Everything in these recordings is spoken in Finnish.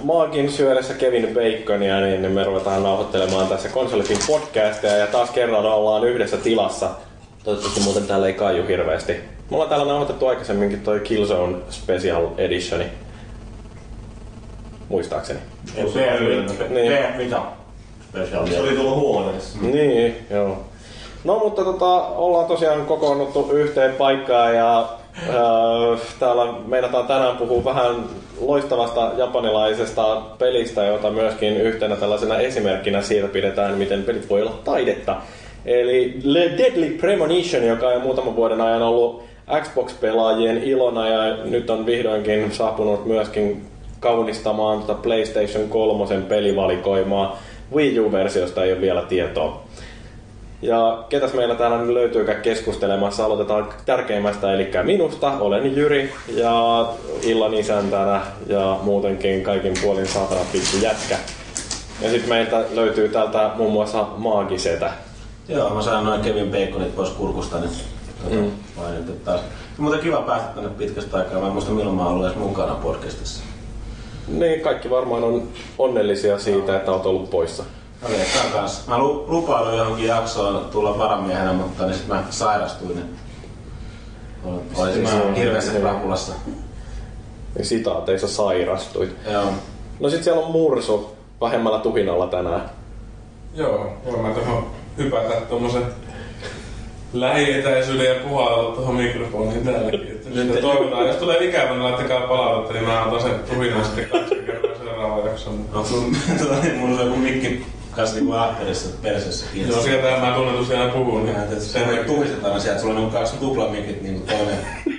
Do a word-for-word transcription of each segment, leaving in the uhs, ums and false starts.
Maagin syödessä Kevin Baconia, niin me ruvetaan nauhoittelemaan tässä Konsolifin podcastia ja taas kerran ollaan yhdessä tilassa. Toivottavasti muuten täällä ei kaiju hirveästi. Me ollaan täällä nauhoitettu aikaisemminkin toi Killzone Special Editioni. Muistaakseni. Ei se niin. mitä? Special. Se oli tullut huoneessa. Mm. Niin, joo. No mutta tota, ollaan tosiaan kokoonnuttu yhteen paikkaan ja äh, täällä meinataan tänään puhua vähän loistavasta japanilaisesta pelistä, jota myöskin yhtenä tällaisena esimerkkinä siitä pidetään, miten pelit voi olla taidetta. Eli Le Deadly Premonition, joka on muutaman vuoden ajan ollut Xbox-pelaajien ilona ja nyt on vihdoinkin saapunut myöskin kaunistamaan tuota PlayStation kolme pelivalikoimaa. Wii U-versiosta ei ole vielä tietoa. Ja ketäs meillä täällä nyt löytyykään keskustelemassa? Aloitetaan tärkeimmästä, eli minusta. Olen Jyri ja illan isäntänä ja muutenkin kaikin puolin saatana pikku jätkä. Ja sitten meiltä löytyy täältä muun muassa Maagisetä. Joo, mä sain noin Kevin Baconit pois kurkusta, niin mm. mainittu taas. Mutta kiva päästä tänne pitkästä aikaa. Mä en muista milloin mä oon ollut edes mukana podcastissa. Niin, kaikki varmaan on onnellisia siitä, että olet ollut poissa. Okei, okay, kanssa. Mä lupailin johonkin jaksoon tulla varamiehenä, mutta niin sit mä sairastuin. Olisin siis mä hirveässä krapulassa. Niin sitaateissa sairastuit. Joo. No sit siellä on Mursu vähemmällä tuhinalla tänään. Joo, voin mä tohon hypätä tommosen lähietäisyyden ja puhalla tohon mikrofoniin täälläkin. Että toivotaan, jos tulee ikävä, niin laittakaa palautetta, niin mä otan sen tuhinan sitten kaksi kertaa seuraavaan jaksoon. Onko sun, mun on joku mikki kanssa niinku ahterissa persessä kiinni? Joo, sieltä mä tunnetusti aina puhun. Niin sen tuhiset aina sieltä, sulla on kaksi tuplamikit niinku toinen.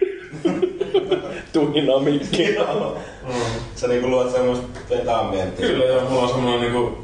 Tuhina mikki. Joo. Sä niinku luot semmoista peta-ambienttia. Kyllä joo, mulla on semmonen niinku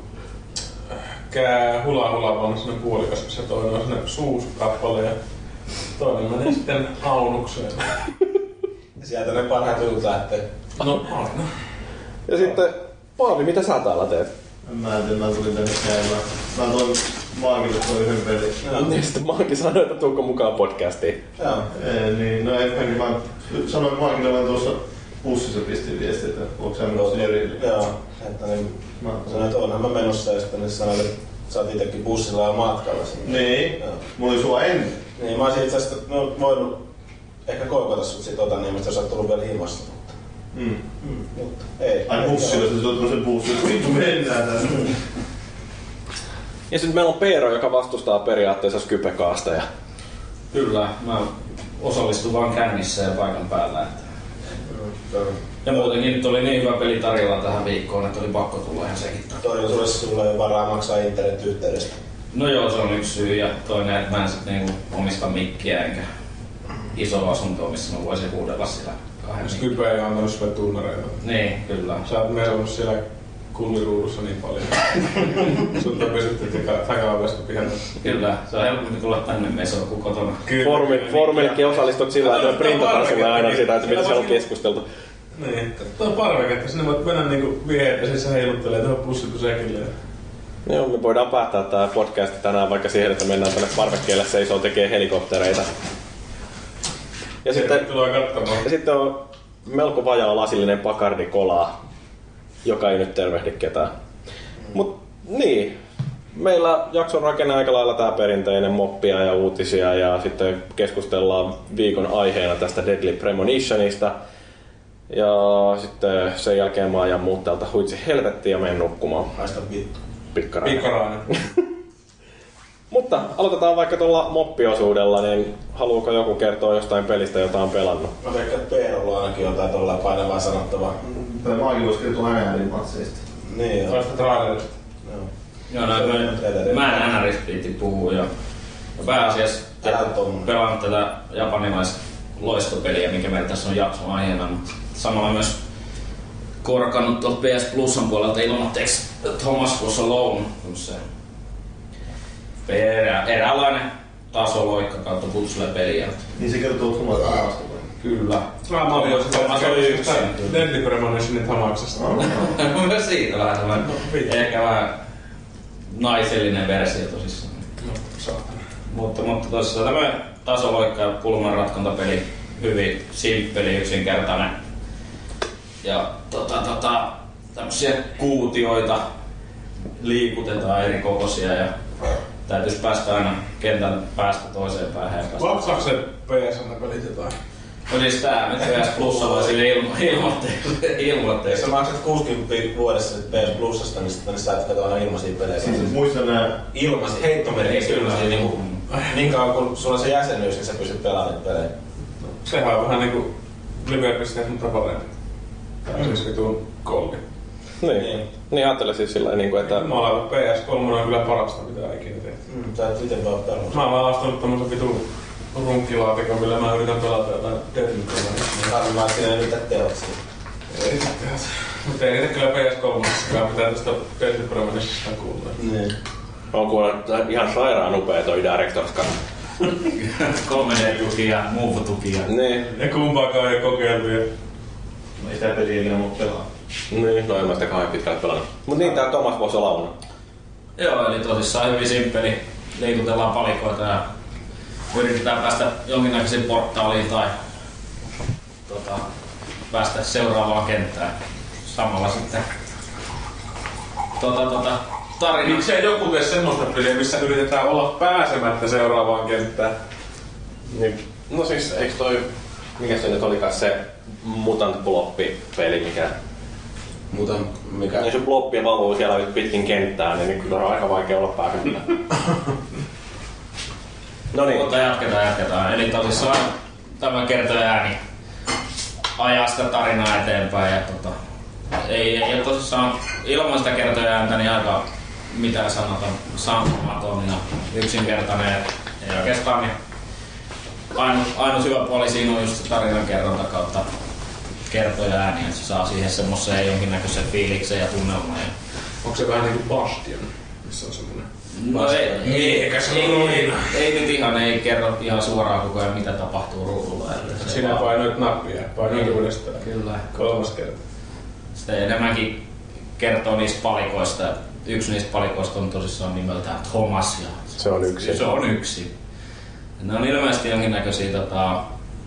kää hula hula on sinne puolikas, se toinen on sinne suuskappale ja toinen menee sitten aunukseen. Ja sieltä ne parhaat jutut lähtee. No aina. Ja sitten Paavi, mitä sä täällä teet? Mä en tiedä, mä tulin tänne käymään. Mä toin Maagille toi yhden pelin. Ja, ja sitten Maagi sanoi, että tuuko mukaan podcastiin. Joo. Ee, niin, no ensinnäkin mä sanoin Maagille vaan tuossa bussissa pistin viestiä, että onko sä menossa Jyrille. Joo, että niin mä sanoin, että onhan mä menossa ja sitten ne sanoin, että sä oot itekin bussilla ja matkalla sinne. Niin, mulla oli sua ennen. Niin, mä olisin itse asiassa no, voinut ehkä koikota sut sit Otaniemistä, jos sä oot tullut vielä himasta. Mm. Mm, mutta ei. Ai bussilla, että sä oot sen bussin, että vittu mennään tänne. Ja sitten meillä on Peero, joka vastustaa periaatteessa Skype-kaasteja. Kyllä, mä osallistun vaan kännissä ja paikan päällä. Että... Ja muutenkin nyt oli niin hyvä peli tarjolla tähän viikkoon, että oli pakko tulla ihan sekin. Todellisuudessa sulla ei varaa maksaa internet-yhteydestä. No joo, se on yksi syy ja toinen, että mä en sit niinku omista mikkiä enkä isoa asuntoa, missä mä voisin huudella sitä kahden. Skype ei antanut sulle tunnareita. Niin, kyllä. Sä oot melunut siellä kulliruudussa niin paljon. Sut on pysytty takaovesta pihalla. Kyllä, se on helpompi tulla tänne mesoon kuin kotona. Formillekin osallistut sillä, että me printataan sulle aina sitä, että mitä siellä on keskusteltu. Niin, tuo on parveketta, sinne voit mennä niinku viheet ja siis se heiluttelee tuohon pussipysäkille. Joo, me voidaan päättää tää podcast tänään vaikka siihen, että mennään tänne parvekkeelle seisoo tekee helikoptereita. Ja sitten, ja sitten on melko vajaa lasillinen Bacardi Colaa, joka ei nyt tervehdi ketään. Mut niin, meillä jakson rakenne aika lailla tää perinteinen moppia ja uutisia ja sitten keskustellaan viikon aiheena tästä Deadly Premonitionista. Ja sitten sen jälkeen mä ajan muut täältä huitsi helvettiin ja menen nukkumaan. Haista vittu. Pikkarainen. Pikkarainen. Mutta aloitetaan vaikka tuolla moppiosuudella, niin haluuko joku kertoa jostain pelistä, jota on pelannut? Mä veikkaan, että Peerolla on ainakin jotain tuolla painavaa sanottavaa. Tää Maagi voisi kertoa N R-matseista. Niin joo. Toista trailerista. Joo. Joo, no, mä, mä en N R:stä viitti puhua ja pääasiassa pelaan tätä japanilaista loistopeliä, mikä meillä tässä on jakson aiheena, mutta samalla myös korkannut tuolta P S Plusan puolelta ilmoitteeksi Thomas Was Alone, se erä, eräänlainen tasoloikka kautta putsle-peliä. Niin se kertoo Thomas Alasta vai? Kyllä. Mä olin Thomas oli yksin. Deadly Premonitionin Thamaksesta. Myös siitä vähän tämmönen, ehkä vähän naisellinen versio tosissaan. No, saatana. Mutta, mutta tosiaan tämmönen tasoloikka ja pulmanratkontapeli, hyvin simppeli, yksinkertainen. Ja tota, tota, tämmösiä kuutioita, liikutetaan eri kokoisia ja täytyisi päästä aina kentän päästä toiseen päähän. Maksaako se P S N-pelit jotain? No siis tää nyt P S Plusalla sille ilmo- ilmoitteeksi. Jos sä maksat kuusikymmentä vuodessa sit P S Plusasta, niin sitten saat katsoa aina ilmaisia pelejä. Siis muista nää Ilmaisia, heittomerkiksi ilmaisia, niinku, niin kauan kun sulla on se jäsenyys, niin sä pystyt pelaamaan niitä pelejä. Sehän on vähän niinku Liverpoolista mutta parempi. Tai siis vitun kolli. Niin. Niin. Niin ajattelen siis sillä niin kuin, että... Mä olen P S kolme on kyllä parasta mitä ikinä tehty. Mm, sä et ite vaan pelata. Mä oon vaan ostanut tommosen vitun runkkilaatikon, millä mä yritän pelata jotain Deadpoolilla. Niin varmaan siinä ei mitään teot siinä. Ei sit tehdä. Mutta ei niitä kyllä P S kolme-ssakaan pitää tästä Deadpool Premonitionista kuulla. Niin. On kuulla ihan sairaan upea toi Director's Cut. kolme D-tuki ja Move-tuki. Niin. Ja kumpaakaan ei kokeiltu. ei sitä peliä ikinä muu pelaa. Niin, no en mä sitä kauhean pitkälle pelannut. Mut niin, tää Thomas voisi olla laulunut. Joo, eli tosissaan hyvin simppeli. Liikutellaan palikoita ja yritetään päästä jonkinnäköisiin portaaliin tai tota, päästä seuraavaan kenttään. Samalla sitten tota, tota, tarina. Miksei joku tee semmoista peliä, missä yritetään olla pääsemättä seuraavaan kenttään? Niin. No siis, eiks toi... Mikä se nyt olikaan se Mutant Bloppi-peli, mikä... Mutant mikä? Jos se bloppi valuu siellä pitkin kenttää, niin kyllä on aika vaikea olla pääsemättä. No niin. Mutta jatketaan, jatketaan. Eli tosissaan tämä kertoja ääni ajaa sitä tarinaa eteenpäin. Ja tota, ei, ei tosissaan ilman sitä kertoja ääntä niin aika mitään sanota sanomaton ja yksinkertainen. Ei oikeastaan niin ainut, ainut hyvä puoli siinä on just se tarinan kerronta kautta kertoja ääni, että se saa siihen semmoiseen jonkinnäköisen fiiliksen ja tunnelman. Onko se vähän niinku Bastion, missä on semmonen? No ei, ei, eikä se ei, ole ei, ei nyt ihan, ei kerro ihan suoraan koko ajan mitä tapahtuu ruudulla. Sinä painoit nappia, painoit niin, uudestaan. Kyllä. Kolmas kerta. Sitten enemmänkin kertoo niistä palikoista. Yksi niistä palikoista on tosissaan nimeltään Thomas. Ja se on yksi. Se on yksi. Ne on ilmeisesti jonkinnäköisiä tota,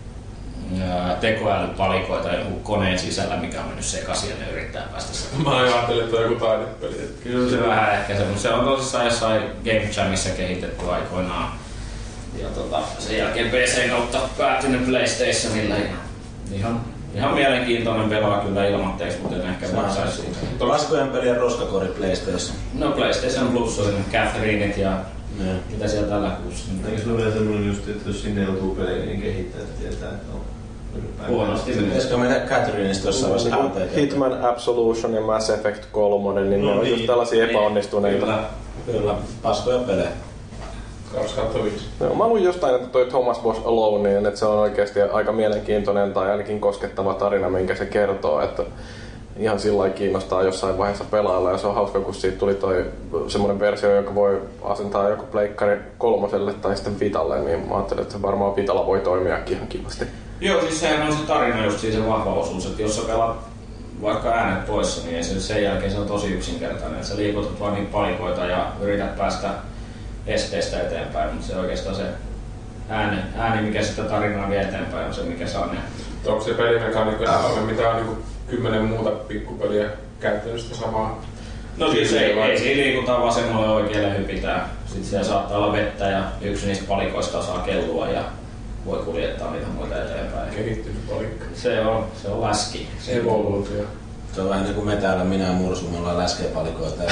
tekoälypalikoita jonkun koneen sisällä, mikä on mennyt sekaisin ja ne yrittää päästä sen. Mä ajattelin, että on joku taidepeli. Kyllä se vähän ehkä se, se on tosissaan jossain Game Jamissa kehitetty aikoinaan. Ja tota, sen jälkeen P C kautta päätynyt PlayStationille. Ihan, ihan mielenkiintoinen pelaa kyllä ilmatteeksi, mutta en ehkä maksaisi siitä. Laskojen pelien roskakori PlayStation. No PlayStation Plus on Catherineit ja ne. Mitä siellä tällä kuussa. Eikö se ole vielä semmoinen just, että jos sinne joutuu peleihin, niin kehittäjät tietää, että on huonosti. Pitäisikö mennä Catherineista jossain vaiheessa H P? Hitman Absolution ja Mass Effect kolme, niin no, ne on just tällaisia epäonnistuneita. Kyllä, kyllä. Paskoja pelejä. kaksi kautta viisi. No, mä luin jostain, että toi Thomas Was Alone, niin että se on oikeasti aika mielenkiintoinen tai ainakin koskettava tarina, minkä se kertoo, että ihan sillä lailla kiinnostaa jossain vaiheessa pelailla, ja se on hauska, kun siitä tuli toi semmoinen versio, joka voi asentaa joku pleikkari kolmoselle tai sitten Vitalle, niin mä ajattelin, että se varmaan Vitalla voi toimiakin ihan kivasti. Joo, siis sehän on se tarina just siinä se vahva osuus, että jos sä pelaat vaikka äänet poissa, niin se, sen jälkeen se on tosi yksinkertainen, että sä liikutat vaan niitä palikoita ja yrität päästä esteestä eteenpäin, mutta se oikeastaan se ääni, ääni mikä sitä tarinaa vie eteenpäin, on se mikä saa ne. Onko se pelimekaniikka sellainen, mitä on niinku kymmenen muuta pikkupeliä käytännössä samaa? No siis ei, ei siinä liikutaan vasemmalle oikealle hypitään. Sitten siellä saattaa olla vettä ja yksi niistä palikoista saa kellua ja voi kuljettaa niitä muita eteenpäin. Kehittynyt palikka. Se on, se on läski. Se evoluutio. Se on vähän se kuin me täällä, minä ja Mursu, me ollaan läskeä palikoita ja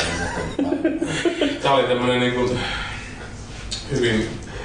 tää oli tämmönen niinku hyvin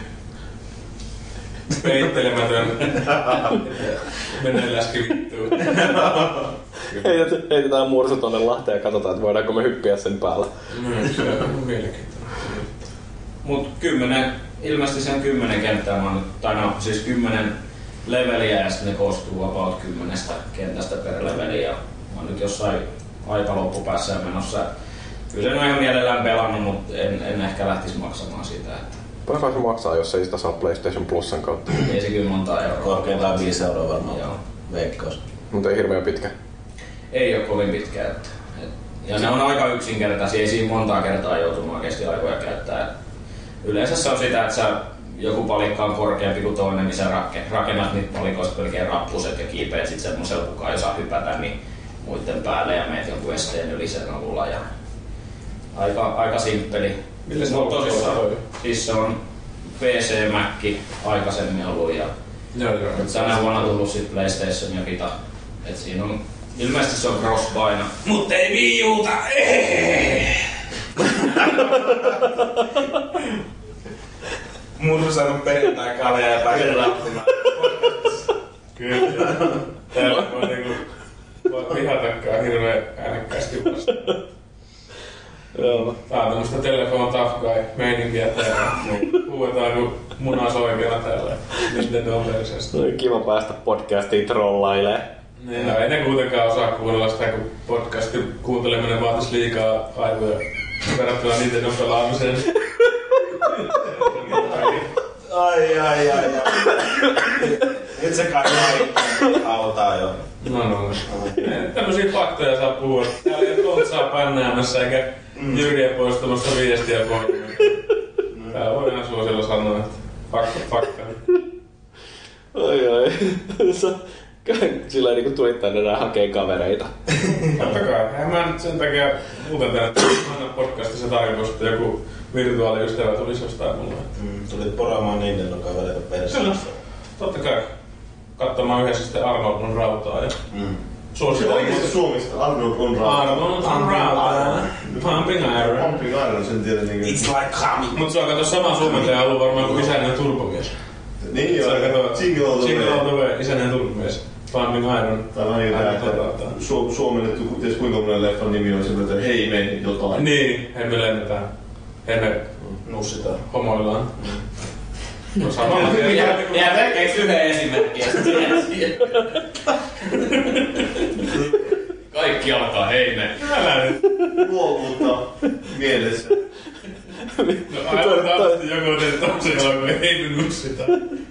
peittelemätön menee läski vittuun. Heitetään Mursu tonne Lahteen ja katsotaan, että voidaanko me hyppiä sen päällä. Mm, se on mielenkiintoinen. Mut kymmenen, ilmeisesti sen kymmenen kenttää, tai no siis kymmenen leveliä ja sitten ne koostuu about kymmenestä kentästä per leveli. Ja mä oon nyt jossain aika loppupäässä ja menossa. Kyllä sen on ihan mielellään pelannut, mutta en, en ehkä lähtisi maksamaan sitä. Että paljonko se maksaa, jos ei sitä saa PlayStation Plusan kautta? ei se kyllä monta euroa. Korkeintaan viisi euroa varmaan. Joo. Veikkaus. Mutta ei hirveän pitkä. Ei ole kovin pitkä. Että, et, ja ne on aika yksinkertaisia, ei siinä montaa kertaa joutunut oikeasti aikoja käyttää. Yleensä se on sitä, että sä, joku palikka on korkeampi kuin toinen, niin sä rakennat niitä palikoista pelkään rappuset ja kiipeät sit semmoisella, kukaan ei saa hypätä, niin muiden päälle ja meet jonkun esteen yli sen avulla. Ja aika, aika simppeli. Millä se on tosissaan? Siis se on P C, Mac aikaisemmin ollut ja joo, joo. tänä vuonna tullut sit PlayStation ja Vita. Et siinä on, ilmeisesti se on cross-buy, mut ei Wii Uta! Mursannut perjantai kaleja ja pääsin rappumaan. Kyllä. Täällä voi niinku voi vihatakaan hirveen äänekkäästi vastaan. Joo. Tää on tämmöstä telefon tough guy meininkiä täällä. Huuetaan ku munasoikena täällä Nintendo versiosta. No, kiva päästä podcastiin trollailee. Niin, no, ei ne kuitenkaan osaa kuunnella sitä, kun podcastin kuunteleminen vaatis liikaa aivoja verrattuna Nintendo pelaamiseen. Ai ai ai ai. Nyt se kai autaa jo. No no no. Tämmösiä faktoja saa puhua. Täällä ei ole Tontsaa pännäämässä eikä mm. Jyriä poistamassa viestiä pois. Täällä voi ihan suosilla sanoa, että fakta fakta. Ai ai. Sillä ei niinku tulit tänne nää hakee kavereita. Totta kai. Eihän mä nyt sen takia muuten tänne aina podcastissa tarkoitus, että joku virtuaaliystävä tulisi jostain mulle. Mm, tulit poraamaan Nintendo kavereita perseessä. Totta kai. Katsomaan yhdessä sitten Arnold on rautaa ja Mm. Se oikeesti Suomesta Arnold on rautaa. Arnold on rautaa. Pumping Iron. Pumping Iron, sen tiedä niinku. It's like coming. Mut se on kato sama suomentaja ollut varmaan kuin Isänen turbomies. Niin joo, Jingle All the Way. Jingle All the Way, Isänen turbomies. Pumping Iron. Tai vähän jotain, Su- suomennettu, ties kuinka monen leffan nimi on sillä, että hei me jotain. Niin, he me lennetään. He me Nussitaan. homoillaan. No samalla Ja, ja tekkeeks yhden esimerkkiä siihen. Kaikki alkaa heine. Älä nyt. Luovuutta mielessä. No aivan taatusti joku on tehty toisen jalkoon, ei me nussitaan.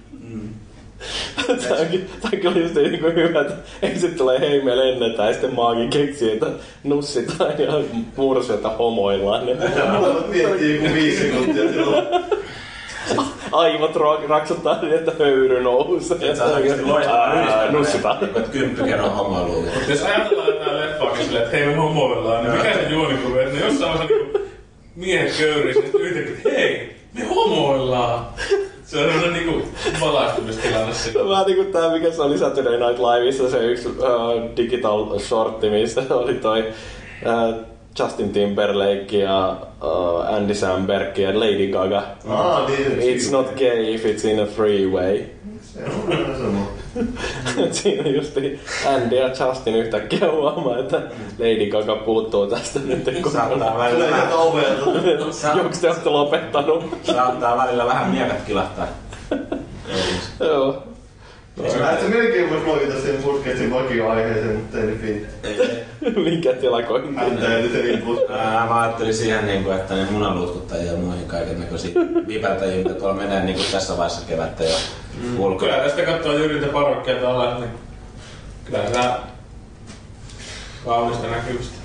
Tää onkin, tää onkin oli just niinku hyvä, että ensin tulee hei me lennetään ja sitten maakin keksii, että nussitaan ja mursiota homoillaan. Molemmat miettii joku viisi sekuntia silloin. Aivot raksuttaa niin, että höyry nousee. Sä oot oikeesti loistava yhdistelmä. Nussitaan. Että kymppikerran homoiluun. Mutta jos ajatellaan jotain leffaakin silleen, että hei me homoillaan, niin mikä se juonikuva, että ne jossain vaiheessa niinku miehet köyriis, ja sitten yhtäkkiä, hei, me homoillaan. Se on sellainen niinku valaistumistilanne siinä. Vähän niinku tää, mikä se oli Saturday Night Liveissa, se yksi uh, digital shortti, missä oli toi uh, Justin Timberlake ja uh, Andy Samberg ja Lady Gaga. Ah, niin. It's not gay if it's in a freeway. Se on vähän sama. Siinä justi Andy ja Justin yhtäkkiä huomaa, että Lady Gaga puuttuu tästä nyt Saattaa kokonaan. välillä Tulee vähän, sieltä ovelta. Joks te ootte lopettanut? saattaa välillä vähän miekat kilahtaa. Joo. Et sä melkein vois loikita sen podcastin vakioaiheeseen, mutta ei nyt viitti. Mikä telakointi? Häntä ei nyt eri puhuttaa. Ää, mä ajattelin siihen, niinku, että ne munaluutkuttajia ja muihin kaikennäköisiä vipertäjiä, mitä tuolla menee niinku tässä vaiheessa kevättä jo Mm. ulkona. Kyllä tästä katsoo Jyrintä parokkia tällä, niin kyllä sä kaunista näkymistä.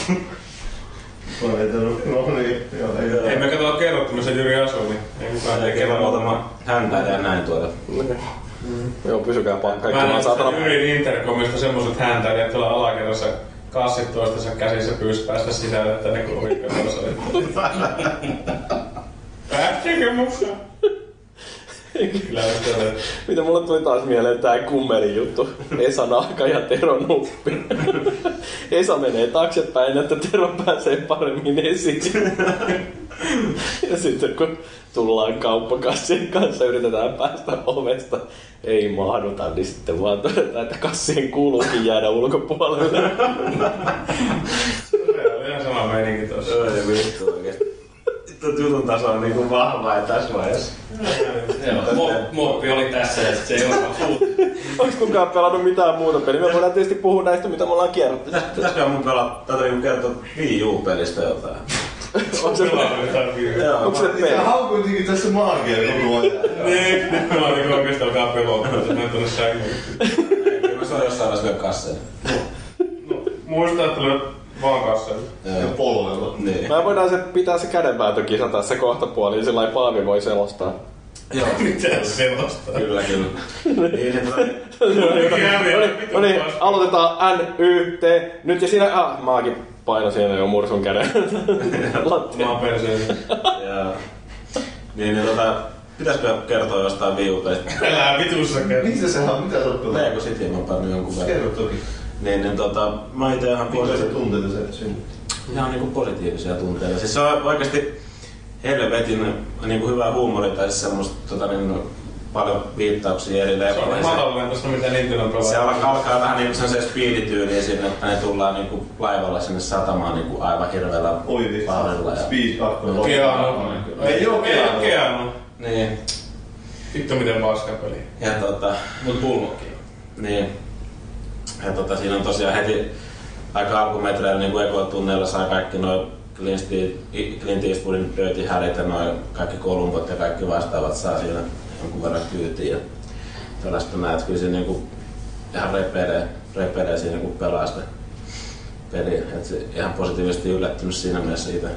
No niin, joo, ei joo. Ei me kato kerrottu, missä Jyri asuu, niin ei kukaan Ei kerran muutama häntäitä ja näin tuoda. Mm. Joo, pysykää kaikki Mä vaan näin saatana. sitä Jyrin intercomista semmoset häntäilijät, että tuolla alakerrassa kassit toistensa käsissä pyysi päästä sisälle, että ne kuuluu ikään soittaa. Päästikö mukaan? Kyllä mä sitä Mitä mulle tuli taas mieleen tää kummelin juttu. Esa Nahka ja Tero Nuppi. Esa menee taaksepäin, että Tero pääsee paremmin esiin. Ja sitten kun tullaan kauppakassien kanssa, yritetään päästä ovesta, ei mahduta, niin sitten vaan todetaan, että kassien kuuluukin jäädä ulkopuolelle. Se oli ihan sama meininki tossa. Ei vittu oikeesti. Tuo jutun taso on niinku vahva ja tässä vaiheessa. Joo, muoppi oli tässä ja sit se ei olekaan puhuttu. Onks kukaan pelannut mitään muuta peliä? Me voidaan tietysti puhua näistä, mitä me ollaan kierrottu. Pitäis, pitäisikö mun pelaa tätä niinku kertoa Wii U-pelistä jotain? Onko se, Joo, onko se mä- peli? Sä haukuitikin tässä maagia koko ajan. Niin, nyt mä oon niinku oikeesti alkaa pelottaa, että mä en tuonne sängyyn. Kyllä se on jossain vaiheessa vielä kasseilla. Muista, että tulee vaan kasseilla. Ja polvella. Niin. Mä voidaan se, pitää se kädenvääntökisa tässä kohtapuoliin, sillä lailla Paavi voi selostaa. Joo. Mitä sellaista? Kyllä, kyllä. Niin, no niin, aloitetaan N, Y, T. Nyt ja siinä... Ah, maakin paino siinä jo mursun käden. Mä oon perseessä. Joo. Niin, niin tota... Pitäisikö kertoa jostain viupeista? Älä vitussa kerro. Mistä se on? Mitä sä oot pelannut? Lego City mä pannut jonkun verran. Kerro toki. Niin, niin tota... Mä ite ihan Minkälaisia tunteita se synnytti? Ihan niinku positiivisia tunteita. Siis se on oikeesti helvetin niinku hyvää huumoria tai siis semmoista tota niin... paljon viittauksia eri lepoihin. Se on matalainen tuosta mitä Nintendo pelaa. Se alkaa vähän niinku sellaiseen speedityyliin sinne, että ne tullaan niinku laivalla sinne satamaan niinku aivan hirveellä pahdella. Speed kakkonen. Keanu. Ei oo Keanu. Niin. Vittu miten paska peli. Ja tota... Mut pulmokki. Niin. Ja tota siinä on tosiaan heti aika alkumetreillä niinku ekotunneilla sai kaikki noi Clint Eastwoodin Dirty Harryt ja noi kaikki Columbot ja kaikki vastaavat saa siinä jonkun verran kyytiin ja tällaista näet. Kyllä se niinku ihan repelee, repelee siinä kun pelaa sitä peliä. Et se ihan positiivisesti yllättynyt siinä mielessä siitä.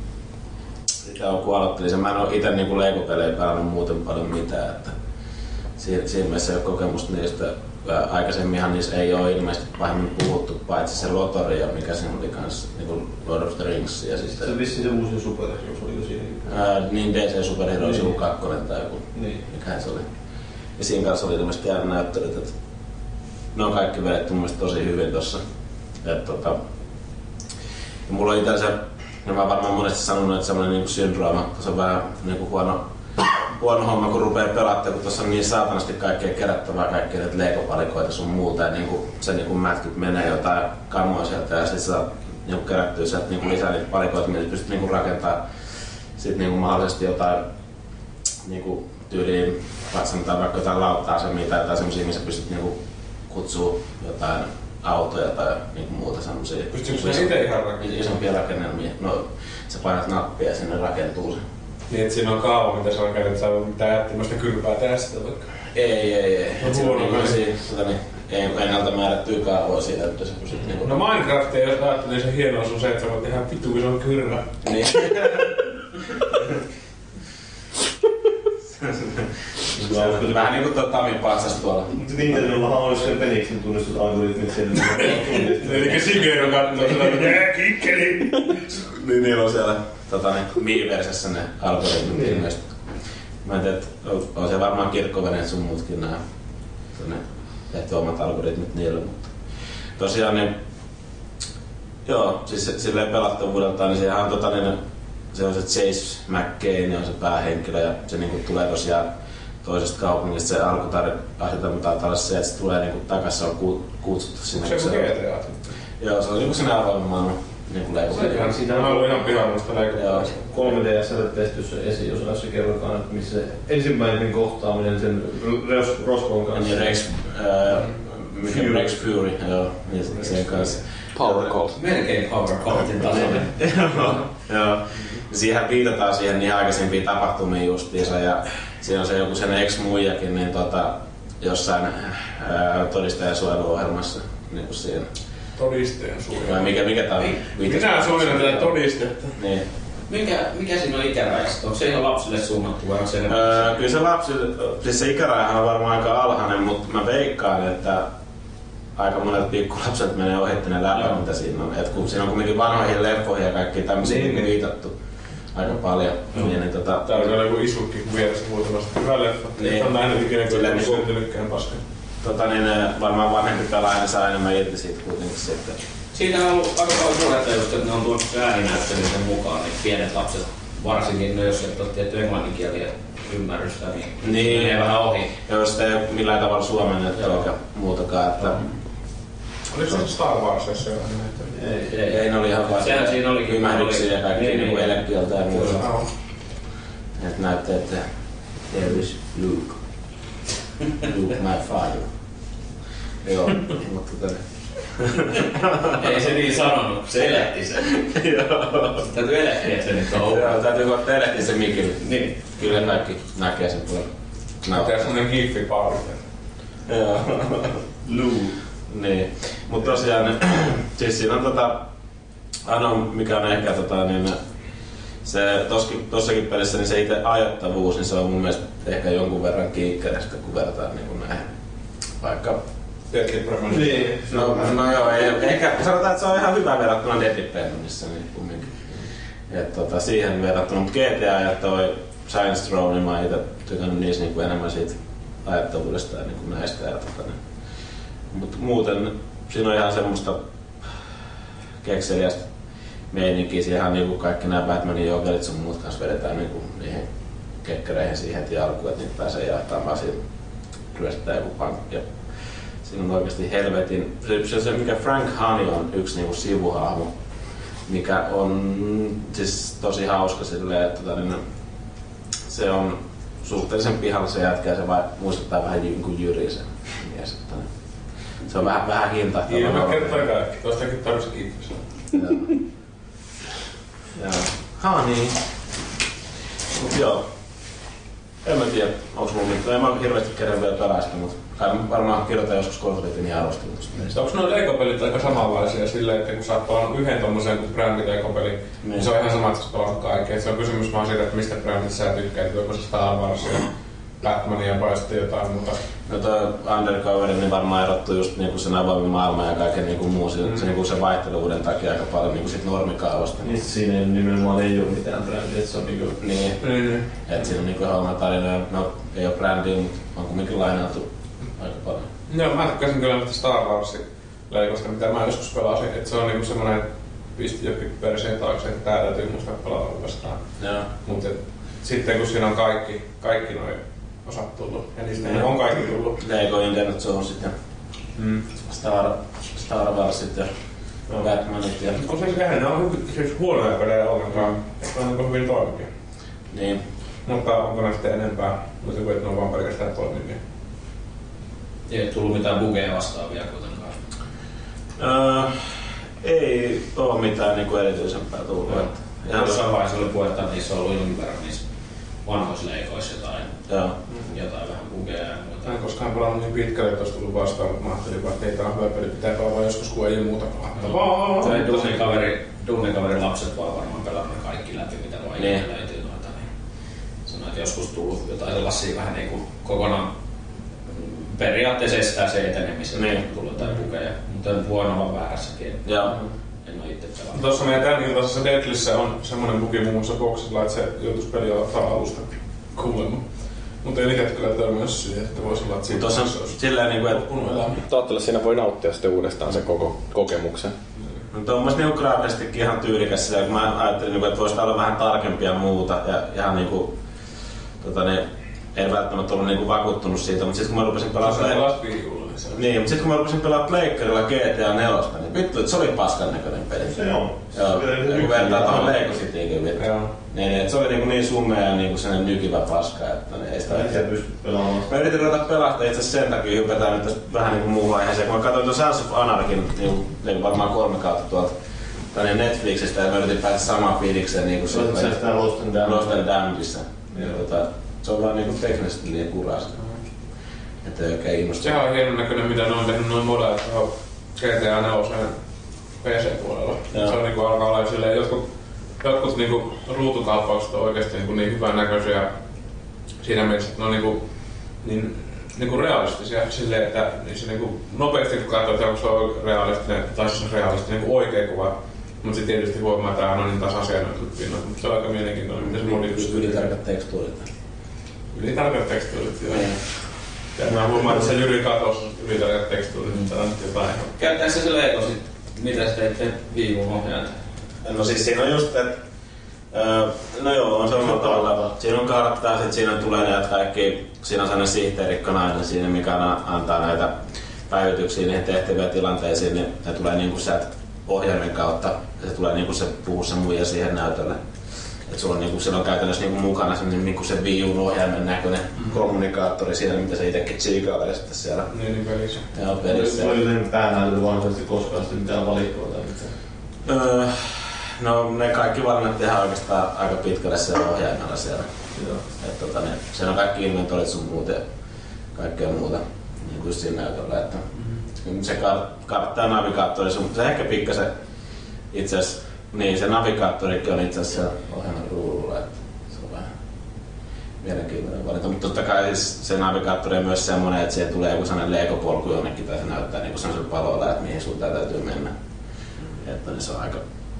Sitä on kun aloittelin sen. Mä en oo ite niinku Lego-pelejä pelannut muuten paljon mitään. Että siinä, siinä mielessä ei oo kokemusta niistä. Aikaisemminhan niissä ei oo ilmeisesti pahemmin puhuttu, paitsi se Lotori ja mikä siinä oli kans niinku Lord of the Rings ja sitten... Se vissiin se uusi Super Heroes oliko siinäkin? Ää, niin D C Super Heroes niin. kaksi tai joku, niin. mikähän se oli. Ja siinä kanssa oli tämmöiset ääninäyttelyt, että ne on kaikki vedetty mun mielestä tosi hyvin tossa. Et, tota, ja mulla on ite se, ja mä oon varmaan monesti sanonut, että semmonen niinku syndrooma, se on vähän niinku huono, huono homma kun rupee pelaamaan, kun tossa on niin saatanasti kaikkea kerättävää, kaikkea näitä Lego-palikoita sun muuta, ja niinku, se niinku mätkyt menee jotain kamoa sieltä ja sit saa niinku kerättyä sieltä niinku lisää niitä palikoita, millä pystyt niinku rakentamaan sit niinku mahdollisesti jotain niinku tyyliin, sanotaan vaikka jotain lautta-asemia tai jotain semmosia, missä pystyt niinku kutsuu jotain autoja tai niinku muuta semmosia. Pystytkö sinä ite ihan rakentamaan? Isompia rakennelmia. No, sä painat nappia ja sinne rakentuu se. Niin, että siinä on kaava, mitä sä rakennat, että sä ei mitään jättimästä kylpää tehdä sitä vaikka? Ei, ei, ei. No, et siinä on huono niinku siinä, tota, niin, ei ennalta määrättyä kaavoa siitä, että sä pystyt niinku... No Minecraftia, jos ajattelee, niin se hienous on se, että sä voit tehdä vittu ison kylmä. Niin. Vähän niinku tuo Tamin patsas tuolla. Mutta Nintendollahan olisi sen peniksen tunnistusalgoritmit siellä. Elikkä Sigero kattoo sellainen, ää kikkeli! Niin niillä on siellä tota, niin, Miiversessä ne algoritmit ilmeisesti. Mä en tiedä, että on siellä varmaan kirkkoveneet sun muutkin nää. Ne tehty omat algoritmit niille, mutta tosiaan niin... Joo, siis silleen pelattavuudeltaan, niin sehän on tota niin... Se on se Chase McCain, on se päähenkilö ja se niinku tulee tosiaan toisesta kaupungista. Se alkutarina taitaa olla se, että se tulee niinku takas, se on kutsuttu sinne. Onko se joku G T A? Joo, se on niinku sinne avoimen maailman niinku Lego. Siitä on ollut ihan pihannusta Lego. kolme D S tehty se esiosa, se kerrotaan, että missä se ensimmäinen kohtaaminen sen Roscoen kanssa. Niin Rex, äh, mikä Rex Fury, joo, niin sen kanssa. Power Call. Melkein Power Callin tasoinen. Joo. Siihen viitataan siihen niin aikaisempiin tapahtumiin justiinsa ja siinä on se joku sen ex-muijakin niin tota, jossain ää, todistajansuojeluohjelmassa niin kuin siinä. Todistajansuojelu? Vai mikä, mikä tää on? Minä suojelen tätä todistetta. Niin. Mikä, mikä siinä on ikärajasta? Onko se ihan lapsille suunnattu vai se öö, kyllä se lapsille, siis se ikärajahan on varmaan aika alhainen, mutta mä veikkaan, että aika monet pikkulapset menee ohittaneet läpi, mitä siinä on. Et kun siinä on kuitenkin vanhoihin leffoihin ja kaikki tämmöisiä niin, niin. viitattu aika paljon. Mm. Niin, niin, tota... Täällä on vielä joku isukki vieressä muutamasta. Hyvä leffa. Niin. On nähnyt ikinä, kun ei niin, syntynytkään paskaa. Tota niin, varmaan vanhempi pelaaja saa enemmän irti siitä kuitenkin sitten. Siitä on ollut aika paljon puhetta just, että ne on tuonut ääninäyttelyn mukaan, niin pienet lapset, varsinkin ne, jos et ole tietty englanninkieliä ymmärrystä, niin, niin menee vähän ohi. Joo, sitä ei ole millään tavalla suomennettu eikä muutakaan. Että... Oliko se Star Warsissa jotain näitä? Ei, ei, ei, ne oli ihan vaan siinä olikin ymmärryksiä ja kaikki niin, niin, elekieltä ja muuta. No. Että näyttää, että there is Luke. Luke my father. Joo, mutta tota... Ei se niin sanonut, se elehti sen. Joo. Täytyy elehtiä sen nyt on. Joo, täytyy kohta elehtiä sen mikille. Niin. Kyllä kaikki näkee sen puolella. Mä tehdään semmonen giffi-paari. Joo. Luke. Niin. Mut tosiaan, siis siinä on tota... Ainoa mikä on ehkä tota niin... se tossakin, tossakin pelissä niin se itse ajoittavuus, niin se on mun mielestä ehkä jonkun verran kiikkerästä, kun verrataan niin näihin. Vaikka Deadly Premonition. Niin, no, no joo, ei, ehkä sanotaan, että se on ihan hyvä verrattuna Deadly Premonition niin kumminkin. Et, tota, siihen verrattuna, mutta G T A ja toi Science Row, niin mä oon ite tykännyt niissä niin kuin enemmän siitä ajattavuudesta ja niin kuin näistä. Ja, tota, niin. Mut muuten siinä on ihan semmoista kekseliästä meininkiä. Siihen niin kuin kaikki nämä Batmanin jokerit sun muut kanssa vedetään niin kuin niihin kekkereihin siihen heti alkuun, että niitä pääsee jahtamaan siinä ryöstää joku pankki. Siinä on oikeasti helvetin, se, se mikä Frank Honey on yksi niinku sivuhahmo, mikä on siis tosi hauska silleen, että tota, niin, se on suhteellisen pihalla se jätkä ja se vai, muistuttaa vähän niin kuin Jyri sen mies. Että, se on vähän, vähän hintahtava. Niin, mä kertaan kaikki. Tuostakin tarvitsi kiitos. Joo. Honey. Mut joo. En mä tiedä, onko mulla mitään. En mä hirveästi kerran vielä pelaista, mutta varmaan kirjoitan joskus konsolit niin arvostelutusta. Onko nuo Lego-pelit aika samanlaisia silleen, että kun sä oot pelannut yhden tommosen brändin Lego-peli, niin. niin se on ihan sama, että sä pelannut kaikkea. Se on kysymys vaan siitä, että mistä brändistä sä tykkäät, onko se Star Warsia, Batmania vai sitten jotain muuta. No toi Undercover niin varmaan erottuu just niinku sen avoimen maailman ja kaiken niinku muu. Mm. Se, niinku se vaihteluvuuden takia aika paljon niinku sit normikaavasta. Niin siinä ei, nimenomaan ei oo mitään brändiä, se on niinku... Niin. Mm. Et siinä on niinku homma tarinoja, no ei oo brändiä, mut on kumminkin lainattu aika paljon. Joo, mä tykkäsin kyllä näistä Star Warsin Legosta, mitä mä joskus pelasin. Et se on niinku semmonen pisti jokin perseen taakse, että tää täytyy muistaa pelata uudestaan. Joo. Mut et, sitten kun siinä on kaikki, kaikki noi osat tullut, ja niistä mm. on kaikki tullut. Lego Indiana Jonesit ja mm. Star, Star Warsit ja no. Batmanit ja... Kun siis eihän ne on hyvin, siis huonoja pelejä ollenkaan, että on hyvin toimivia. Niin. Mutta onko ne sitten enempää, mutta kun et ne on vaan pelkästään toimivia? Ei tullut mitään bugeja vastaavia kuitenkaan. Öö, ei oo mitään niinku erityisempää tullut. No. Jossain vaiheessa oli puhetta, että niissä on ollut jonkin verran niissä vanhoissa leikoissa jotain, Joo. jotain vähän bugeja ja muuta. Mä en koskaan pelannut niin pitkälle, että olisi tullut vastaan, mutta mä ajattelin, että ei tää on hyvä peli, pitää pelata joskus, kun ei ole muuta pelattavaa. Se Duunikaveri, Duunikaverin lapset vaan varmaan pelannut kaikki läpi, mitä vaan niin. löytyy noita. Niin sanoin, että joskus tullut jotain sellaisia vähän niin kuin kokonaan periaatteessa estää se etenemisen, niin. Että tullut jotain bugeja, mutta voi olla väärässäkin. Joo. En oo itse pelannut. Tuossa meidän tän iltaisessa Deadlissä on semmonen bugi muun muassa boksilla, että se joutuisi peli aloittaa alusta kuulemma. Mutta en itse kyllä törmässä siihen, että voisi olla, että siitä tuossa on silleen niinku, että toivottavasti siinä voi nauttia sitten uudestaan sen koko kokemuksen. No tuo on mun niinku graafistikin ihan tyylikäs sillä, kun mä ajattelin, että voisi olla vähän tarkempia muuta ja ihan niinku tota niin, en välttämättä ollut niinku vakuuttunut siitä, mutta sitten kun mä rupesin pelaamaan Niin, mutta sitten kun mä rupesin pelaamaan pleikkarilla G T A neljä, niin vittu, että se oli paskan näköinen peli. Se on. Joo, ja kun vertaa tuohon Lego Cityinkin vittu. Niin, niin, se oli niinku niin summea ja niinku sellainen nykivä paska, että niin ei sitä oikein pysty pelaamaan. Mä yritin ruveta pelata itse asiassa sen takia hypätään nyt tästä vähän niinku muuhun aiheeseen. Kun mä katsoin tuon Sons of Anarchin niinku, niinku varmaan kolme kautta tuolta tänne Netflixistä ja mä yritin päästä samaan fiilikseen niinku se on se sitä Lost and Damned. Lost and Damnedissa. Tota, se on vaan niinku teknisesti liian kuras. Että ei oikein innostunut. Sehän on hienon näköinen, mitä ne on tehnyt noin modelit tuohon G T A neljä P C-puolella. Se on niinku alkaa olla jo silleen, jotkut, jotkut niinku ruutukaappaukset on oikeesti niinku niin hyvän näköisiä siinä mielessä, että ne on niinku, niin, niinku realistisia silleen, että niissä niinku nopeasti kun katsoo, että onko se on realistinen, tai siis realistinen niinku oikea kuva. Mut sit tietysti huomaa, että tää on niin tasaisia noita pinnat, mutta se on aika mielenkiintoinen, miten se modi pystyy. Ylitarkat tekstuurit. Ylitarkat tekstuurit, joo. Ja mä huomaan, että se Jyri katossa ylitarkat tekstuurit, mutta on jotain. Käyttääkö se se Lego sit? Mitä sä teitte viivun ohjaajat? No siis siinä on just, että öö, no joo, on samalla tavalla. Siinä on karttaa, sit siinä tulee näitä kaikki, siinä on sellainen sihteerikko nainen siinä, mikä antaa näitä päivityksiä niihin tehtäviä tilanteisiin, niin ne tulee niinku sieltä ohjaimen kautta, ja se tulee niinku se puhuu se muija siihen näytölle. Et sulla on niinku, siellä on käytännössä niinku mukana semmonen niinku se Wii U:n ohjaimen näköinen mm-hmm. kommunikaattori siinä, mitä se itekin tsiikailee sitten siellä. Niin, niin pelissä. Joo, pelissä. Se oli jotenkin päänäytöllä varsinaisesti koskaan sitten mitään valikoita. Öö, no ne kaikki valinnat tehdään oikeastaan aika pitkälle siellä ohjaimella siellä. Joo. Et tota ne, siellä on kaikki inventorit sun muut ja kaikkea muuta. Niin kuin siinä näytöllä, että mm-hmm. se kar- kartta ja navigaattori sun, se ehkä pikkasen itse asiassa Niin, se navigaattorikin on itse asiassa ohjelman ruudulla, että se on vähän mielenkiintoinen valinta. Mutta totta kai se navigaattori on myös semmoinen, että siihen tulee joku sellainen Lego-polku jonnekin tai se näyttää niin sellaisella paloilla, että mihin suuntaan täytyy mennä. Että niin se on aika,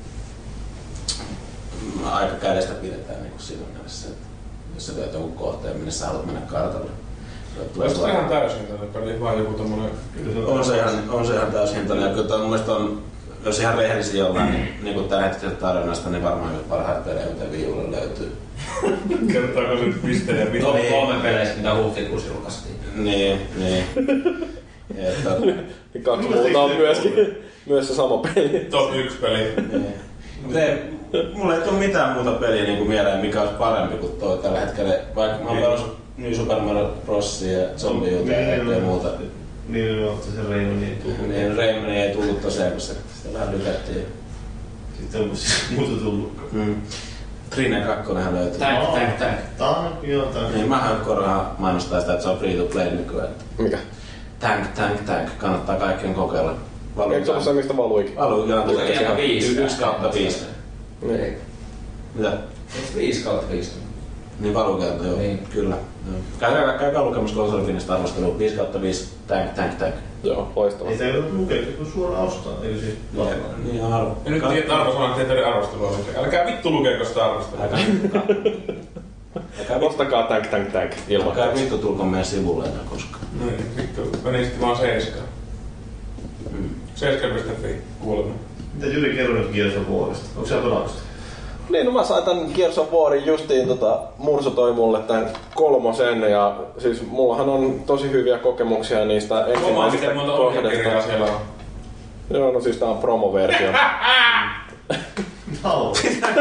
aika kädestä pidetään niin siinä mielessä, että jos sä teet jonkun kohteen, minne sä haluat mennä kartalle. Olisiko se ihan täyshintainen peli vai joku tommonen... On se ihan, on se ihan täyshintainen ja kyllä mun mielestä on, jos ihan rehellisiä ollaan, niin, niin kuin tällä hetkellä tarinasta, niin varmaan yksi parhaat pelejä, mitä viivulle löytyy. Kertaako se pistejä mitä? Top kolme peleistä, mitä huhtikuussa julkaistiin. Niin, niin. Että... Kaksi muuta on myöskin myös se sama peli. Top yksi peli. Niin. Mutta ei, mulla ei tule mitään muuta peliä niin kuin mieleen, mikä olisi parempi kuin tuo tällä hetkellä. Vaikka mä oon pelannut New Super Mario Brosia ja Zombie-juuta ja ja muuta. Niin, no, se Rayman ei tullut. Niin, Rayman ei tullut tosiaan, kun se sitä vähän lykättiin. Sitten on muuta tullutkaan. Mm. Trine kakkonenhan löytyy. Tank, tank, tank. Tank, joo, tank. Niin, mähän korhaan mainostaa sitä, että se on free to play nykyään. Mikä? Tank, tank, tank. Kannattaa kaikkien kokeilla. Eikö se ole se, mistä valuikin? Valuikin Tulee ihan viisi. yksi kautta viisi. Niin. Mitä? Eikö viisi kautta viisi? Niin valukielto, joo. Niin. Kyllä. Käykää, käykää lukemassa konsolifinissä arvostelua. viisi kautta viisi. Tank, tank, tank. Joo, loistavaa. Ei sitä ei lukea, kun suoraan ostaa. Eikö siis laittaa? Niin on arvo. Ja nyt tiedät arvosanan, että ei arvostelua lukea. Älkää vittu lukeeko sitä arvostelua. Älkää Ostakaa tank tank tank ilman. Älkää vittu tulko meidän sivulle enää koskaan. Niin, vittu. Meni sitten vaan Seiska. Mm. Seiska piste fi kuulemma. Mitä Jyri kerro nyt Gears of Warista? Onko siellä pelannut sitä? Niin, no mä sain tän Gears of Warin justiin, tota, Mursu toi mulle tän kolmosen ja siis mullahan on tosi hyviä kokemuksia niistä ensimmäisistä miten monta ohjakirjaa siellä on. Joo, no siis tää on promoversio. Nauru.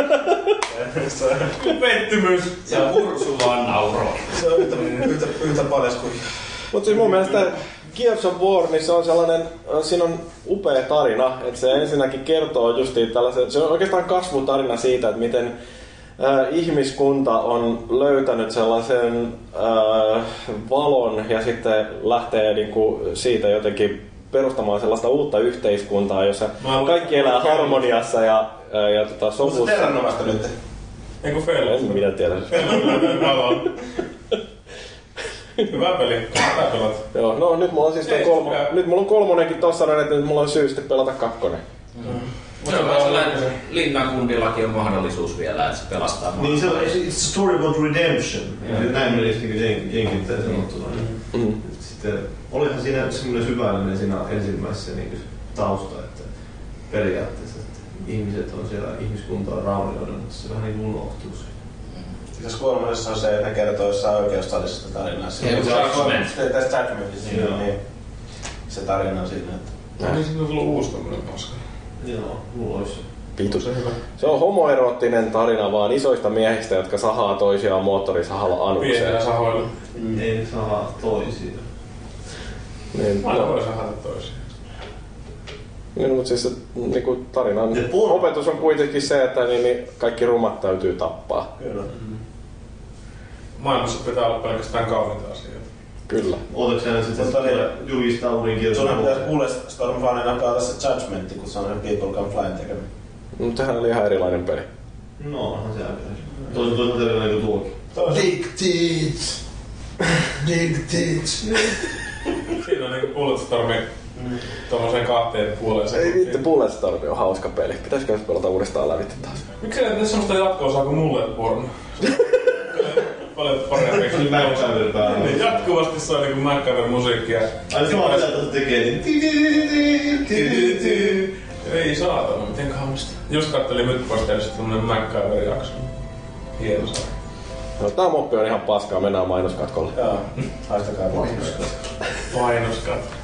Pettymys! Ja Mursu vaan nauroi. Se on yhtä, yhtä, yhtä paljon kuin... Mut siis mun mielestä Gears of War, niin se on sellainen, siinä on upea tarina, että se ensinnäkin kertoo justiin tällaisen, se on oikeastaan kasvutarina siitä, että miten äh, ihmiskunta on löytänyt sellaisen äh, valon ja sitten lähtee niinku siitä jotenkin perustamaan sellaista uutta yhteiskuntaa, jossa kaikki elää harmoniassa ja, ja, ja tota, sovussa. Mutta Terranomasta nyt? Eiku Fell? En minä tiedä. Hyvä peli. Hyvä pelat. Joo, no nyt mulla on siis toi kolmo, nyt mulla on kolmonenkin tossa noin, että nyt mulla on syy sitten pelata kakkonen. Mm. Mutta on sellainen linnakundillakin on mahdollisuus vielä, että se pelastaa maailmaa. Niin se on It's a Story About Redemption. Mm. Näin menisi niin jenkittäin sanottuna. Mm. Sitten olihan siinä semmoinen syvällinen siinä ensimmäisessä niin tausta, että periaatteessa että ihmiset on siellä, ihmiskunta on raunioiden, mutta se vähän niin unohtuu se. Tässä kolmannessa on se, että ne kertoo jossain oikeussallisesta tarinaa. Se Judgment. Tästä Judgmentista, niin se tarina on siinä. Että... Niin siinä on tullut uusi tommonen paska. Joo, mulla olisi. Vitu se hyvä. Se on homoeroottinen tarina vaan isoista miehistä, jotka sahaa toisiaan moottorisahalla anukseen. Pienellä sahoilla. Mm. Ei sahaa toisia. Niin, Aina no. voi sahata toisia. Niin, mutta siis se niinku, tarinan opetus on kuitenkin se, että niin, niin kaikki rumat täytyy tappaa. Kyllä. Mm. Maailmassa pitää olla pelkästään kauniita asioita. Kyllä. Oletko sä sitten julkistaa uuden Gears of War? Sunhan pitäisi kuulee Stormfanina pelata se Judgmentti, kun se on se People Can Flyn tekemä. Mutta sehän oli ihan erilainen peli. No, onhan se aika. Toinen toinen erilainen kuin tuokin. Big tits! Big tits! Siinä on niinku Bulletstormi mm. tommoseen kahteen puoleen Ei vittu, Bulletstorm on hauska peli. Pitäisikö se pelata uudestaan lävitse taas? Miksi ei tässä semmoista jatkoa kuin mulle porno? Paljon parempi. Se oli MacGyver päällä. Niin, jatkuvasti se on niinku MacGyver musiikkia. Aina sama mitä tuossa tekee, niin... Ei saatana, miten kaunista. Just kattelin Mythbusters tämmönen MacGyver-jakso. Hieno saa. No tää moppi on ihan paskaa, mennään mainoskatkolle. Joo, haistakaa mainoskatkolle. Mainoskatkolle.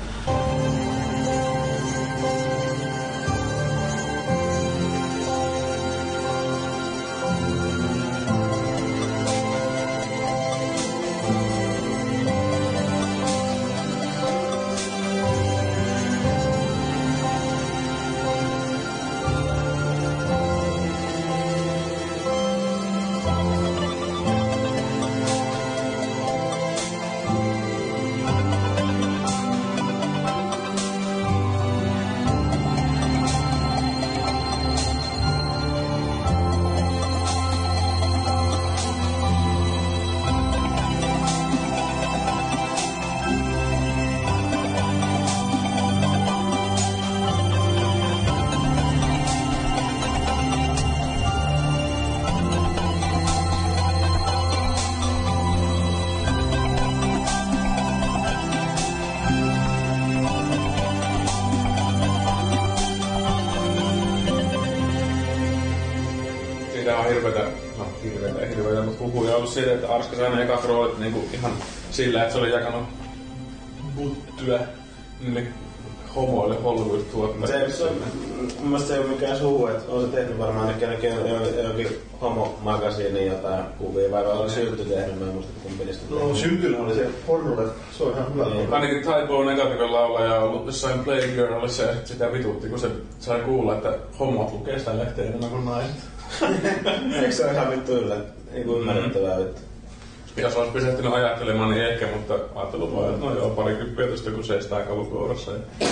huhuja ollut siitä, että Arska sai ne ekat roolit niinku ihan sillä, että se oli jakanut buttyä niin homoille Hollywood-tuottajille. Se, mun mielestä se ei ole mikään suhu, että on se tehnyt varmaan ainakin jonkin homo-magasiinin jotain kuvia, vai vai oli Sylty tehnyt, mä en muista kumpi niistä. No Syltyllä oli se pornolle, se on ihan hyvä. Niin. Ainakin Typo Negativen laulaja on ollut jossain Playgirlissa ja sit sitä vitutti, kun se sai kuulla, että homot lukee sitä lehteä enemmän kuin naiset. Eikö se ole ihan vittu yllä? Ei kun ymmärrettävää vittu. Jos olisi pysähtynyt ajattelemaan, niin ehkä, mutta ajattelin vaan, että no joo, parikymppiä tästä kun seistää kalukourassa.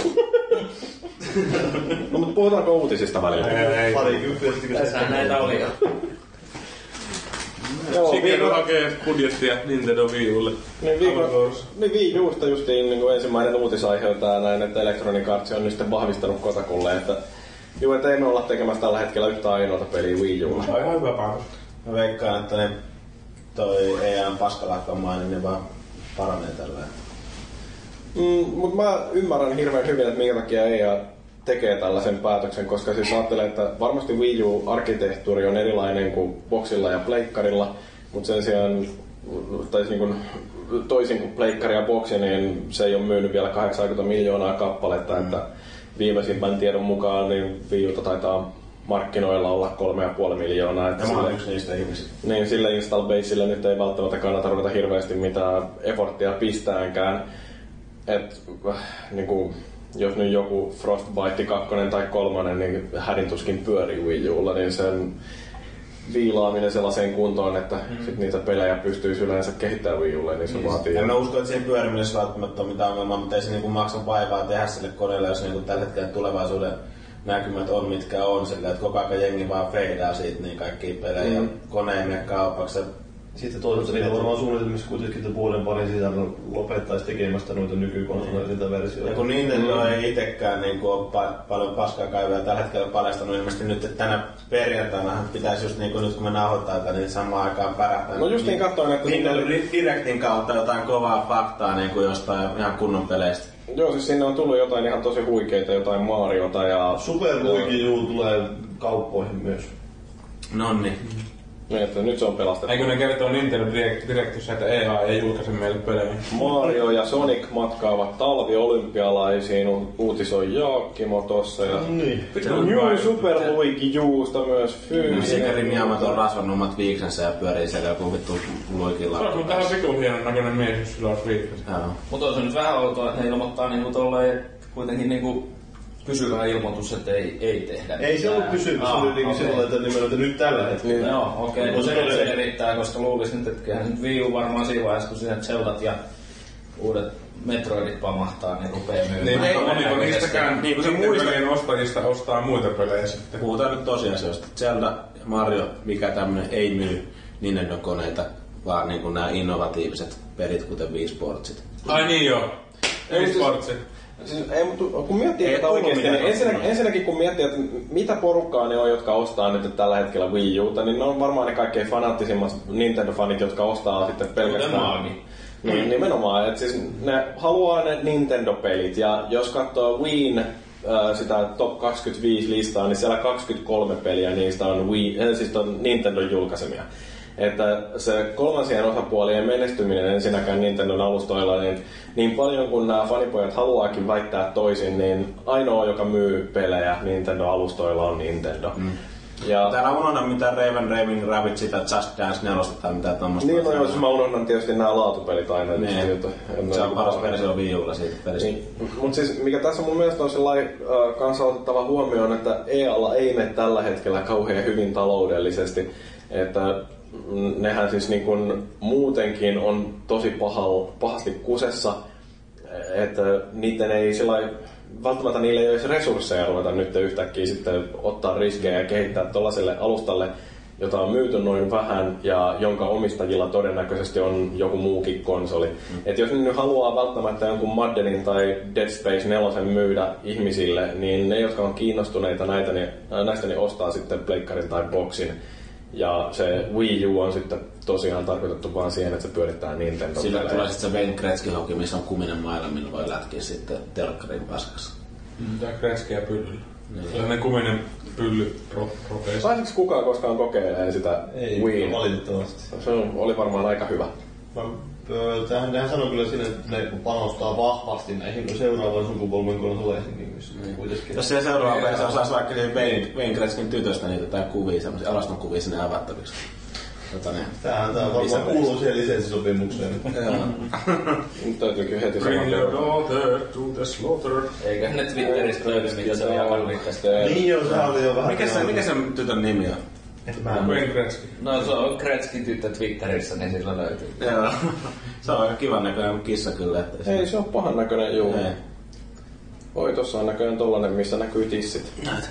No mutta puhutaanko uutisista välillä? Ei, parikymppiä tästä kun Tässähän näitä oli jo. Shigeru hakee budjettia Nintendo Wii Ulle. Niin, viikon, niin Wii Usta justiin niin kuin ensimmäinen uutisaihe on tää näin, että Electronic Arts on nyt sitten vahvistanut Kotakulle, että juu, et ei me olla tekemässä tällä hetkellä yhtä ainoata peliä Wii Ulla. Tämä on ihan hyvä panos. Mä veikkaan, että ne toi E A:n paskalakkamaa, niin ne vaan paranee tällä. Mm, mut mä ymmärrän hirveän hyvin, että minkä takia E A tekee tällaisen päätöksen, koska siis ajattelee, että varmasti Wii U-arkkitehtuuri on erilainen kuin boxilla ja pleikkarilla, mutta sen sijaan tai niin kuin, toisin kuin pleikkari ja boxi, niin se ei ole myynyt vielä kahdeksankymmentä miljoonaa kappaletta, mm. että viimeisimmän tiedon mukaan niin Wii Uta taitaa markkinoilla olla kolme ja puoli miljoonaa. Ja mä oon yksi niistä ihmisistä. Niin, sille install baselle nyt ei välttämättä kannata ruveta hirveästi mitään efforttia pistäänkään. Et, niin kuin, jos nyt joku Frostbite kaksi tai kolme, niin hädintuskin pyörii Wii Ulla, niin sen viilaaminen sellaiseen kuntoon, että mm. sit niitä pelejä pystyisi yleensä kehittämään Wii Ulle, niin se niin, vaatii. En mä usko, että siihen pyörimisessä välttämättä on mitään ongelmaa, mutta ei se niinku maksa vaivaa tehdä sille koneelle, jos niinku tällä hetkellä tulevaisuuden näkymät on mitkä on, sillä että koko ajan jengi vaan feidaa siitä niin kaikkia pelejä mm. koneen mene kaupaksi. Sitten toisaalta niitä varmaan suunnitelmissa kuitenkin, että vuoden parin sisällä lopettaisi tekemästä noita nykykonsoleja sitä versioita. Ja kun Nintendo mm. ei itsekään niin ole pa- paljon paskaa kaivaa tällä hetkellä paljastanut ilmeisesti nyt, että tänä perjantaina pitäisi just niin kuin nyt kun me nauhoittaa tätä, niin samaan aikaan pärähtää. No just niin katsoin, että Nintendo Directin kautta jotain kovaa faktaa niin kuin jostain ihan kunnon peleistä. Joo, siis sinne on tullut jotain ihan tosi huikeita, jotain Mariota ja... Super Luigi U tulee kauppoihin myös. Nonni. Niin, että nyt se on pelastettu. Eikö ne kertoo Nintendo Directissa, että E A ei julkaise meille pelejä? Mario ja Sonic matkaavat talviolympialaisiin, uutisoi Jaakkimo tossa. Ja... Niin. New Super Luigi Usta myös fyysinen. Sikäli Miyamoto on rasvannut omat viiksensä ja pyörii siellä joku vittu Luigilla. Se on kyllä tähän vitun hienon näköinen mies, jos sillä olisi viiksensä. Mutta on se nyt vähän outoa, että ne ilmoittaa niinku tolleen kuitenkin niinku pysyvä ilmoitus, että ei, ei tehdä. Ei se ollut pysyvä, se oli niinku sellainen, että nimenomaan nyt tällä hetkellä. Niin. Joo, okei, okay. No, se, se erittää, koska luulisin nyt, että kyllähän nyt Wii U varmaan siinä vaiheessa, kun siinä Zeldat ja uudet Metroidit pamahtaa, niin rupee myymään. Niin, niin moniko niistäkään niin, Nintendo-pelien ostajista ostaa muita pelejä sitten. Puhutaan nyt tosiasioista. Zelda ja Mario, mikä tämmönen ei myy Nintendo-koneita, vaan niinku nämä innovatiiviset pelit, kuten Wii Sportsit. Ai niin joo, Wii Sportsit. Siis, ei, mutta kun miettii ei tätä oikeesti, niin ensinnäkin, ensinnäkin kun miettii, että mitä porukkaa ne on, jotka ostaa nyt tällä hetkellä Wii Uta, niin ne on varmaan ne kaikkein fanaattisimmat Nintendo-fanit, jotka ostaa sitten pelkästään... Niin, nimenomaan, että siis ne haluaa ne Nintendo-pelit, ja jos katsoo Wiin äh, sitä top kaksikymmentäviisi listaa, niin siellä kaksikymmentäkolme peliä niistä on, Wii, äh, siis on Nintendon julkaisemia. Että se kolmansien osapuolien menestyminen ensinnäkään Nintendon alustoilla, niin, niin paljon kun nämä fanipojat haluaakin väittää toisin, niin ainoa, joka myy pelejä Nintendo-alustoilla on Nintendo. Mm. Ja täällä unohdan mitään Raven Raving Rabbit, sitä Just Dance neljä tai mitään tommoista. Niin, no joo, siis mä unohdan tietysti nämä laatupelit aina. Niin, se on paras versio Wii Ulla siitä pelistä. Niin. Mut siis mikä tässä mun mielestä on sellainen äh, kanssa otettava huomioon, että E A:lla ei mene tällä hetkellä kauhean hyvin taloudellisesti. Että nehän siis niin kun muutenkin on tosi pahal, pahasti kusessa, että niiden ei sellai, välttämättä niille ei olisi resursseja ruveta nyt yhtäkkiä sitten ottaa riskejä ja kehittää tuollaiselle alustalle, jota on myyty noin vähän ja jonka omistajilla todennäköisesti on joku muukin konsoli. Mm. Et jos nyt haluaa välttämättä jonkun Maddenin tai Dead Space neljä myydä ihmisille, niin ne, jotka on kiinnostuneita näitä, niin, näistä, niin ostaa sitten pleikkarin tai boxin. Ja se Wii U on sitten tosiaan tarkoitettu vaan siihen, että se pyörittää Nintendo. Sillä tulee sitten se Wayne Gretzky-hoki, missä on kuminen mailla, millä voi lätkiä sitten telkkarin paskassa. Mm, tää Gretzky ja pyllyllä. Sellainen kuminen pylly roteissa. Saisiko kukaan koskaan kokeilemaan sitä Wii? Ei, valitettavasti. Se oli varmaan aika hyvä. Tähän, nehän sanoo kyllä siinä, että ne panostaa vahvasti näihin seuraavan sukupolven konsoleihin. Niin kuitenkin. Jos siellä seuraava perässä osaisi vaikka Wayne Gretzkyn tytöstä niitä tai kuvia, semmosia alaston kuvia sinne avattaviksi. Tämähän tää varmaan kuuluu siihen lisenssisopimukseen. Joo. Nyt täytyykin heti sanoa. Bring your daughter to the slaughter. Eiköhän ne Twitteristä löydy, mitä se on jakanut tästä. Niin joo, se oli jo vähän... Mikä se, mikä sen tytön nimi on? Wayne Gretzky. No se on Gretzky tyttö Twitterissä, niin sillä löytyy. Joo. Se on aika kivan näköinen kissa kyllä. Että ei se on pahan näköinen, juu. Ei. Oi, tossa on näköinen tollanen, missä näkyy tissit. Näytä.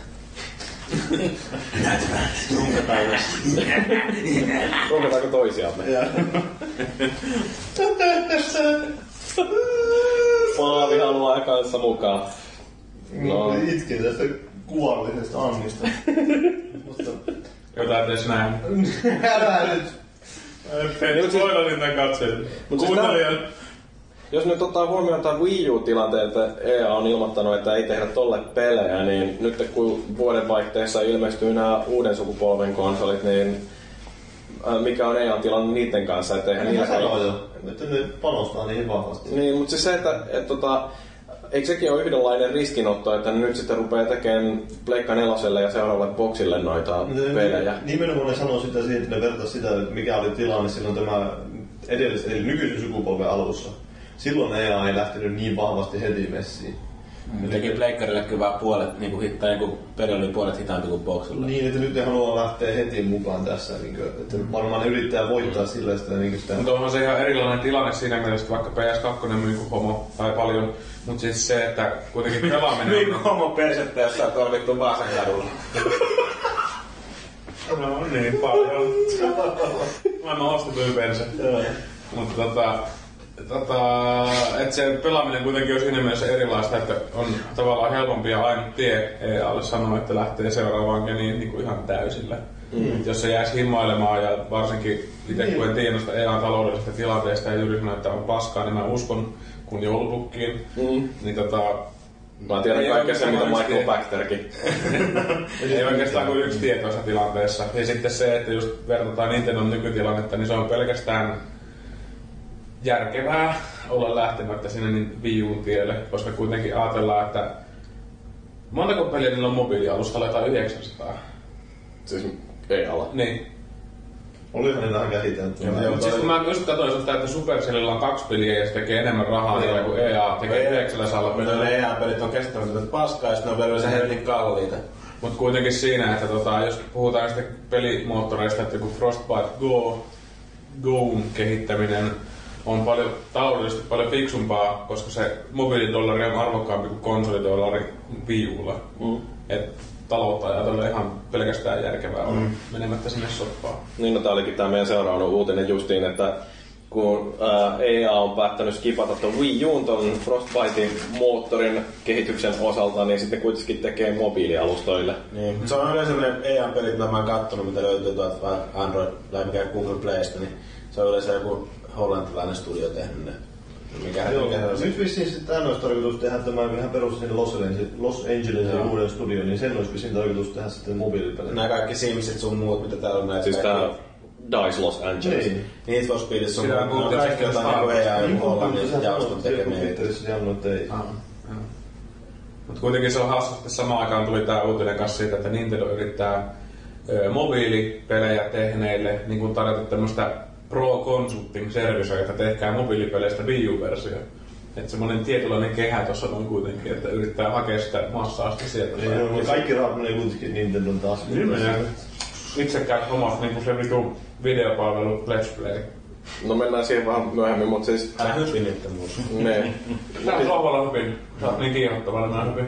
Näytä vähän. Runkataan yhdessä. Runkataanko toisiamme? Paavi haluaa kanssa mukaan. No. Itkin tästä kuvallisesta Annista. Jotain tees näin. Älä nyt! En spoilasin tän katseen. Kuuntelijan. Jos nyt ottaa huomioon tämän Wii U-tilanteen, että E A on ilmoittanut, että ei tehdä tolle pelejä, niin nyt kun vuodenvaihteessa ilmestyy nämä uuden sukupolven konsolit, niin mikä on E A:n tilanne niiden kanssa? Että eihän niillä sanoo jo, että ne panostaa niihin vahvasti. Niin, mutta siis se, että et, tota, eikö sekin ole yhdenlainen riskinotto, että ne nyt sitten rupeaa tekemään Pleikka neloselle ja seuraavalle boksille noita ne, pelejä? Nimenomaan ne sanoo sitä siihen, että ne vertaisi sitä, että mikä oli tilanne silloin tämä edellisen, eli nykyisen sukupolven alussa. Silloin E A ei lähtenyt niin vahvasti heti messiin. Mm. Teki Pleikkarille kyllä vaan puolet, niin kuin hittaa, niin peli oli puolet hitaampi kuin boksilla. Niin, että nyt ne haluaa lähteä heti mukaan tässä. Niin kuin, että varmaan ne yrittää voittaa mm. sillä sitä. Niin sitä... Mutta onhan se ihan erilainen tilanne siinä mielessä, että vaikka P S kaksi myy kuin homo tai paljon. Mutta siis se, että kuitenkin pelaaminen... Myy kuin homo persettä, jos sä oot ollut vittu Vaasan kadulla. No niin paljon. Maailman ostetuin perse. Mutta tota... Tota, että se pelaaminen kuitenkin on siinä mielessä erilaista, että on tavallaan helpompi ja ainut tie E A:lle sanoa, että lähtee seuraavaan geniin niin kuin ihan täysillä. Mm. Jos se jäisi himmailemaan ja varsinkin itse kun en tiedosta E A:n taloudellisesta tilanteesta ja juuri sanoa, että on paskaa, niin mä uskon kun joulupukkiin. Mm. Niin tota... Mä tiedän kaikkea se, mitä Michael Bachterkin. Ei oikeastaan kuin yksi tie tuossa tilanteessa. Ja sitten se, että just vertataan Nintendon nykytilannetta, niin se on pelkästään järkevää olla lähtemättä sinne niin Wii U:n tielle, koska kuitenkin ajatellaan, että montako peliä niillä on mobiilialustalla, jotain yhdeksänsataa. Siis ei ala. Niin. Olihan ne vähän käsitelty. Mutta siis kun mä just katsoin sitä, että Supercellilla on kaksi peliä ja se tekee enemmän rahaa niillä kuin E A tekee yhdeksällä peliä. Mutta E A-pelit on kestämättä paskaa ja sitten ne on vielä se helvetin kalliita. Mutta kuitenkin siinä, että tota, jos puhutaan sitten pelimoottoreista, että joku Frostbite Go, Go'n kehittäminen on paljon, taloudellisesti paljon fiksumpaa, koska se mobiilidollari on arvokkaampi kuin konsolidollari Wii U:lla. Mm. Et taloutta ajatella ihan pelkästään järkevää on mm. menemättä sinne soppaan. Niin, no tää olikin tää meidän seuraava uutinen justiin, että kun ää, E A on päättänyt skipata ton Wii U:n ton Frostbitein moottorin kehityksen osalta, niin sitten kuitenkin tekee mobiilialustoille. Niin, mm. Se on yleensä E A-pelit, mitä mä oon kattonut, mitä löytyy tuolta Android tai mikä Google Playsta, niin se on yleensä joku hollantilainen studio tehnyt ne. Mikä Joo, mikä se nyt vissiin sitten tämän olisi tarkoitus tehdä tämä ihan perus sinne Los, Los Angelesin uuden studion, niin sen olisi vissiin tarkoitus tehdä sitten mobiilipelejä. Nämä kaikki Simsit sun muut, mitä täällä on näitä. Siis tää DICE Los Angeles. Niin. Need for Speedissa sun muut. Ne on kaikki jotain niinku E A ja Hollannin jaostot tekemiä. Twitterissä sanoo, että ei. Mutta kuitenkin se on hauska, että samaan aikaan tuli tää uutinen kanssa siitä, että Nintendo yrittää ö, mobiilipelejä tehneille niin kun tarjota tämmöstä Pro Consulting Service, että tehkää mobiilipeleistä Wii U-versio. Että semmonen tietynlainen kehä tossa on kuitenkin, että yrittää hakea sitä massaa sitten sieltä. Niin, no, kaikki rahat menee kuitenkin Nintendon taas. Itsekään hommat niinku se vitu videopalvelu Let's Play. No mennään siihen vähän myöhemmin, mut siis... Älä hypin niitä muussa. Ne. Tää on sohvalla hypin. Sä oot niin kiihottavana mä hypin.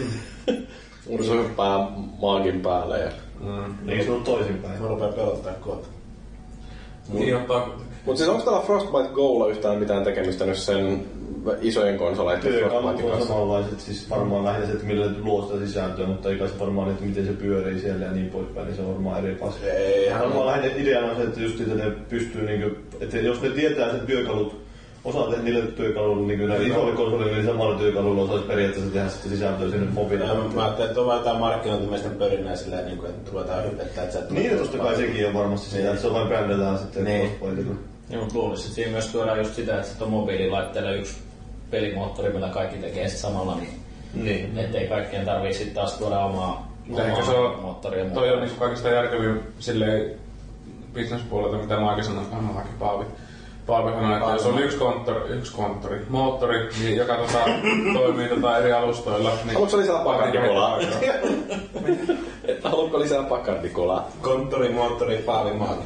Ursu hyppää maagin päälle ja... Mm. Eikö se ole toisinpäin? Mä rupeen pelottaa kohta. Kiihottaa. Mut siis onko täällä Frostbite Go'lla yhtään mitään tekemistä nyt sen isojen konsoleiden Frostbite on samanlaiset, siis varmaan lähinnä se, että millä luo sitä sisältöä, mutta eikä se varmaan, että miten se pyörii siellä ja niin poispäin, niin se on varmaan eri paska. Ei, varmaan lähinnä ideana on se, että just että ne pystyy niinku, että jos ne tietää sen työkalut osa niille työkaluille, niin kyllä isolle konsolille, niin samalla työkalulla osaisi periaatteessa tehdä sitten sisältöä sinne mobiilille. Mä ajattelin, että on vaan jotain markkinointimiesten pörinää silleen, niin että ruvetaan hypettää, että sä et niin, ja totta kai sekin on varmasti sitä, että se on vain brändätään sitten. Niin. Joo, luulisin, että siinä myös tuodaan just sitä, että sit on mobiililaitteella yksi pelimoottori, millä kaikki tekee sit samalla, niin, niin. Ettei kaikkien tarvii sit taas tuoda omaa, omaa moottoria. Toi on niin kaikista järkevin silleen business-puolelta, mitä mä oikein sanon, aina vaikka Paavi. Paavi sanoi, että jos on yksi konttori, yksi konttori, moottori, niin joka tota, toimii tota eri alustoilla. Niin haluatko lisää Bacardi-kolaa? Että haluatko lisää Bacardi-kolaa? Konttori, moottori, Paavi, maata.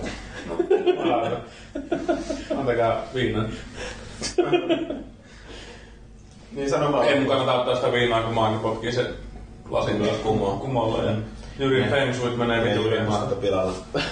Antakaa viinan. Niin sano vaan. Ei mun kannata ottaa sitä viinaa, kun Maani potkii se lasin niin kumolla. kumolla ja Jyrin feng shuit menee vituun maata pilalla.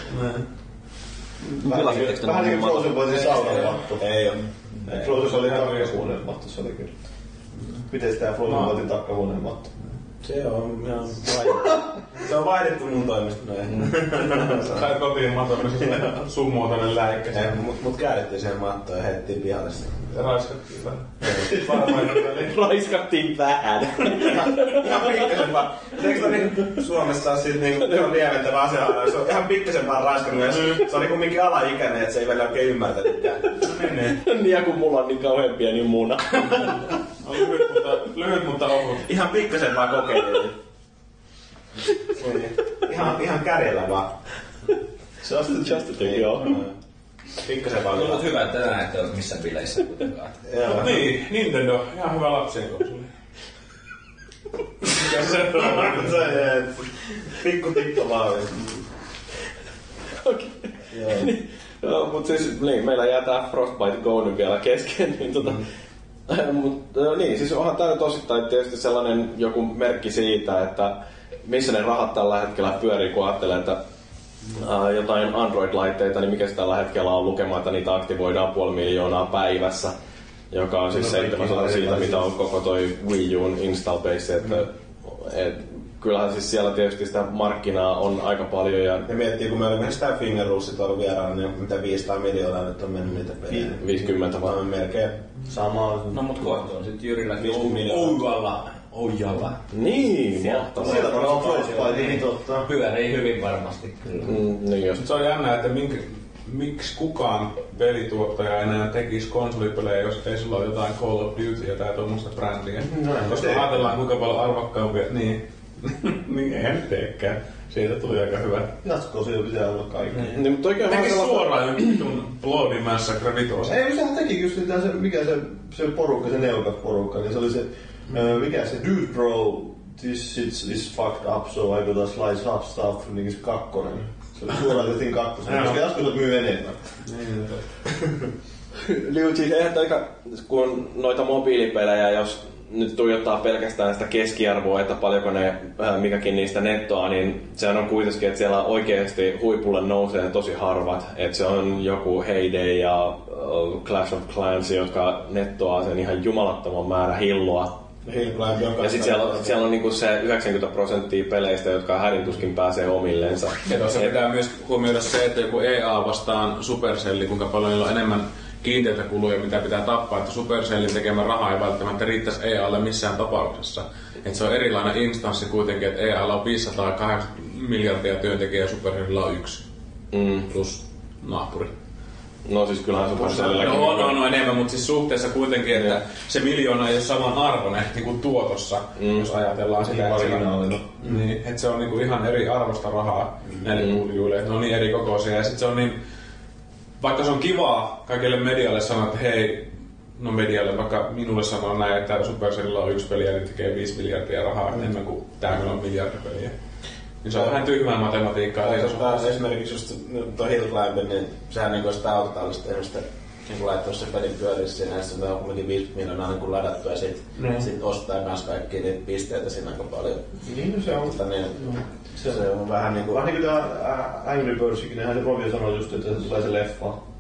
Vähän niin kuin Frozen voisi saunan matto. Ei oo. Frozen oli takkahuoneen matto, se oli kyllä. Miten tää Frozen voitiin takkahuoneen matto? Se on ihan vaihdettu. Se on vaihdettu mun toimesta noin. Sait kotiin maton, niin se summoo tonne läikkäseen. Mut, mut käärittiin siihen mattoon ja heitettiin pihalle sitä. Raiskattiin vähän. Raiskattiin vähän. Ihan pikkasen vaan. Eikö se niin Suomessa taas siitä niinku lieventävä asia? Se on ihan pikkasen vaan raiskannut ja se oli kumminkin alaikäinen, että se ei vielä oikein ymmärtänytkään. Niin ja kun mulla on niin kauhean pieni muna. On lyhyt, mutta, lyhyt, mutta ohut. Ihan pikkasen vaan kokeilin. Ihan, ihan kärjellä vaan. Just the, just the thing, joo. Pikkasen vaan. Ollut hyvä, että tänään ette ole missään bileissä kuitenkaan. Niin, Nintendo. Ihan hyvä lapsien konsoli. Mikä se on? Se pikku tikko vaan. Okei. Joo, mut siis niin, meillä jää tää Frostbite Go nyt vielä kesken, niin tota... Mm. Mut, niin, siis onhan tää nyt osittain tietysti sellainen joku merkki siitä, että missä ne rahat tällä hetkellä pyörii, kun ajattelee, että ää, jotain Android-laitteita, niin mikä se tällä hetkellä on lukemaan, että niitä aktivoidaan puoli miljoonaa päivässä, joka on siis seitsemäsosa siitä, mitä on koko toi Wii U:n install base, että mm. et, kyllähän siis siellä tietysti sitä markkinaa on aika paljon. Ja, ja miettii, kun me olemme sitä Fingerruusit ollut vieraana, niin mitä viisisataa miljoonaa nyt on mennyt niitä pelejä. viisikymmentä vaan. Melkein. Samaa. No mut kohta on sit Jyrilläkin Oujalla. Oujalla. Niin, mahtavaa. Siellä on Frostbite, niin totta. Pyörii hyvin varmasti. Mm, niin just. Se on jännä, että minkä, miksi kukaan pelituottaja enää tekisi konsolipelejä, jos ei sulla ole jotain Call of Dutyä tai tuommoista brändiä. No, koska te. Ajatellaan kuinka paljon arvokkaampia, niin, niin eihän nyt teekään. Siitä tuli aika hyvä. Jatkoa siellä pitää olla kaikki. Mm. Niin, mutta oikein tekis suoraan jonkun Bloody Massacre vitosen. Ei, sehän teki just sitä, se, mikä se, se porukka, se neukas porukka, niin se oli se, mm. äh, mikä se, Dude Bro, this is, is fucked up, so I gotta slice up stuff, niin se kakkonen. Se oli suoraan tehtiin kakkosen, koska jatkossa myy enemmän. Liu, siis eihän toika, kun noita mobiilipelejä, jos nyt tuijottaa pelkästään sitä keskiarvoa, että paljonko ne mikäkin niistä nettoa, niin sehän on kuitenkin, että siellä oikeasti huipulle nousee tosi harvat. Että se on joku Heyday ja Clash of Clans, jotka nettoaa sen ihan jumalattoman määrä hilloa. Ja sitten siellä, siellä on niinku se yhdeksänkymmentä prosenttia peleistä, jotka hädintuskin pääsee omillensa. Ja tuossa pitää myös huomioida se, että joku E A vastaan Supercell, kuinka paljon niillä on enemmän kiinteitä kuluja, mitä pitää tappaa, että Supercellin tekemä raha ei välttämättä riittäisi E A:lle missään tapauksessa. Että se on erilainen instanssi kuitenkin, että E A:lla on viisisataakahdeksankymmentä miljardia työntekijää ja Supercellilla on yksi. Mm. Plus naapuri. No siis kyllähän Supercellilläkin... No, no, no enemmän, mutta siis suhteessa kuitenkin, että se miljoona ei ole saman arvoinen niin kuin tuotossa, mm. jos ajatellaan sitä. Marginaalina. Mm. Niin, että se on niin kuin ihan eri arvosta rahaa mm. näille kuulijoille, että ne on niin eri kokoisia. Ja sit se on niin... Vaikka se on kivaa kaikille medialle sanoa, että hei, no medialle, vaikka minulle sanoo näin, että Supercellilla on yksi peli ja nyt tekee viisi miljardia rahaa mm. enemmän kuin täällä on miljardipeliä. Niin se on vähän tyhmää matematiikkaa. Taas esimerkiksi just tuo Hillclimber, niin sehän niin kuin sitä autotallista ihmistä niin laittaa se pelin pyöriksi siinä, ja sitten on kuitenkin viisi miljoonaa niin ladattu ja sitten mm. sit ostaa myös kaikkia niitä pisteitä siinä aika paljon. Niin, se on. Mutta, niin, mm. se, se on vähän niin kuin... Vähän niin kuin tämä Angry Birdsikin, nehän se Rovio sanoi just, että se tulee se leffa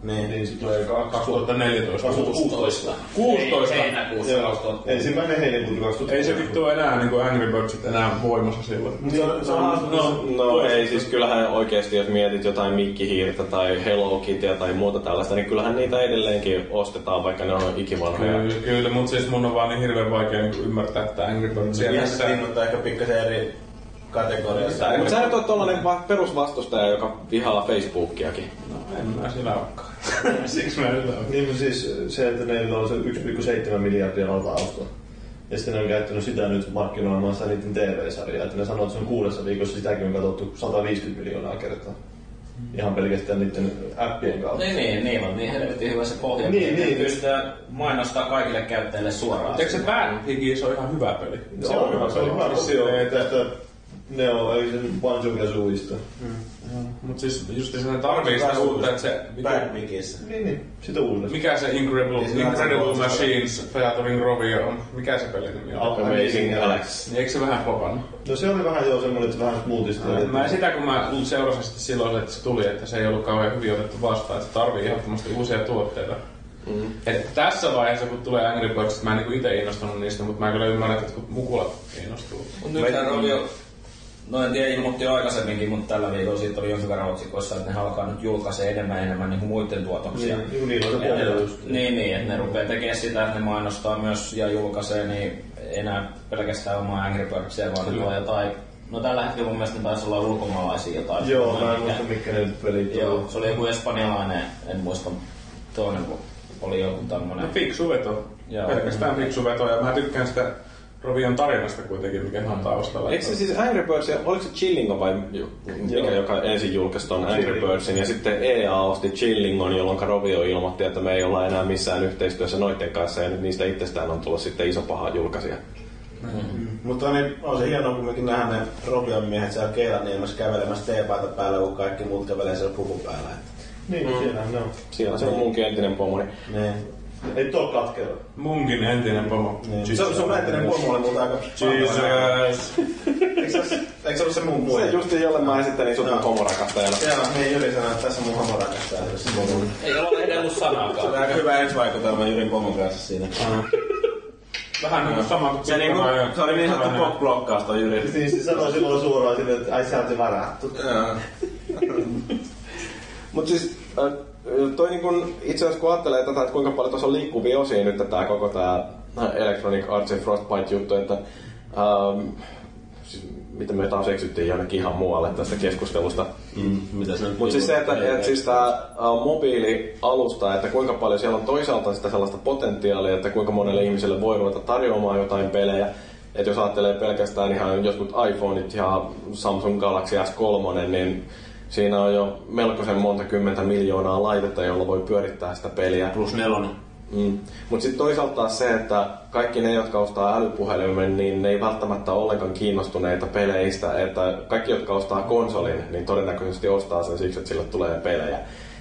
Niin, niin se tulee kaksituhattaneljätoista. kaksituhattakuusitoista. kuusitoista. Heinäkuussa kaksituhattakuusitoista. Ensimmäinen heinäkuuta kaksituhattakuusitoista. Ei se vittu enää niinku Angry Birdsit enää voimassa silloin. Niin, se on, no, no ei siis kyllähän oikeesti jos mietit jotain mikkihiirtä tai Hello Kittyä tai muuta tällaista, niin kyllähän niitä edelleenkin ostetaan, vaikka ne on ikivanhoja. Kyllä, kyllä, mutta siis mun on vaan niin hirveän vaikea niinku ymmärtää, että Angry Birds siellä missä innoittaa ehkä pikkasen eri kategoriasta. Mutta sä et ole tollanen perusvastustaja, joka vihaa Facebookiakin. No en mä sillä olekaan. Siksi mä en sillä olekaan. Niin siis se, että ne on se yksi pilkku seitsemän miljardia latausta. Ja sitten ne on käyttänyt sitä nyt markkinoimassa niiden T V-sarjaa. Että ne sanoo, että se on kuudessa viikossa, sitäkin on katsottu sata viisikymmentä miljoonaa kertaa. Ihan pelkästään niiden appien kautta. Niin, niin, niin on niin helvetin hyvä se pohja. Niin, niin. Pystytään mainostaa kaikille käyttäjille suoraan. Eikö se Bad Piggies on ihan hyvä peli? Se, se on hyvä peli. Hyvä kopio tästä Neo, eli sen Banjo-Kazooista. Mm. Mut siis just se tarvii sitä uutta, että se... Bad Piggies. Niin, niin. Sitä uudesta. Mikä se Incredible, Incredible Machines featuring Rovio on? Mikä se pelin nimi on? Amazing Alex. Eikö se vähän popannut? No se oli vähän joo semmonen, että vähän smootista. Mä sitä kun mä seurasin silloin, että se tuli, että se ei ollut kauhean hyvin otettu vastaan, että se tarvii ehdottomasti uusia tuotteita. Mm. Et tässä vaiheessa, kun tulee Angry Birds, mä en niinku ite innostunut niistä, mutta mä kyllä ymmärrän, että kun mukulat innostuu. Mut nythän Rovio, no en tiedä, ilmoitti jo aikaisemmin, mutta tällä viikolla siitä oli jonkin verran otsikoissa, että ne alkaa nyt julkaisee enemmän enemmän niinku muiden tuotoksia. Niin, niin on se pohja just. Niin, niin, että ne rupeaa tekemään sitä, että ne mainostaa myös ja julkaisee, niin enää pelkästään omaa Angry Birdsia, vaan ne tuo jotain. No tällä hetkellä mun mielestä ne taisi olla ulkomaalaisia jotain. Joo, mä en muista mitkä ne pelit Joo, se oli joku espanjalainen, en muista toinen, kun oli joku tämmönen. No fiksu veto. Joo. Pelkästään fiksu veto, ja mä tykkään sitä Rovion tarinasta kuitenkin, mikä on taustalla. Eikö se siis Angry Birds, oliko se Chillingo vai mikä, Joo. joka ensin julkaisi ton Angry Birdsin, ja sitten E A osti Chillingon, jolloin Rovio ilmoitti, että me ei olla enää missään yhteistyössä noiden kanssa, ja nyt niistä itsestään on tullut sitten iso paha julkaisija. Mm-hmm. Mutta niin, on se hienoa kumminkin nähdä ne Rovion miehet siellä Keilaniemessä kävelemässä teepaita päällä, kun kaikki muut kävelee siellä puvun päällä. Niin, mm. siellä ne on. Siellä se on munkin entinen pomoni. Niin. Ei tuo katkera. Munkin entinen pomo. Niin. Se, se on entinen pomo, oli multa aika... Jesus. Eikö se ollut se mun muu? Se justi jolle mä esittelin sut mun homorakastajana. Siellä on, niin Jyri sanoi, että tässä on mun homorakastajana. Ei ole edellut sanaakaan. Se oli aika hyvä ensivaikutelma Jyrin pomon kanssa siinä. Vähän niinku sama kuin se, niinku, se oli niin sanottu pop-blokkaus toi Jyri. Niin se sanoi silloin suoraan sinne, että ai sä oot se varattu. Mut siis toi niin kun, itse asiassa kun ajattelee tätä, että kuinka paljon tuossa on liikkuvia osia nyt tää koko tää Electronic Arts and Frostbite juttu, että ähm, siis, miten me taas eksyttiin jonnekin ihan muualle tästä keskustelusta. Mm, mitä se Mutta siis se, että et, siis tää uh, mobiilialusta, että kuinka paljon siellä on toisaalta sitä sellaista potentiaalia, että kuinka monelle ihmiselle voi ruveta tarjoamaan jotain pelejä. Että jos ajattelee pelkästään ihan jotkut iPhoneit ja Samsung Galaxy S kolme, niin siinä on jo melkoisen monta kymmentä miljoonaa laitetta, jolla voi pyörittää sitä peliä. Plus nelonen. Mm. Mutta sitten toisaalta taas se, että kaikki ne, jotka ostaa älypuhelimen, niin ne ei välttämättä ole ollenkaan kiinnostuneita peleistä. Että kaikki, jotka ostaa konsolin, niin todennäköisesti ostaa sen siksi, että sille tulee pelejä.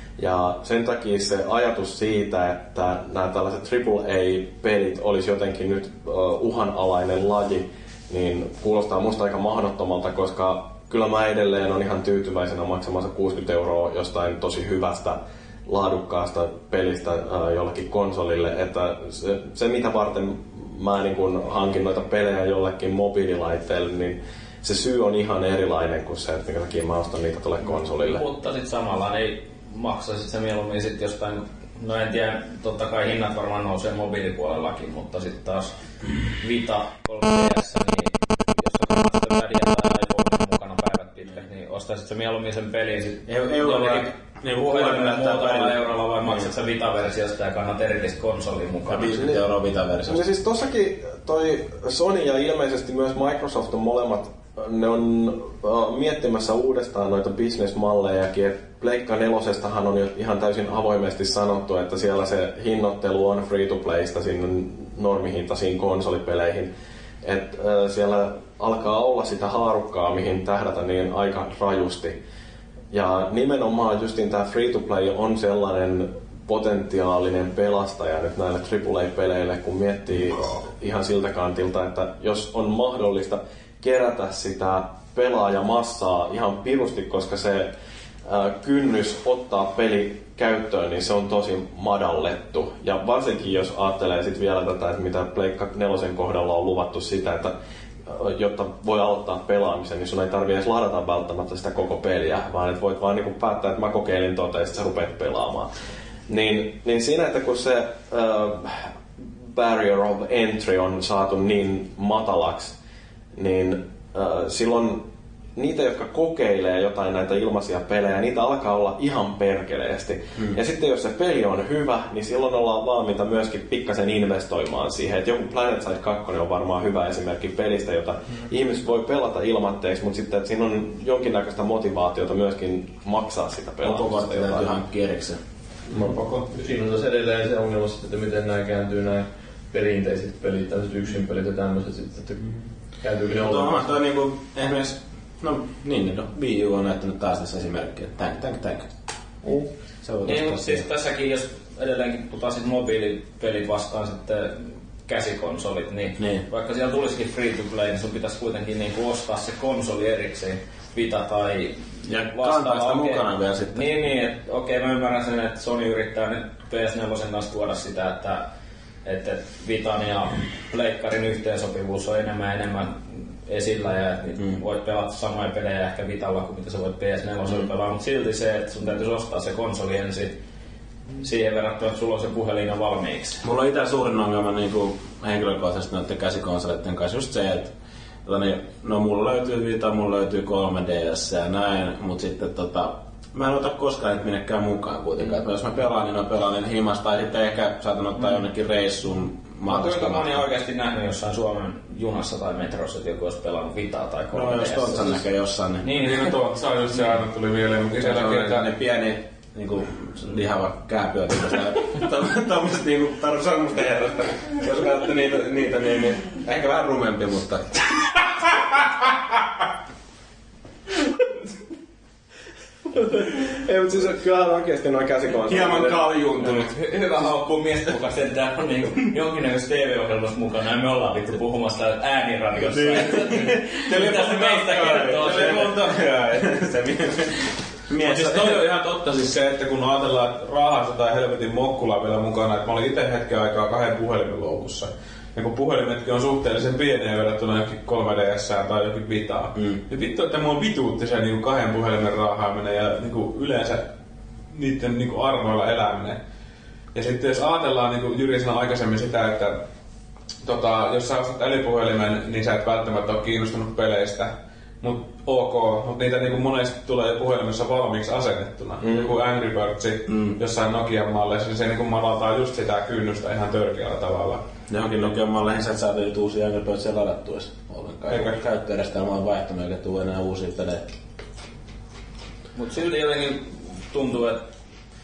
Ja sen takia se ajatus siitä, että nämä tällaiset triple A-pelit olisi jotenkin nyt uh, uhanalainen laji, niin kuulostaa musta aika mahdottomalta, koska kyllä mä edelleen on ihan tyytyväisenä maksamassa kuusikymmentä euroa jostain tosi hyvästä, laadukkaasta pelistä uh, jollekin konsolille, että se, se mitä varten mä niin kun hankin noita pelejä jollekin mobiililaitteelle, niin se syy on ihan erilainen kuin se, että minkä takia mä ostan niitä tuolle konsolille. Mutta sit samalla ei maksaisit se mieluummin sit jostain, no en tiedä, totta kai hinnat varmaan nousee mobiilipuolellakin, mutta sit taas Vita kolme D S, niin jos on Masterpadia tai iPhone mukana päivät pitkät, niin ostaisit se mieluummin sen pelin sit jollakin niin puhelimella muutamalla eurolla vai maksat sen Vita-versiosta ja kannat erillistä konsolin mukaan. viisikymmentä euroa Vita-versiosta. No siis tossakin toi Sony ja ilmeisesti myös Microsoft on molemmat, ne on uh, miettimässä uudestaan noita bisnesmallejakin, että Pleikka nelosestahan on jo ihan täysin avoimesti sanottu, että siellä se hinnoittelu on free-to-playsta sinne normihintaisiin konsolipeleihin. Että uh, siellä alkaa olla sitä haarukkaa, mihin tähdätä niin aika rajusti. Ja nimenomaan justiin tää free-to-play on sellainen potentiaalinen pelastaja nyt näille triple A-peleille, kun miettii ihan siltä kantilta, että jos on mahdollista kerätä sitä pelaajamassaa ihan pirusti, koska se kynnys ottaa peli käyttöön, niin se on tosi madallettu. Ja varsinkin jos ajattelee sit vielä tätä, että mitä Pleikka nelosen kohdalla on luvattu sitä, että jotta voi aloittaa pelaamisen, niin sun ei tarvitse edes ladata välttämättä sitä koko peliä, vaan että voit vaan niin päättää, että mä kokeilin tota ja sit sä rupeat pelaamaan. Niin, niin siinä, että kun se uh, barrier of entry on saatu niin matalaksi, niin uh, silloin niitä, jotka kokeilee jotain näitä ilmaisia pelejä, niitä alkaa olla ihan perkeleesti. Hmm. Ja sitten jos se peli on hyvä, niin silloin ollaan valmiita myöskin pikkasen investoimaan siihen. Et joku PlanetSide kaksi on varmaan hyvä esimerkki pelistä, jota hmm. ihmiset voi pelata ilmatteeksi, mutta sitten että siinä on jonkinnäköistä motivaatiota myöskin maksaa sitä pelaamista. Onko täytyy hankkia erikseen? Pakko. Siinä on taas edelleen se ongelma, että miten nämä kääntyy nämä perinteiset pelit, tämmöiset yksin pelit ja tämmöiset sitten, että kääntyykö ne ollenkaan. Tuo on niinku esimerkiksi, no niin, no Wii U on näyttänyt taas tässä esimerkkiä, tank, tank, tank. Mm. Niin, mutta siis tässäkin, jos edelleenkin puhutaan sit mobiilipelit vastaan sitten käsikonsolit, niin, niin vaikka siellä tulisikin free to play, niin sun pitäisi kuitenkin niinku ostaa se konsoli erikseen, Vita tai ja kantaa sitä mukana vielä sitten. Niin, niin että okei, okay, mä ymmärrän sen, että Sony yrittää nyt P S neljä kanssa tuoda sitä, että, että Vitan ja Pleikkarin yhteensopivuus on enemmän ja enemmän esillä ja mm. voit pelata samoja pelejä ehkä Vitalla kuin mitä sä voit P S neljä mm. pelaa, mutta silti se, että sun täytyisi ostaa se konsoli ensin siihen verrattuna, että sulla on se puhelin jo valmiiksi. Mulla on itse suurin ongelma niin kuin henkilökohtaisesti noiden käsikonsoleiden kanssa just se, että niin, no mulla löytyy Vita, mulla löytyy kolme D S ja näin, mut sitten tota, mä en ota koskaan niitä minnekään mukaan kuitenkaan. Mm. Jos mä pelaan, niin mä pelaan niin himasta tai sitten ehkä saatan ottaa mm. jonnekin reissuun matkustamaan. Kuinka moni oikeesti nähnyt jossain Suomen junassa tai metrossa, että joku olisi pelannut Vitaa tai kolme D S? No jos Tontsan näkee jossain. Niin, niin, niin no tuossa just se aina tuli mieleen, mutta itselläkin, että ne pieni niinku lihava kääpyöt, tommoset niinku tarvitsemmusta herrasta. Jos katsotte niitä, niitä niin, niin ehkä vähän rumempi, mutta ei, mutta siis kyllähän oikeesti noin käsikonsolit. Hieman kaljuuntunut. Hyvä haukkuu miestä mukaan sen, että täällä on niinku jonkinnäköistä T V-ohjelmassa mukana ja me ollaan vittu puhumassa ääniradiossa. Mitä se meistä kertoo? Se on Mutta siis toi on ihan totta siis se, että kun ajatellaan, että raahassa tai helvetin mokkulaa vielä mukana, että mä olin ite hetken aikaa kahden puhelimen loukussa. Ja kun puhelimetkin on suhteellisen pieniä verrattuna johonkin kolme D S:ään tai johonkin Vitaan. Mm. Ja vittu, että mua vituutti se niin kahden puhelimen raahaaminen ja niin yleensä niiden niin arvoilla eläminen. Ja sitten jos ajatellaan, niin kuin Jyri sanoi aikaisemmin sitä, että tota, jos sä ostat älypuhelimen, niin sä et välttämättä ole kiinnostunut peleistä. Mut ok, mutta niitä niinku monesti tulee jo puhelimessa valmiiksi asennettuna. Mm. Joku Angry Birds mm. jossain Nokian malleissa, niin se niinku malataan just sitä kynnystä ihan törkeällä tavalla. Johonkin Nokian malleihin sä et saa niitä uusia Angry Birdsia ladattua edes ollenkaan. Eikä käyttöjärjestelmä on vaihtunut eikä tuu enää uusia pelejä. Mut silti jotenkin tuntuu, että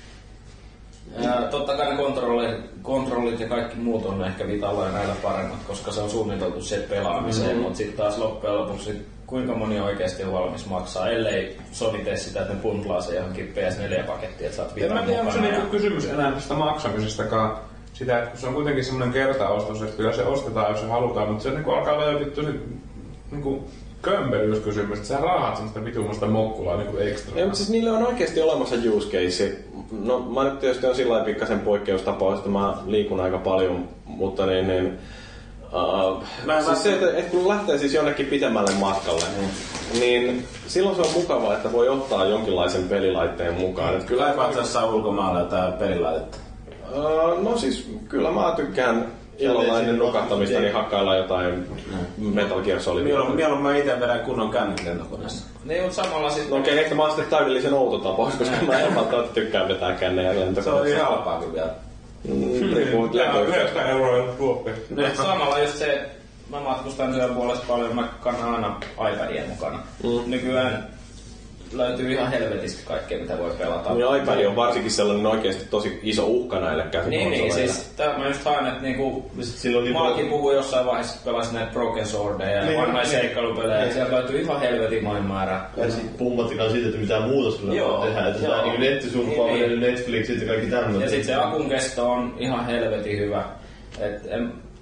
ää, totta kai ne kontrollit, kontrollit ja kaikki muut on ehkä Vitalla ja näillä paremmat, koska se on suunniteltu se pelaamiseen, mm. mutta sitten taas loppujen lopuksi kuinka moni oikeesti on valmis maksaa, ellei Sony tee sitä, että ne puntlaa se johonkin P S neljä -pakettiin, että saat Vitan mukana. En mä tiedä, onko se niinku kysymys enää tästä maksamisestakaan. Sitä, että se on kuitenkin semmoinen kertaostos, että kyllä se ostetaan, jos se halutaan, mutta se niinku alkaa olla vittu niinku kömpelyyskysymys, että sä raahat semmoista vituumasta mokkulaa niinku ekstra. Ei, mutta siis niille on oikeesti olemassa use case. No mä nyt tietysti on sillä lailla pikkasen poikkeustapaus, että mä liikun aika paljon, mutta niin, niin Uh, siis se, että, että kun lähtee siis jonnekin pitemmälle matkalle, niin, niin silloin se on mukavaa, että voi ottaa jonkinlaisen pelilaitteen mukaan. Että kyllä katsossa ulkomailla jotain pelilaitetta. Uh, no siis kyllä mä tykkään illalla ennen nukahtamista niin hakkailla jotain mm. Metal Gear Solid. Mieluummin mä ite vedän kunnon kännit lentokoneessa. Niin, mutta samalla sitten... No okei, okay, ehkä mä oon sitten täydellisen outo tapaus, koska mä en välttämättä tykkään vetää kännejä lentokoneessa. Se on ihan halpaakin vielä. Mm, riippuu lentoyhtiöstä euroilla ruoppi. Samalla just se, mä matkustan siellä puolesta paljon, mä kannan aina iPadia mukana. Mm. Nykyään löytyy ihan helvetisti kaikkea, mitä voi pelata. No, iPad on varsinkin sellainen oikeesti tosi iso uhka näille käsikonsoleille. Niin, niin siis tää mä just haen, että niinku Maakin puhui jossain vaiheessa, että pelasin näitä Broken Swordia ja niin, vanhoja niin, seikkailupelejä. Niin. Sieltä löytyy ihan helvetin maailmanmäärä. Ja sit pumpatikaan siitä, että mitään muuta sulla voi tehdä. Että sitä niinku nettisurffaaminen, niin, Netflixit ja kaikki tämmöiset. Ja sit se akun kesto on ihan helvetin hyvä. Et en,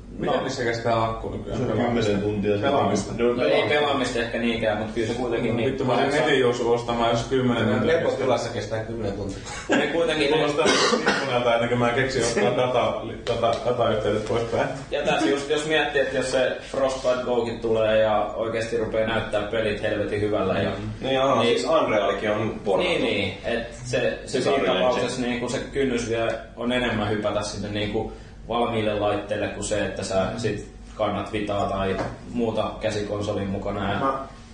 Miten niissä kestää akku nykyään? Se on kymmenen tuntia. Pelaamista. No ei pelaamista ehkä niinkään, mutta kyllä se kuitenkin... No, vittu, mä olin netin jousu ostamaan, jos kymmenen tuntia. Lepotilassa kestää kymmenen tuntia. Ne kuitenkin... Kuulostaa ikkunalta ennen kuin mä keksin ottaa data, data, datayhteydet pois päin. Ja tässä just, jos miettii, että jos se Frostbite Gokin tulee ja oikeesti rupee näyttää pelit helvetin hyvällä ja... Niin joo, niin, siis Unrealikin on porrattu. Niin, niin. Että se, se siinä tapauksessa niin se kynnys vielä on enemmän hypätä sinne niin valmiille laitteille kuin se, että sä sit kannat Vitaa tai muuta käsikonsolin mukana. Ja... Mä,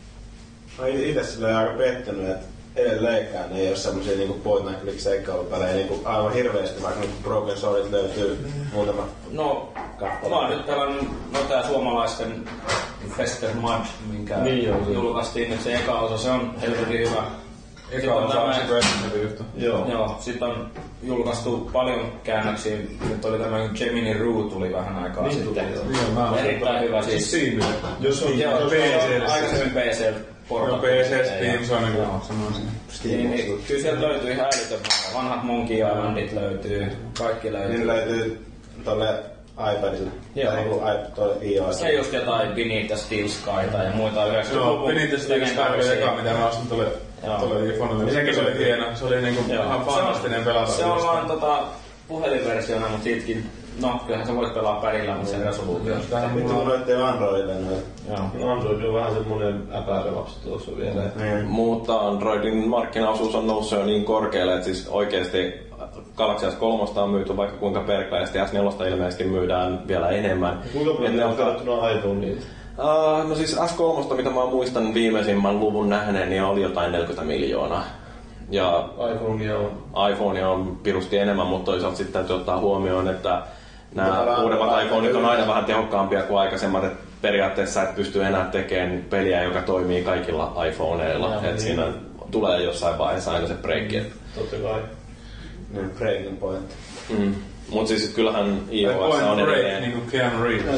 mä ite silleen aika pettynyt, että edelleenkään ei oo semmosia niinku point and click seikkailupelejä niinku aivan hirveesti, vaikka niinku Broken Swordit löytyy muutama. No, mä oon nyt pelannut no tää suomalaisten Fester Mud, minkä niin, julkaistiin nyt se eka osa, se on helvetin hyvä. Eka osa on se Resident Joo. Joo, sit on julkaistu paljon käännöksiä. Nyt oli tämmönen Gemini Rue tuli vähän aikaa niin, sitten. Joo, erittäin hyvä siis. Siis jos on, joo, P C, aikaisemmin P C Joo, P C, Steam, se on niinku sanoisin. Niin, niin, kyllä sieltä löytyy ihan älytön määrä. Vanhat Monkey Islandit löytyy, kaikki löytyy. Niin löytyy tonne iPadille. Joo. Tai niinku tuolle iOS. Ja just jotain Beneath the Steel Skyta ja muita yhdeksänkymmentäluvun. Joo, Beneath the Steel Sky oli eka, mitä mä ostin tuolle iPhonelle. Sekin oli hieno. Se oli niinku ihan fantastinen pelata. Se on vaan tota puhelinversiona, mut siitäkin... No, kyllähän sä voit pelaa pärillä, mutta se resoluutio. Vittu kun noitte Androidille noin. Joo. Android on vähän semmonen äpärelapsi tuossa vielä. Mm. Mutta Androidin markkinaosuus on noussut jo niin korkealle, että siis oikeesti Galaxy S kolme on myyty vaikka kuinka perkeleesti, S neljä ilmeisesti myydään vielä enemmän. Kuinka paljon on verrattuna iPhoneen? Uh, no siis S kolme, mitä mä muistan viimeisimmän luvun nähneen, niin oli jotain neljäkymmentä miljoonaa. Ja iPhone on. iPhone on pirusti enemmän, mutta toisaalta sitten täytyy ottaa huomioon, että nämä uudemmat iPhoneit on aina vähän tehokkaampia kuin aikaisemmat, että periaatteessa et pysty enää tekemään peliä, joka toimii kaikilla iPhoneilla. Että niin. Siinä tulee jossain vaiheessa aina se breakki. Totta kai. Niin, breaking point. Mm. Mut siis kyllähän iOS on edelleen... Niin kuin Keanu Reeves.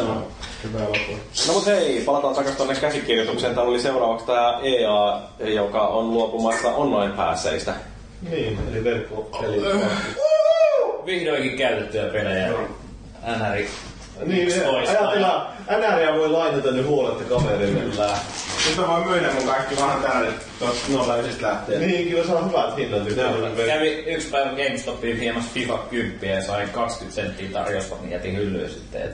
No mut hei, palataan takaisin tonne käsikirjoitukseen. Täällä oli seuraavaksi tää E A, joka on luopumassa online-päässeistä. Niin, eli verkkopeli. Vihdoinkin käytettyjä pelejä. N R. Niin, ajatellaan, N R:ää voi lainata nyt huoletta kaverille. Nyt mä voin myydä mun kaikki vanhat äänet tosta nolla yhdistä lähtien. Niin, kyllä saa hyvät hinnat. Kävi yksi päivä GameStopiin viemässä FIFA kymmenen ja sai kaksikymmentä senttiä tarjosta, niin jätin hyllyyn sitten.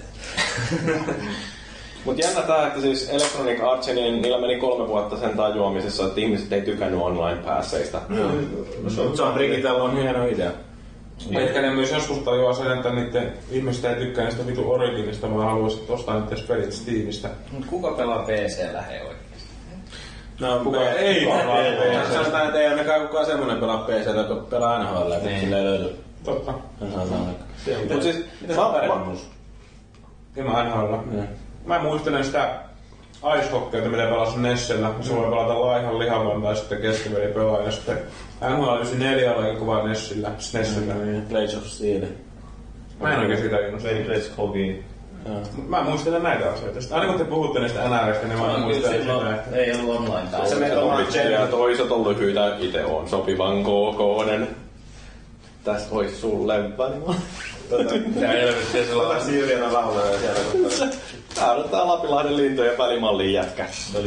Mut jännä tää, että siis Electronic Arts, niin niillä meni kolme vuotta sen tajuamisessa, että ihmiset ei tykännyt online-päässeistä. Mm. John Brigittellä on hieno idea. Ehkä ne myös joskus tajuaa sen, että niiden ihmiset ei tykkää niistä vitu Originista, vaan haluaisit ostaa niiden pelit Steamista. Mut kuka pelaa P C-llä he oikeesti? No, kuka me, ei pelaa P C. Sanotaan, että ei ainakaan kukaan semmonen pelaa P C, joka pelaa N H L, kun sillä ei löydy. Totta. Mut siis, mitä sä peremus? Ilman N H L. Mä muistelen sitä Ice Hockeyta, mitä pelasin Nessellä. Se voi pelata laihan lihavan tai sitten keskivälin pelaa. Ja sitten N H L yhdeksänkymmentäneljä oli aika kova Nessillä. Nessillä. Blades of Steel. Mä en oikein sitä innostunut. Meni Blades Hockey. Mä muistelen näitä asioita. Aina kun te puhutte niistä N R:stä, niin mä muistelen sitä. Että... Ei ollut online täällä. Se meitä on ja toiset on lyhyitä. Ite on sopivan kokoinen. Tästä ois sulle välimaa. Mitä helvettiä se laulaa Sirjana laulaa siellä. Tää on tää Lapinlahden lintujen välimallin jätkä.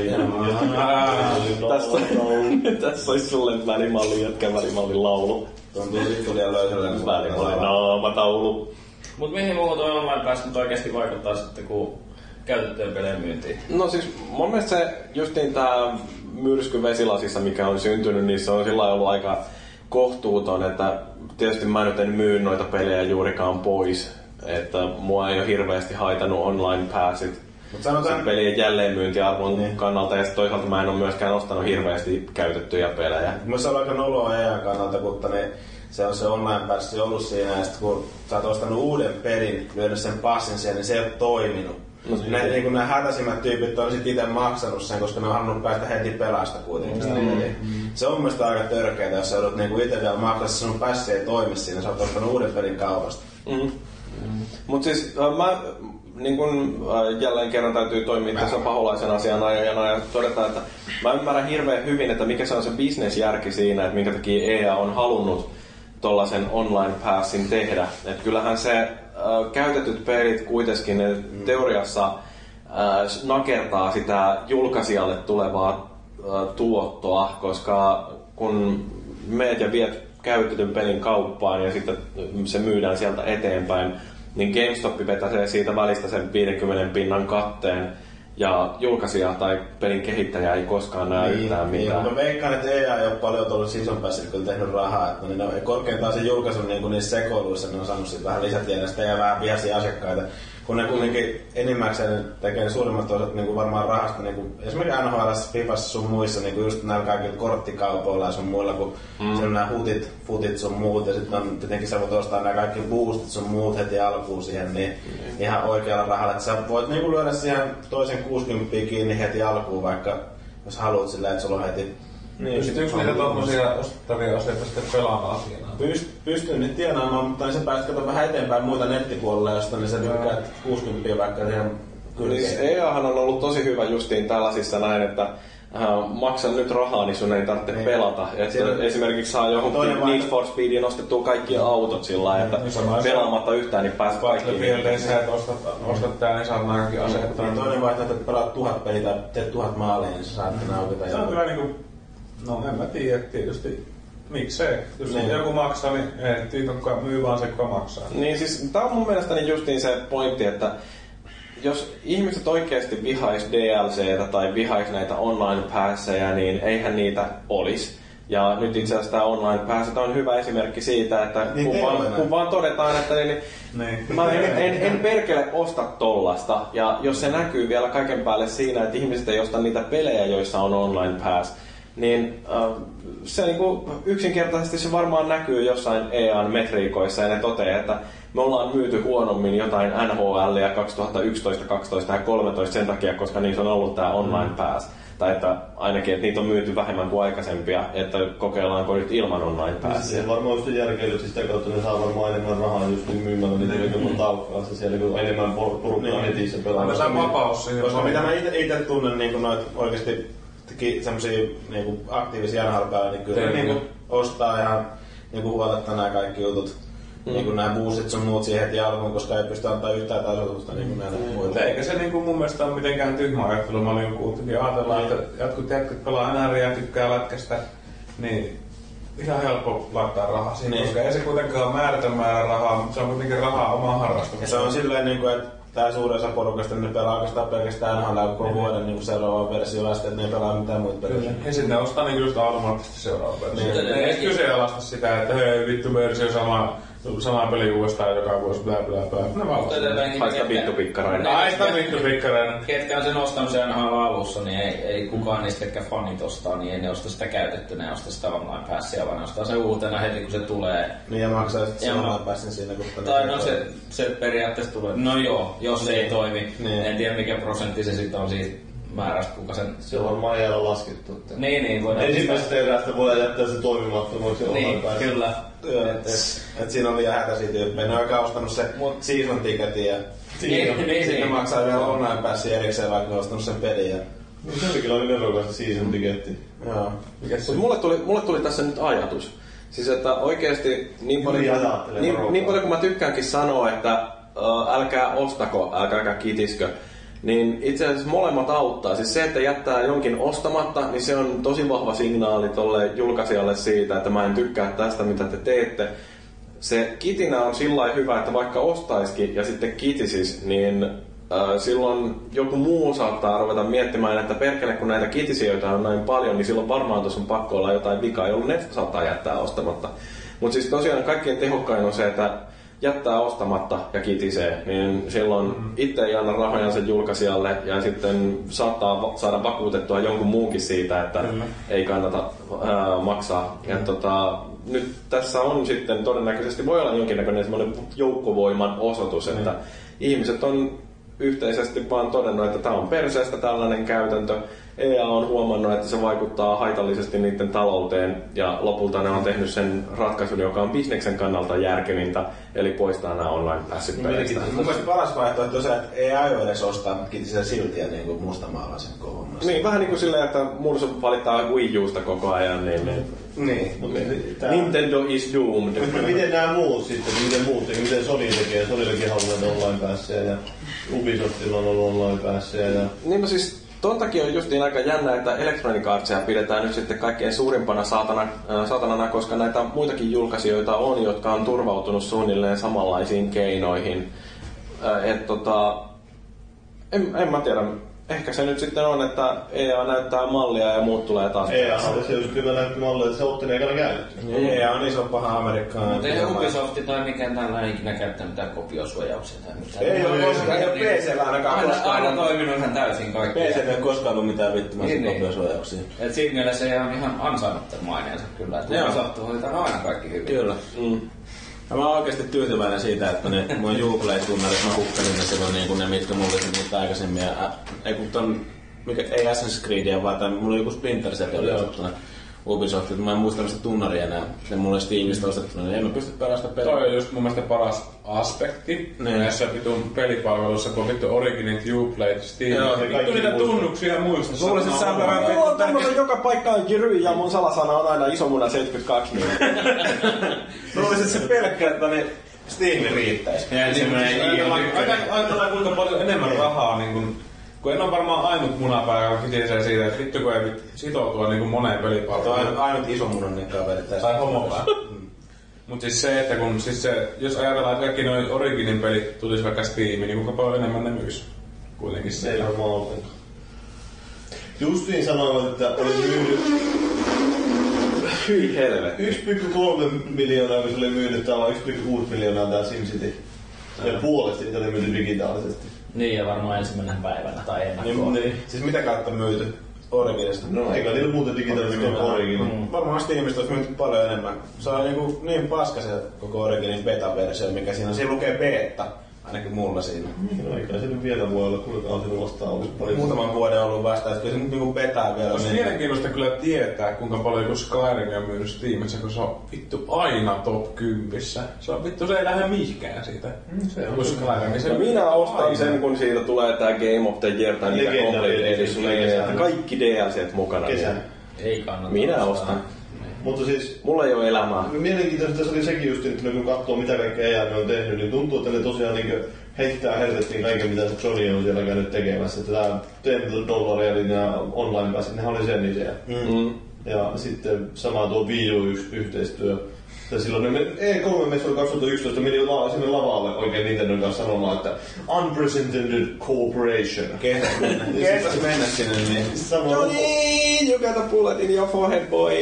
Tässä ois sulle välimallin jätkä, välimallin laulu. Tuon tuli liian löysällä. Välimallin naamataulu. Mut mihin muuhun toi online päästä nyt oikeesti vaikuttaa sitten, kun käytettyjen pelejä myyntiin? No siis mun mielestä se justiin tää myrsky vesilasissa, mikä on syntynyt, niin se on sillä ollut aika kohtuuton, että tietysti mä nyt en myy noita pelejä juurikaan pois, että mua ei ole hirveästi haitanut online-pääsit sanotaan... pelien jälleenmyyntiarvon niin. kannalta, ja toisaalta mä en ole myöskään ostanut hirveästi käytettyjä pelejä. Mä se on aika noloa E A kannalta, mutta ne, se on se online-päässi ollut siinä, ja sit kun sä oot ostanut uuden pelin, lyönyt sen passin siihen, niin se ei ole toiminut. No, nä, niin kun nämä hätäisimmät tyypit on sit ite maksanut sen, koska ne on halunnut päästä heti pelasta kuitenkin. Mm, mm. Se on mun mielestä aika törkeetä, jos sä joudut niinku ite vielä maksaa, se sun passi ei toimi siinä, sä oot ostanut uuden pelin kaupasta. Mm. Mm. Mut siis äh, mä niin kun, äh, jälleen kerran täytyy toimia tässä paholaisen asiana ja, ja todeta, että mä ymmärrän hirveän hyvin, että mikä se on se bisnesjärki siinä, että minkä takia E A on halunnut tollasen online passin tehdä. Et kyllähän se äh, käytetyt pelit kuitenkin ne mm. teoriassa äh, nakertaa sitä julkaisijalle tulevaa äh, tuottoa, koska kun meet ja viet käytetyn pelin kauppaan ja sitten se myydään sieltä eteenpäin, niin GameStop vetäsee siitä välistä sen viidenkymmenen pinnan katteen ja julkaisija tai pelin kehittäjä ei koskaan näe niin, yhtään mitään. Niin, mä veikkaan, että E A ei ole paljon tuolla season passilla kyllä tehnyt rahaa. Että niin ne korkeintaan sen julkaisun niin niissä sekoiluissa ne on saanut sit vähän lisätienestä ja vähän vihaisia asiakkaita. Kun ne kuitenkin enimmäkseen tekee suurimmat osat niin varmaan rahasta, niin kuin, esimerkiksi N H L, Fifassa sun muissa, niin just näillä kaikilla korttikaupoilla ja sun muilla, kun mm. siellä on nämä hutit, futit sun muut, ja sitten on tietenkin sä voit ostaa nämä kaikki boostit sun muut heti alkuun siihen, niin mm. ihan oikealla rahalla. Että sä voit niin lyödä siihen toisen kuusikymmentä kiinni heti alkuun, vaikka jos haluat sillä, että sulla on heti. Niin, pystyykö niitä tommosia ostettavia asioita sitten pelaamaan asiana? Pyst, pystyy nyt tienaamaan, mutta niin sä pääset katsomaan vähän eteenpäin muita nettipuolella, josta niin sä tykkäät kuusikymmentä vaikka ihan kylkeen. Siis E Ahan on ollut tosi hyvä justiin tällaisissa näin, että äh, maksa nyt rahaa, niin sun ei tarvitse niin pelata. Että esimerkiksi saa johonkin Need for Speediin ostettua kaikki autot sillä lailla, että niin pelaamatta yhtään, niin pääset kaikkiin. Battlefieldissä, että ostat, ostat tää, niin saat nämäkin aseet. Niin toinen vaihtoehto, että pelaat tuhat peliä tai teet tuhat maalia, niin sä saat ne aukita. Se on kyllä niinku... No en mä tiedä, tietysti miksei. Jos niin. joku maksaa, niin ei myy vaan se, kuka maksaa. Niin siis tää on mun mielestäni justiin se pointti, että jos ihmiset oikeasti vihais D L C:tä tai vihais näitä online passeja, niin eihän niitä olisi. Ja nyt itse asiassa tämä online pass on hyvä esimerkki siitä, että niin kun, vaan, kun vaan todetaan, että niin, niin. mä en, en, en perkele osta tollasta. Ja jos se näkyy vielä kaiken päälle siinä, että ihmiset ei osta niitä pelejä, joissa on online pass, niin äh, se niinku, yksinkertaisesti se varmaan näkyy jossain E A:n metriikoissa ja ne toteaa, että me ollaan myyty huonommin jotain N H L:ia kaksituhattayksitoista, kaksitoista ja kolmetoista sen takia, koska niissä on ollut tää online pass. Tai että ainakin, että niitä on myyty vähemmän kuin aikaisempia, että kokeillaanko nyt ilman online passia. Se varmaan just järkeilyt, sitä kautta ne saa varmaan enemmän rahaa just niin myymällä niitä mm-hmm. taukkaassa siellä, kun enemmän porukkaa netissä pelaa. Mä saan vapaus siihen. Koska mitä mä ite tunnen niin noit oikeesti semmosia niinku aktiivisia N H L-pelejä, niin kyllä niinku ostaa ihan niinku huoletta nää kaikki jutut. Mm. Niinku nää boostit sun muut siihen heti alkuun, koska ei pysty antaa yhtään tasoitusta niinku näitä mm. muita. Eikä se niinku mun mielestä ole mitenkään tyhmä ajattelu. Mä olin kuitenkin ajatellaan, mm. että jotkut jätkät pelaa N R ja tykkää lätkästä, niin ihan helppo laittaa rahaa siihen, niin. Koska ei se kuitenkaan ole määrätön määrä rahaa, mutta se on kuitenkin rahaa omaan harrastukseen. Ja se on silleen niinku, että tää suurin osa porukasta ne pelaa oikeastaan pelkästään N H L koko vuoden niinku seuraavaan versioon asti, että ne ei pelaa mitään muita pelejä. Ja sitten ne ostaa niinku just automaattisesti seuraavaan versioon. Niin. Ne ei kyseenalaista sitä, että hei vittu versio sama, sama peli uudestaan joka vuosi, blää blää blää. Ne vaan haista vittu pikkarainen. Haista vittu pikkarainen. Ketkä on sen ostanut sen N H L alussa, niin ei, ei kukaan niistä, ketkä fanit ostaa, niin ei ne osta sitä käytettynä, ne osta sitä online passia, vaan ne ostaa se uutena heti kun se tulee. Niin ja maksaa sitten sen online passin siinä, kun tai no se, se periaatteessa tulee. No joo, jos se ei toimi. Niin. En tiedä mikä prosentti se sitten on siitä määrästä, kuka sen... Se on varmaan ei ole laskettu. Että... Niin, niin. Voidaan ensimmäisestä erästä voi jättää se toimimattomaksi. Niin, kyllä. Et, et, et siinä on liian hätäisiä tyyppejä. Ne on oikein ostanut se season ticketin ja niin, niin, sitten niin. maksaa vielä online passia erikseen, vaikka ne on ostanut sen pelin. Ja... Niin se olikin oli nerokasta season ticketti. Joo. Mut mulle tuli, mulle tuli tässä nyt ajatus. Siis että oikeesti niin paljon, niin, niin paljon kun mä tykkäänkin sanoa, että uh, älkää ostako, älkääkä kitiskö, niin itse asiassa molemmat auttaa. Siis se, että jättää jonkin ostamatta, niin se on tosi vahva signaali tolle julkaisijalle siitä, että mä en tykkää tästä, mitä te teette. Se kitinä on sillä hyvä, että vaikka ostaisikin ja sitten kitisis, niin äh, silloin joku muu saattaa ruveta miettimään, että perkele kun näitä kitisijoita on näin paljon, niin silloin varmaan tuossa on pakko olla jotain vikaa, jolloin ne saattaa jättää ostamatta. Mutta siis tosiaan kaikkein tehokkain on se, että jättää ostamatta ja kitisee, niin silloin mm. itse ei anna rahojansa julkaisijalle ja sitten saattaa saada vakuutettua jonkun muunkin siitä, että mm. ei kannata ää, maksaa. Mm. Ja tota, nyt tässä on sitten todennäköisesti voi olla jonkinnäköinen semmoinen joukkovoiman osoitus, että mm. ihmiset on yhteisesti vaan todennut, että tämä on perseestä tällainen käytäntö E A on huomannut, että se vaikuttaa haitallisesti niiden talouteen ja lopulta ne on tehnyt sen ratkaisun, joka on bisneksen kannalta järkevintä, eli poistaa nämä online-passit peleistä. Mun mielestä paras vaihtoehto on se, että ei aio edes ostaa kitisen siltiä niin kuin mustamaalaisen kohommasta. Niin, vähän niin kuin silleen, että Mursu valittaa Wii Usta koko ajan, niin... niin. Niin. niin. Tää... Nintendo is doomed. Miten nämä muut sitten, miten muut tekee, miten Sony tekee? Sonyllakin haluaa online-passeja ja Ubisoftilla on ollut online-passeja ja... Niin no siis... Ton takia on justiin aika jännä, että Electronic Artsia pidetään nyt sitten kaikkein suurimpana saatana, äh, saatanana, koska näitä muitakin julkaisijoita on, jotka on turvautunut suunnilleen samanlaisiin keinoihin. Äh, et tota, en, en mä tiedä, ehkä se nyt sitten on, että E A näyttää mallia ja muut tulee taas. E A se just kyllä näytti mallia, että se otti ne ekana käytetty. E A on iso paha amerikkalainen. Mutta ei Ubisoft tai mikään tällainen ikinä käyttänyt mitään kopiosuojauksia tai mitään. Ei ole koskaan, ei ole P C:llä ainakaan aina, koskaan. aina toiminut ihan täysin kaikki. P C ei ole koskaan ollut mitään vittumaisia niin, kopiosuojauksia. Et siinä mielessä se on ihan ansainnut tämän maineensa kyllä. Että Ubisoft hoitaa aina kaikki hyvin. Kyllä. Mm. Ja mä oon oikeesti tyytyväinen siitä, että ne mun Uplay-tunnarit mä hukkasin ne silloin niin kuin ne, mitkä mulla oli niitä aikaisemmin. Ja, ä, ei kun ton, mikä, ei Assassin's Creedia, vaan tämän, mulla oli joku Splinter Cell oli ostettuna Ubisoftilta. Mä en muistanut sitä tunnaria enää. Ne mulla oli Steamista ostettuna, niin en mä pysty pelaamaan peliä. Toi on just mun mielestä paras aspekti niin. näissä vitun pelipalveluissa, kun on vittu Originit, Uplay, Steam. Joo, vittu niitä tunnuksia muista. Sulla siis saa verran Mulla on tommosen joka paikkaan Jyry ja mun salasana on aina isomuna seitsemänkymmentäkaksi. Niin. Sulla olisi se pelkkä, että ne Steam riittäisi. Ja ensimmäinen ajatellaan kuinka paljon enemmän rahaa niin kun, kun en ole varmaan ainut munapää, joka kitisee siitä, että vittu kun ei sitoutua niin moneen pelipalveluun. Toi on ainut iso munan ne kaverit. Tai homopää. Mut siis se, että kun siis se, jos ajatellaan, että kaikki noin Originin pelit tulisi vaikka Steamiin, niin kuinka paljon enemmän ne myys? Kuitenkin se. Ei varmaan ollenkaan. Justiin sanoivat, että oli myynyt... Hyi helvetti. yksi pilkku kolme miljoonaa, kun se oli myynyt, tää on yksi pilkku kuusi miljoonaa tää SimCity. Ja puolet siitä oli myyty digitaalisesti. Niin, ja varmaan ensimmäisenä päivänä tai ennakkoon. Niin, niin. Siis mitä kautta myyty Originista? No eikä niillä muuten digitaalisesti kuin Origin. Mm. Varmaan Steamista olisi myyty paljon enemmän. Se on niinku niin paska se koko Originin beta-versio, mikä siinä on. Siinä lukee beta, ainakin mulla siinä. No eikä se nyt vielä voi olla, kuinka on siinä vastaan ollut paljon. Muutaman vuoden on ollut vasta, että kyllä se nyt niinku beta vielä on. Olisi mielenkiintoista kyllä tietää, kuinka paljon joku Skyrim on myynyt Steamissa, kun se on vittu aina top kympissä. Se on vittu, se ei lähde mihinkään siitä. Mm, se on Skyrim. Se no minä ostan aina sen, kun siitä tulee tää Game of the Year tai niitä Complete Edition, että kaikki D L C:t mukana. Kesä. Ei kannata. Minä ostan. Mutta siis... Mulla ei oo elämää. Mielenkiintoista tässä oli sekin just, että kun katsoo mitä kaikkea E A ne on tehnyt, niin tuntuu, että ne tosiaan niin heittää helvettiin kaiken mitä Sony on siellä käynyt tekemässä. Että tää ten dollaria eli nää online passit, nehän oli senisiä. Mm. Ja sitten sama tuo Wii U-yhteistyö. Ja silloin ne E kolme-messuilla kaksituhattayksitoista meni la- sinne lavalle oikein Nintendon kanssa sanomaan, että unprecedented cooperation. Kehtäis mennä, Kehtäis mennä sinne niin. Johnny, you got a bullet in your forehead, boy.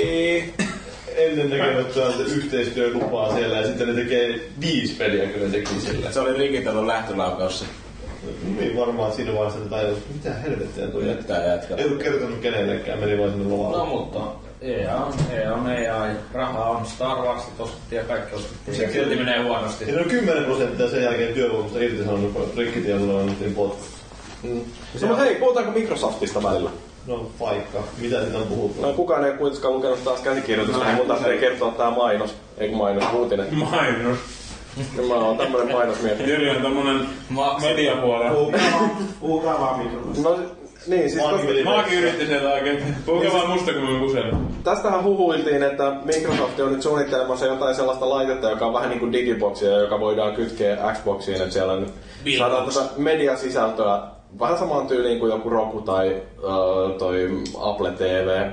Ennen tekevät yhteistyölupaa siellä ja sitten ne tekee viisi peliä, kun ne teki sillä. Se oli Rigitalon lähtölaukaus se. Niin varmaan siinä vaiheessa, että tajus, mitä helvettiä tuo jätkää jätkää. Ei ollut kertonut kenellekään, meni vaan sinne lavalle. No mutta E A on, E A on E A ja rahaa on. Star Warsit ostettiin ja kaikki ostettiin. Se silti menee huonosti. Siinä on kymmenen prosenttia sen jälkeen työvoimasta irtisanonut, kun rikkitietoilla annettiin potkut. Mm. No mutta hei, puhutaanko Microsoftista välillä? No vaikka, mitä siitä on puhuttu? No kukaan ei kuitenkaan lukenut taas käsikirjoitusta, niin mun tarvitsee kertoa tää mainos. Eikö mainos, uutinen. Mainos. Mä oon tämmönen mainosmies. Jyri on tommonen mediapuolella. Puhukaa vaan Microsoftista. No niin, siis tosta... Maakin yritti sieltä oikein. Puhukaa vaan musta, kun mä kuselin. Tästähän huhuiltiin, että Microsoft on nyt suunnittelemassa jotain sellaista laitetta, joka on vähän niin kuin digiboxia, joka voidaan kytkeä Xboxiin, että siellä nyt saadaan tätä mediasisältöä vähän samaan tyyliin kuin joku Roku tai uh, toi Apple T V.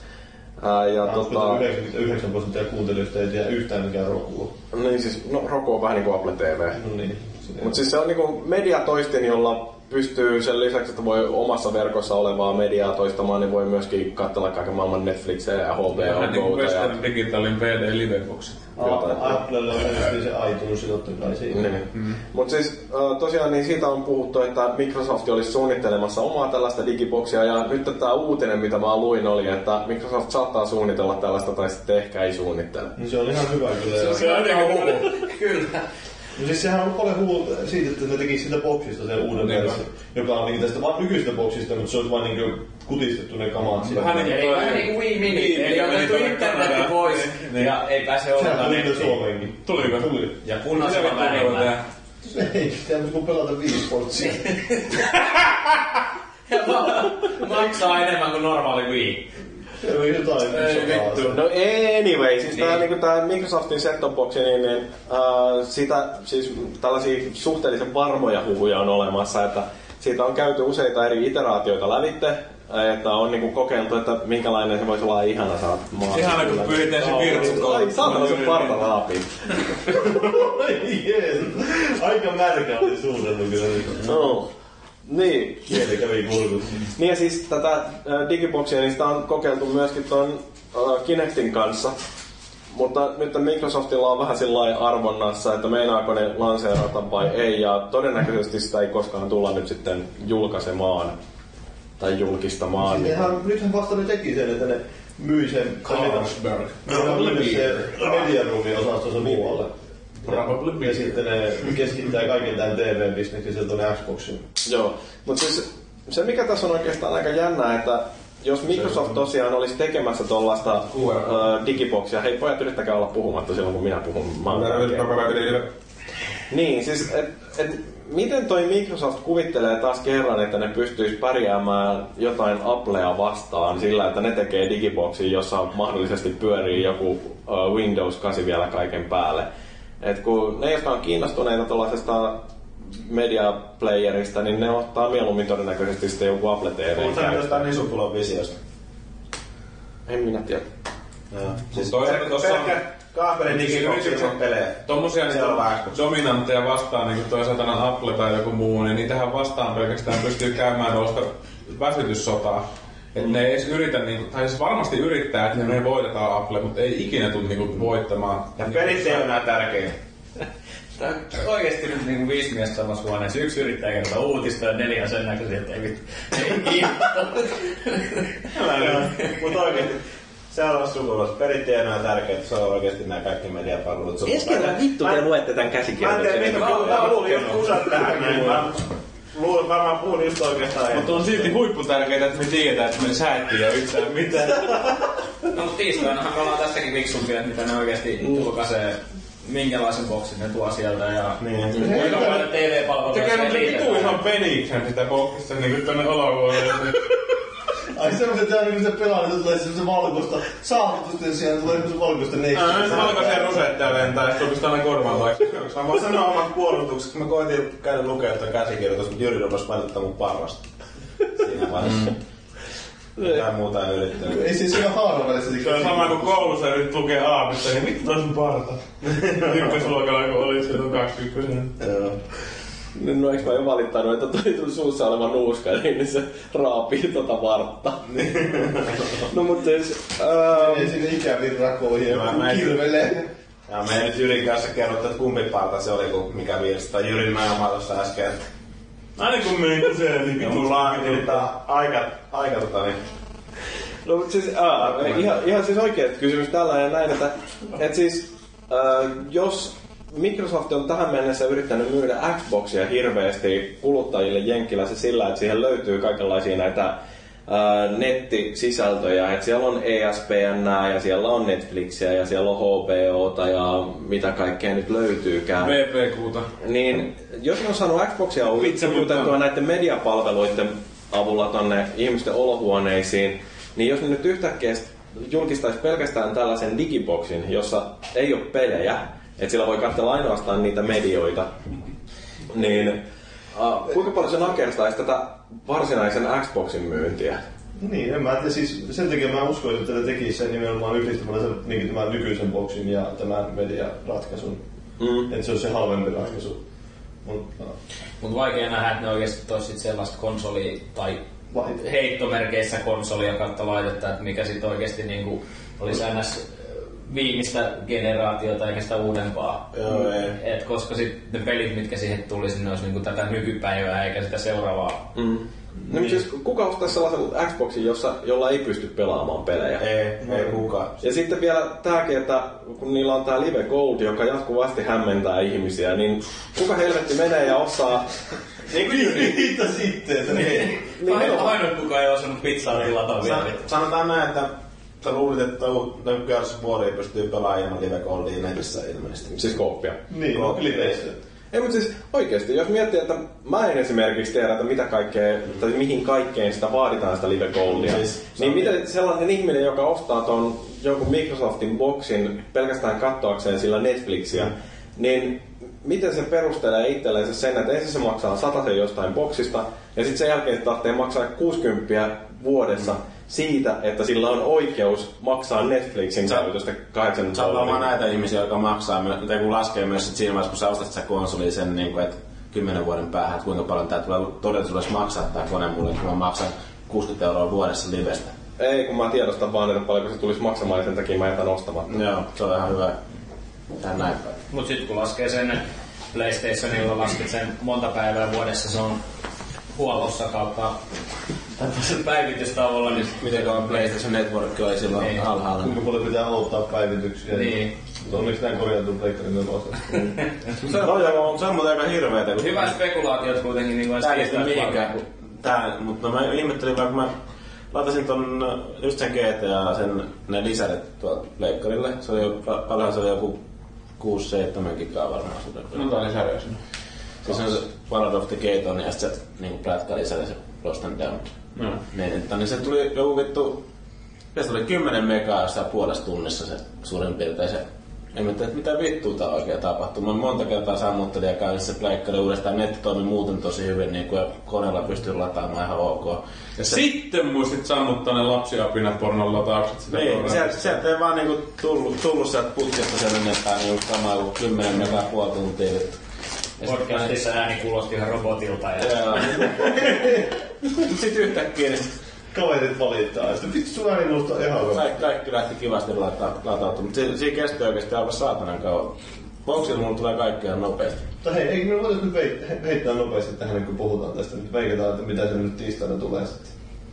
Uh, ja tota... yhdeksänkymmentäyhdeksän prosenttia kuuntelijoista ei tiedä yhtään mikään Rokua. Niin siis, no Roku on vähän niin kuin Apple T V. No niin. Mut siis se on niinku mediatoistin, jolla pystyy sen lisäksi, että voi omassa verkossa olevaa mediaa toistamaan, niin voi myöskin katsella kaiken maailman Netflixiä ja H B O Go. Vähän niin kuin Western Digitalin P D-liveboxit. Applella on se iTunes totta kai siinä. Niin. Mm. Mut siis tosiaan niin siitä on puhuttu, että Microsoft olisi suunnittelemassa omaa tällaista digiboxia, ja nyt tämä uutinen, mitä mä luin, oli, että Microsoft saattaa suunnitella tällaista, tai sitten ehkä ei suunnittele. Niin se on ihan hyvä kyllä. Se on aika huhu. Kyllä. No siis sehän on paljon huolta siitä, että ne tekis sitä boksista sen uuden Niin version, joka on niinku tästä vaan nykyisestä boksista, mutta se olisi vaan niinku kutistettu ne kamaat sieltä. Vähän niinku Eli vähän niinku Wii Mini, eli on otettu internetti pois ja ei pääse ollenkaan nettiin. nettiin. Suomeenkin. Tuliko? Tuli. Ja punaisella vähemmän. Ei, pitää kun pelata Wii Sportsia. Ja maksaa enemmän kuin normaali Wii. Se on jotain. Ei vittu. No anyway, siis Niin. tää, niinku tää Microsoftin set-top boxi, niin, niin äh, sitä, siis tällaisia suhteellisen varmoja huhuja on olemassa, että siitä on käyty useita eri iteraatioita lävitte, että on niinku kokeiltu, että minkälainen se voisi olla ihana saat maan. Ihana kun pyhitään se virtsu. Ai saatana sun parta raapii. Ai jees. Aika märkä oli suunneltu kyllä nyt. No. Niin. Kieli kävi kurkussa. Niin ja siis tätä äh, digiboxia, niin sitä on kokeiltu myöskin ton äh, Kinectin kanssa. Mutta nyt Microsoftilla on vähän sillä arvonnassa, että meinaako ne lanseerata vai ei. Ja todennäköisesti sitä ei koskaan tulla nyt sitten julkaisemaan tai julkistamaan. Siis nehän, nythän vasta ne teki sen, että ne myi sen Carlsberg. Ne on myynyt se mediaroomi-osastonsa muualle. Probably Ja sitten ne keskittää kaiken tämän T V-bisneksen tuonne Xboxiin. Joo, mutta siis se mikä tässä on oikeastaan aika jännää, että jos Microsoft tosiaan olisi tekemässä tuollaista uh, digiboxia, hei pojat yrittäkää olla puhumatta silloin kun minä puhun. Mä niin, siis et, et, miten toi Microsoft kuvittelee taas kerran, että ne pystyisi pärjäämään jotain Applea vastaan sillä, että ne tekee digiboxia, jossa mahdollisesti pyörii joku uh, Windows kahdeksan vielä kaiken päälle. Et kun ne, jotka on kiinnostuneita tuollaisesta mediaplayerista, niin ne ottaa mieluummin todennäköisesti sitten joku Apple T V. Kuultaan jostain Nisupulon visiosta. En minä tiedä. Joo. Siis toisaalta tossa on... Kaapelin digiboxilla pelejä. Tommosia niinku dominantteja vastaan, niinku toi satana Apple tai joku muu, niin niitähän vastaan pelkästään pystyy käymään tuosta väsytyssotaa. Et ne ei edes yritä, niinku, tai siis varmasti yrittää, että ne voitetaan Apple, mutta ei ikinä tule niinku voittamaan. Ja pelit ei ole nää tärkeitä. Tää on oikeesti nyt niinku viisi miestä samassa huoneessa. Yksi yrittää kertoa uutista ja neljä on sen näköisiä, että ei vittu. Ei kiinnostaa. Mut oikeesti. Seuraavassa sukupolvessa pelit ei ole nää tärkeitä, se on oikeesti nää kaikki mediapalvelut. Eskelä vittu te luette tän Mä en käsikirjoituksen. tiedä, mitä mä luulin just kusat tähän näin. Mä luulin varmaan puhun just oikeastaan. Mutta on silti huipputärkeitä, että me tiedetään, että me säättiin jo yhtään mitään. No mut tiistainahan me ollaan tästäkin fiksumpia, että mitä ne oikeesti julkaisee. Minkälaisen boksin ne tuo sieltä ja niin. kuinka paljon T V-palveluja Tekee siihen nyt vitu liitetään. ihan peniksen sitä boksista niinku tonne olohuoneeseen. Ai semmoset tää niinku se pelaa, että tulee semmosen valkoista saavutusta ja siellä tulee semmosen valkoista neistä. Ää, se valkoisia rusetteja lentää ja sit oikeastaan aina korvaan taakse. Mä voin sanoa omat puolustukset, mä koitin käydä lukea sitä käsikirjoitusta, mutta Jyri rupesi valittaa mun parrasta. Siinä vaiheessa. Mitään muuta en yrittänyt. Ei siis siinä haaran välissä. Se on sama kuin koulussa yritit lukea aapista, niin vittu toi sun parta. Ykkösluokalla kun oli silloin kaksikymmentä. Joo. No eiks mä jo valittanut, että toi suussa oleva nuuska, niin se raapii tota vartta. No mut siis... Ei Ähm, sinne ikäviin rakoihin ja Mä- mä en- kirvelee. Ja me ei nyt Jyrin kanssa kerrottu, että kumpi parta se oli, kun mikä virsi. Tai Jyrin mä omaa tossa äsken. Aina kun meni kuseen, niin Ja vittu mulla on niin, aika, aika tota niin. no mut siis, aa, ihan, ihan siis oikea kysymys tällainen näin, että et siis äh, jos Microsoft on tähän mennessä yrittänyt myydä Xboxia hirveästi kuluttajille Jenkkilässä sillä, että siihen löytyy kaikenlaisia näitä ää, nettisisältöjä, että siellä on E S P N ja siellä on Netflixiä ja siellä on H B Ota ja mitä kaikkea nyt löytyykään. V P Q:ta. Niin jos ne on saanut Xboxia Pizza uutettua Putana. näiden mediapalveluiden avulla tonne ihmisten olohuoneisiin, niin jos ne nyt yhtäkkiä julkistaisi pelkästään tällaisen digiboxin, jossa ei ole pelejä, että sillä voi katsella ainoastaan niitä medioita, niin uh, kuinka paljon se nakertaisi tätä varsinaisen Xboxin myyntiä? Niin, en mä tiedä, siis sen takia mä uskoisin, että ne tekis sen nimenomaan yhdistämällä sen, niin tämän nykyisen boksin ja tämän mediaratkaisun. Mm. Että se on se halvempi ratkaisu. Mut, no. Mut vaikea nähdä, että ne oikeesti tois sit sellaista konsolia tai Vai- heittomerkeissä konsolia kautta laitetta, että mikä sit oikeesti niinku olisi ns viimeistä generaatiota eikä sitä uudempaa. Joo, ei. Et koska sit ne pelit, mitkä siihen tulisi, ne olisi niinku tätä nykypäivää eikä sitä seuraavaa Mm. No, niin. Siis kuka ostaisi sellaisen Xboxin, jossa, jolla ei pysty pelaamaan pelejä? Ei, no, ei kukaan. Ja sitten vielä tääkin, että kun niillä on tää Live Gold, joka jatkuvasti hämmentää ihmisiä, niin kuka helvetti menee ja ostaa... Niin kuin niitä sitten. Niin. Niin ainoa kukaan ei osannut pizzaa tilata vielä. Sanotaan näin, että sä luulit, että Gears of War pystyy pelaamaan ilman Live Goldia netissä ilmeisesti. Siis kooppia. Niin, liveissä. Ei, mutta siis oikeesti, jos miettii, että mä en esimerkiksi tiedä, että mitä kaikkea, tai mihin kaikkeen sitä vaaditaan sitä Live Goldia, siis, niin miten sellainen ihminen, joka ostaa ton jonkun Microsoftin boxin pelkästään katsoakseen sillä Netflixiä, mm. niin miten se perustelee itselleensä sen, että ensin se maksaa satasen jostain boksista, ja sitten sen jälkeen se tarvitsee maksaa kuusikymmentä vuodessa mm. siitä, että sillä on oikeus maksaa Netflixin käytöstä kahdeksan dollaria. Sä oot varmaan näitä ihmisiä, jotka maksaa, tai kun laskee myös siinä vaiheessa, kun sä ostat sitä konsolia sen, niin kuin, että kymmenen vuoden päähän, että kuinka paljon tää tulee todellisuudessa maksaa tää kone mulle, kun mä maksan kuusikymmentä euroa vuodessa livestä. Ei, kun mä tiedostan vaan, että paljonko se tulisi maksamaan, ja sen takia mä jätän ostamatta. Joo, se on ihan hyvä. Tähän näin päin. Mut sit kun laskee sen PlayStationilla, lasket sen monta päivää vuodessa, se on huollossa kautta päivitystauolla, niin miten kauan PlayStation Network oli silloin niin alhaalla. Kuinka paljon pitää odottaa päivityksiä. Niin. Mutta onneksi näin korjattu pleikkarin osasta. Se on, se on muuten aika hirveetä. Hyvä spekulaatiot kuitenkin. Niin tää ei mihinkään. Tää, mutta mä ihmettelin vaan, kun mä latasin ton just sen G T A, sen, ne lisäret tuolta pleikkarille. Se oli jo, paljon se oli joku kuusi seitsemän gigaa varmaan. Monta lisäriä sinne? Siis on se Ballad of the Gate on ja sit se niinku plätkä lisäri se Lost and Damned. No. Niin, niin se tuli joku vittu, se tuli kymmenen megaa jossain puolessa tunnissa se suurin piirtein se. En mä tiedä, että mitä vittua tää oikein tapahtuu. Mä monta kertaa sammuttelin ja käyn se pleikkari uudestaan. Netti toimi muuten tosi hyvin, niin kuin koneella pystyy lataamaan ihan ok. Ja se... sitten muistit sammuttaa ne lapsiapinat pornon lataukset sitä. Niin, sieltä, sieltä ei vaan niinku tullut, tullut sieltä putkesta sen enempää niinku samaa kuin kymmenen megaa puoli tuntia. Podcastissa ääni kuulosti ihan robotilta. Ja... Sitten yhtäkkiä niin... Kaverit valittaa. Sitten vittu sun ääni musta ihan hyvä. Kaikki, kaikki lähti kivasti latautumaan, mutta siinä, siinä kesti oikeesti aivan saatanan kauan. Boxilla mulla tulee kaikki ihan nopeasti. Mutta hei, eikö me voitais nyt heittää nopeasti tähän, kun puhutaan tästä. Nyt veikataan, että mitä se nyt tiistaina tulee sitten.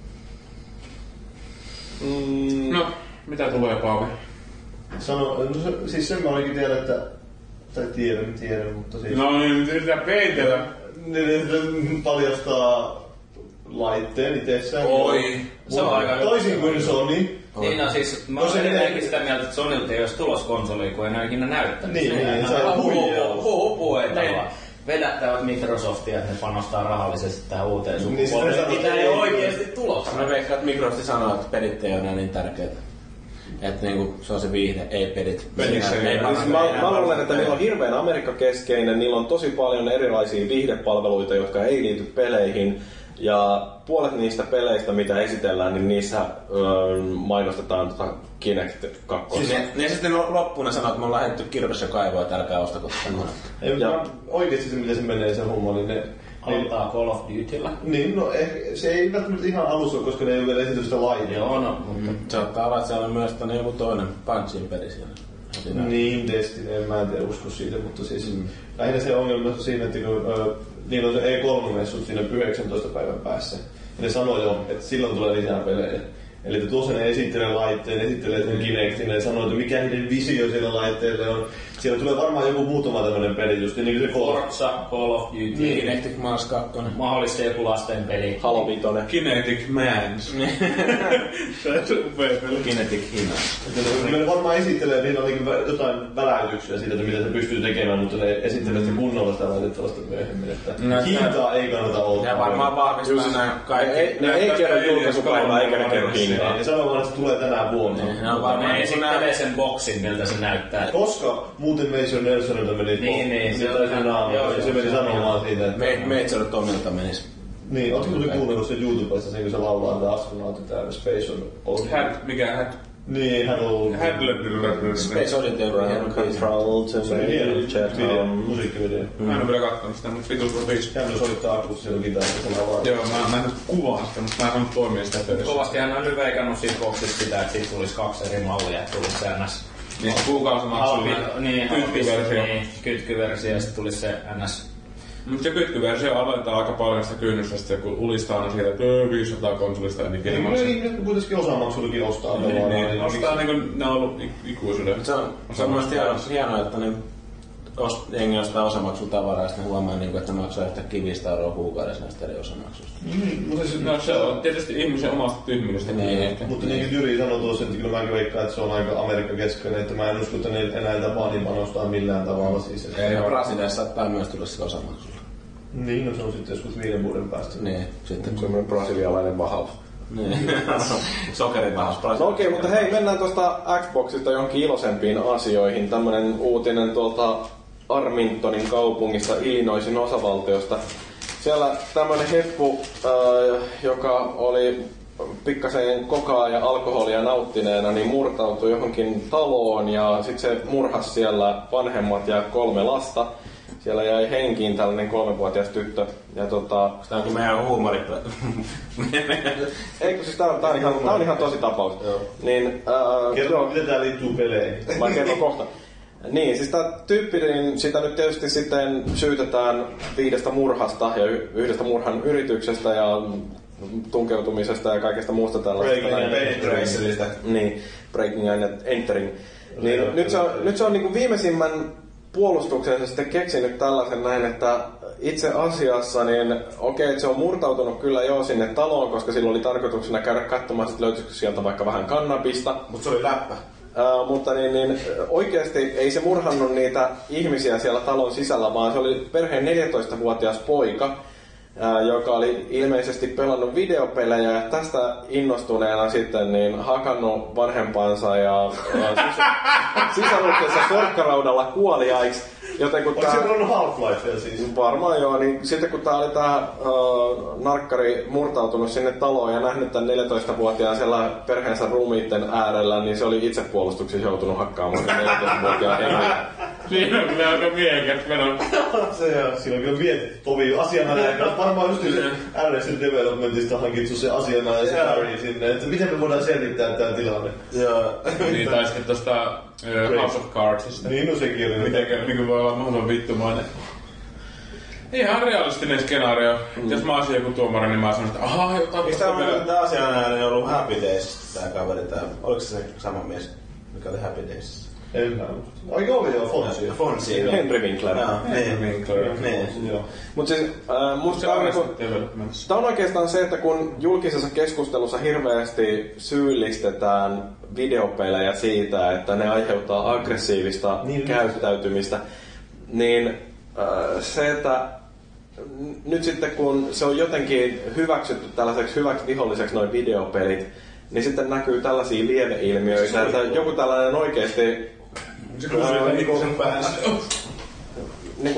Mm. No, mitä tulee, Paavi? Sano, no se, siis sen mä olinkin tiedä, että... Tai tiedän, tiedän, mutta siis... No niin, nyt yritetään peitellä. Niin, paljastaa laitteen itsessään. Oi! Se on aika toisin kuin Sony. Niin, no siis mä oon edelleenkin sitä mieltä, että Sonylta ei olisi tuloskonsoli, kun en ole ikinä näyttänyt. Niin, niin, se on huijaus. Huupuetella. Vedättävät Microsoftia, että ne panostaa rahallisesti tähän uuteen sukupuoleen. Mitä ei ole oikeesti tulossa. Mä veikkaan, että Microsoft sanoo, että pelit ei ole enää niin tärkeitä. Että niinku se on se viihde, ei pelit. Pelissä ei. Siis mä, mä luulen, että niillä on hirveän Amerikka-keskeinen, niillä on tosi paljon erilaisia viihdepalveluita, jotka ei liity peleihin. Ja puolet niistä peleistä, mitä esitellään, niin niissä öö, mainostetaan tota Kinect kaksi. Siis ne, ne sitten loppuun sanoo, että me ollaan lähdetty kirvessä kaivoa, että älkää ostako tätä. Ei, ja oikeesti se, miten se menee se homma, niin ne... Aloittaa Call of Dutylla. Niin, no eh, se ei välttämättä ihan alussa, koska ne ei ole vielä esitystä lainaa. Joo, no, mutta... Mm. Se ottaa olla, että siellä on myös tänne joku toinen Bungiin peli siellä. Siinä. Niin, Destiny, en mä en tiedä usko siitä, mutta siis... Mm. Lähinnä se ongelma on siinä, että kun ö, niillä on se E kolme-messut siinä yhdeksäntoista päivän päässä. Ja ne sanoo jo, että silloin tulee lisää pelejä. Eli että tuossa ne esittelee laitteen, esittelee sen Kinectin ja sanoo, että mikä niiden visio siellä laitteelle on. Siellä tulee varmaan joku muutama tämmönen peli, just niin kuin se Forza, Call of Duty, niin. Kinetic Mars kaksi. Mahdollisesti joku lasten peli. Halo vitonen. Kinetic Mans. Se on upea peli. Kinetic Hina. Kyllä ne varmaan esittelee, että niillä on jotain väläytyksiä siitä, että mitä se pystyy tekemään, mutta ne esittelee sitä kunnolla sitä laitettavasta myöhemmin. Että hintaa ei kannata olla. Ja varmaan vahvistaa nämä kaikki. Ne ei kerro julkaisupäivää eikä ne kerro hintaa. Ne sanoo vaan, että se tulee tänään vuonna. Ne esittelee sen boksin, miltä se näyttää. Koska muuten Major Nelsonilta meni niin, niin, se, se, se meni sanomaan siitä, että... Major Tomilta menis. Niin, ootko muuten kuunnellut sen YouTubesta sen, kun se laulaa, että astronautit täällä Space on... Had, mikä had? Niin, hän on ollut... Had Space Oddity on hieno Control to se on hieno video, musiikkivideo. Mä en ole vielä kattonut sitä, mutta vitus on viisi. Hän soittaa akustisella kitarilla, se laulaa. Joo, mä oon nähnyt kuvaa sitä, mutta mä en saanut toimia sitä pöydässä. Kovasti hän on nyt veikannut siitä boksista sitä, että siitä tulisi kaksi eri mallia, että tulisi se N S... Niin, kuukausimaksullinen niin, kytkyversio. Niin, kytkyversio ja sitten tulisi se N S Mutta se kytkyversio alentaa aika paljon sitä kynnystä, sitten kun ulistaa aina siitä, että viisisataa konsolista niin ikinä maksaa. Niin, nyt kuitenkin osamaksullakin ostaa. Niin, niin, ostaa niin kuin ne on ollut ikuisuuden. Se on, se on mielestäni hienoa, hienoa, että ne os, jengi ostaa osamaksulla tavaraa ja sitten huomaa, niin kuin, että ne maksaa yhtäkkiä viisi euroa kuukaudessa näistä eri osamaksusta. Mm, mutta se, no se on tietysti ihmisen omasta tyhmyydestä. Niin. Mutta niin kuin Jyri sanoi tuossa, että kyllä mäkin veikkaan, että se on aika Amerikka-keskeinen, että mä en usko, että ne enää niitä vaadin panostaa millään tavalla. Siis, että... Ei, Brasiliassa saattaa myös tulla sillä osamaksulla. Niin, no se on sitten joskus viiden vuoden päästä. Niin, sitten semmoinen brasilialainen vahaus. Niin. Sokeripahas. No okei, okay, mutta hei, mennään tuosta Xboxista johonkin iloisempiin asioihin. Tämmönen uutinen tuolta Armintonin kaupungista Illinoisin osavaltiosta. Siellä tämmönen heppu, äh, joka oli pikkasen kokaa ja alkoholia nauttineena, niin murtautui johonkin taloon ja sitten se murhasi siellä vanhemmat ja kolme lasta. Siellä jäi henkiin tällainen kolmevuotias tyttö. Ja tota... Tämä onkin meidän huumori. Eikö siis tää on, tää on, ihan, tää on ihan tosi tapaus. Niin, äh, kerro, miten tää liittyy peleihin. Mä kerron kohta. Niin, siis tää tyyppi, niin sitä nyt tietysti sitten syytetään viidestä murhasta ja yhdestä murhan yrityksestä ja tunkeutumisesta ja kaikesta muusta tällaista. Breaking and entering. Niin, breaking and entering. Niin, nyt se on, nyt se on niinku viimeisimmän puolustuksensa sitten keksinyt tällaisen näin, että itse asiassa niin okei, että se on murtautunut kyllä jo sinne taloon, koska sillä oli tarkoituksena käydä katsomaan, että löytyisikö sieltä vaikka vähän kannabista. Mutta se oli läppä. Uh, mutta niin, niin, oikeasti ei se murhannut niitä ihmisiä siellä talon sisällä, vaan se oli perheen neljätoistavuotias poika, uh, joka oli ilmeisesti pelannut videopelejä ja tästä innostuneena sitten niin hakannut vanhempansa ja uh, sis- sisaruksensa sorkkaraudalla kuoliaiksi. Joten kun onko tää... se on Half-Life siis? Varmaan joo, niin sitten kun tää oli tää uh, narkkari murtautunut sinne taloon ja nähnyt tän neljätoistavuotiaan siellä perheensä ruumiitten äärellä, niin se oli itsepuolustuksessa joutunut hakkaamaan neljätoistavuotiaan hengiä. Siinä on kyllä aika miehekäs meno. Se on, siinä on kyllä mietitty tovi asianajaja. Varmaan just se Arrested Developmentista hankittu se asianajaja se Harry sinne, että miten me voidaan selvittää tää tilanne. Joo. Niin, tai sitten tosta uh, House of Cardsista. Niin, no sekin oli. Miten niin voi olla mahdollisimman vittumainen. Ihan realistinen skenaario. Mm. Jos mä olisin joku tuomari, niin mä sanoin, että ahaa, jotain... Mistä on muuten tää asianajaja ollut Happy Days, tää kaveri tää? Oliko se se sama mies, mikä oli Happy Days? En mä muista. Ai joo, joo, Fonsi. Fonsi. Henry Winkler. Niin, Winkler. Niin. Joo. Mut siis, äh, musta tää on, niinku, tää on oikeastaan se, että kun julkisessa keskustelussa hirveästi syyllistetään videopelejä siitä, että ne aiheuttaa aggressiivista niin, käyttäytymistä, niin äh, se, että nyt sitten kun se on jotenkin hyväksytty tällaiseksi hyväksi viholliseksi noin videopelit, niin sitten näkyy tällaisia lieveilmiöitä, että joku tällainen oikeesti äh, niinku sen päässä. Niinku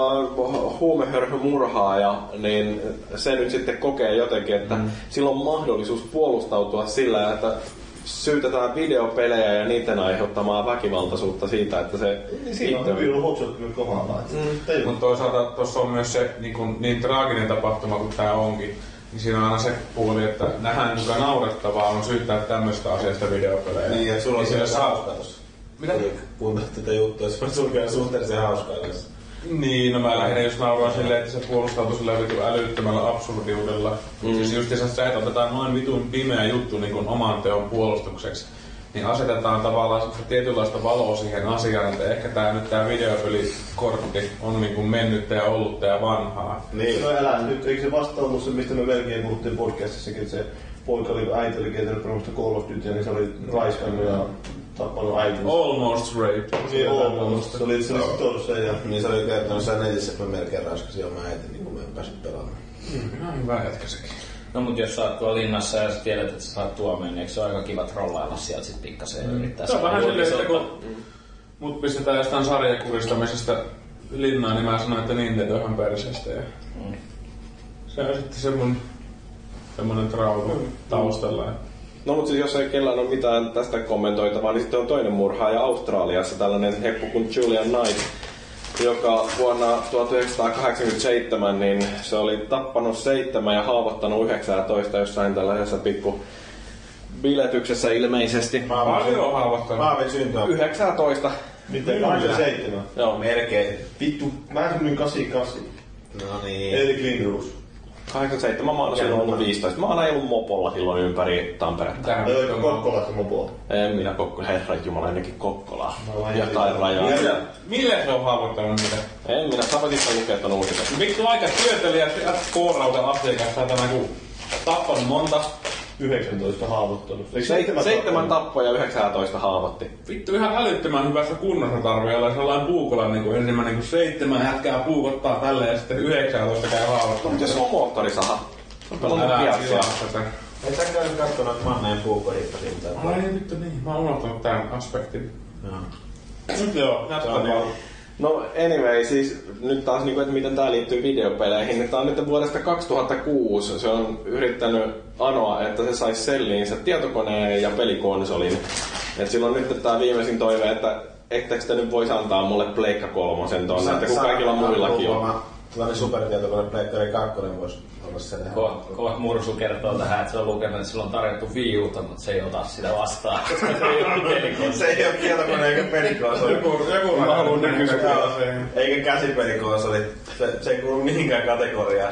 uh, huumehörhymurhaaja, niin se nyt sitten kokee jotenkin, että mm. sillä on mahdollisuus puolustautua sillä, että syytetään videopelejä ja niiden aiheuttamaa väkivaltaisuutta siitä, että se... Niin siinä on hyvin ollut hoksottu nyt kohdallaan. Mm. Mutta toisaalta tuossa on myös se niin, kun, niin traaginen tapahtuma kuin tämä onkin. Niin siinä on aina se puoli, että nähdään kuinka naurettavaa on syyttää tämmöistä asiasta videopelejä. Niin, ja sulla on niin se hauskaa tossa. Mitä? Kuuntelit tätä juttua, se on sulkeen suhteellisen hauskaa tässä. Niin, no mä lähinnä just nauroin silleen, että se puolustautui silleen vitun älyttömällä absurdiudella. Mm. Siis just se, että otetaan noin vitun pimeä juttu niin kuin oman teon puolustukseksi, niin asetetaan tavallaan tietynlaista valoa siihen asiaan, että ehkä tää nyt tää videopelikortti on niin kuin mennyttä ja ollutta ja vanhaa. Niin. No älä nyt, eikö se vasta ollut se, mistä me melkein puhuttiin podcastissakin, että se poika oli, äiti oli kehittänyt perustaa Call of Duty, niin se oli raiskannut ja tappanut äitinsä. Almost rape. Niin, almost. Se oli, se oli sitonut sen ja... Niin se oli kertonut sen netissä, että mä melkein raiskasin omaa äiti, niin kun mä en päässyt pelaamaan. Mm, no hyvä jätkä sekin. No mut jos sä oot tuolla linnassa ja sä tiedät, että sä saat tuomion, niin eikö se ole aika kiva trollailla sieltä sit pikkasen ja yrittää saada vähän silleen, että kun mut pistetään jostain sarjakuristamisesta linnaan, niin mä sanon, että niin teet ihan perseestä. Ja mm. Se on sitten semmonen, semmonen trauma mm. taustalla. No mutta siis jos ei kellään ole mitään tästä kommentoitavaa, niin sitten on toinen murhaaja Australiassa, tällainen heppu kuin Julian Knight, joka vuonna tuhatyhdeksänsataakahdeksankymmentäseitsemän niin se oli tappanut seitsemän ja haavoittanut yhdeksäntoista jossain tällaisessa pikku biletyksessä ilmeisesti. Paljon haavoittanut. Maavin syntyä. yhdeksäntoista. Miten? kahdeksankymmentäseitsemän? Joo. Melkein. Vittu, mä synnyin kahdeksankymmentäkahdeksan. No niin. Eli Clean Rules. kahdeksankymmentäseitsemän mä oon silloin ollut viisitoista. Mä oon ajellut mopolla silloin ympäri Tamperetta. Ajoitko Kokkolasta mopoa? En minä Kokkola, herran jumala, ennenkin Kokkolaa. Jotain rajaa. Millä se on haavoittanut niitä? En minä, sapatista lukea ton uutisen. Vittu aika työtelijät K-rauta asiakassa tänään kun tappanut monta. yhdeksäntoista haavoittanut. Seitsemän, seitsemän tappoa ja yhdeksäntoista haavoitti. Vittu ihan älyttömän hyvässä kunnossa tarvii olla sellainen puukolla niin kuin ensimmäinen kuin seitsemän jätkää puukottaa tälleen ja sitten yhdeksäntoista käy haavoittaa. Mutta se on moottorisaha. Se on pelannut piatsia. Et sä käy kattonut Manneen puukohittasia mitään? Ai vittu niin, mä oon unohtanut tän aspektin. Joo. Nyt joo, jatka niin. No anyway, siis nyt taas niinku, että miten tää liittyy videopeleihin, niin tää on nyt vuodesta kaksituhattakuusi. Se on yrittänyt anoa, että se saisi selliinsä tietokoneen ja pelikonsolin. Et silloin nyt tää viimeisin toive, että etteikö te nyt vois antaa mulle Pleikka kolmosen tonne, että kun kaikilla muillakin on. Tällainen supertietokone Pleikkari kakkonen voisi olla sen. Kovat Mursu kertoo tähän, että se on lukenut, että sillä on tarjottu Wii Uta, mutta se ei ota sitä vastaan, koska se ei ole pelikonsoli. Se ei ole tietokone eikä pelikonsoli. Joku, joku mä haluun nykyisellä. Eikä käsipelikonsoli. Se, se ei kuulu mihinkään kategoriaan.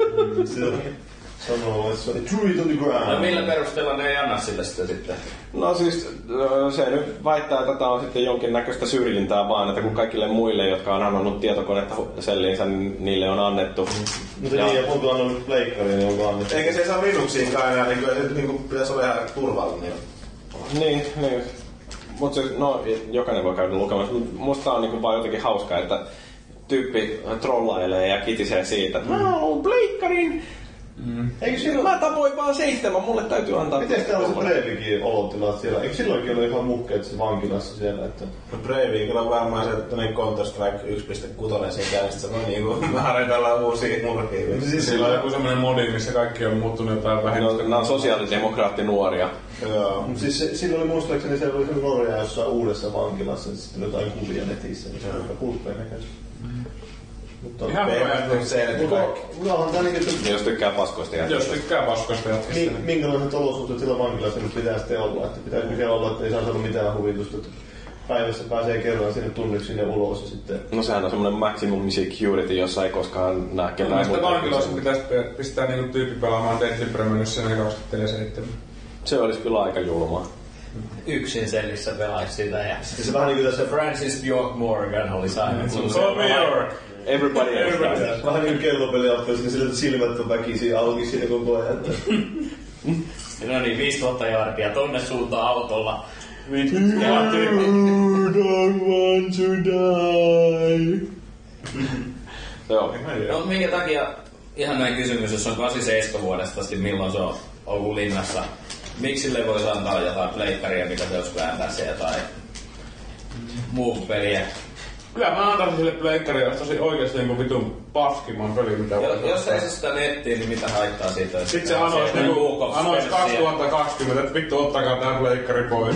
Sanoo, että se oli true it on the ground. No millä perusteella ne ei anna sille sitä sitten? No siis se nyt väittää, että tämä on sitten jonkinnäköistä syrjintää vaan, että kun kaikille muille, jotka on annanut tietokonetta selliinsä, niin niille on annettu. Mutta ja... niin, ja kun on annanut pleikkariin, niin onko annettu? Eikä se saa Linuxiinkaan enää, niin kyllä se niin pitäisi olla ihan turvallinen. Niin, niin. Mutta siis, no, jokainen voi käydä lukemassa. Musta on niinku vaan jotenkin hauskaa, että tyyppi trollailee ja kitisee siitä, että mä oon pleikkarin. Mm. Eikö silloin? Mä tapoin vaan seitsemän, mulle täytyy antaa. Miten täällä on se Breivikin olotilat siellä? Eikö silloinkin ole ihan muhkeet se vankilassa siellä? Että... No Breivik on varmaan se tämmönen Counter-Strike yksi piste kuusi siinä käynnissä. No niinku, me harjoitellaan uusia murhia. Siis sillä on joku semmonen modi, missä kaikki on muuttunut jotain vähemmistä. No, nää on sosiaalidemokraatti nuoria. Joo. Mut siis se, silloin oli muistaakseni siellä oli se Norja jossain uudessa vankilassa, niin sitten oli jotain kuvia netissä, niin se on aika pulppeen näköistä. Mutta ihan hyvä seinät ja kaikki. Niin jos tykkää paskoista jätkistä. Jos tykkää paskoista jätkistä. Minkälaiset olosuhteet sillä vankilassa nyt pitää sitten olla? Että pitäisikö siellä olla, että ei saa saada mitään huvitusta? Päivässä pääsee kerran sinne tunniksi sinne ulos ja sitten... No sehän on semmonen maximum security, jossa ei koskaan näe ketään muuta. Mielestäni vankilassa pitäisi pistää niinku tyyppi pelaamaan Deadly Premonition kaksikymmentäneljä. Se olisi kyllä aika julmaa. Yksin sellissä pelaisi sitä ja... Sitten se vähän niinku tässä... Francis Bjork Morgan oli Simon. Come here! Everybody else. Vähän niinku kellopelialppia, sillä että silmät on väkisiä auki siinä koko ajan. No niin, viisituhatta jaardia tonne suuntaan autolla. You don't want to die. Joo. No minkä takia, ihan näin kysymys, jos on kahdeksankymmentäseitsemän vuodesta asti, milloin se on ollut linnassa. Miksi sille voisi antaa jotain pleikkaria, mikä se olisi vääntää se jotain muu peliä? Kyllä mä antaisin sille pleikkaria, jos tosi oikeesti niinku vitun paskimman peli, mitä jo, voi. Jos ei se sitä nettiin, niin mitä haittaa siitä? Sitten se anois niinku, anois kaksituhattakaksikymmentä, että vittu ottakaa tää pleikkari pois.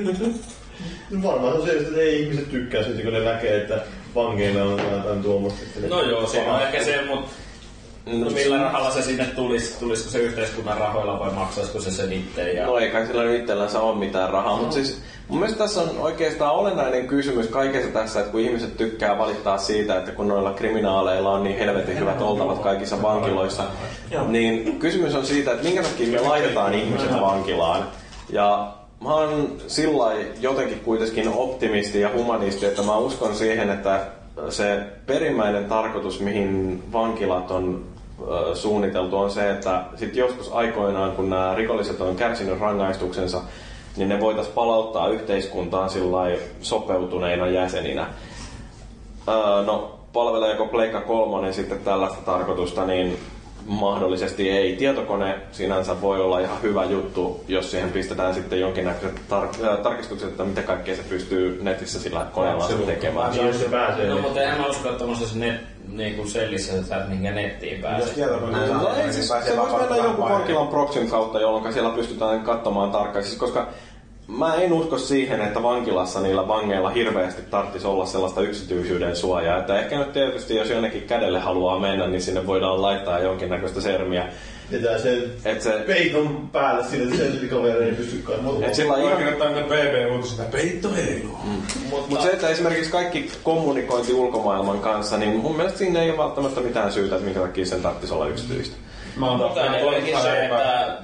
No varmaan se on se, että ei ihmiset tykkää siitä, kun ne näkee, että vangeilla on jotain tuommoista. No joo, siinä on ehkä se, mutta no millä rahalla se sinne tulisi? Tulisiko se yhteiskunnan rahoilla vai maksaisiko se sen itteen? Ja... No ei kai sillä itsellänsä ole mitään rahaa, no. Mutta siis mun mielestä tässä on oikeastaan olennainen kysymys kaikessa tässä, että kun ihmiset tykkää valittaa siitä, että kun noilla kriminaaleilla on niin helvetin hyvät oltavat kaikissa vankiloissa, niin kysymys on siitä, että minkä takia me laitetaan ihmiset vankilaan. Ja mä oon sillai jotenkin kuitenkin optimisti ja humanisti, että mä uskon siihen, että se perimmäinen tarkoitus, mihin vankilat on ö, suunniteltu, on se, että sit joskus aikoinaan, kun nämä rikolliset on kärsinyt rangaistuksensa, niin ne voitaisiin palauttaa yhteiskuntaan sillai sopeutuneina jäseninä. Öö, no, palveleeko Pleikka kolmonen sitten tällaista tarkoitusta, niin mahdollisesti ei. Tietokone sinänsä voi olla ihan hyvä juttu, jos siihen pistetään sitten jonkinnäköiset tar- tarkistukset, että mitä kaikkea se pystyy netissä sillä koneella tekemään. Niin, jos se pääsee. No, mutta en mä usko, että tommosessa net, niin sellissä, että minkä nettiin pääsee. Jos tietokone saa, no, niin siis, pääsee se voisi mennä jonkun vaiheessa. vankilan proxyn kautta, jolloin siellä pystytään katsomaan tarkkaan. Siis koska mä en usko siihen, että vankilassa niillä vangeilla hirveästi tarvitsisi olla sellaista yksityisyyden suojaa. Että ehkä nyt tietysti, jos jonnekin kädelle haluaa mennä, niin sinne voidaan laittaa jonkinnäköistä sermiä. Jätään sen et se peiton päälle sille, että selvikaveri ei pysty katsomaan. Et sillä on ihan kirjoittaa niitä P B-uutista, peitto heiluu. Mm. Mutta Mut se, että esimerkiksi kaikki kommunikointi ulkomaailman kanssa, niin mun mielestä siinä ei ole välttämättä mitään syytä, että minkä takia sen tarvitsisi olla yksityistä. Mä oon mutta edelleenkin se, että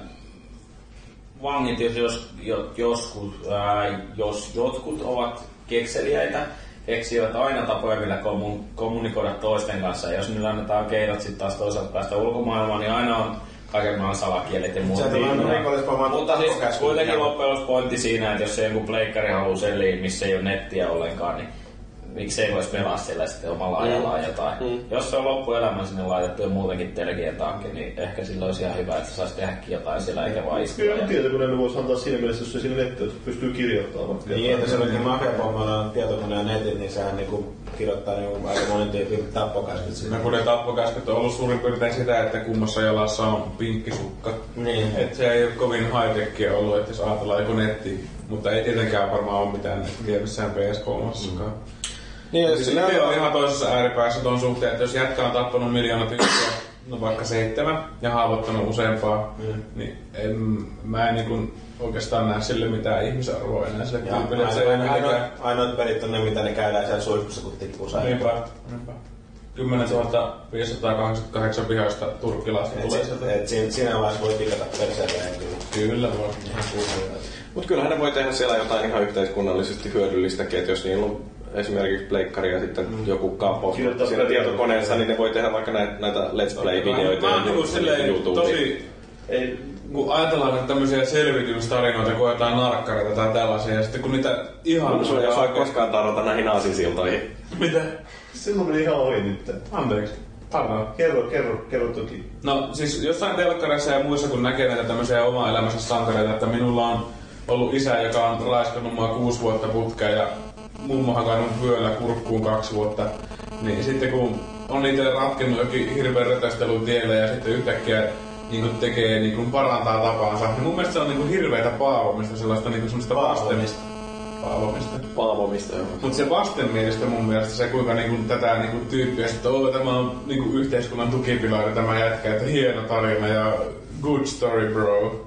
vangit, jos, jos, joskus, ää, jos jotkut ovat kekseliäitä, keksivät aina tapoja, millä kommunikoida toisten kanssa. Ja jos niillä annetaan keinot sitten taas toisaalta päästä ulkomaailmaan, niin aina on kaiken maan salakielet ja muuta. Mutta siis kuitenkin loppujen lopuksi pointti siinä, että jos se joku pleikkari haluaa selliin, missä ei ole nettiä ollenkaan, niin miksei voisi pelaa siellä sitten omalla mm. ajallaan jotain. Mm. Jos se on loppuelämän sinne laitettu ja muutenkin telkien taakse, niin ehkä silloin olisi ihan hyvä, että saisi tehdäkin jotain siellä eikä vaan istua. Kyllä tietokoneen voisi antaa siinä mielessä, jos se siinä netti pystyy kirjoittamaan. Niin, että silloinkin mafiapommalla on tietokoneen ja netin, niin sehän niinku kirjoittaa niinku aika monen tyypin tappokäskyt. No kun ne tappokäskyt on ollut suurin piirtein sitä, että kummassa jalassa on pinkkisukka. Niin. Että se ei ole kovin high-techia ollut, että jos ajatellaan joku netti. Mutta ei tietenkään varmaan ole mitään nettiä missään P S kolmossakaan. Mm. Niin, jos siis ne on ihan toisessa ääripäässä tuon suhteen, että jos jätkä on tappanut miljoona tykkiä, no vaikka seitsemän, ja haavoittanut useampaa, mm. niin en, mä en niin oikeastaan näe sille mitään ihmisarvoa enää sille tyypille. Ainoat pelit on ne, mitä ne käydään siellä suihkussa, kun tippuu saa. Niinpä, niinpä. kymmenentuhatta viisisataakahdeksankymmentäkahdeksan vihaista turkkilaista tulee sieltä. Et siinä vaiheessa voi tikata perseelleen kyllä. Kyllä voi. Mut kyllähän ne voi tehdä siellä jotain ihan yhteiskunnallisesti hyödyllistäkin, että jos niillä on esimerkiksi pleikkari ja sitten mm. joku kaappaus siinä tietokoneessa, niin ne voi tehdä vaikka näitä, näitä Let's Play-videoita ja YouTubea. Ei, kun ajatellaan että tämmöisiä selvitystarinoita, kun jotain narkkareita tai tällaisia, ja sitten kun niitä ihan... Kun sun ei osaa koskaan tarvita näihin aasinsiltoihin. Mitä? Silloin meni ihan ohi nyt. Anteeksi. Pardon. Kerro, kerro, kerro toki. No siis jossain telkkareissa ja muissa, kun näkee näitä tämmöisiä oma elämänsä sankareita, että minulla on ollut isä, joka on raiskannut mua kuusi vuotta putkeen ja mummo hakannut vyöllä kurkkuun kaksi vuotta, niin sitten kun on niitä ratkennut jokin hirveän rötöstelun tielle ja sitten yhtäkkiä niin tekee, niin parantaa tapaansa, niin mun mielestä se on niin hirveätä paavomista, sellaista niin semmoista vastemista. Paavomista. Paavomista, joo. Mutta se vastenmielistä mun mielestä se, kuinka niin tätä niin tyyppiä, että oh, tämä on niin yhteiskunnan tukipilari tämä jätkä, että hieno tarina ja good story bro.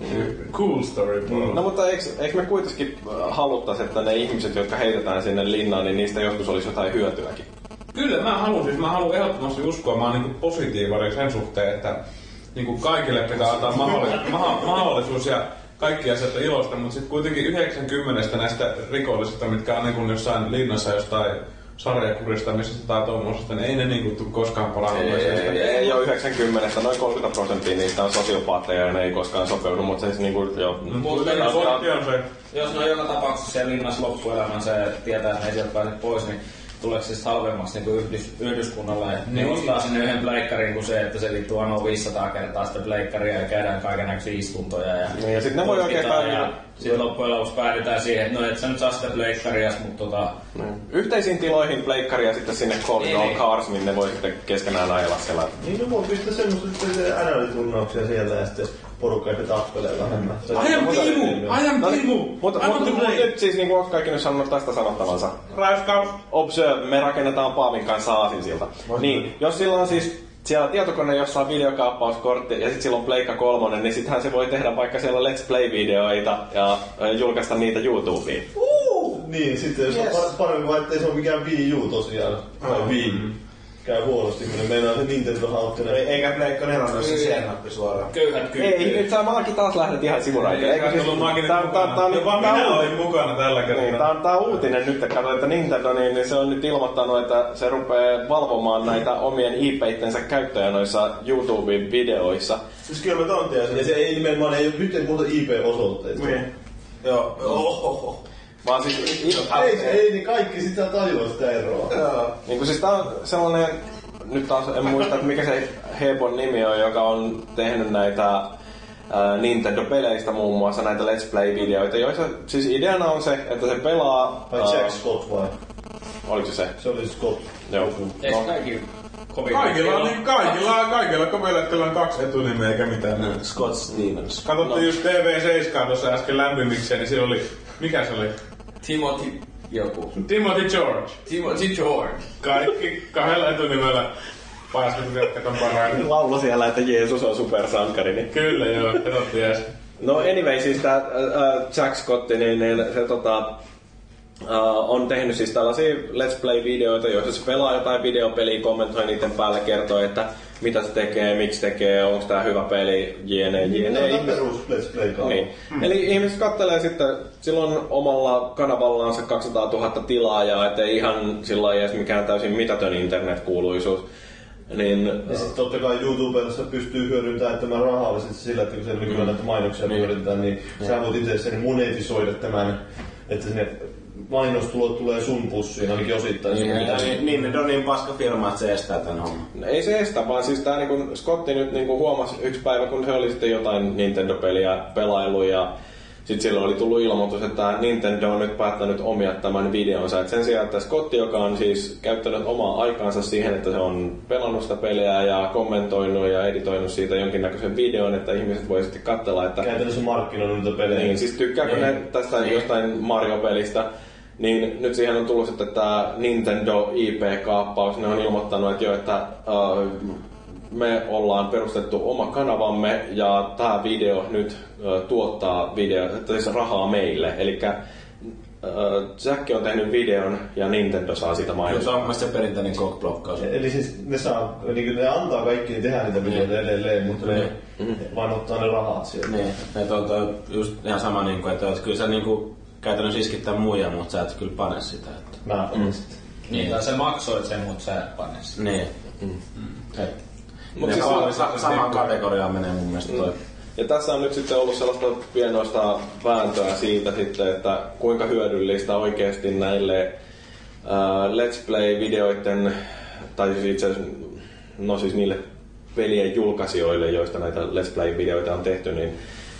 Cool story, bro. No mutta eikö, eikö me kuitenkin haluttais, että ne ihmiset, jotka heitetään sinne linnaan, niin niistä joskus olisi jotain hyötyäkin? Kyllä, mä haluan siis, mä haluan ehdottomasti uskoa, mä oon niinku positiivinen sen suhteen, että niinku kaikille pitää antaa mahdollisuus, mahdollisuus ja kaikki asiat on iloista, mutta sitten kuitenkin yhdeksänkymmentä näistä rikollisista, mitkä on niinku jossain linnassa jostain sarjakuristamisesta tai tuommoisesta, niin ei ne niinku tuu koskaan palannut. Ei, ei, ei, ei ole yhdeksänkymmentä, noin kolmekymmentä prosenttia niistä on sosiopaatteja ja ne ei koskaan sopeudu, mutta siis niinku jo... No, mutta on se. Jos ne on joka tapauksessa siellä linnassa loppuelämän, se tietää, että ne ei sieltä pääse pois, niin tuleeko siis halvemmaksi niin yhdys, yhdyskunnalle ja niin. Ne ostaa sinne yhden pleikkarin kuin se, että se vittu anoo viisisataa kertaa sitä pleikkaria ja käydään kaikennäköisiä istuntoja ja, niin, ja sitten ne voi oikeastaan... Ja sitten loppujen lopuksi päädytään siihen, että no et sä nyt saa sitä pleikkaria, mutta tota... Mm. Yhteisiin tiloihin pleikkaria ja sitten sinne Cold Gold niin, Cars, niin ne voi sitten keskenään ajella siellä. Niin no voi pistää semmoista äänitunnauksia siellä ja sitten porukka ei tappelee vähemmän. I am Timu! I am Timu! Mutta mut, mut, nyt siis niinku oot kaikki nyt sanonut tästä sanottavansa. Raiskaus! Observe, me rakennetaan Paavin kanssa aasinsilta. Niin, jos sillä on siis siellä tietokone, jossa on videokaappauskortti ja sit sillä on Pleikka kolmonen, niin sittenhän se voi tehdä vaikka siellä Let's Play-videoita ja julkaista niitä YouTubeen. Uh, niin, sitten jos yes. on paremmin vai ettei se ole mikään Wii U tosiaan. Tai mm. Wii. Käy huonosti, kun ne meinaa se Nintendo-haukkana. Eikä Pleikka nelonen ole se sielnappi suoraan. Köyhät kyykkyy. Ei, nyt sä maakin taas lähdet ihan sivuraiteille. Eikä tullut maakin mukana. Jopa minä olin mukana tällä kertaa. Tää on tää uutinen nyt, että Nintendo niin se on nyt ilmoittanut, että se rupee valvomaan näitä omien I P-ittensä käyttöjä noissa YouTuben videoissa. Siis kyllä mä ton tiedän. Ja se ei nimenomaan, ei oo nyt ei muuta I P-osoitteita. Joo. Ohoho. Vaan siis... Ei, ei, niin kaikki sitä tajua sitä eroa. Niin kuin siis tää on sellainen... Nyt taas en muista, että mikä se Hebon nimi on, joka on tehnyt näitä ää, Nintendo-peleistä muun muassa näitä Let's Play-videoita, joissa siis ideana on se, että se pelaa... Vai Jack Scott vai? Oliko se se? Se oli Scott. Joo. Eikö no. kaikki kovin... Kaikilla on niin kaikilla, kaikilla kovelettellaan kaksi etunimeä eikä mitään näin. Scott Stevens. Katsottiin no. just T V seitsemän tuossa äsken lämpimikseen, niin siinä oli... Mikä se oli? Timothy joku. Timothy George. Timothy George. Kaikki kahdella etunimellä. Paskut videot on parhain. Laulu siellä, että Jeesus on supersankari. Niin. Kyllä joo, erottiin äsken. No anyway, siis tää äh, Jack Scott, niin, niin se tota... Uh, on tehnyt siis tällaisia Let's Play-videoita, joissa se pelaa jotain videopeliä, kommentoi niiden päälle, kertoo, että mitä se tekee, miksi tekee, onko tää hyvä peli, jne, jne. Tämä on perus Let's Play-kaava. Niin. Hmm. Eli ihmiset kattelee sitten, silloin omalla kanavallaansa kaksisataatuhatta tilaajaa, ettei ihan sillä edes mikään täysin mitätön internetkuuluisuus. Niin, ja sitten totta kai YouTubessa pystyy hyödyntämään tämän rahallisesti sillä, että kun se nykyään näitä mainoksia mm. hyödyntää, niin mm. sä voit itse sen monetisoida tämän, että sinne mainostulot tulee sun pussiin ainakin osittain. Niin, niin, niin ne on niin paska firma, että se estää tän homman. Ei se estä, vaan siis tää niinku Scotti nyt niinku huomasi yksi päivä, kun se oli sitten jotain Nintendo-peliä pelailu ja sitten silloin oli tullut ilmoitus, että Nintendo on nyt päättänyt omia tämän videonsa. Et sen sijaan, että Scotti, joka on siis käyttänyt omaa aikaansa siihen, että se on pelannut sitä peliä ja kommentoinut ja editoinut siitä jonkinnäköisen videon, että ihmiset voi sitten katsella, että... Käytännössä markkinoinut niitä pelejä. Niin, siis tykkääkö ne tästä niin. jostain Mario-pelistä. Niin nyt siihen on tullut sitten tämä Nintendo I P-kaappaus. Ne on ilmoittanut, että jo, että uh, me ollaan perustettu oma kanavamme ja tämä video nyt uh, tuottaa video, että siis rahaa meille. Elikkä uh, Jack on tehnyt videon ja Nintendo saa sitä mainostaa. Se on mielestäni se perinteinen cockblokkaus. Eli siis ne, saa, niin ne antaa kaikkiin tehdä niitä videoita edelleen, mutta ne mm-hmm. vaan ottaa ne rahat sieltä. Niin, että on just ihan sama, niin kuin, että kyllä sä niin kuin, käytännössä iskittää muija, mutta sä et kyllä pane sitä. Että... Mä panen mm. sitä. Niin, tai sä maksoit sen, mutta sä et pane sitä. Niin. Mm. Mm. Mutta siis on, sa- samaan kategoriaan menee mun mielestä toi. Mm. Ja tässä on nyt sitten ollut sellaista pienoista vääntöä siitä sitten, että kuinka hyödyllistä oikeasti näille uh, Let's Play-videoiden, tai siis itse asiassa, no siis niille pelien julkaisijoille, joista näitä Let's Play-videoita on tehty, niin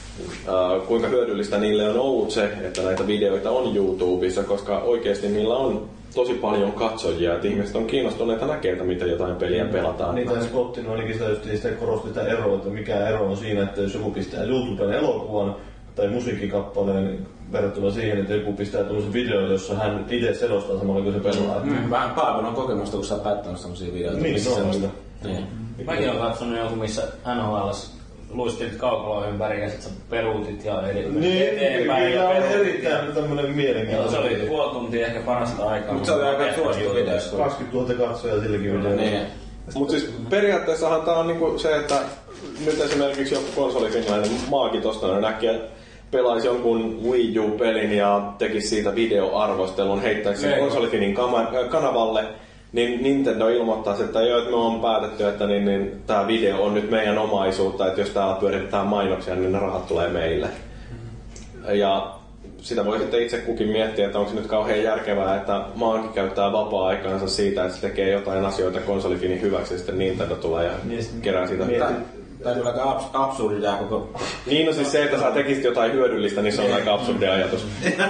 Uh, kuinka hyödyllistä niille on ollut se, että näitä videoita on YouTubessa, koska oikeasti niillä on tosi paljon katsojia, että ihmiset on kiinnostuneita näkemään, miten jotain peliä pelataan. Niin, tai Scottin ainakin sitä, just, sitä korosti sitä eroa, että mikä ero on siinä, että jos joku pistää YouTuben elokuvan tai musiikkikappaleen verrattuna siihen, että joku pistää tuollaisen videon, jossa hän itse selostaa samalla kuin se pelaa. Mm, vähän paljon on kokemusta, kun sä oot päättänyt sellaisia videoita. Niin, se on sitä. Niin. Mäkin olen katsonut joku, missä N H L luistelit kaukaloa ympäri ja sit sä peruutit ja eli niin, eteenpäin. Niin, kyllä on erittäin tämmönen mielenkiintoinen. Se oli puoli tuntia ehkä parasta aikaa. Mutta se oli aika suosittu video. kaksikymmentätuhatta katsojaa silläkin videolla. Niin. Mutta siis periaatteessahan tää on niinku se, että nyt esimerkiksi joku konsolifinainen maakin tosta näkee, pelaisi jonkun Wii U-pelin ja tekisi siitä videoarvostelun, heittäisi sen konsolifinin kanavalle. Niin Nintendo ilmoittaa, että joo, että me on päätetty, että niin, niin, tämä video on nyt meidän omaisuutta, että jos täällä pyöritetään mainoksia, niin ne rahat tulee meille. Mm-hmm. Ja sitä voi sitten itse kukin miettiä, että onko se nyt kauhean järkevää, että maankin käyttää vapaa-aikaansa siitä, että se tekee jotain asioita konsolifinin hyväksi, ja sitten Nintendo tulee ja niin, kerää siitä. Tai kyllä aika abs- absurdia koko... Niin, no siis se, että sä tekisit jotain hyödyllistä, niin se on aika absurdi ajatus.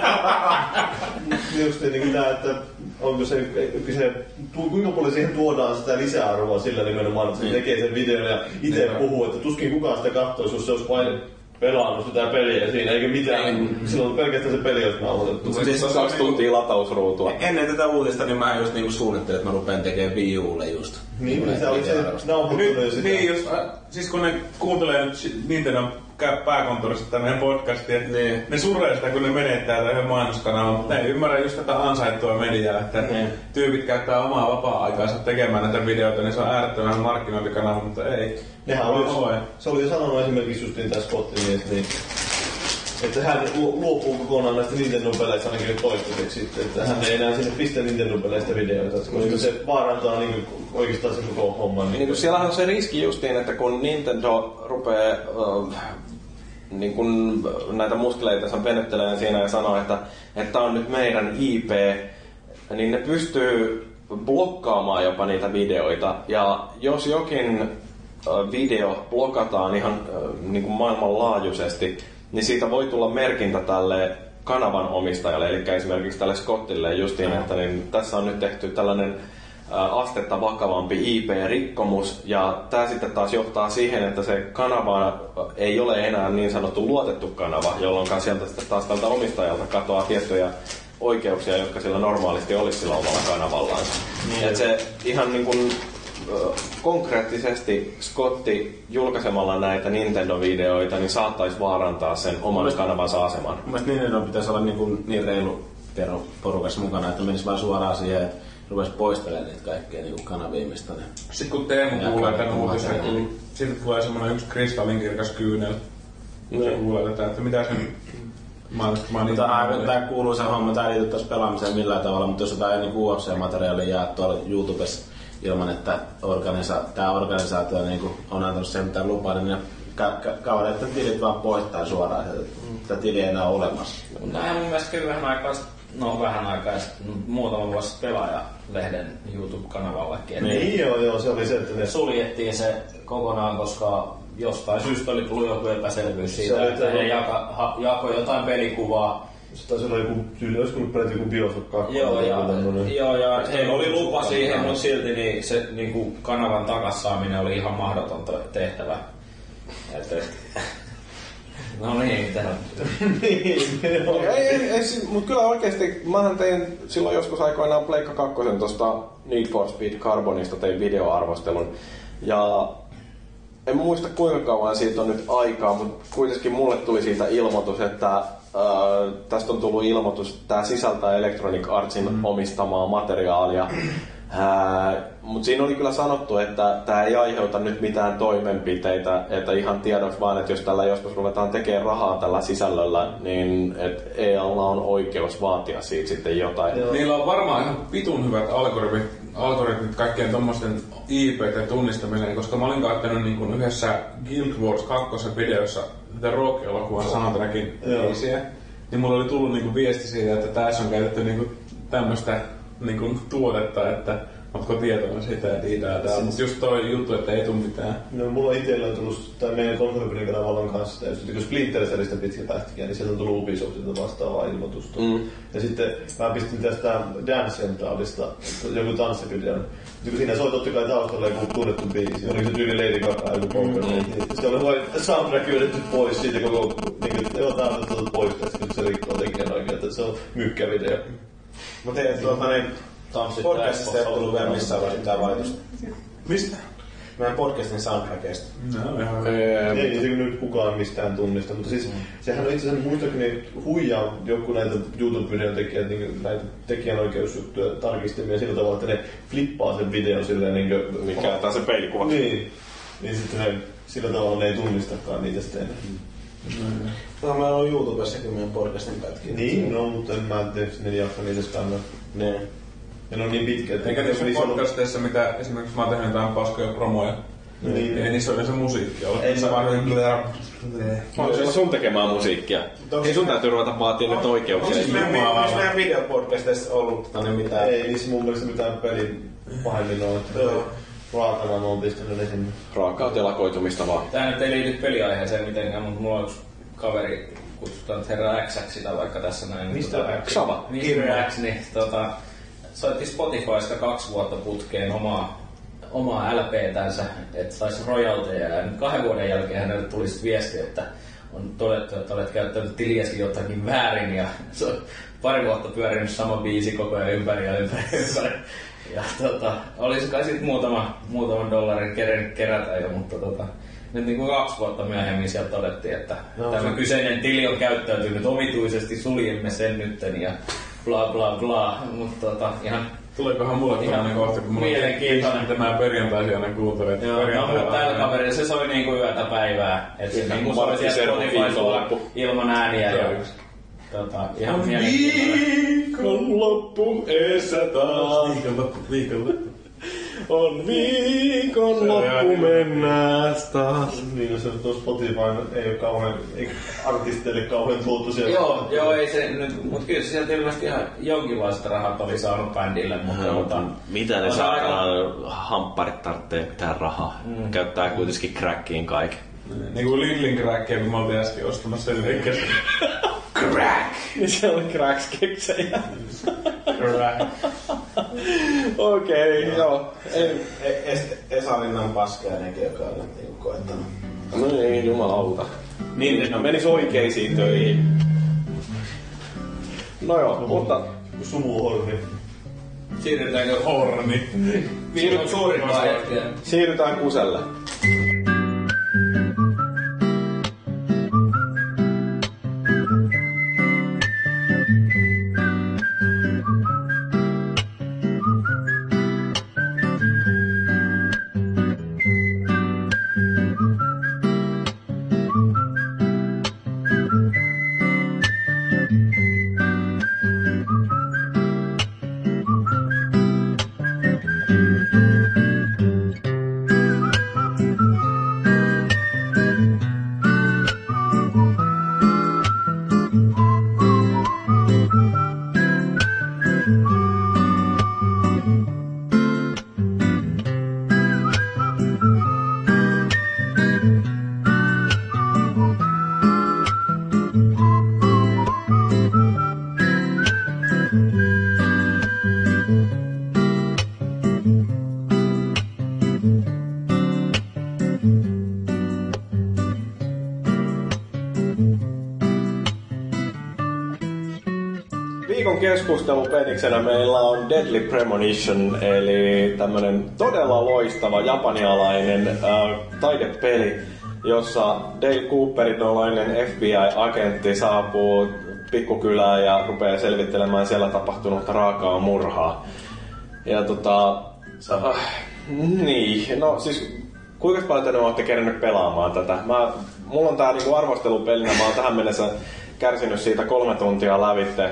Just niin tämä, että onko se, se, kuinka paljon siihen tuodaan sitä lisäarvoa sillä nimenomaan, että se tekee sen videon ja itse puhuu, että tuskin kukaan sitä katsoisi, jos se olisi vain pelannut sitä peliä siinä, eikä mitään. Mm. Silloin on pelkästään se peli, jos mä oon otettu. Siis se on kaksi tuntia latausruutua. Ennen tätä uutista, niin mä just niinku suunnittelin, että mä rupean tekemään Wii Ulle just. Niin, niin se oli se nauhoittunut sitä. Niin, just, siis kun ne kuuntelee nyt Nintendo pääkonttorista tätä meidän podcastia, niin. Ne suree sitä, kun ne menettää tätä yhden mainoskanavaan, mutta ne ei ymmärrä just tätä ansaittua mediaa, että niin. Tyypit käyttää omaa vapaa-aikaansa tekemään näitä videoita, niin se on äärettömän markkinointikanava, mutta ei. Nehän oli, se oli jo sanonut esimerkiksi justiin tää Scottin, niin, että hän luopuu kokonaan näistä Nintendo-peleistä ainakin nyt toistaiseksi sitten, että hän ei enää sinne pistä Nintendo-peleistä videoita, koska niin. Se vaarantaa niin oikeastaan sen koko homman. Niin, niin siellähän on se riski justiin, että kun Nintendo rupeaa uh, niin kun näitä muskeleita venyttelemään siinä ja sanoo, että että on nyt meidän I P, niin ne pystyy blokkaamaan jopa niitä videoita. Ja jos jokin video blokataan ihan niin kuin maailmanlaajuisesti, niin siitä voi tulla merkintä tälle kanavan omistajalle, eli esimerkiksi tälle Scottille justiin, no. Että niin tässä on nyt tehty tällainen astetta vakavampi I P-rikkomus, ja tämä sitten taas johtaa siihen, että se kanava ei ole enää niin sanottu luotettu kanava, jolloin sieltä taas tältä omistajalta katoaa tiettyjä oikeuksia, jotka sillä normaalisti olisi sillä omalla kanavallaan. Niin. Et se ihan niin kuin konkreettisesti Scotti julkaisemalla näitä Nintendo-videoita niin saattaisi vaarantaa sen oman Mielestäni, kanavansa aseman. Mielestäni Nintendo pitäisi olla niin, kuin niin reilu porukassa mukana, että menisi vaan suoraan siihen, että rupesi poistelemaan niitä kaikkea niin kanavia, mistä ne... Sitten kun Teemu kuulee tämän uutisen, niin siitä tulee semmoinen yksi kristallinkirkas kyynel. Se kuulee tätä, että mitä sen... Tämä kuuluu se homma, tämä ei liity tässä pelaamiseen millään tavalla, mutta jos jotain niin U F C-materiaalia jää tuolla YouTubessa ilman, että organisa- tämä organisaatio niin on antanut sen mitään lupaa, niin ne ka- ka- kavereiden tilit vaan poistaa suoraan, että tätä tiliä ei enää ole olemassa. Näin mun mielestä kyllä vähän aikaa, no vähän aikaa, muutama vuosi Pelaaja-lehden YouTube-kanavallekin. Niin joo, joo, se oli se, että ne... Suljettiin se kokonaan, koska jostain syystä oli tullut joku epäselvyys siitä, se että he jaka, ha, jakoi jotain pelikuvaa. Se taisi olla joku, olisiko ollut pelit joku Bioshock kaksi. Joo, ja, joo, ja heillä oli lupa siihen, mutta silti niin se niin kuin kanavan takassaaminen oli ihan mahdoton tehtävä. Et, et. No niin, mitä niin, ei, ei, ei, mutta kyllä oikeesti, mähän tein silloin joskus aikoinaan Pleikka kakkosen tosta Need for Speed Carbonista, tein videoarvostelun. Ja en muista kuinka kauan siitä on nyt aikaa, mutta kuitenkin mulle tuli siitä ilmoitus, että äh, tästä on tullut ilmoitus, tää sisältää Electronic Artsin mm. omistamaa materiaalia. Äh, mutta siinä oli kyllä sanottu, että tämä ei aiheuta nyt mitään toimenpiteitä, että ihan tiedoksi vaan, että jos tällä joskus ruvetaan tekemään rahaa tällä sisällöllä, niin että E A:lla on oikeus vaatia siitä sitten jotain. Joo. Niillä on varmaan ihan vitun hyvät algoritmit, algoritmit kaikkien tommosten I P:iden tunnistamiseen, koska mä olin katsonut niin kuin yhdessä Guild Wars kaksi videossa The Rock-elokuvan soundtrackin biisiä, niin mulla oli tullut niin kuin viesti siitä, että tässä on käytetty niin kuin tämmöistä niin kuin tuotetta, että ootko tietoinen siitä, että idää täällä. Mutta just toi juttu, että ei tuu mitään. No mulla itsellä on tullut, tai meidän Konsolipelin kanavalla kanssa, just kun Splinter Cellistä pitkä pätkiä, niin sieltä on tullut Ubisoftilta vastaavaa ilmoitusta. Mm. Ja sitten mä pistin tästä Dance Centralista joku tanssivideo. Kun siinä soi totta kai taustalla joku tunnettu biisi, oliko se tyyli Lady Gaga joku Poker. Mm. Sitten oli vain soundtrack yhdetty pois siitä koko, niin kuin, joo tää on otettu pois tästä, kun se rikkoo tekijän oikein, että se on mykkävideo. Mä tein tuota niin... Podcastista ei ole tullut vielä missään vaiheessa mitään valitusta. Mistä? Meidän podcastin soundtrackista. No ihan ei, ei se nyt kukaan mistään tunnista, mutta siis sehän on itse asiassa muistaakseni huijaa joku näitä YouTube-videon tekijät, niin näitä tekijänoikeusjuttuja tarkistimia sillä tavalla, että ne flippaa sen videon silleen niin kuin... Mikä on taas se peilikuva. Niin. Niin sitten ne, sillä tavalla ne ei tunnistakaan niitä sitten enää. Mm. No meillä on YouTubessakin meidän podcastin pätkiä. Niin, no, mutta en mä tietysti ne jaksa niitä skannaa. Ne. Ja ne on niin pitkä, että... Eikä niissä podcasteissa, mitä esimerkiksi mä oon tehnyt jotain paskoja promoja, no niin. Ei niissä ole se musiikki ole. Ei se vaan kyllä... On se sun tekemään musiikkia. Ei sun täytyy ruveta vaatii nyt oikeuksia. Onko meidän videopodcasteissa ollut tänne mitään? Ei niissä mun mielestä mitään pelin pahemmin ole. Raakana me oon pistänyt ne sinne. Raakaa telakoitumista vaan. Tää nyt ei liity peliaiheeseen mitenkään, mutta mulla on yksi kaveri, kutsutaan nyt herra X sitä vaikka tässä näin. Mistä tota, X? Sama. Herra X, niin tota... soitti Spotifysta kaksi vuotta putkeen omaa, omaa L P:tänsä, että saisi royalteja. Ja nyt kahden vuoden jälkeen hänelle tuli viesti, että on todettu, että olet käyttänyt tiliäsi jotakin väärin. Ja se on pari vuotta pyörinyt sama biisi koko ajan ympäri ja ympäri ympäri. Ja tota, olisi kai sitten muutama, muutaman dollarin kerennyt kerätä jo, mutta tota, nyt niin kuin kaksi vuotta myöhemmin sieltä todettiin, että no, tämä se... kyseinen tili on käyttäytynyt omituisesti, suljemme sen nytten ja bla bla bla, mutta tota ihan... Tuleekohan mulle tämmönen kohta, kun mulla on mitä mä perjantaisin aina kuuntelin. Joo, no mutta tällä kaverilla se soi niinku yötä päivää, et se niinku soi sieltä Spotifylla ilman ääniä ja... Tota, ihan on viikonloppu eessä taas. Viikonloppu, viikonloppu. On viikonloppu mennääs taas. Niin, jos tuo Spotify ei ole kauhean, ei artisteille kauhean tuottu siellä. Joo, joo, ei se nyt, mut kyllä se sieltä ilmeisesti ihan jonkinlaista rahat oli saanut bändille, mutta no, mutta... mitä ne saatana aika... hampparit tarvitsee mitään rahaa. Mm. Käyttää kuitenkin crackiin kaiken. Niin kuin Lidlin crackia, kun mä oltiin äsken ostamassa sen tekkästä. Crack! Niin se oli cracks-keksejä. Crack. Okei, okay, joo. Ei, Esarinnan paskeainenkin, joka on niin koettanut. No niin, jumalauta. Niin, ne menis oikeisiin töihin. No joo, Sumu, mutta... Sumuhormi. Siirrytäänkö Horni. viikon suurimpaa hetkeä? Siirrytään Kuselle. Keskustelupeniksenä meillä on Deadly Premonition, eli tämmönen todella loistava japanialainen äh, taidepeli, jossa Dale Cooperin oloinen F B I-agentti saapuu pikkukylään ja rupeaa selvittelemään siellä tapahtunutta raakaa murhaa. Ja tota... Äh, niin, no siis kuinka paljon te olette kerännyt pelaamaan tätä? Mä, mulla on tää niinku arvostelupelinä, mä oon tähän mennessä kärsinyt siitä kolme tuntia lävitte.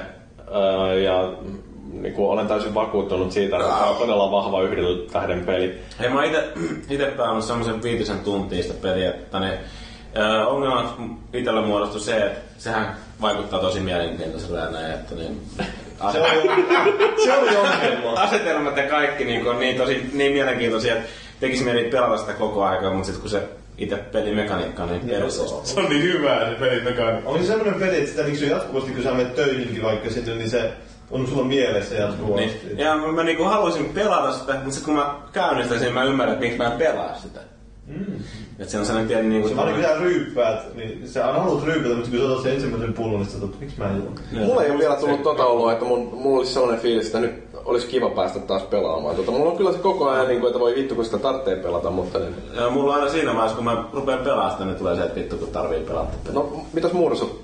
Ja niin kuin olen täysin vakuuttunut siitä, että tämä on todella vahva yhden tähden peli. Hei, mä ite, ite pelannut semmosen viitisen tuntia sitä peliä, että ne ö, ongelmat itellä muodostui se, että sehän vaikuttaa tosi mielenkiintoisella ja näin, että niin... Se oli, se oli ongelma. Asetelmat ja kaikki niin on niin, tosi, niin mielenkiintoisia, että tekisi mieli pelata sitä koko aikaa, mutta sitten kun se itse pelimekaniikka niin perustuu. Se on niin hyvää se pelimekaniikka. On se semmoinen peli, että sitä niin jatkuvasti, kun sä menet töihinkin vaikka sinne, niin se on sulla mielessä jatkuvasti. Niin. Ja mä, mä niinku haluaisin pelata sitä, mutta sitten kun mä käynnistäisin, mä ymmärrän, että miksi mä en pelaa sitä. Mm. Että se on sellainen pieni niinku... Se vaan kun sä ryyppäät, niin sä haluat ryypätä, mutta kun sä otat sen ensimmäisen pullon, niin sä otat, miksi mä en juo? Mulla ei ole vielä tullut tota oloa, että mun, mulla olisi sellainen fiilis, että nyt olisi kiva päästä taas pelaamaan. Tota, mulla on kyllä se koko ajan, niin kuin, että voi vittu kun sitä tarvitsee pelata, mutta... Niin... Ja mulla on aina siinä vaiheessa, kun mä rupean pelaamaan sitä, niin tulee se, että vittu kun tarvii pelata. No, mitäs Mursu?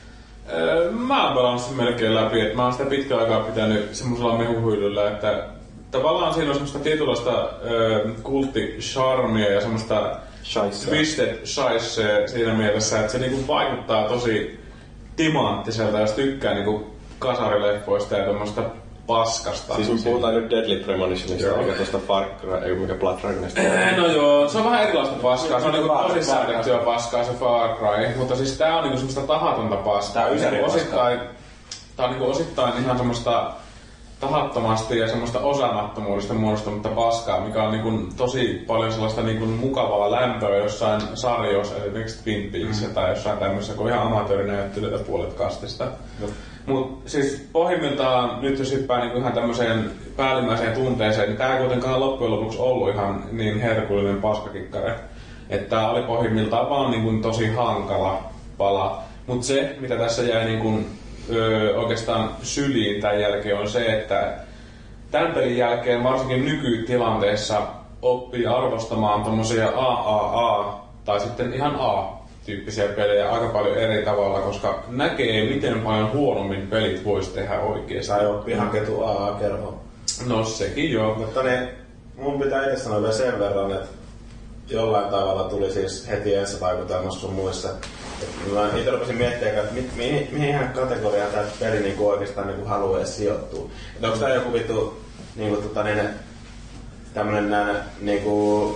Öö, mä oon pelannut sen melkein läpi, että mä oon sitä pitkän aikaa pitänyt semmoisella mehuhyllyllä, että tavallaan siinä on semmoista tietynlaista öö, kultti-charmia ja semmoista twisted scheisse siinä mielessä, että se niinku vaikuttaa tosi timanttiselta, jos tykkää niinku kasarileffoista ja tommoista paskasta. Siis me puhutaan nyt Deadly Premonitionista, eikä tosta Far Cry, eikä mikä Blood Dragonista. Äh, no joo, se on vähän erilaista paskaa. Se on niinku tosissaan tehtyä paskaa se Far Cry, mutta siis tää on niinku semmoista tahatonta paskaa. Tää on ysäri osittain, tää on niinku osittain ihan semmoista tahattomasti ja semmoista osaamattomuudesta muodostunutta paskaa, mikä on niinku tosi paljon sellaista niinku mukavaa lämpöä jossain sarjoissa, esimerkiksi Twin Peaksissa mm. tai jossain tämmöisessä, kun on ihan amatöörinäyttelyitä puolet kastista. No. Mut siis pohjimmiltaan, nyt jos hyppää niinku ihan tämmöiseen päällimmäiseen tunteeseen, niin tää ei kuitenkaan loppujen lopuksi ollut ihan niin herkullinen paskakikkare. Että tää oli pohjimmiltaan vaan niinku tosi hankala pala. Mut se, mitä tässä jäi niinku Öö, oikeastaan syliin tämän jälkeen on se, että tämän pelin jälkeen varsinkin nykytilanteessa oppii arvostamaan tommosia A A A tai sitten ihan A-tyyppisiä pelejä aika paljon eri tavalla, koska näkee miten paljon huonommin pelit voisi tehdä oikein. Tai oppii hankettu A A-kerhoon. No sekin joo. Mutta niin, mun pitää itse sanoa vielä sen verran, että jollain tavalla tuli siis heti ensivaikutelmassa sun muissa. Mä itse rupesin miettimään, että mi, mi, mihin kategoriaan tää peli niinku oikeastaan niinku haluaa edes sijoittua. Että onko tää joku vittu niinku tota niin, tämmönen nää niinku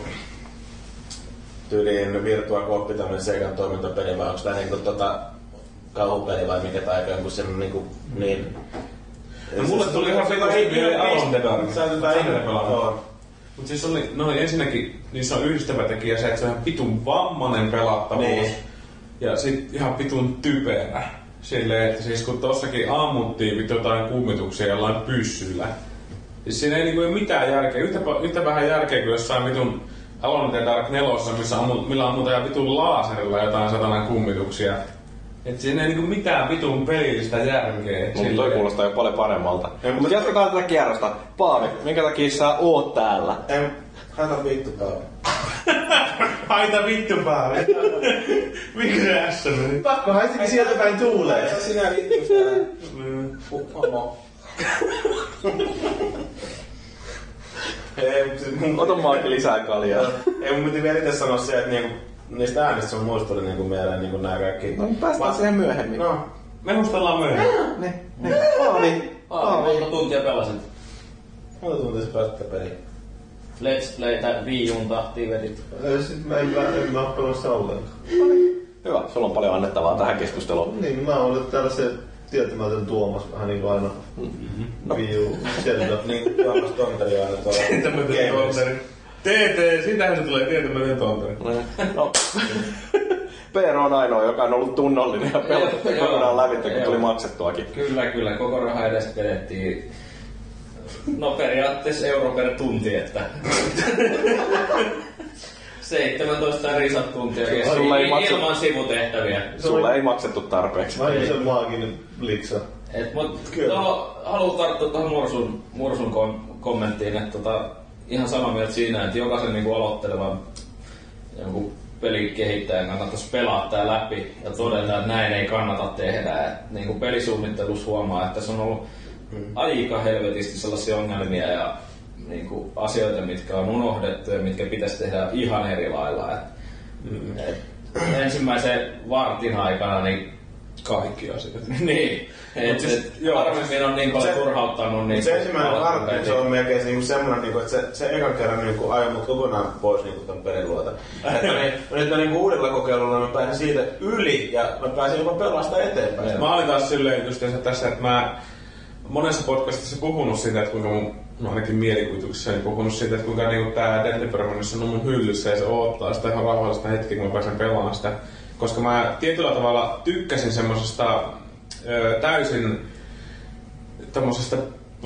tyyliin Virtua Cop tämmönen Segan toimintapeli vai onko tää niinku tota kauhupeli vai mikä tai joku sen niinku niin... No mulle tuli ihan vittu mieleen Alone. Sä et tää ihme pelannut. Mut siis oli, no ensinnäkin niissä on yhdistävä tekijä se, että se on ihan vitun vammanen pelattavuus. Niin. Ja sit ihan vitun typerä. Silleen, että siis kun tossakin ammuttiin vittu jotain kummituksia jollain pyssyllä. Siis siinä ei niinku ole mitään järkeä. Yhtä, yhtä vähän järkeä kuin jossain vitun Alone in the Dark nelossa, missä ammut, millä ammutaan vitun laaserilla jotain satanan kummituksia. Et siinä ei niinku mitään vitun pelillistä järkeä. Mutta toi kuulostaa jo paljon paremmalta. Mutta jatketaan tätä kierrosta. Paavi, minkä takia sä oot täällä? En, haita vittu Paavi. Haita vittu Paavi. Mikä se ässä meni? Pakko haistikin sieltä päin tuulee. Sä sinä vittu sitä. Homo. Ota maakin lisää kaljaa. Ei mun piti vielä itse sanoa se, että niinku, niistä äänistä sun muista tuli niinku mieleen niinku nää kaikki. No päästään siihen myöhemmin. No. Mehustellaan myöhemmin. Ne, ne. Paavi. Paavi, monta tuntia pelasit? Monta tuntia sä pääsit tätä peliä? Let's Playtä Wii U:n tahtiin vedit. Sitten mä en, en mä oo pelannut ollenkaan. Hyvä, sulla on paljon annettavaa tähän keskusteluun. Niin, mä oon ollut täällä se tietämätön Tuomas vähän niinku aina. Wii U, Zelda. Niin, Tuomas Tonteri on aina tuolla. Tietämätön Tonteri. T T, sitähän se tulee tietämätön Tonteri. No. Peero on ainoa, joka on ollut tunnollinen ja pelattu kokonaan lävitse, kun tuli maksettuakin. Kyllä, kyllä. Koko raha edes vedettiin. No periaatteessa euro per tunti, että seitsemäntoista risat-tuntia ilman sivutehtäviä. Sulle ei maksettu tarpeeksi. Aina se maaginen liksa. Et, mut, no, haluan tarttua tuohon Mursun, Mursun kom- kommenttiin, että tota, ihan samaa mieltä siinä, että jokaisen niinku aloittelevan jonkun pelikehittäjän kannattaisi pelaa tää läpi ja todeta, että näin ei kannata tehdä. Et, niinku pelisuunnittelussa huomaa, että se on ollut hmm. aika helvetisti sellaisia ongelmia ja niinku, asioita, mitkä on unohdettu ja mitkä pitäisi tehdä ihan eri lailla. Et, hmm. et, ensimmäisen vartin aikana niin kaikki asiat. niin. Et, siis, et, harvemmin on niin paljon se, turhauttanut. Niin se ensimmäinen vartti, se on melkein niinku semmoinen, niinku, että se, se ekan kerran niinku ajoi mut kokonaan pois niinku ton pelin luota. Nyt mä niinku uudella kokeilulla mä pääsin siitä yli ja mä pääsin jopa pelaa sitä eteenpäin. Mä olin taas silleen just tässä, että mä monessa podcastissa puhunut siitä, että kuinka mun, no ainakin mielikuvituksessa niin puhunut siitä, että kuinka niinku tää Deadly Premonition on mun hyllyssä ja se odottaa sitä ihan rauhallista hetkiä, kun mä pääsen pelaamaan sitä. Koska mä tietyllä tavalla tykkäsin semmosesta ö, täysin tommosesta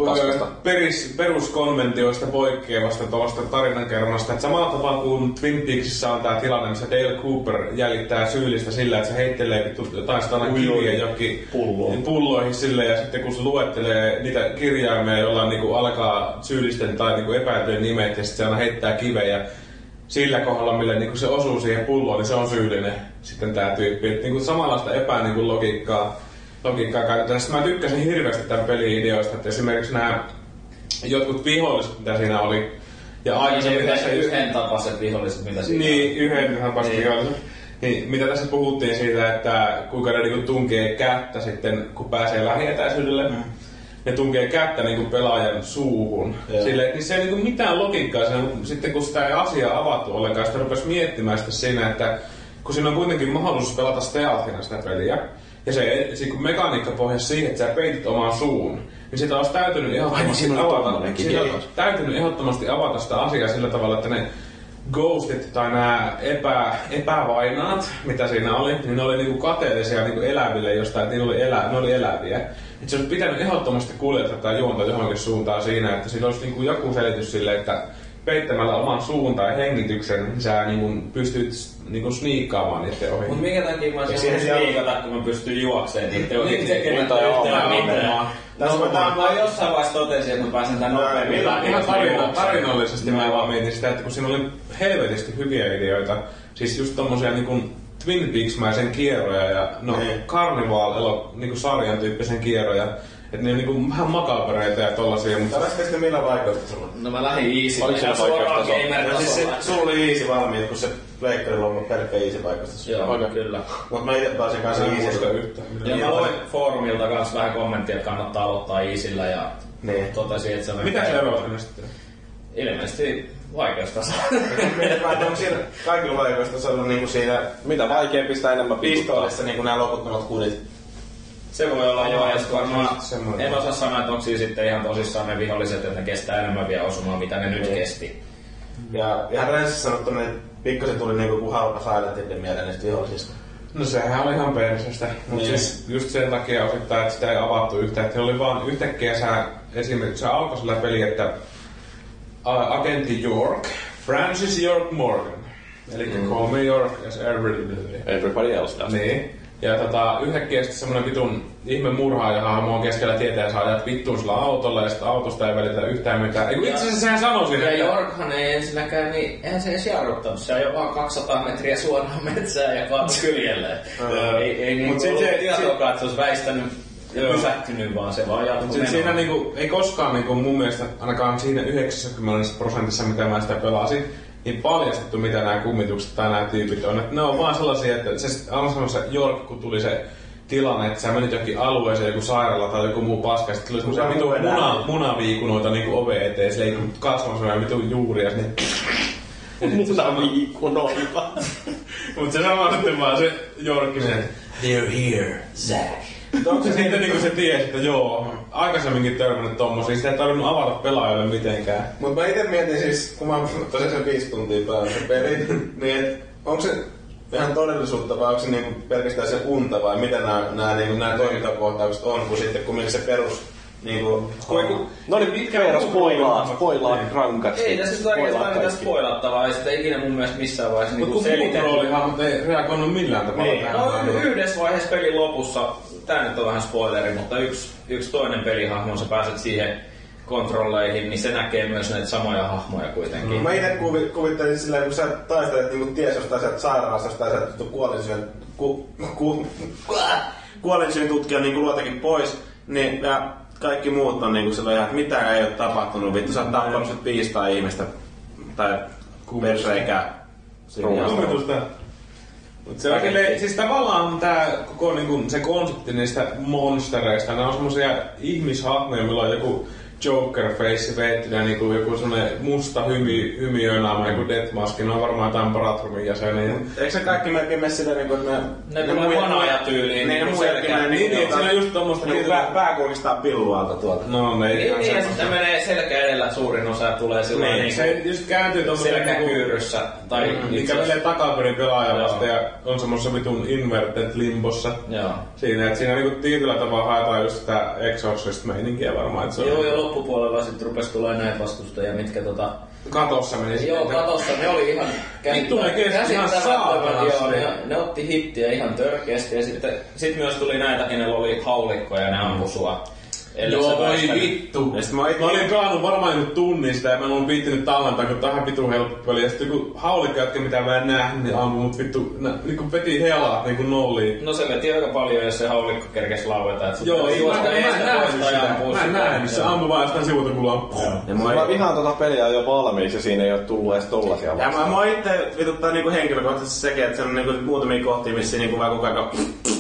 peris, peruskonventioista poikkeavasta tuollaista tarinankerronnasta. Että samalla tapaa kuin Twin Peaksissa on tää tilanne, missä Dale Cooper jäljittää syyllistä sillä, että se heittelee jotain sitä aina kiviä johonkin pulloihin sille ja sitten kun se luettelee niitä kirjaimia, joilla niinku alkaa syyllisten tai niinku epäiltyjen nimet ja sitten se aina heittää kivejä sillä kohdalla, millä niinku se osuu siihen pulloon, niin se on syyllinen sitten tää tyyppi. Et niinku samanlaista epä niinku logiikkaa, logiikkaa käytetään. Sitten mä tykkäsin hirveästi tämän pelin ideoista, että esimerkiksi nämä jotkut viholliset, mitä siinä oli. Ja aikaisemmin niin, tässä yhden tapaiset viholliset, mitä siinä Niin, yhden tapaiset niin. viholliset. Niin, mitä tässä puhuttiin siitä, että kuinka ne niinku tunkee kättä sitten, kun pääsee lähietäisyydelle. Mm. Ne tunkee kättä niinku pelaajan suuhun. Silleen, niin se ei niinku mitään logiikkaa siinä, sitten kun sitä ei asiaa avattu ollenkaan, sitä rupesi miettimään sitä siinä, että kun siinä on kuitenkin mahdollisuus pelata stealthina sitä peliä, ja se, se kun mekaniikka pohjasi siihen, että sä peitit oman suun, niin sitä olisi täytynyt ehdottomasti avata, sitä olisi täytynyt ehdottomasti avata sitä asiaa sillä tavalla, että ne ghostit tai nämä epä, epävainaat, mitä siinä oli, niin ne oli niinku kateellisia niinku eläville jostain, että ne oli, elä, ne oli eläviä. Että se olisi pitänyt ehdottomasti kuljettaa tätä juonta johonkin suuntaan siinä, että sillä olisi niinku joku selitys sille, että peittämällä oman suun tai hengityksen, niin sä niinku pystyt niinku sniikkaamaan niiden ohi. Mut minkä takia mä sen sniikata, kun mä pystyn juokseen niiden ohi? Niin, tekemään yhtään mitään. No, mutta mä jossain vaiheessa totesin, että mä pääsen tän nopeammin. Ihan tarino, tarinallisesti mä vaan mietin sitä, että kun siinä oli helvetisti hyviä ideoita, siis just tommosia niinku Twin Peaks-mäisen kierroja ja no Carnival niinku sarjan tyyppisen kierroja. Et ne on niinku vähän makabereita ja tollasia, mutta... Tällaista sitten millä vaikeusta sulla? No mä lähdin easy. Oliko siinä vaikeustaso? No siis se, sulla oli easy valmiit, kun se pleikkarilla on pelkkä easy vaikeustaso. Joo, okay. Kyllä. Mut mä ite pääsin kanssa easyllä yhtä. Ja mä luin foorumilta kans vähän kommenttia, että kannattaa aloittaa easyllä ja niin. Totesin, että se on... Mitä se eroa sinne sitten? Ilmeisesti vaikeustaso. Mietipä, että onko siinä kaikilla vaikeustasolla niinku siinä... Mitä vaikeampi, sitä enemmän pistoolissa niinku nää loputtomat kudit. Se voi olla joo, ja varmaan en osaa sanoa, että onko siinä sitten ihan tosissaan ne viholliset, että ne kestää enemmän vielä osumaan, mitä ne nyt niin. kesti. Ja ihan rehellisesti sanottuna, niin pikkasen tuli niinku kuin halpa Silent Hillin mieleen niistä vihollisista. No sehän oli ihan persestä, mutta niin. Siis just sen takia osittain, että sitä ei avattu yhtään, että oli vaan yhtäkkiä sä, esimerkiksi se alkoi sillä peli, että agentti York, Francis York Morgan, eli mm. call me York as everybody, everybody else does. Niin. Ja tota, yhtäkkiä sitten semmonen vitun ihme murhaaja-hahmo on keskellä tietä ja sä ajat vittuun sillä autolla ja sit autosta ei välitä yhtään mitään. Eiku itse asiassa sehän sanoi siinä, ja että... Jorkhan ei ensinnäkään, niin eihän se edes jarruttanut. Se ajoi vaan kaksisataa metriä suoraan metsään ja kaatui kyljelleen. ei ei niinku ollut tietoakaan, että se olisi väistänyt ja pysähtynyt, vaan se vaan jatkoi menoa. Siinä niinku, ei koskaan niinku, mun mielestä, ainakaan siinä yhdeksänkymmentä prosentissa, mitä mä sitä pelasin, niin paljastettu, mitä nämä kummitukset tai nämä tyypit on. Että ne on vaan sellaisia, että se on semmoinen Jork, kun tuli se tilanne, että sä menit johonkin alueeseen, joku sairaala tai joku muu paska, ja sitten tuli semmoisia vitun muna, munaviikunoita niinku ove eteen, sille ei kasvanut semmoinen vitun juuri, ja sitten... Munaviikunoita. Mut se sanoo sitten vaan se Jorkki sen, they're here, Zack. Onko se siitä niinku se tiesi, että joo, aikaisemminkin törmännyt tommosia, sitä ei tarvinnut avata pelaajalle mitenkään. Mut mä ite mietin siis, kun mä oon tosiaan sen viisi tuntia päällä se peli, niin et onko se ihan todellisuutta vai onko se niinku pelkästään se unta vai mitä nää, nää, niinku, nää toimintakohtaukset on, kun sitten kumminkin se perus niinku... No niin, mitkä meidän spoilaa, spoilaa rankasti. Ei tässä nyt oikeastaan mitään spoilattavaa, ei sitä ikinä mun mielestä missään vaiheessa niinku selitetty. Mut kun kontrollihahmot ei reagoinut millään tavalla niin. tähän. No yhdessä vaiheessa pelin lopussa, tää nyt on vähän spoileri, mutta yksi, yksi toinen pelihahmo, sä pääset siihen kontrolleihin, niin se näkee myös näitä samoja hahmoja kuitenkin. Mm. Mä ite kuvittelin silleen, kun sä taistelet niinku ties jostain sieltä sairaalasta tai sieltä kuolinsyön ku, ku, kuolinsyön tutkia niinku luotakin pois, niin ja kaikki muut on niinku sellainen, että mitään ei oo tapahtunut. Vittu, sä oot tappanut sit viistaa ihmistä tai persreikää. Kummitusta. Mut se oikein, siis tavallaan tää koko niinku, se konsepti niistä monstereista, ne on semmosia ihmishahmoja, millä on joku Joker-face veettynä, niinku joku semmonen musta hymi, hymiönaama, joku Deathmask, ne on varmaan jotain Bratrumin jäseniä. Eikö se kaikki melkein mene silleen niinku, että ne... Ne tulee manaaja-tyyliin. Niin, ne muijakin menee niin, niin, että siinä on just tommoista... Pää kulkistaa pillualta tuolta. No, ne ei ihan semmoista. Niin, ja sitten menee selkä edellä suurin osa ja tulee silloin niin, se just kääntyy tommoista... Selkäkyyryssä. Tai mikä menee takaperin pelaaja vasta ja on semmoisessa vitun inverted limbossa. Joo. Siinä, että siinä niinku tietyllä tavalla haetaan just sitä Exorcist-meininkiä varmaan, että se on... Joo, ja loppupuolella sit rupes tulee näitä vastustajia, mitkä tota... Katossa meni sitten. Joo, katossa ne oli ihan... Vittu ne kesti ihan saatanasti. Joo, ne, ne otti hittiä ihan törkeästi ja sitten sit myös tuli näitä, kenellä oli haulikkoja ja ne ampui sua. Joo, voi vittu. Mä, mä olin pelannut varmaan joku tunnista ja mä en ollut viittinyt tallentaa, kun tähän vitun helppo peli. Ja sitten kun haulikko jatke, mitä mä en nähnyt, niin ampui mut vittu, niinku veti helaa niinku nolliin. No se veti aika paljon, jos se haulikko kerkes laueta. Joo, ei mä, mä en nähnyt sitä. Mä en nähnyt, se ampui vaan jostain sivulta kullaan. Mä vihaan tota peliä jo valmiiksi ja siinä ei oo tullut edes tollasia vastaan. Ja mä, mä itse vituttaa niinku henkilökohtaisesti sekin, että se on niinku muutamia kohtia, missä niinku vaan koko ajan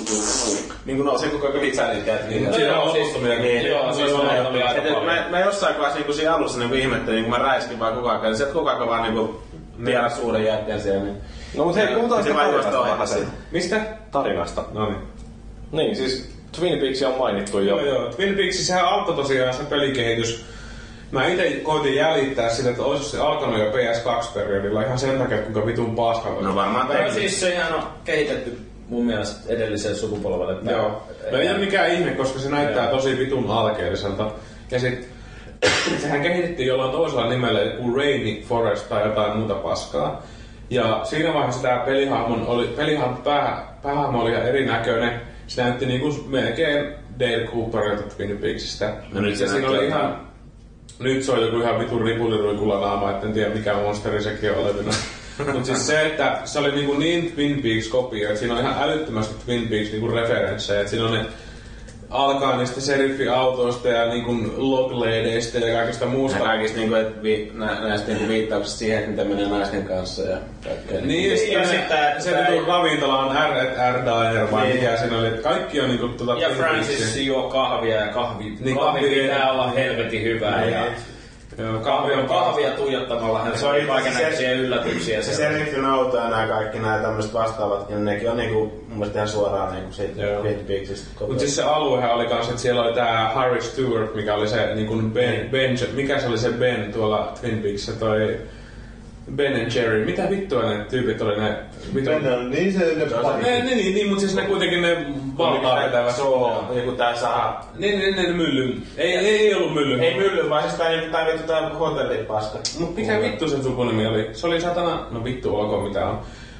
niinku nousee koko ajan vitsää niitä käytiin. Siinä on ostomia. Joo, siis oli aika paljon. Mä, mä jossain kohdassa niinku siinä alussa niinku ihmettelin, kun mä räiskin vaan koko ajan. Sieltä koko ajan vaan niinku tiedä suuren jätteen siellä. Niin. No mut hei, puhutaan sitä tarinasta vähän sen. Mistä? Tarinasta. No niin. Niin, siis Twin Peaks on mainittu jo. Joo, joo. Twin Peaksissä alkoi tosiaan se pelikehitys. Mä ite koitin jäljittää sitä, että olis se alkanut jo P S kaksi-periodilla ihan sen takia, kuinka vitun paska. No varmaan no, siis sehän on kehitetty mun mielestä edelliselle sukupolvelle. Joo. No ei oo mikään ihme, koska se näyttää joo. tosi vitun alkeelliselta. Ja sit sehän kehitettiin jollain toisella nimellä, joku Rainy Forest tai jotain muuta paskaa. Ja siinä vaiheessa tää pelihahmon oli, pelihahmon pää, päähahmo oli ihan erinäköinen. Se näytti niinku melkein Dale Cooperilta Twin Peaksista. No nyt se siinä oli ihan... Nyt se on joku ihan vitun ripuliruikulla naama, etten tiedä mikä monsteri sekin on olevina. Mut siis se, että se oli niinku niin Twin Peaks-kopio, että siinä on ihan älyttömästi Twin Peaks niinku referenssejä. Että siinä on ne alkaa niistä seriffiautoista ja niinku logladeista ja kaikista muusta. Ja kaikista niinku, et vi, nä, näistä niinku viittauksista siihen, että mitä menee naisten kanssa ja kaikkea. Niin, ja sitten se, se niinku ravintola on R and R Diner vai mikä siinä oli, että kaikki on niinku tota... Ja Francis juo kahvia ja kahvi, niin kahvi pitää olla helvetin hyvää ja... Joo, kahvi on kahvia tuijottamalla, hän sai kaikennäköisiä yllätyksiä. Se seriffin auto ja nää kaikki nää tämmöset vastaavat, niin nekin on niinku mun mielestä ihan suoraan niinku siitä Twin Peaksista. Mut siis se aluehan oli kans, että siellä oli tää Harry Stewart, mikä oli se niinku Ben, Ben, mikä se oli se Ben tuolla Twin Peaksissa, toi Ben and Jerry. Mitä vittua ne tyypit oli ne... Ben on niin se ne pari. Ne, ne, niin, niin, mut siis ne kuitenkin ne valtaa vetävät. Soo, joku tää Saha. Niin, niin, niin, myllyn. Ei, ei, ei ollut myllyn. Ei myllyn, vaan siis tää, tää vittu tää hotellipaska. Mut mikä vittu sen sukunimi oli? Se oli satana... No vittu olkoon mitä on.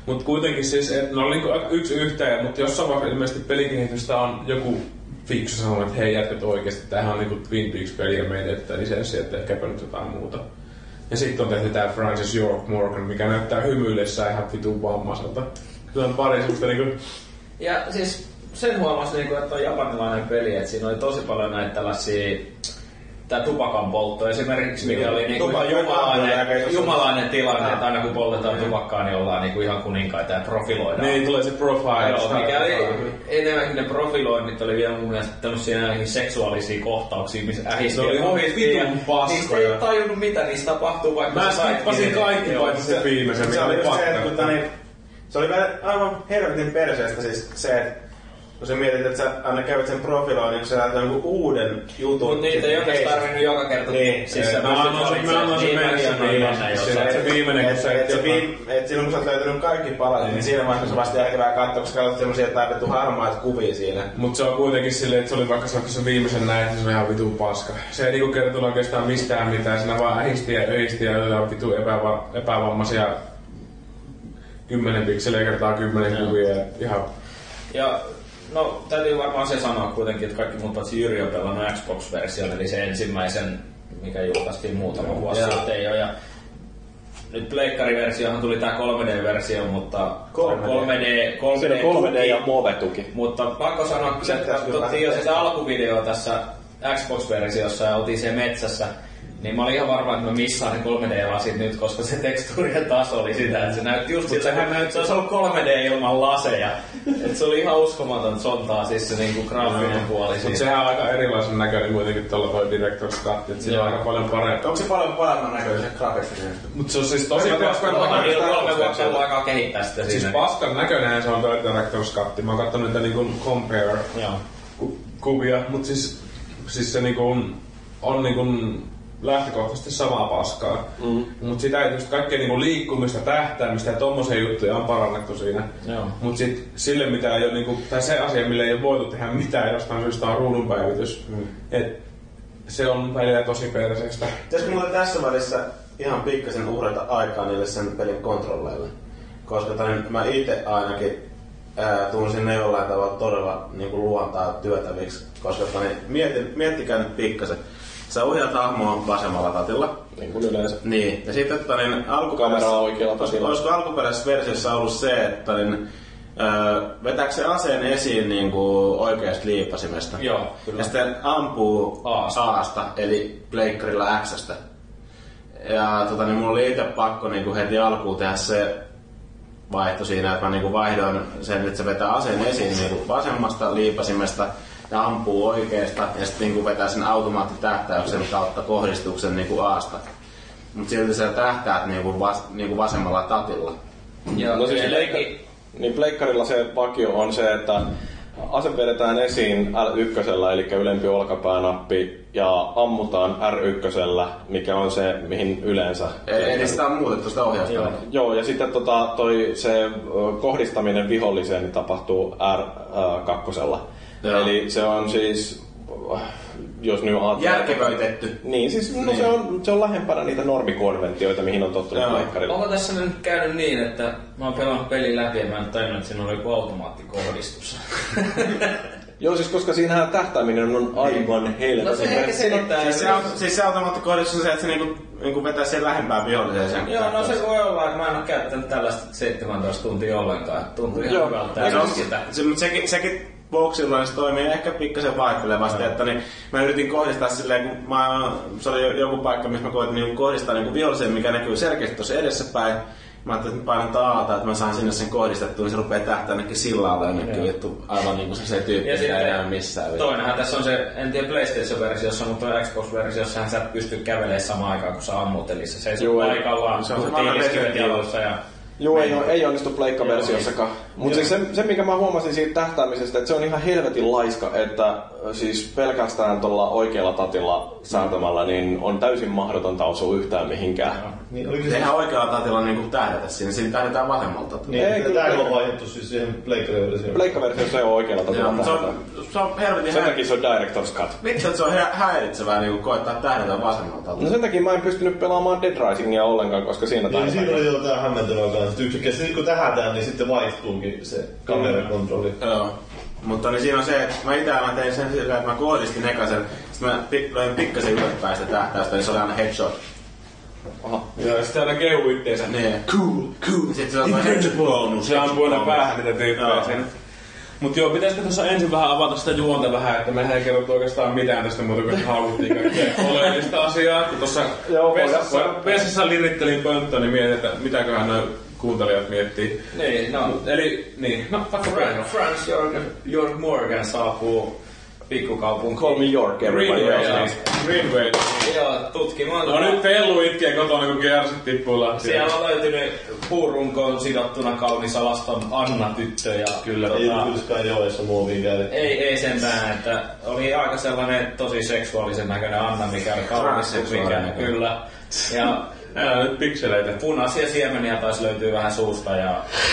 Mut kuitenkin siis, että ne oli niinku yksi yhteen, mutta jossain vaiheessa ilmeisesti pelikehitystä on joku fiksu sanonut, että hei jätkät oikeesti, tämähän on niinku Twin Peaks-peli ja meidän että lisenssi, että ehkäpä nyt jotain muuta. Ja sitten on tehty tää Francis York Morgan, mikä näyttää hymyillessään ihan vitun vammaiselta. Se on pari semmoista niinku... Ja siis sen huomasi niinku, että on japanilainen peli, että siinä oli tosi paljon näitä tällaisia... Tää tupakan poltto esimerkiksi, mikä oli niinku jumalainen, jumalainen tilanne, että aina kun poltetaan tupakkaa, niin ollaan niinku ihan kuninkaita ja profiloidaan. Niin, tulee se profile. Joo, mikä oli enemmänkin ne profiloinnit oli vielä mun mielestä tämmösiä seksuaalisia kohtauksia, missä ähistiä. Se oli vitun paskoja. Niistä ei tajunnut mitä niistä tapahtuu, vaikka mä skippasin kaikki paitsi se viimeisen. Se oli just se, että se oli aivan helvetin perseestä siis se, että kun sä mietit, että sä aina kävit sen profiloinnin, kun sä näytät jonkun uuden jutun. Mut niitä ei oikeesti tarvinnut joka kerta. Niin. Siis sä mä annan sen mennessä se viimeinen, kun sä et jopa... Et silloin kun sä oot löytänyt kaikki palat, niin siinä vaiheessa se vasta järkevää katsoa, kun sä katsot semmosia jotain vittu harmaita kuvia siinä. Mut se on kuitenkin silleen, että se oli vaikka sä sen viimeisen näin, että se on ihan vitun paska. Se ei niinku kertonut oikeastaan mistään mitään, siinä vaan ähisti ja öhisti ja jotain vitun epäva, epävammaisia kymmenen pikseliä kertaa kymmenen kuvia. Ihan... Ja no, täytyy varmaan se sanoa kuitenkin, että kaikki muut paitsi Jyri on pelannut Xbox-version, eli se ensimmäisen, mikä julkaistiin muutama vuosi sitten jo. Ja nyt pleikkariversiohan tuli tää kolme D-versio, mutta kolme D, kolme D, kolme D ja Move-tuki. Mutta pakko sanoa, että katsottiin jo sitä alkuvideoa tässä Xbox-versiossa ja oltiin siellä metsässä. Niin mä olin ihan varma, että mä missaan ne kolme D-lasit nyt, koska se tekstuurien taso oli sitä, että se näytti just siltä, että se olisi ollut kolme D ilman laseja. Et se oli ihan uskomaton sontaa, siis se niinku graafinen puoli. Mut sehän on aika erilaisen näköinen kuitenkin tuolla toi Director's Cut, et siinä on aika paljon parempi. Onko se paljon paremman näköinen se graafisesti? Mut se on siis tosi paskan näköinen. Kolme vuotta on aikaa kehittää sitä siis siinä. Siis paskan näköinen se on toi Director's Cut. Mä oon kattonut niitä niinku compare-kuvia, mut siis, siis se niinku on niinku lähtökohtaisesti samaa paskaa. Mm. Mut sitä ei just kaikkea niinku liikkumista, tähtäämistä ja tommosia juttuja on parannettu siinä. Joo. Mut sit sille mitä ei oo niinku, tai se asia mille ei oo voitu tehdä mitään jostain syystä on ruudunpäivitys. Mm. Et se on välillä tosi perseestä. Pitäisikö muuten tässä välissä ihan pikkasen uhrata aikaa niille sen pelin kontrolleille? Koska tämän, mä ite ainakin ää, tunsin ne jollain tavalla todella niinku luontaa työtäviksi. Koska tämän, mietin, miettikää nyt pikkasen. Sä ohjaat hahmoa vasemmalla tatilla. Niin kuin yleensä. Niin. Ja sitten, että niin alkuperäisessä... oikealla tatilla. Olisiko alkuperäisessä versiossa ollut se, että niin, öö, vetääkö se aseen esiin niin kuin oikeasta liippasimesta? Joo, kyllä. Ja sitten ampuu Aasta, Aasta eli pleikkarilla X:stä. Ja tota, niin mulla oli itse pakko niin kuin heti alkuun tehdä se vaihto siinä, että mä niin kuin vaihdoin sen, että se vetää aseen esiin niin kuin vasemmasta liippasimesta ja ampuu oikeesta ja sitten niinku vetää sen automaattitähtäyksen kautta kohdistuksen niinku Aasta. Mut silti sä tähtäät niinku, vas, niinku vasemmalla tatilla. Joo, no siis pleikka, niin pleikkarilla se vakio on se, että ase vedetään esiin L yksi, eli ylempi olkapäänappi, ja ammutaan R yksi, mikä on se, mihin yleensä... Eli, eli sitä on muutettu sitä ohjausta? Joo, Joo ja sitten tota, toi, se kohdistaminen viholliseen tapahtuu R kaksi. Joo. Eli se on siis, jos nyt ajatellaan... Järkevöitetty. Niin, siis no niin. Se, on, se on lähempänä niitä normikonventioita, mihin on tottunut pleikkarilla. Onko tässä nyt käynyt niin, että mä oon pelannut pelin läpi ja mä en tajunnut, että siinä oli joku automaattikohdistus? Joo, siis koska siinähän tähtääminen on aivan helvetin. No se ehkä selittää. Siis se, siis se automaattikohdistus on se, että se niinku, niinku vetää sen lähempään viholliseen sen. Joo, no se voi olla, että mä en oo käyttänyt tällaista seitsemäntoista tuntia ollenkaan. Tuntuu ihan hyvältä ja riskiltä. Se, mutta sekin, sekin boksilla se toimii ehkä pikkasen vaihtelevasti, että niin, mä yritin kohdistaa silleen, kun mä, se oli joku paikka, missä mä koitin niin kohdistaa niin viholliseen, mikä näkyy selkeästi tuossa edessäpäin. Mä ajattelin, että painan taata, että mä saan sinne sen kohdistettua, niin se rupeaa tähtää ainakin sillä alla jonnekin vittu aivan niinku se, se tyyppi, mikä ei näy missään. Toinenhan tässä on se, en tiedä PlayStation-versiossa, mutta Xbox-versiossa sä et pysty kävelemään samaan aikaan, kun sä ammut, eli se seisoo paikallaan, tiiliskivet jalossa ja... Joo, ei, ei onnistu pleikkaversiossakaan. Mutta siis se, se, mikä mä huomasin siitä tähtäämisestä, että se on ihan helvetin laiska, että siis pelkästään tuolla oikealla tatilla säätämällä niin on täysin mahdotonta osua yhtään mihinkään. Niin, oliko se ihan oikealla tatilla niin tähdätä siinä? Siinä tähdätään vasemmalta. Niin, ei, kyllä tämä on vaihdettu siis siihen pleikkaversioon. Pleikkaversiossa ei ole oikealla tatilla tähdätä. se on helvetin sen takia se on Director's Cut. Miksi se on häiritsevää niinku koettaa tähdätä vasemmalta? No sen takia mä en pystynyt pelaamaan Dead Risingia ollenkaan, koska siinä niin, siinä on jo tää hämmentävää kanssa yksikään. Sitten kun tähdätään, niin sitten vaihtuukin se kamerakontrolli. Mm. Joo. Mutta niin siinä on se, että mä ite aina tein sen sillä, että mä kohdistin ekasen, sit mä löin pikkasen ylöspäin sitä tähtäystä, niin se oli aina headshot. Aha. Joo, ja sitten aina kehu itteensä. Niin. Cool, cool. Sitten se on aina headshot. Se ampuu aina päähän niitä tyyppejä siinä. Mut joo, pitäisikö tuossa ensin vähän avata sitä juonta vähän, että mehän ei kerrottu oikeastaan mitään tästä muuta, kun haukuttiin kaikkea oleellista asiaa. Kun tuossa vessassa, vessassa lirittelin pönttöä, niin mietin, että mitäköhän noin kuuntelijat miettii. Niin, no. Mut, eli, niin, no vaikka Fra- Franz York, York Morgan saapuu pikkukaupunkiin. Call me York, everybody else. Greenway. Joo, tutkimaan. No nyt Fellu itkee kotona, kun kiersit tippuu lähtiä. Siellä on löytynyt puurunkoon sidottuna kaunis alaston Anna-tyttö. Ja kyllä. Ei tylskään joessa muoviin käydä. Ei, ei sentään, että oli aika sellainen tosi seksuaalisen näköinen Anna, mikä oli kaunis mikä, kyllä. Ja älä nyt pikseleitä. Punaisia siemeniä taisi löytyy vähän suusta ja...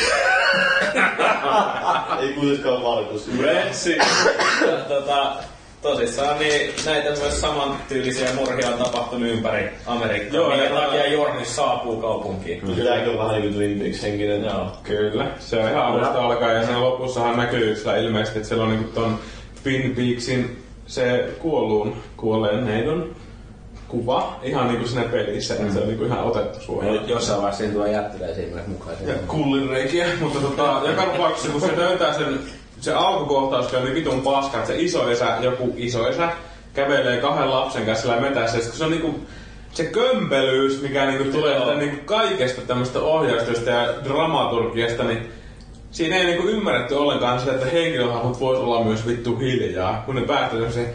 Ei kuitenkaan Markus. Retsi! tota, tosissaan niin näitä myös samantyylisiä murhia on tapahtunut ympäri Amerikkaa. Joo, minkä ja takia York saapuu kaupunkiin. Pitääkö vähän niinku Twin Peaks henkinen? Joo. Kyllä, se on ihan alusta alkaen ja sen lopussahan näkyy sillä ilmeisesti, että siellä on niinku ton Twin Peaksin se kuolluun kuolleen neidon kuva ihan niinku siinä pelissä, mm. että se on niinku ihan otettu suoraan. Jossain vaiheessa siinä tulee jättiläisiä myös mukaan. Ja kullinreikiä, mutta tota, joka tapauksessa kun se löytää sen, se alkukohtaus on niin vitun paska, että se isoisä, joku isoisä, kävelee kahden lapsen kanssa sillä metässä, kun se on niinku se kömpelyys, mikä niinku tulee sitä niinku kaikesta tämmöstä ohjaustyöstä ja dramaturgiasta, niin siinä ei niinku ymmärretty ollenkaan sitä, että henkilöhahmot vois olla myös vittu hiljaa, kun ne päättää tämmösen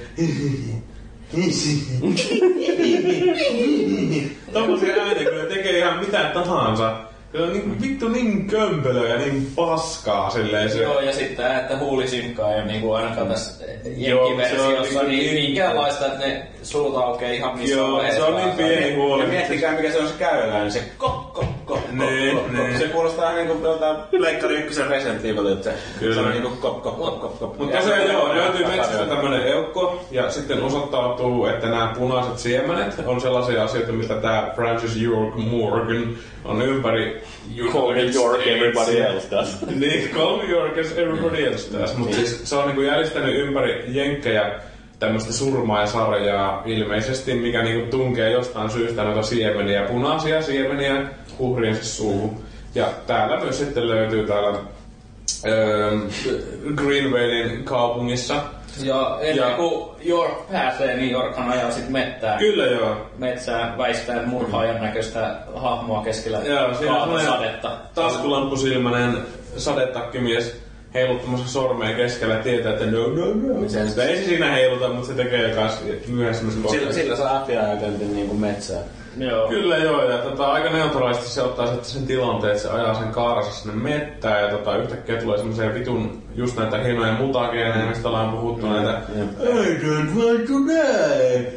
tommosia ääniä, kun ne tekee ihan mitä tahansa. Se on niin vittu niin kömpelö ja niin paskaa silleen se. Joo, ja sitten tää, että huulisynkkaa ei oo niinku ainakaan tässä jenkkiversiossa niin minkäänlaista, että ne suut aukeaa ihan missä joo, vaiheessa. Joo, se on niin pieni huoli. Ja miettikää mikä se on se käydään, niin se kok, kok, kok, niin, kok, niin. Se kuulostaa niinku joltain Pleikkari ykkösen Resident Evililta. Se on niinku kok, kok, kok, kok, kok. Mutta se joo, löytyy metsästä tämmönen eukko ja sitten osoittautuu, että nämä punaiset siemenet on sellaisia asioita, mitä tää Francis York Morgan on ympäri Call me York, everybody else does. Niin, call me York as everybody else does. Mutta siis se on niinku järjestänyt ympäri jenkkejä tämmöstä surmaajasarjaa ilmeisesti, mikä niinku tunkee jostain syystä noita siemeniä, punaisia siemeniä uhriensa suuhun. Ja täällä myös sitten löytyy täällä öö, Greenwayn kaupungissa. Ja ennen ja, kuin York pääsee, niin Yorkhan ajaa sit mettään. Kyllä joo. Metsään väistään murhaajan näköistä hahmoa keskellä sadetta. Taskulamppusilmäinen sadetakkimies heiluttamassa sormea keskellä tietää, että no no no. Sitä ei se siinä heiluta, mutta se tekee kans myöhemmässä sillä, sillä saa F B I-agentin niinku metsään. Joo. Kyllä joo, ja tota, aika neutraalisti se ottaa sen tilanteen, että se ajaa sen kaarassa sinne mettään, ja tota, yhtäkkiä tulee semmoisia vitun just näitä hienoja mutageeneja, mistä ollaan puhuttu mm, näitä I don't want to die.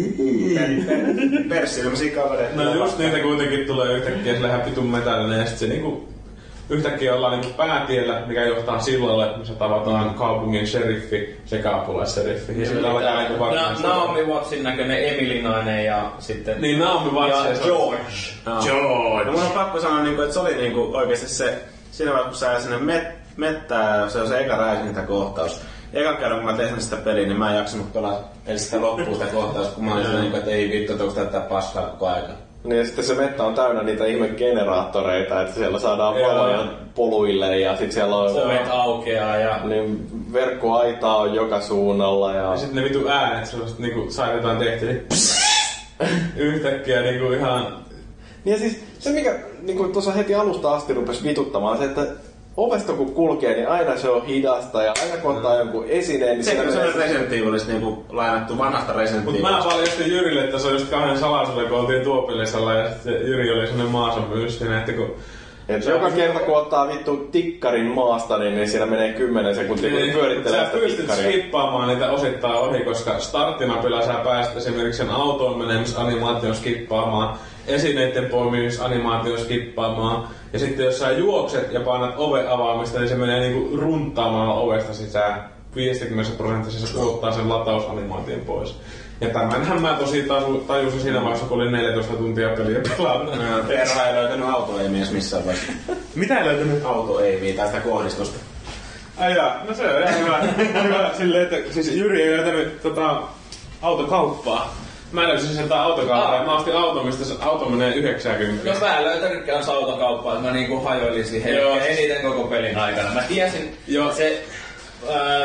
Perssilmäisiä kavereita. No just niitä kuitenkin tulee yhtäkkiä sille ihan vitun metällinen, ja sit se niinku yhtäkkiä ollaan niinku päätiellä, mikä johtaa sillalle, missä tavataan kaupungin sheriffi sekä apulaisseriffi. Ja sillä alkaa niinku varsinaisesti... Naomi Wattsin näköinen Emilinainen ja sitten... Niin, Naomi Watts ja George. No. George. No mun on pakko sanoa, että se oli niinku oikeesti se... Siinä vaiheessa, kun sä sinne met, mettään, se on se eka räisintäkohtaus. Eka kerran, kun mä tein sitä peliä, niin mä en jaksanut pelaa edes sitä loppuun sitä kohtausta, kun mä olin siinä, että ei vittu, että onko tätä paskaa koko aika. Niin ja sitten se mettä on täynnä niitä ihme generaattoreita, että siellä saadaan valoja poluille ja sit siellä on... Ovet aukeaa ja... Niin verkkoaitaa on joka suunnalla ja... Ja sit ne vitu äänet sellaiset niinku sai jotain tehty, niin yhtäkkiä niinku ihan... Niin ja siis se mikä niinku tuossa heti alusta asti rupes vituttamaan se, että ovesta kun kulkee, niin aina se on hidasta ja aina kun ottaa jonkun esineen, niin... Se on se Resident Evilista niinku lainattu vanhasta Resident Evilista. Mut mä paljastin Jyrille, että se on just kahden salaisuuden, kun oltiin Tuopilisalla ja sitten Jyri oli sellainen maasamyys siinä, että kun... Et joka on... kerta kun ottaa vittu tikkarin maasta, niin, niin siinä menee kymmenen sekuntia, kun niin, pyörittelee sitä tikkaria. Sä pystyt skippaamaan niitä osittain ohi, koska starttinapilla sä pääset esimerkiksi sen autoon menemisanimaation skippaamaan, esineiden poimimisanimaation skippaamaan, ja sitten jos sä juokset ja painat oven avaamista, niin se menee niinku runttaamaan ovesta sisään. viisikymmentä prosenttisessa kuluttaa sen latausanimointien pois. Ja tämänhän mä tosi tajusin siinä vaiheessa, kun oli neljätoista tuntia peliä pelannut. Terha ei löytänyt autoeimiä missään vaiheessa. Mitä ei löytänyt? Autoeimiä tai sitä kohdistusta. Ai jaa, no se on ihan hyvä. hyvä. Silleen, että siis Jyri ei löytänyt tota, autokauppaa. Mä löysin sieltä autokauppaa ja mä ostin auto, mistä se auto menee yhdeksänkymmentä. No mä en löytänyt kanssa autokauppaa, että mä niinku hajoilin siihen eniten koko pelin aikana. Mä tiesin, joo. Se ää,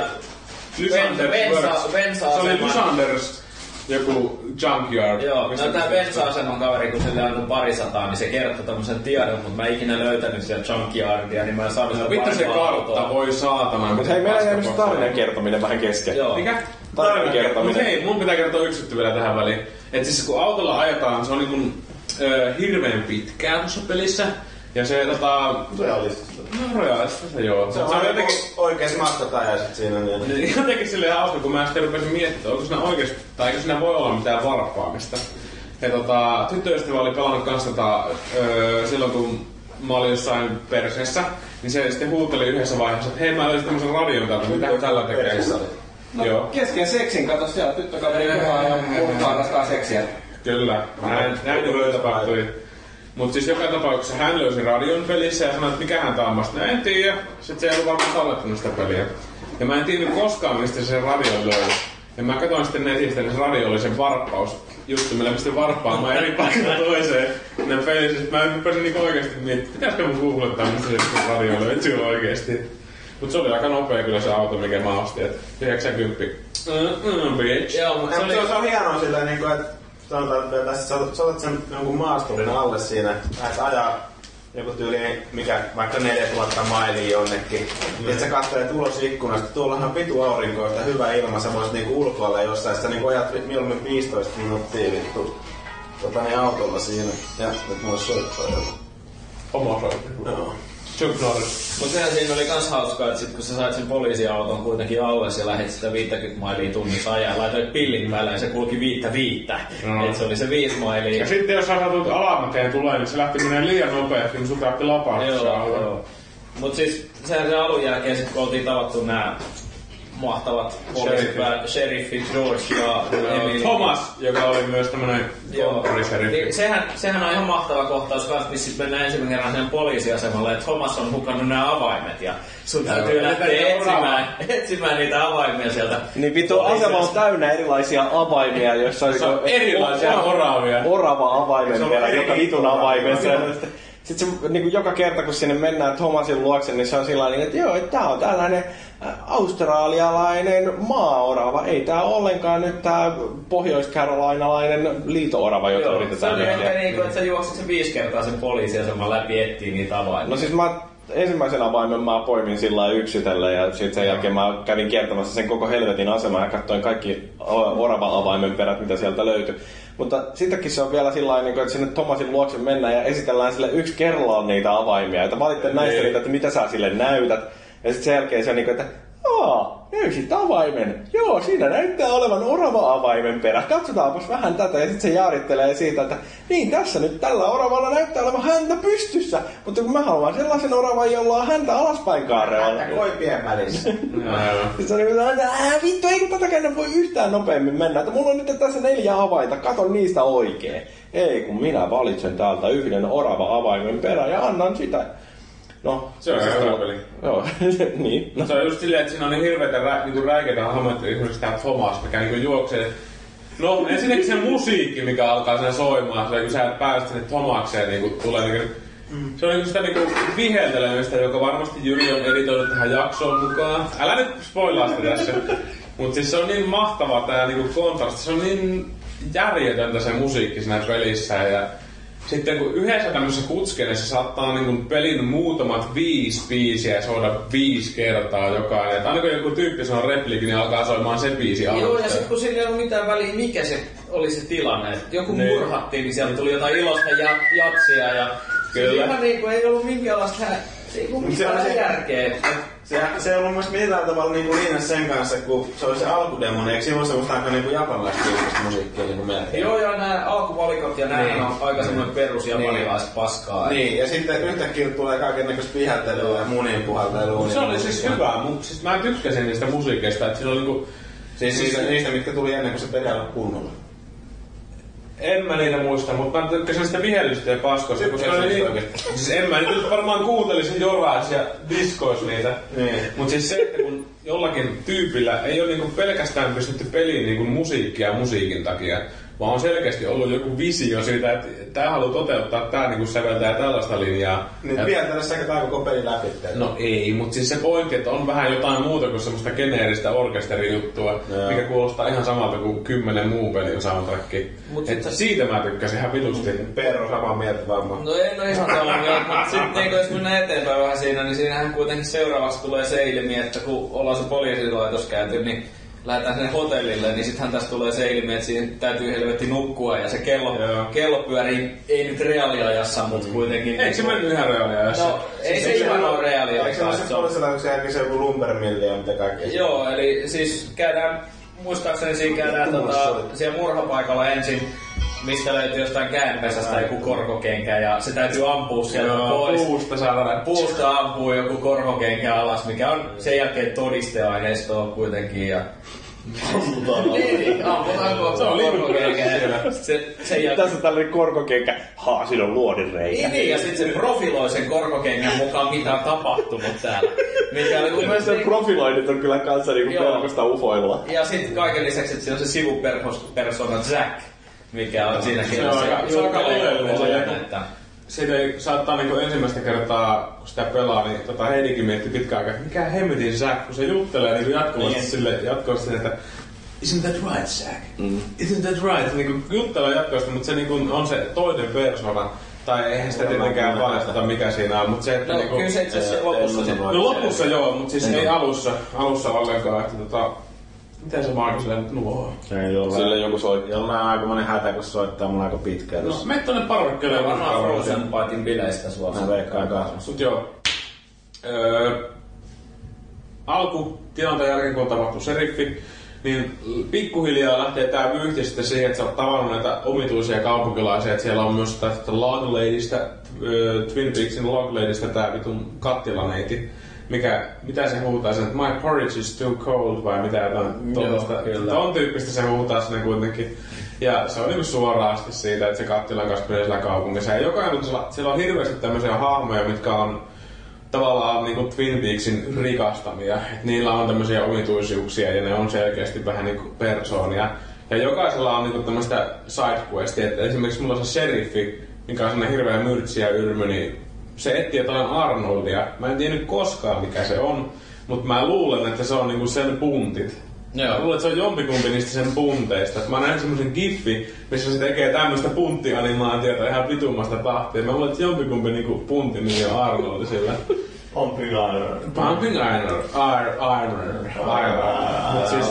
bensa, bensa se oli Lysanders joku junkyard. Joo, no tää bensa-aseman kaveri, kun sille antoi parisataa, niin se kertoi tämmösen tiedon, mutta mä en ikinä löytänyt sieltä junkyardia, niin mä en saanut sitä vittu se kartta, voi saatana. Mut hei, meillä jäänyt se tarinan kertominen vähän kesken. Joo. Mikä? Tarinan kertominen. Mut hei, mun pitää kertoa yksi juttu vielä tähän väliin. Et siis kun autolla ajetaan, se on niinku ö, hirveen pitkää tuossa pelissä. Ja se tota... Realistista. No realistista, joo. Se on, se on jotenkin oikees matkatajaiset siinä. Niin. Jotenkin silleen hauska, kun mä sitten rupesin miettimään, onko siinä oikeesti, tai eikö siinä voi olla mitään varpaamista. Ja tota, tyttöystävä oli pelannut kanssa tota, öö, silloin kun mä olin jossain perseessä, niin se sitten huuteli yhdessä vaiheessa, että hei mä löysin tämmösen radion täältä, mitä tällä tekee. No, joo. Kesken seksin, kato siellä tyttökaveri hyvää ja puhutaan raskaa seksiä. Kyllä, näin, näin kyllä tapahtui. Mut siis joka tapauksessa hän löysi radion pelissä ja sanoi, että mikähän tää on. Mä en tiedä. Sitten se ei ollut varmaan tallettanut sitä peliä. Ja mä en tiennyt koskaan, mistä se radion löysi. Ja mä katsoin sitten netistä, että se radio oli sen varppaus juttu, millä pystyn varppaamaan eri paikasta toiseen. Ne pelissä, mä en pääsin niinku oikeesti miettimään, pitäisikö mun googlettaa, mistä se radio löytyy oikeesti. Mut se oli aika nopea kyllä se auto, mikä mä ostin, et yhdeksänkymmentä. Mm-mm, bitch. Joo, mutta se, oli... se on hienoa silleen niinku, että sanotaan, että tässä saatat sen jonkun maasturin alle siinä, että ajaa joku tyyli, mikä vaikka neljätuhatta mailia jonnekin. Mm. Että sä katselet ulos ikkunasta, tuollahan on vitu aurinko, että hyvä ilma, sä voisit niinku ulkoilla jossain, sä niinku ajat mieluummin viisitoista minuuttia vittu tota niin autolla siinä. Ja nyt mulle soittaa joku. Oma soittaa. Joo. Chuck Norris. Mut sehän siinä oli kans hauskaa, että sit kun sä sait sen poliisiauton kuitenkin alle ja lähdit sitä viisikymmentä mailia tunnissa ajaa, laitoit pillin päälle ja se kulki viittä viittä. No. Et se oli se viisi mailia. Ja sitten jos sä satut alamäkeen tulee, niin se lähti menee liian nopeasti, niin sun tarvitsi lapaa. Joo, joo. Mut siis sehän se alun jälkeen sit kun oltiin tavattu nää mahtavat poliisit, sheriffi George ja Emily. Thomas, joka oli myös tämmönen konttoriseriffi. Niin sehän, sehän on ihan mahtava kohtaus kans, missä sit mennään ensimmäisen kerran sen poliisiasemalle, että Thomas on hukannut nämä avaimet ja sun täytyy lähteä etsimään, etsimään niitä avaimia sieltä. Niin vittu, asema on täynnä erilaisia avaimia, joissa on erilaisia oravia. Orava avaimen perä, joka vitun avaimen. Sitten se niin joka kerta, kun sinne mennään Thomasin luokse, niin se on sillä tavalla, että joo, että tää on tällainen australialainen maa-orava. Ei tää ollenkaan nyt tää pohjois-carolinaalainen liito-orava, jota joo, yritetään tehdä. Se oli ehkä niinku, että sä juoksit sen viisi kertaa sen poliisiaseman läpi etsii niitä avaimia. No siis mä ensimmäisen avaimen mä poimin sillä yksitellen ja sitten sen jälkeen mä kävin kiertämässä sen koko helvetin aseman ja katsoin kaikki orava-avaimen perät, mitä sieltä löytyi. Mutta sittenkin se on vielä sillä niin että sinne Thomasin luokse mennään ja esitellään sille yksi kerrallaan niitä avaimia. Että valitte näistä niitä, että mitä sä sille näytät. Ja sitten sen jälkeen se on niin kuin, että aa, löysit avaimen. Joo, siinä näyttää olevan orava-avaimen perä. Katsotaanpas vähän tätä. Ja sitten se jaarittelee siitä, että niin tässä nyt tällä oravalla näyttää olevan häntä pystyssä. Mutta kun mä haluan sellaisen oravan, jolla on häntä alaspäin kaarella. Häntä koipien välissä. Sitten se on niin kuin, että vittu, eikö tätäkään voi yhtään nopeammin mennä. Että mulla on nyt tässä neljä avainta, katon niistä oikein. Ei, kun minä valitsen täältä yhden orava-avaimen perä ja annan sitä. No, se on ihan hyvä peli. Joo, niin. No. Se on just silleen, että siinä on niin hirveitä rä, niinku räikeitä hahmoja, esimerkiksi tää Thomas, mikä niinku juoksee. No, ensinnäkin se musiikki, mikä alkaa sen soimaan, se kun sä pääset sinne Thomakseen, niinku tulee niinku... Mm. Se on niinku sitä niinku viheltelemistä, joka varmasti Jyri on editoinut tähän jaksoon mukaan. Älä nyt spoilaa sitä tässä. Mut siis se on niin mahtava tää niinku kontrasti, se on niin järjetöntä se musiikki siinä pelissä ja... Sitten kun yhdessä tämmöisessä kutskenessa saattaa niin pelin muutamat viisi biisiä soida viisi kertaa jokainen. Että aina kun joku tyyppi sanoo repliikin, niin alkaa soimaan se biisi alusta. Joo, ja sitten kun sillä ei ollut mitään väliä, mikä se oli se tilanne. Että joku niin murhattiin, niin sieltä tuli jotain ilosta ja jatsia. Ja kyllä. Ihan niin kuin ei ollut minkäänlaista hä... Se ei ollut mitään järkeä. Se, se ei ollut mun mielestä millään tavalla niinku linjassa sen kanssa, kun se oli se alkudemo, niin eikö siinä ole semmoista aika niinku japanilaistyyppistä musiikkia niinku melkein? Joo, ja nämä alkuvalikot ja nämä niin. on aika semmoinen perus japanilaista paskaa. Niin, ja sitten yhtäkkiä tulee kaikennäköistä viheltelyä ja munin puhaltelua. Mut se oli siis hyvä, mut siis mä tykkäsin niistä musiikeista, että siinä oli niinku... Siis niistä, niistä, mitkä tuli ennen kuin se peli alkoi kunnolla. En mä niitä muista, mutta mä tykkäsin sitä vihellystä ja paskoista, koska oli niin... Siis en mä nyt varmaan kuuntelisin jorais ja diskois niitä. Niin. Mut siis se, että kun jollakin tyypillä ei ole niinku pelkästään pystytty peliin niinku musiikkia musiikin takia, vaan on selkeästi ollut joku visio siitä, että tää haluaa toteuttaa, tää niinku säveltää tällaista linjaa. Niin ja... vielä tällaista tää koko peli läpi. No ei, mutta siis se pointti, että on vähän jotain muuta kuin semmoista geneeristä orkesterijuttua, no. mikä kuulostaa ihan samalta kuin kymmenen muu pelin soundtracki. Että siitä mä tykkäsin ihan vitusti. Perro samaa mieltä varmaan. No ei no ihan samaa mieltä, mutta sitten niin jos mennään eteenpäin vähän siinä, niin siinähän kuitenkin seuraavaksi tulee se ilmi, että kun ollaan se poliisilaitos käyty, niin lähdetään sinne hotellille, niin sittenhän tästä tulee se ilmi, että siinä täytyy helvetti nukkua ja se kello, kello pyörii, ei nyt reaaliajassa, mutta kuitenkin... Eikö se mennyt ihan reaaliajassa? No, ei se ihan ole reaaliajassa. Eikö se ole se poliisilaitoksen jälkeen se joku lumbermilli ja mitä kaikkea? Joo, eli siis käydään, muistaakseni siinä käydään tota, siellä murhapaikalla ensin, mistä löytyy jostain käenpesästä joku korkokenkä ja se täytyy ampua sieltä Joo, pois. Puusta saadaan. Puusta ampuu joku korkokenkä alas, mikä on sen jälkeen todisteaineistoa kuitenkin. Ja... Ammutaan. Niin, ammutaan korkokenkä. Se, sen jälkeen... Tässä tällainen korkokenkä. Haa, siinä on luodinreikä. Niin, ja sitten se profiloi sen korkokengän mukaan, mitä on tapahtunut täällä. Mikä oli mun mielestä profiloinnit on kyllä kanssa niinku pelkosta ufoilla. Ja sitten kaiken lisäksi, että siinä on se sivupersona Jack, mikä on siinä kirjassa. Se on aika oleellinen. Että... Siitä ei saattaa niinku ensimmäistä kertaa, kun sitä pelaa, niin tota Heidikin mietti pitkään aikaa, mikä hemmetin Jack, kun se juttelee niinku jatkuvasti niin. Sille, jatkuvasti, että Isn't that right, Jack? Mm. Isn't that right? Niinku juttelee jatkuvasti, mutta se niinku on se toinen persona. Tai eihän sitä tietenkään paljasteta mikä siinä on, mutta se, että no, niinku... kyllä se itse asiassa lopussa se... No lopussa joo, mutta siis ei alussa, alussa ollenkaan, että tota... Miten se Marko sille nyt nuohoo? Sille joku soittaa. Jollain on aikamoinen hätä, kun soittaa mulla aika pitkään. No, mene tonne parvekkeelle. Varmaan Frozen Bitin bileistä suossa. Mä veikkaan kanssa. Mut joo. Öö, alku tilanteen jälkeen, kun on tapahtunut seriffi, niin pikkuhiljaa lähtee tää vyyhti sitten siihen, että sä oot tavannut näitä omituisia kaupunkilaisia. Että siellä on myös tästä Log Ladystä, äh, Twin Peaksin Log Ladystä tää vitun kattilaneiti. Mikä, mitä se huutaa sen, että my porridge is too cold vai mitä jotain tuollaista. Ton tyyppistä se huutaa sinne kuitenkin. Ja se on niinku suoraan siitä, että se kattilan kanssa menee siellä kaupungissa. Ja jokainen, siellä on hirveästi tämmöisiä hahmoja, mitkä on tavallaan niinku Twin Peaksin rikastamia. Et niillä on tämmöisiä omituisuuksia ja ne on selkeästi vähän niinku persoonia. Ja jokaisella on niinku tämmöistä sidequestia. Et esimerkiksi mulla on se sheriffi, mikä on semmonen hirveä myrtsi ja yrmy, niin se etsii jotain Arnoldia. Mä en tiedä koskaan mikä se on, mutta mä luulen, että se on niinku sen puntit. Joo. Mä luulen, että se on jompikumpi niistä sen punteista. Mä näin semmosen giffi, missä se tekee tämmöstä punttianimaatiota ihan vitummasta tahtia. Mä luulen, että jompikumpi niinku puntti nimi on Arnoldi sillä. Pumping Iron. Pumping Iron. Iron. Iron. Siis,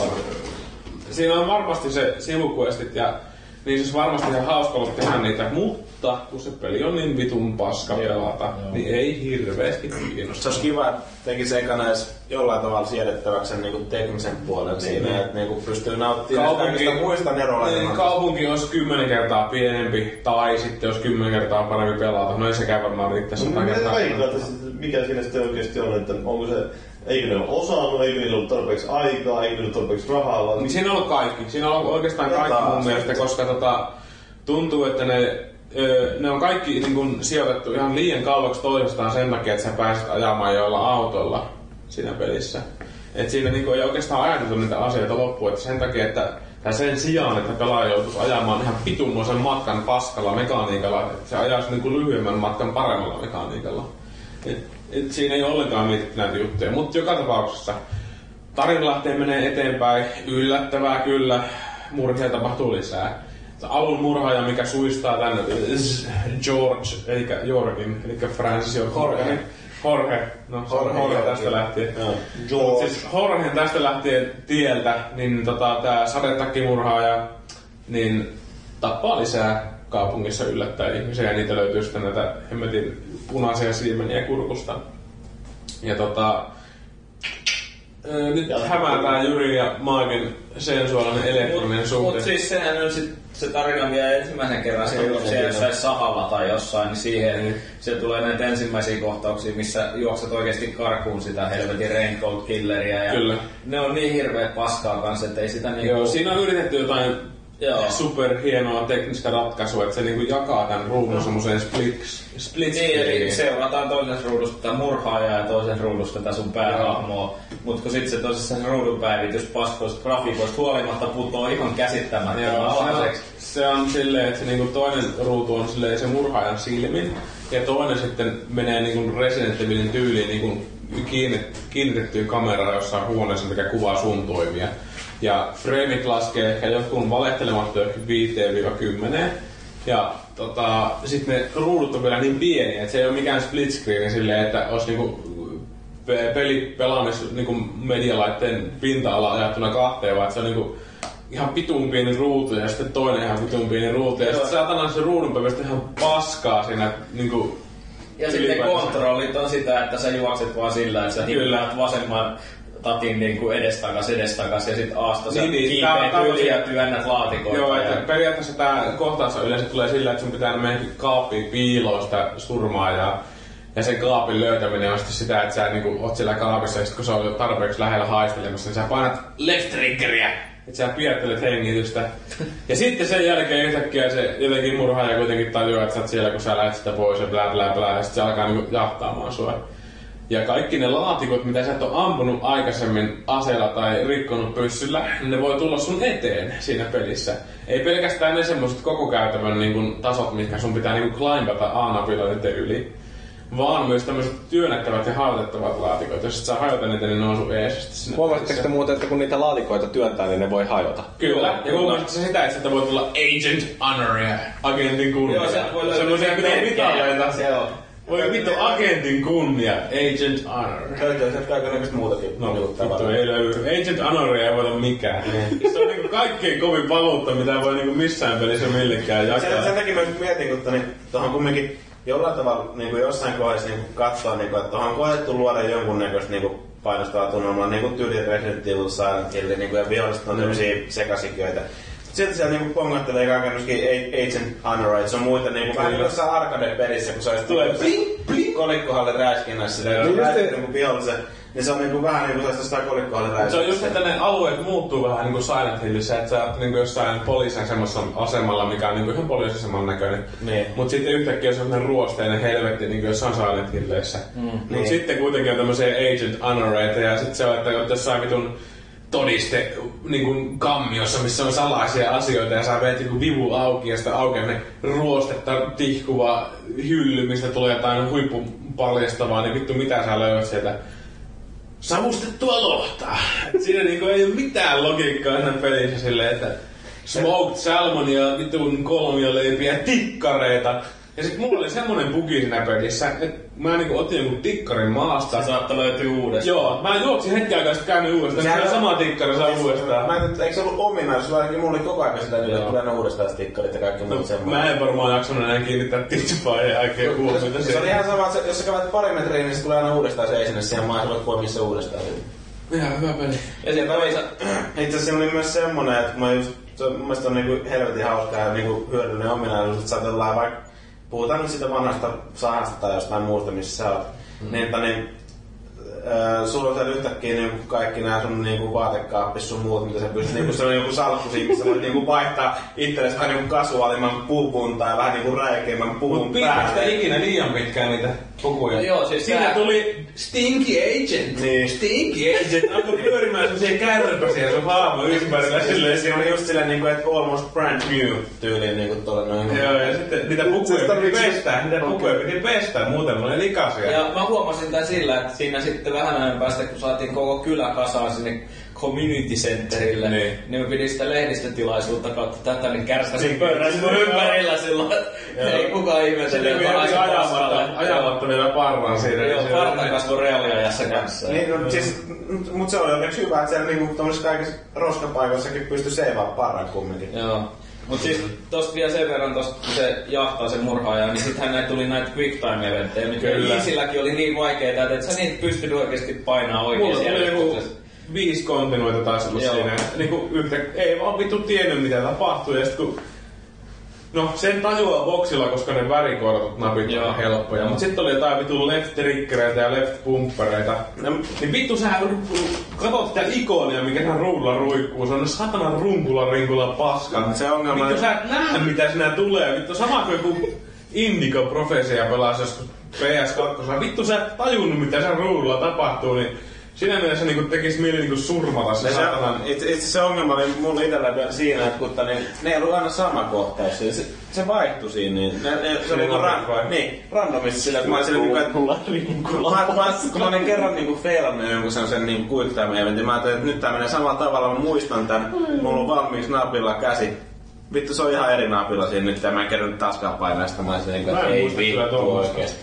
siinä on varmasti se sivuquestit ja niin siis varmasti ihan hauska ollut tehdä niitä, mutta kun se peli on niin vitun paska pelata, joo. Niin ei hirveästi kiinnosta. Se olisi kiva, että tekisi ekana edes jollain tavalla siedettäväksi sen niinku teknisen puolen niin, siinä, niin. Että niinku pystyy nauttimaan kaikista muista nerolla. Niin, kaupunki olisi kymmenen kertaa pienempi, tai sitten olisi kymmenen kertaa parempi pelata. No ei sekään varmaan riittäisi sata no, kertaa. Mikä siinä sitten oikeasti on, että onko se... Eikö ne ole osannut, eikö niillä ollut tarpeeksi aikaa, eikö niillä ollut tarpeeksi rahaa? Vaan... Niin siinä on ollut kaikki. Siinä on ollut oikeastaan ja kaikki mun mielestä, koska tota, tuntuu, että ne, ne on kaikki niin kun, sijoitettu ihan liian kauaksi toisestaan sen takia, että sä pääset ajamaan joilla autolla siinä pelissä. Et siinä niin kun, ei oikeastaan ajateltu niitä asioita loppuun, että sen takia, että tai sen sijaan, että pelaaja joutuisi ajamaan ihan pitummoisen matkan paskalla mekaniikalla, että se ajaisi niin kun, lyhyemmän matkan paremmalla mekaniikalla. Et, et siinä ei ollenkaan mietitty näitä juttuja, mutta joka tapauksessa tarina lähtee menee eteenpäin, yllättävää kyllä, murhia tapahtuu lisää. Alun murhaaja, mikä suistaa tänne George, eli Jorgin, eli Francis Jorge. Jorge, no se on Jorge tästä lähtien. George. Siis Jorgen tästä lähtien tieltä, niin tota, tää sadetakkimurhaaja, niin tappaa lisää kaupungissa yllättää ihmisiä ja niitä löytyy sitten näitä hemmetin punaisia siemeniä kurkusta. Ja tota, Öö, nyt hämäätään Jyrin ja Maakin sensuaalinen elektroninen suhde. Mut siis sehän on sit se tarina vielä ensimmäisen kerran se, kun siellä jossain sahalla tai jossain, niin siihen mm. siellä tulee näitä ensimmäisiä kohtauksia, missä juokset oikeesti karkuun sitä helvetin Raincoat Killeria. Ja kyllä. Ne on niin hirveet paskaa kanssa, että ei sitä niinku... Joo, siinä on yritetty jotain superhienoa teknistä ratkaisua, että se niinku jakaa tän ruudun semmoiseen splits. Splits niin, eli seurataan toisessa ruudusta tätä murhaajaa ja toisessa ruudusta tätä sun päähahmoa. Mut kun sit se tosissaan ruudun päivitys paskoista grafiikoista huolimatta putoo ihan käsittämättömän alhaiseksi. Se on silleen, että se niinku toinen ruutu on silleen se murhaajan silmin ja toinen sitten menee niinku Resident Evilin tyyliin niinku kiinnitettyyn kameraan jossain huoneessa, mikä kuvaa sun toimia. Ja freimit laskee ehkä jotkun valehtelematta viiteen kymmeneen. Ja tota, sit ne ruudut on vielä niin pieniä, että se ei oo mikään split screen silleen, että ois niinku peli pelaamis niinku medialaitteen pinta-ala ajattuna kahteen, vaan se on niinku ihan pitun pieni ruutu ja sitten toinen ihan pitun pieni ruutu. Ja sit saatana se ruudunpäivästä ihan paskaa siinä niinku... Ja sitten kontrollit on sitä, että sä juokset vaan sillä, että sä hippäät vasemman tatin niinku edestakas edestakas ja sit aasta sä niin, kiipeät yli ja työnnät laatikoita. Joo, ja... että periaatteessa tää kohtaus yleensä tulee sillä, että sun pitää mennä kaappiin piiloon sitä surmaa ja ja sen kaapin löytäminen on sitten sitä, että sä niinku oot siellä kaapissa ja sit kun se on tarpeeksi lähellä haistelemassa, niin sä painat left triggeria, että sä piettelet hengitystä. Ja sitten sen jälkeen yhtäkkiä se jotenkin murhaaja kuitenkin tajuaa, että sä oot siellä kun sä lähet sitä pois ja blää blää blää ja sit se alkaa niinku jahtaamaan sua. Ja kaikki ne laatikot, mitä sä et oo ampunut aikaisemmin aseella tai rikkonut pyssyllä, ne voi tulla sun eteen siinä pelissä. Ei pelkästään ne semmoset koko käytävän niin tasot, mitkä sun pitää niin climbata A-napilla niiden yli, vaan myös tämmöset työnnettävät ja hajotettavat laatikot. Jos et saa hajota niitä, niin ne on sun eesesti. Huomasitteko te muuten, että kun niitä laatikoita työntää, niin ne voi hajota? Kyllä. Ja huomasitko se sitä, että sieltä voi tulla Agent Honoria, agentin kunnia. Joo, se voi löytyä. Semmoisia mitaleita. Voi vittu agentin kunnia, Agent Honor. Löytyy sieltä kaikennäköistä muutakin. No vittu ei löydy. Agent Honoria ei voida mikään. Se on niinku kaikkein kovin paluutta, mitä voi niinku missään pelissä millekään jakaa. Sen, sen takia mä mietin, kun niin, tuohon kumminkin jollain tavalla niin jossain kohdassa niin katsoa, niin kuin, että tuohon on kohdettu luoda jonkunnäköistä niin painostavaa tunnelmaa, niin kuin tyyli Resident Evil, Silent Hill, niin ja viholliset on tämmöisiä sekasikiöitä. Sitten siellä niinku pongattelee kaikenlaisia Agent Honorite, se on muita niinku vähän niinku jossain arcade-pelissä, kun se olisi tulee bling bling kolikkohallin räiskinnässä, ja jos räiskit niinku vihollisen, niin se on niinku vähän niinku sellaista kolikkohallin räiskinnässä. Se on just, että ne alueet muuttuu vähän niinku Silent Hillissä, että sä oot niinku jossain poliisin semmoisessa asemalla, mikä on niinku ihan poliisiaseman näköinen. Niin. Mut sitten yhtäkkiä se on semmonen ruosteinen helvetti niinku jossain Silent Hilleissä. Mm. Mut niin. Sitten kuitenkin on tämmösiä Agent Honorite, ja sit se on, että jossain vitun todiste niin kammiossa, missä on salaisia asioita ja sä veet joku vivu auki ja sitä aukeaa ne ruostetta tihkuva hylly, mistä tulee jotain huippupaljastavaa, niin vittu mitä sä löydät sieltä? Savustettua lohtaa. Et siinä niinku ei oo mitään logiikkaa siinä pelissä silleen, että smoked salmon ja vitun kolmioleipiä ja tikkareita. Ja sit mulla oli semmonen bugi siinä pelissä, että mä niinku otin jonkun tikkarin maasta. Se saattaa löytyä uudestaan. Joo, mä juoksin hetken aikaa sitten käännin uudestaan. Sehän sama tikkari saa uudestaan. Mä en tiedä, eikö se ollut ominaisuus, vaan ainakin mulla oli koko ajan sitä, että tulee ne uudestaan tikkarit ja kaikki muut semmoinen. Mä en varmaan jaksanut enää kiinnittää Teachbyen jälkeen huomiota. Se on ihan sama, että jos sä kävet pari metriä, niin se tulee aina uudestaan se esine siihen maan, että voi missä uudestaan. Ihan hyvä peli. Ja sieltä oli itse asiassa oli myös semmonen, että mä just, mun mielestä on niinku helvetin hauskaa ja niinku hyödyllinen ominaisuus, että saatellaan vaikka puhutaan nyt siitä vanhasta sahasta tai jostain muusta, missä sä oot. Mm. Niin, että niin, äh, sulla on siellä yhtäkkiä niin kaikki nää sun niin vaatekaappis sun muut, mitä sä pystyt, niin se on joku salkku siinä, missä voit niin vaihtaa itsellesi vähän niin kasuaalimman puvun tai vähän niin räikeimmän puvun päälle. Mut pitäis ikinä liian pitkään niitä pukuja? Joo, siis siinä tää... tuli Stinky Agent. Niin. Stinky Agent alkoi pyörimään semmosia kärpäsiä sun haamo ympärillä silleen. Siinä oli just silleen niinku, että almost brand new tyyliin niinku tolle noin. Joo, ja sitten niitä pukuja piti pestää, niitä pukuja piti pestää, muuten oli likaisia. Ja mä huomasin tän sillä, että siinä sitten vähän ajan päästä, kun saatiin koko kylä kasaan sinne community centerille, niin, niin me pidin sitä lehdistötilaisuutta kautta tätä, niin kärsäsin pörräsin mun ympärillä silloin, ei kukaan ihmetellä. Sitten vielä ajamatta, ajamatta vielä parran siinä. Joo, parta kasvoi reaaliajassa kanssa. Niin, no, siis, mut se oli onneksi hyvä, että siellä niinku tommosissa kaikissa roskapaikoissakin pystyi seivaamaan parran kumminkin. Joo. Mut siis tosta vielä sen verran tosta, kun se jahtaa sen murhaajan, niin sittenhän näitä tuli näitä quick time eventtejä, mitkä Easilläkin oli niin vaikeita, että et sä niitä pystyt oikeesti painaa oikein siellä. viisi kontinuita taisi olla siinä. Niinku yhtä, ei vaan vittu tiennyt mitä tapahtuu ja sit kun... No sen tajuaa boksilla, koska ne värikortut napit on helppoja, mut sit oli jotain vittu left triggereitä ja left pumpereita. No, niin vittu sä katot sitä ikonia, mikä sen ruudulla ruikkuu, se on ne satanan runkula rinkula paska. Se ongelma... Vittu sä et näe mitä sinä tulee, vittu sama kuin joku Indigo Profesia pelasi joskus P S kaksi. Vittu sä et tajunnut mitä sen ruudulla tapahtuu, niin siinä mielessä niinku tekis mieli niinku surmata se satanan... Itse, itse se ongelma oli mulla itellä siinä, että kun niin, ne ei ollut aina sama kohtaus. Se, se vaihtui siinä, niin ne, ne, se oli ran, niin, randomisti sillä, kun mä olin sillä niinku, että... Kun mä olin kerran niinku feilannut jonkun sellaisen niinku quick time eventin, mä ajattelin, että nyt tää menee samalla tavalla, mä muistan tän, mulla on valmiiksi napilla käsi. Vittu se on ihan eri napilla siinä nyt, mä en kerran nyt taaskaan painaa sitä, mä olisin niinku, että ei vittu oikeesti.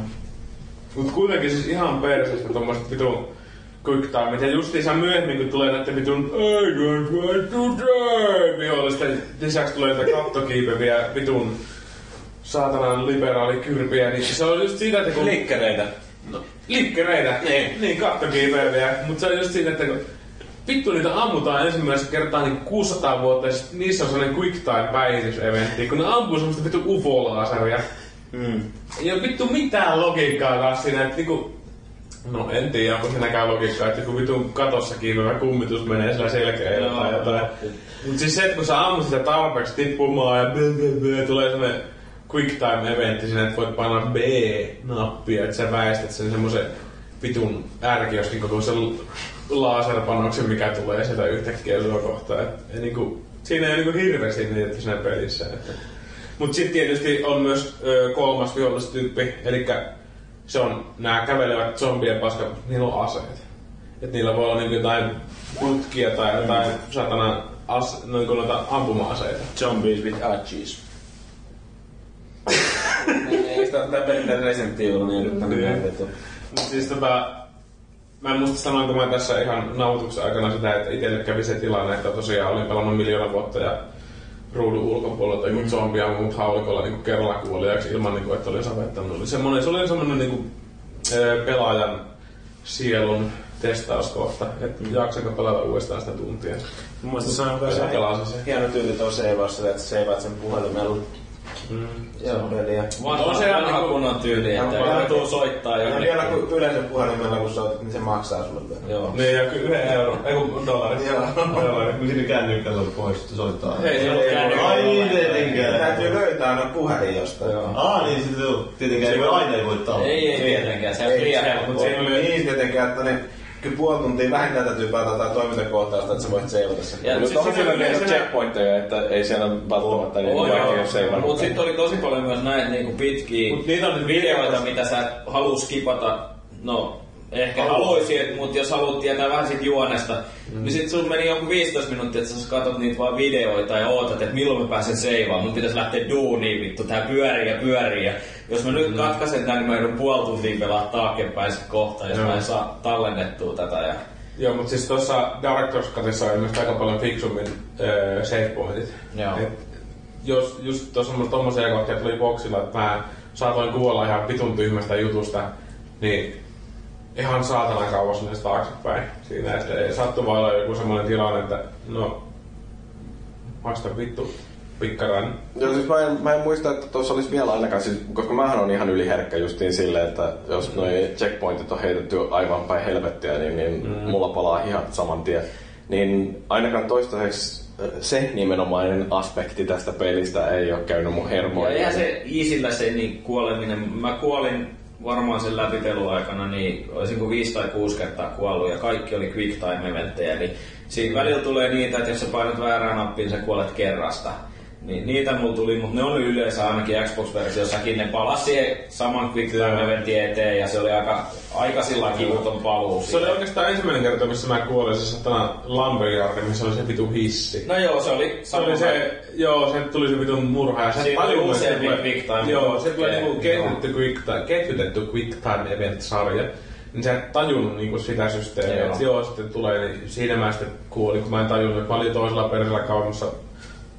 Mut kuitenkin siis ihan perseestä tommoset vitun quick timeit. Ja justiinsa myöhemmin kun tulee näitten vitun I don't want to die vihollisten lisäksi tulee näitä kattokiipeviä vitun saatanan liberaalikyrpiä, niin se on just siitä, että kun... Likkereitä. No, likkereitä. Niin. Niin, kattokiipeviä. Mut se on just siitä, että kun vittu niitä ammutaan ensimmäistä kertaa niin kuusisataa vuotta ja sit niissä on sellainen quick time päihityseventti, kun ne ampuu semmoista vittu U F O-laaseria. Mm. Ei oo vittu mitään logiikkaa siinä, että niinku... No en tiedä, onko siinäkään logiikkaa, että joku vitun katossa kiipävä kummitus menee sillä selkeillä no, tai jotain. Mut siis se, että kun sä ammut sitä tarpeeksi tippumaan ja bö, bö, bö, tulee semmonen quick time eventti sinne, että voit painaa B-nappia, että sä väistät sen semmosen vitun ärkioskin koko sen laserpanoksen, mikä tulee sieltä yhtäkkiä sua kohtaan. Et, niinku, siinä ei niinku hirveästi niitä siinä pelissä. Että. Mut sit tietysti on myös ö, kolmas vihollistyyppi, elikkä se on nää kävelevät zombien paskat, niillä on aseet. Et niillä voi olla niinku jotain putkia tai jotain satana as, niinku noita ampuma-aseita. Zombies with arches. Eikö sitä tää perinteinen Resident Evil niin yrittänyt näytetty? Mut siis tota... Mä en muista sanoinko mä tässä ihan nauhoituksen aikana sitä, että itelle kävi se tilanne, että tosiaan olin pelannut miljoona vuotta ja ruudun ulkopuolelta joku zombia mut haulikolla niinku kerralla kuoliaksi ilman niinku, että olin savettanut. Oli semmonen, se oli semmonen niinku e, pelaajan sielun testauskohta, että mm. jaksanko pelata uudestaan sitä tuntia. Mun mielestä se on myös hieno tyyli tuo seivaus, että seivaat sen puhelimella. Mm. Joo, peliä. On se ihan ihan kunnon tyyli, että joutuu soittaa jonnekin. Ja vielä kun yleensä puhelimella kun soitat, niin se maksaa sulle vielä. Joo. Niin ja yhden euron, ei kun dollari. Joo. Dollari. Kun sinne kännykkä on pois, että soittaa. Ei se ole kännykkä. Ai tietenkään. Täytyy löytää aina puhelin jostain. Aa niin sitten tietenkään ei aina ei voi tallata. Ei, ei tietenkään, se on liian helppoa. Mutta siinä oli niin tietenkään, että ne kyllä puoli tuntia vähintään täytyy päätä jotain toimintakohtausta, että sä voit seivata sen. Mutta onhan siellä vielä checkpointteja, että ei siellä välttämättä niin kaikki ole seivannut. Mut sit oli tosi paljon myös näitä niinku pitkiä videoita, mitä sä halus skipata. No, ehkä haluisit, mut jos haluat tietää vähän sit juonesta, mm. niin sit sun meni joku viisitoista minuuttia, että sä katot niitä vaan videoita ja ootat, että milloin mä pääsen seivaan. Mun pitäis lähteä duuniin, vittu, tää pyörii ja pyörii. Ja jos mä nyt mm. katkaisen tän, niin mä joudun puoli tuntia pelaa taaksepäin sit kohta, jos mm. mä en saa tallennettua tätä. Ja... Joo, mut siis tossa Director's Cutissa on ilmeisesti aika paljon fiksummin äh, save pointit. Joo. Et jos just tossa tommosia kohtia tuli boksilla, että mä saatoin kuolla ihan vitun tyhmästä jutusta, niin ihan saatanan kauas näistä taaksepäin siinä, että ei sattu vaan olla joku semmoinen tilanne, että no vasta vittu pikkaran. Joo, siis mä en, mä en muista, että tuossa olisi vielä ainakaan, siis, koska mähän on ihan yliherkkä justiin silleen, että jos noi checkpointit on heitetty aivan päin helvettiä, niin, niin mm. mulla palaa hihat saman tien. Niin ainakaan toistaiseksi se nimenomainen aspekti tästä pelistä ei ole käynyt mun hermoille. Ja eihän se easyllä se niin kuoleminen, mä kuolin varmaan sen läpitelun aikana, niin olisinko viisi tai kuusi kertaa kuollut ja kaikki oli quick time eventtejä. Niin siinä välillä tulee niitä, että jos sä painat väärään nappiin, sä kuolet kerrasta. Niin niitä mulla tuli, mutta ne on yleensä ainakin Xbox-versiossakin. Ne palasi siihen saman quick time eventin eteen ja se oli aika, aika sillä kivuton paluu. Se oli oikeastaan ensimmäinen kerta, missä mä kuolin se satana Lumberyardi, missä oli se vitun hissi. No joo, se oli se oli se, joo, se tuli se vitun murha ja se siinä oli useampi quick time. Joo, se tuli niinku ketjutettu quick time, ketjutettu quick time event-sarja. Niin sä et tajunnut niinku sitä systeemiä, että joo, sitten tulee, niin siinä mä sitten kuolin, kun mä en tajunnut, että mä olin toisella persellä kaunassa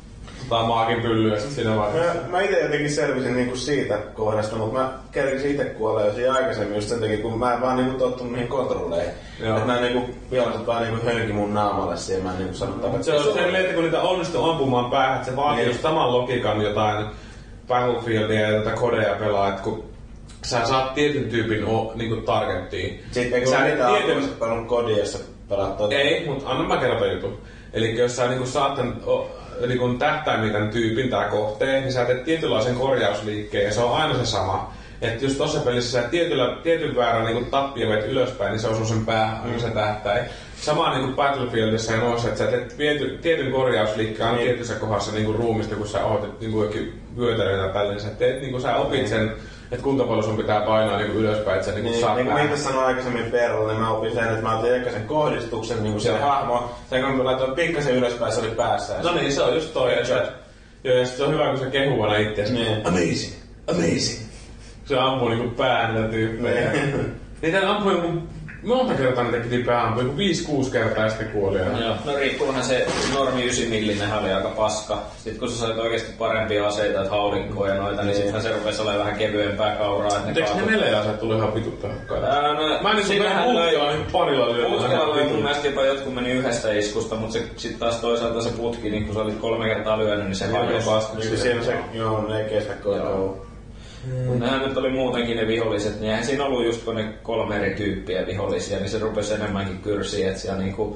tota, maakin pyllyä sit siinä vaiheessa. Mä, mä ite jotenkin selvisin niinku siitä kohdasta, mutta mä kerkisin ite kuolla jo siinä aikaisemmin just sen takia, kun mä en vaan niinku tottunut niihin kontrolleihin. Että nää niinku viholliset vaan niinku hönki mun naamalle siihen, mä en niinku saanut takaisin. Se on sen että kun niitä onnistuu ampumaan päähän, että se vaatii niin. Just saman logiikan jotain Battlefieldia ja tätä kodeja pelaa, että kun sä saat tietyn tyypin o, niinku targettiin. Sitten eikö sä niitä ampuiset pelannut kodiassa pelat tota? Ei, mutta anna mä kertoa jutun. Eli jos sä niinku saat tän, o, niinku tähtäimin tän tyypin tää kohteen, niin sä teet tietynlaisen korjausliikkeen ja se on aina se sama. Että just tossa pelissä sä tietyllä, tietyn väärän niinku tappia veet ylöspäin, niin se osuu sen päähän, aina se tähtäin. Sama niinku Battlefieldissa ja noissa, että sä teet tiety, tietyn korjausliikkeen aina tietyssä kohdassa niinku ruumista, kun sä oot niinku jokin vyötäröitä tai tälleen. Sä teet niinku sä opit sen, että kuinka paljon sun pitää painaa niinku ylöspäin, että sä niinku niin, saat niin kuin itse sanoin aikaisemmin Perrolle, niin mä opin sen, että mä otin ehkä sen kohdistuksen niinku siihen hahmoon. Sen kun laitoin pikkasen ylöspäin, se oli päässä. No niin, se on just toi, että joo, ja sit se on hyvä, kun se kehuu aina itseäsi. Niin. Amazing, amazing. Se ampuu niinku pään niitä tyyppejä. Niitä ampuu joku monta kertaa niitä piti pää ampua, joku viisi kuusi kertaa ja sitten kuoli. Joo, no riippuuhan se normi yhdeksän millinen oli aika paska. Sitten kun sä sait oikeesti parempia aseita, että haulikkoa ja noita, niin sittenhän se rupesi olemaan vähän kevyempää kauraa. Mutta eikö ne melee-aseet tullut ihan vitut tehokkaita? Ää, no, mä en niin kuin putkilla niin parilla lyöllä. Putkilla löi mun mielestä jopa jotkut meni yhdestä iskusta, mutta se, sit taas toisaalta se putki, niin kun sä olit kolme kertaa lyönyt, niin se hajosi paskaksi. Siellä se, joo, ne ei kestä koitaa. Mm. Nämä nyt oli muutenkin ne viholliset, niin eihän siinä ollut just ne kolme eri tyyppiä vihollisia, niin se rupesi enemmänkin kyrsiä, että siellä niinku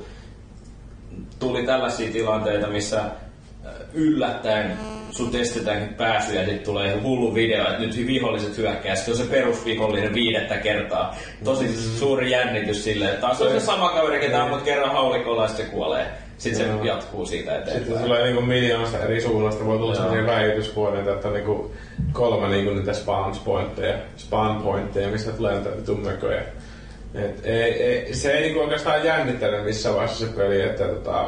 tuli tällaisia tilanteita, missä yllättäen sun testitetäänkin pääsyä ja sitten tulee hullu video, että nyt viholliset hyökkää. Sitten on se perusvihollinen viidettä kertaa. Tosi suuri jännitys silleen, että taas on se sama kaveri, ketä ammut kerran haulikolla ja sitten se kuolee. Sitten se jatkuu siitä eteenpäin. Sitten tulee niinku miljoonasta eri suunnasta, voi tulla sellaisia väityshuoneita, että on niinku kolme niinku niitä spawn pointteja, spawn pointteja, mistä tulee niitä tummököjä. Et ei, ei, se ei niinku oikeastaan jännittänyt missään vaiheessa se peli, että tota...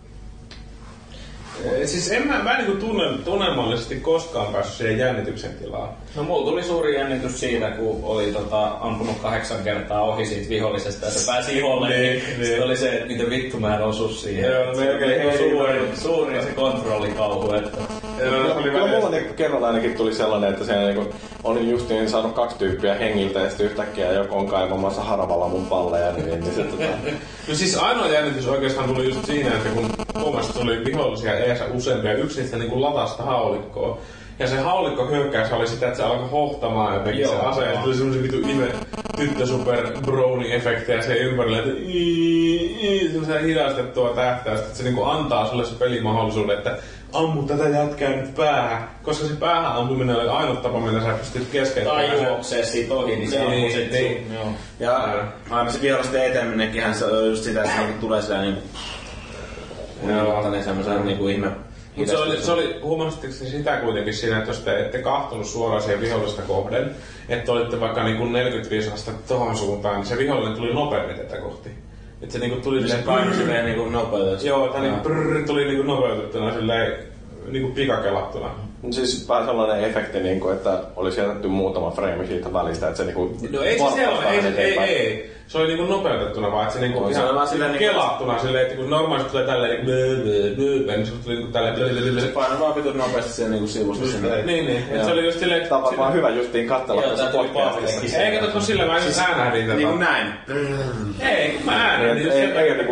Siis en mä, mä en niinku tunne, tunnelmallisesti koskaan päässyt siihen jännityksen tilaan. No mulla tuli suuri jännitys siitä, kun oli tota, ampunut kahdeksan kertaa ohi siitä vihollisesta ja se pääsi iholle, niin, niin, niin. Sitten oli se, että miten vittu mä en osu siihen. Joo, se oli suuri, suuri se kontrollikauhu, että... Kyllä mulla niinku kerralla ainakin tuli sellainen, että siellä niinku olin just niin saanut kaksi tyyppiä hengiltä ja sitten yhtäkkiä joku on kaivamassa haravalla mun palleja, niin, niin se tota... No siis ainoa jännitys oikeastaan tuli just siinä, että kun omasta tuli vihollisia eessä useampia, yksi niistä niinku latasta haulikkoa. Ja se haulikko hyökkäys oli sitä, että se alkoi hohtamaan jotenkin se ase. Ja tuli semmosen vitu ihme tyttö super brownie-efektejä sen ympärille, että semmosen hidastettua tähtäystä, että se niinku antaa sulle se pelimahdollisuuden, että ammu tätä jätkää nyt päähän. Koska se päähän ampuminen oli ainut tapa, millä sä pystyt keskeyttämään. Tai juoksee siitä ohi, niin se ampuu sit niin. Ja aina se vihollisten eteminenkin, se on just sitä, että se tulee sillä niinku... Joo, niin semmosen niinku ihme... Mutta se oli, se oli huomasitteko sitä kuitenkin siinä, että jos te ette kahtonut suoraan siihen vihollista kohden, että olitte vaikka niinku neljäkymmentäviisi astetta tohon suuntaan, niin se vihollinen tuli nopeammin tätä kohti. Että se niinku tuli... Se paino silleen niinku nopeutettu. Joo, tää niinku brrrr, tuli niinku nopeutettuna silleen niinku pikakelattuna. Siis vähän sellainen efekti, niinku, että olisi jätetty muutama frame siitä välistä, että se niinku... No ei se sellainen, ei, ei, ei, ei. Se oli niinku nopeutettuna vaan, että se niinku ihan vaan silleen kelattuna niinku... silleen, että kun normaalisti tulee tälleen niinku... niin se tuli niinku tälleen... Se paino vaan vitun nopeasti siihen niinku sivusta sinne. Niin, niin. Et se oli just silleen... Tapa vaan hyvä justiin katsella tässä podcastissa. Ei kato, kun sillä mä en äänähdin tätä. Niinku näin. Ei, kun mä äänähdin. Ei, niinku...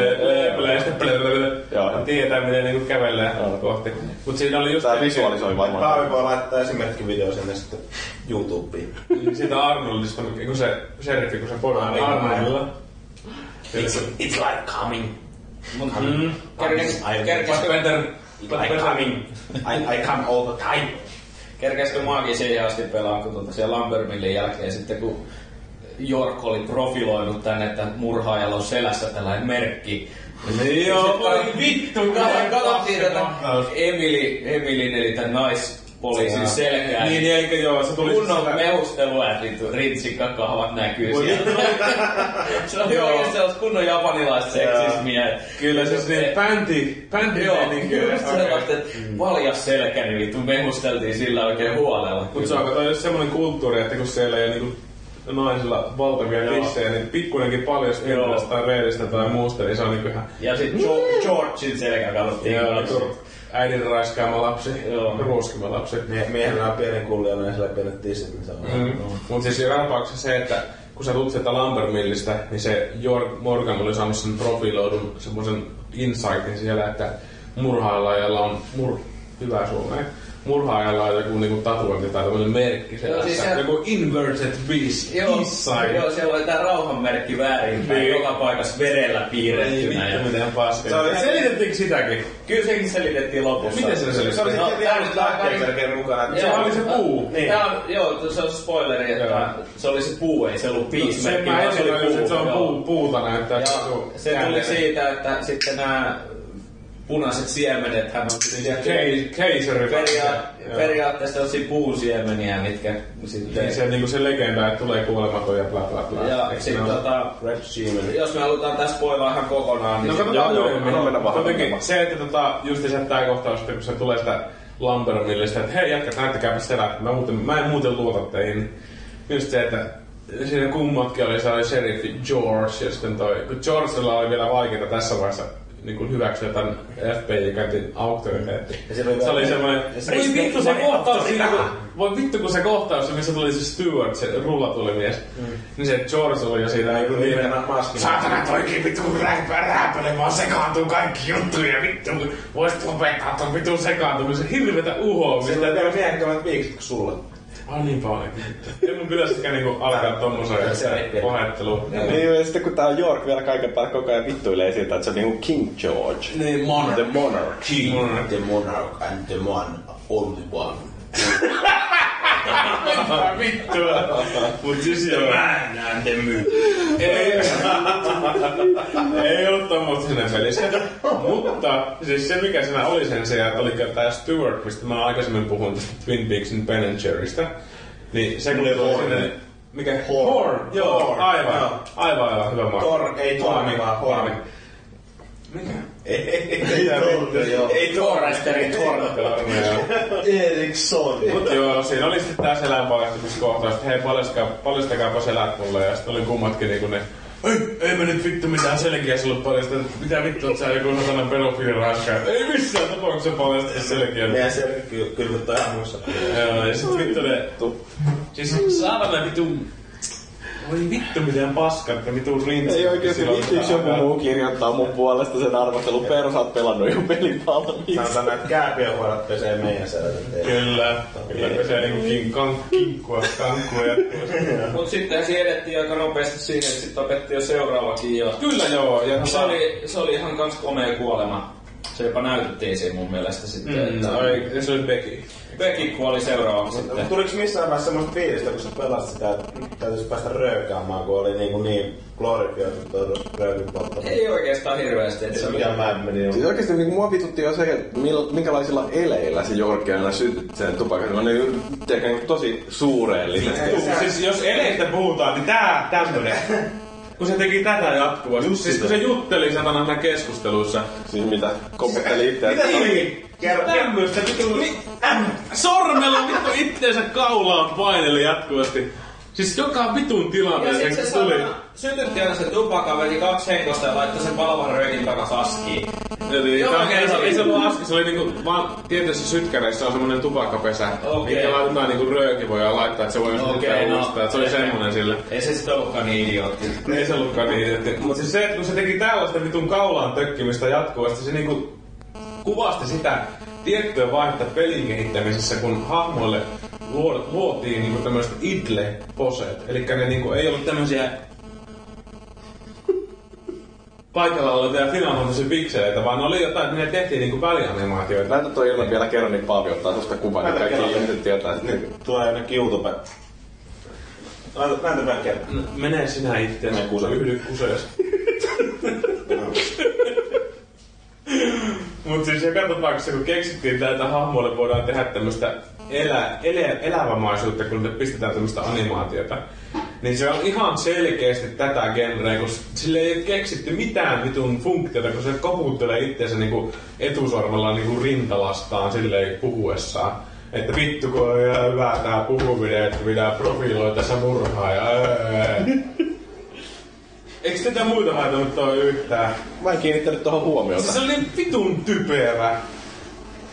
Joo. Tietää, miten niinku kävelee kohti. Mut siinä oli just... Tää visualisoi varmaan. Paavi voi laittaa esimerkkivideo sinne sitten YouTubeen. Siitä Arnoldista, kun se sheriffi, kun se poraa Arnoldilla. It's, it's like coming. Mm. Kerkäskö like coming. I, I come all the time. Kerkäskö maakin siihen asti pelaa, kun tuota siellä Lambermillin jälkeen sitten kun York oli profiloinut tänne, että murhaajalla on selässä tällainen merkki. Joo, voi vittu! Katsottiin tätä Emily, Emilin eli tän naispoliisin selkää. Niin, eikä joo, se tuli kunnon mehustelua, että ritsikakahvat näkyy siellä. Se on oikeesti sellaista kunnon japanilaista seksismiä. Kyllä siis niin pänti, pänti meininki. Just sellaista, että valjas selkä, niin vittu mehusteltiin sillä oikein huolella. Mut se on just semmonen kulttuuri, että kun siellä ei niinku naisilla valtavia tissejä, niin pikkunenkin paljos pilvestä tai reilistä tai muusta, niin se on niinku ihan... Ja sit Georgein selkä katsottiin. Joo, äidin raiskaama lapsi, ruoskima lapsi. Mie- miehellä on pieni kulliona ja sillä pienet tissit, niin se on. Mm. Mut siis joka tapauksessa se, että kun sä tulet sieltä Lambermillistä, niin se Jorg Morgan oli saanut sen profiloidun semmosen insightin siellä, että murhaajalla on mur... hyvä suomeen. Murhaajalla on joku niinku tatuointi tai tämmönen merkki Joo, siis se... joku inverted beast inside. Joo, siellä oli tää rauhanmerkki väärinpäin niin. Joka paikassa verellä piirrettynä. Ei vittu miten paska. Selitettiinkö sitäkin? Kyllä sekin selitettiin lopussa. Miten se selitettiin? Se oli sitten vielä lähteenselkeä mukana. Se oli se puu. Niin. Tää on, joo, se on spoileri, että se oli se puu, ei se ollut piismerkki, vaan se oli puu. Se on puu, puuta näyttää. Ja se tuli siitä, että sitten nää punaiset siemenet, hän on keisari. Peria- periaatteessa on siinä puusiemeniä, mitkä sitten... Niin se on niinku se legenda, että tulee kuolematon ja bla bla bla. Ja sit tota... Red Sheeman. Jos me halutaan tässä spoilaa ihan kokonaan, niin... No katsotaan myöhemmin. Se, että tota, just se tää kohtaus, kun se tulee sitä Lambermillistä, että hei jätkät, näyttäkääpä selät, mä, muuten, mä en muuten luota teihin. Just se, että siinä kummatkin oli, se oli sheriffi George ja sitten toi... Kun Georgella oli vielä vaikeeta tässä vaiheessa niin hyväksyä tämän F B I-käyntin auktoriteetti. Se oli semmoinen, voi vittu se kohtaus siinä, voi vittu kun se kohtaus, missä tuli se Stewart, se rullatulimies, mm. niin se George oli jo siinä niin niiden saatana toikin vittu kun rääpäle vaan sekaantuu kaikki juttuja vittu, voisit lopettaa ton vitun sekaantumisen hirvetä uhoamista. Sillä vielä miehen käydät viikset kuin sulle. Ah niin paljonkin. Ei mun pitäisikään niinku alkaa tommoseen ohetteluun. Niin ja sitten kun tää York vielä kaiken päällä koko ajan vittuilee siitä, että se on niinku King George. Niin, Monarch. The Monarch. King. Monarch. The Monarch and the one, only one. Vittua. Mut siis joo. Man and the moon. Ei, ei ollut tommoista siinä pelissä. Mutta siis se mikä siinä oli sen sijaan, että oli tää Stewart, mistä mä aikaisemmin puhun tästä Twin Peaksin Ben and Jerrystä. Niin se kun tuli sinne... Mikä? Horn. Joo, aivan. Aivan aivan hyvä maa. Thor, ei Torni vaan Horn. Mikä? Ei, ei, ei, ei Torresteri Torna. Eriksson. Mut joo, siinä oli sitten tää selän paljastumiskohtaus, että hei paljastakaapa selät mulle ja sitten oli kummatkin niinku ne ei, ei me nyt vittu mitään selkiä sulle paljasta, mitä vittu oot sä joku satanen pedofiiliraskaa. Ei missään tapauksessa paljasta selkiä. Meidän selkä kylvyttää ihan muissa. Joo, ja sit vittu ne... Siis saatana vittu... Voi vittu miten paskat ja vittu rintsi. Ei oikeesti vittiiks joku muu kirjoittaa mun puolesta sen arvostelun. Per, sä oot pelannut jo pelin valmiiksi. Sanotaan, että kääpiöhuonot pesee meidän selät. Kyllä. Kyllä pesee niinku kinkkua, kankkua jatkuvasti. Mut sitten se edettiin aika nopeasti siihen, että sit opetti jo seuraavakin jo. Kyllä joo. Ja se, oli, se oli ihan kans komea kuolema. Se jopa näytettiin siinä mun mielestä sitten. Mm, että... no, se oli Becky. Becky kuoli seuraavaksi sitten. Tuliko missään vaiheessa semmoista fiilistä, kun sä pelasit sitä, että täytyisi päästä röökäämään, kun oli niin, niin glorifioitu tuo röökin poltto? Ei oikeastaan hirveästi. Ei se mikään mä meni. Siis oikeesti niin mua vitutti jo se, että minkälaisilla eleillä se Jorkki aina sytyt sen tupakan. Se on niin, niin tosi suureellisesti. Siis jos eleistä puhutaan, niin tää tämmönen. Kun se teki tätä jatkuvasti. Just siis kun se jutteli satana näissä keskusteluissa. Siis mitä? Kompetteli itseään. Mitä niin? Kerro. Tämmöstä vittu. Sormella vittu itteensä kaulaan paineli jatkuvasti. Siis joka vitun tilanteessa se tuli. Sytytti aina se tupakan, veti kaksi henkosta ja laittoi sen palavan röökin takas askiin. Eli ei, ei se ollut aski, se oli niinku vaan tietyissä sytkäreissä on semmonen tupakkapesä. Okay. Mikä laitetaan niinku rööki voidaan laittaa, että se voi okay, no, uudestaan. Että se oli semmonen sille. Ei se sit ollutkaan niin idiootti. Ei se ollutkaan niin idiootti. Mut siis se, että kun se teki tällaista vitun kaulaan tökkimistä jatkuvasti, se niinku kuvasti sitä tiettyä vaihetta pelin kehittämisessä, kun hahmoille luotiin niinku tämmöiset idle-poset. Elikkä ne niinku ei ollut tämmösiä paikalla olevia Final Fantasy pikseleitä, vaan ne oli jotain, ne tehtiin niinku välianimaatioita. Näytä toi ilman vielä kerran, niin Paavi ottaa susta kuvan, niin kaikki ihmiset tietää. Nyt tulee jonnekin YouTube. Näytä vielä kerran. No, mene sinä itseäsi. Yhdy kusees. Mut siis joka tapauksessa, kun keksittiin tää, että hahmoille voidaan tehdä tämmöstä elä, elä, elävämaisuutta, kun ne pistetään tämmöstä animaatiota, niin se on ihan selkeästi tätä genreä, kun sille ei keksitty mitään vitun funktiota, kun se koputtelee itseensä niinku etusormella niinku rintalastaan silleen puhuessaan. Että vittu kun on ihan hyvä tää puhuminen, että pitää profiloida tässä murhaa ja öö. Eiks tätä muita haitannut toi yhtään? Mä en kiinnittänyt tohon huomiota. Se oli niin vitun typerä.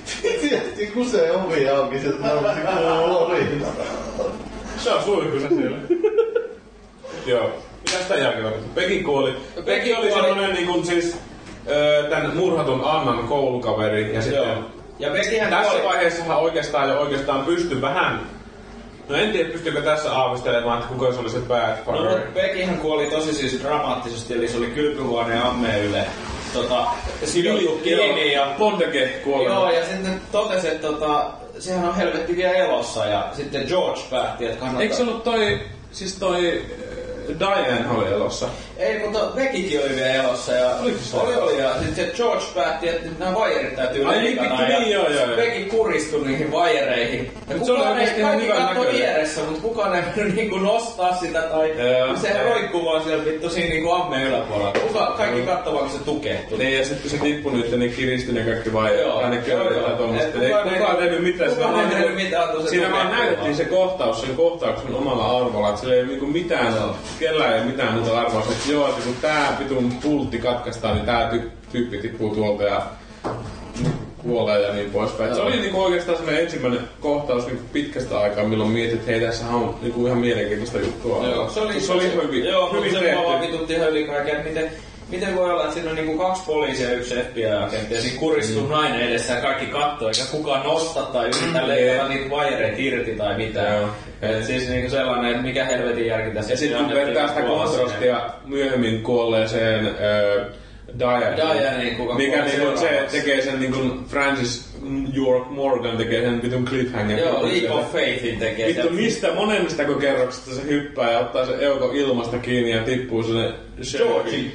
Tietysti kun se ovi auki, se tarvitsi kuuluu lorina. Se on suihkussa siellä. Joo. Mitäs tän jälkeen on? Peki kuoli. Peki oli semmonen niinku siis tän murhatun Annan koulukaveri ja sitten... Ja Pekihän tässä kuoli... vaiheessahan oikeastaan jo oikeastaan pysty vähän... No en tiedä pystyykö tässä aavistelemaan, että kuka se oli se bad father. No Pekihän kuoli tosi siis dramaattisesti, eli se oli kylpyhuoneen ammeen tota, sidottu kiinni ja Bondage kuoli. Joo, ja sitten totesi, että tota, sehän on helvetti vielä elossa ja sitten George päätti, että kannattaa... Eikö se ollut toi, siis toi Diane oli elossa? Ei, mutta Beckykin oli vielä elossa ja oli, oli ja sitten se George päätti, että nämä vaijerit täytyy leikata ja niin, joo, joo, joo. Becky kuristui niihin vaijereihin. Ja kukaan ei, kaikki kattoi vieressä, mutta kukaan ei mennyt niinku nostaa sitä tai joo, sehän roikkuu vaan siellä vittu siinä niinku ammeen yläpuolella. Kuka, kaikki kattoi vaan kun se tukehtui. Niin ja sitten kun se tippui nyt, niin kiristyi ne kaikki vaijerit. Aina köydet tai tommoista. Kukaan ei tehnyt mitään. Kukaan ei tehnyt mitään. Siinä vaan näytettiin se kohtaus, sen kohtauksen omalla arvolla, että sillä ei niinku mitään, kellään ei mitään muuta arvoa. Että joo, että kun tää vitun pultti katkaistaan, niin tää ty- tyyppi tippuu tuolta ja kuolee ja niin poispäin. Se oli niinku oikeastaan semmoinen ensimmäinen kohtaus niinku pitkästä aikaa, milloin mietit, että hei, tässä on niinku ihan mielenkiintoista juttua. Joo, se oli, se oli hyvin, joo, hyvin se tehty. mua vaan vitutti ihan yli kaiken, että miten, miten voi olla, että siinä on niinku kaksi poliisia ja yksi F B I-agentti ja siinä kuristuu mm. nainen edessä ja kaikki kattoo, eikä kukaan nosta tai yritä leikata niitä vaijereita irti tai mitään. Joo. Et siis niinku sellainen, että mikä helvetin järki tässä. Ja sitten kun vertaa sitä kontrastia myöhemmin kuolleeseen öö, Diane, Diane kuka mikä niinku se tekee sen niinku Francis York Morgan tekee sen vitun cliffhanger. Joo, Leap of Faithin tekee vittu sen. Mistä monemmista kerroksista se hyppää ja ottaa se euko ilmasta kiinni ja tippuu sinne Georgin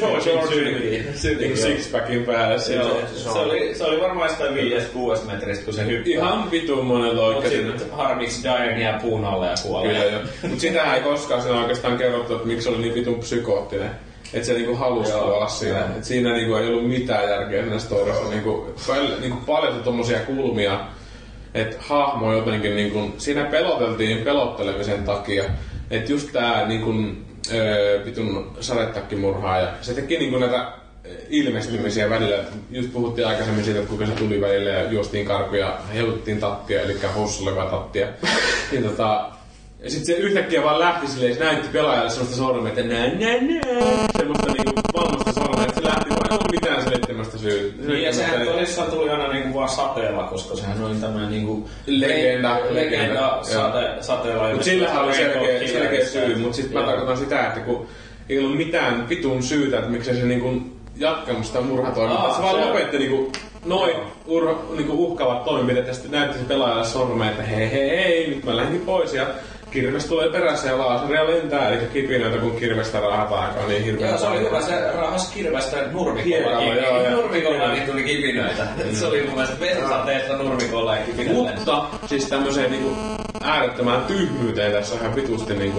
sixpackin päälle. Se oli, se oli varmaan sitä viidestä kuudesta metristä kun se hyppää. Ihan vitun monen loikka sinne. Mut sit harmiksi Diane jää puun alle ja kuolee. Kyllä joo. Mut sitähän ei koskaan sen oikeastaan kerrottu, että miksi se oli niin vitun psykoottinen. Että se niinku halusi kuolla siinä. Et siinä niinku ei ollut mitään järkeä siinä storissa. Niinku, pal- niinku paljon tommosia kulmia, että hahmo jotenkin niinku, siinä peloteltiin pelottelemisen takia. Että just tää niinku, öö, vitun sadetakkimurhaaja, se teki niinku näitä ilmestymisiä välillä. Just puhuttiin aikaisemmin siitä, että kuinka se tuli välillä ja juostiin karkuja ja heiluttiin tattia, eli housussa olevaa tattia. Niin tota, ja sit se yhtäkkiä vaan lähti silleen, se näytti pelaajalle semmoista sormea, että nää nää nää. Semmoista niinku valmasta sormea, että se lähti vaan, ei ollut mitään selittämästä syytä. Niin ja sehän todissaan tuli aina niinku vaan sateella, koska sehän oli tämmönen niinku... Legenda. Legenda sate, sateella. Mut sillähän oli selkeä, selkeä syy, mut sit mä tarkoitan sitä, että kun ei ollut mitään vitun syytä, että miksei se niinku jatkanut sitä murhatoimintaa. Se vaan lopetti niinku noin niinku uhkaavat toimenpiteet ja sitten näytti se pelaajalle sormea, että hei hei hei, nyt mä lähdenkin pois ja kirves tulee perässä ja laaseria lentää, eli kipinöitä kun kirvestä raahataan aikaan niin hirveän. Joo, se oli hyvä, se raahas kirvestä nurmikolla kiinni. Nurmikolla niin tuli kipinöitä. Mm. Se oli mun mielestä pesateesta nurmikolla ja kipinöitä. Mutta siis tämmöiseen niinku äärettömään tyhmyyteen tässä ihan vitusti niinku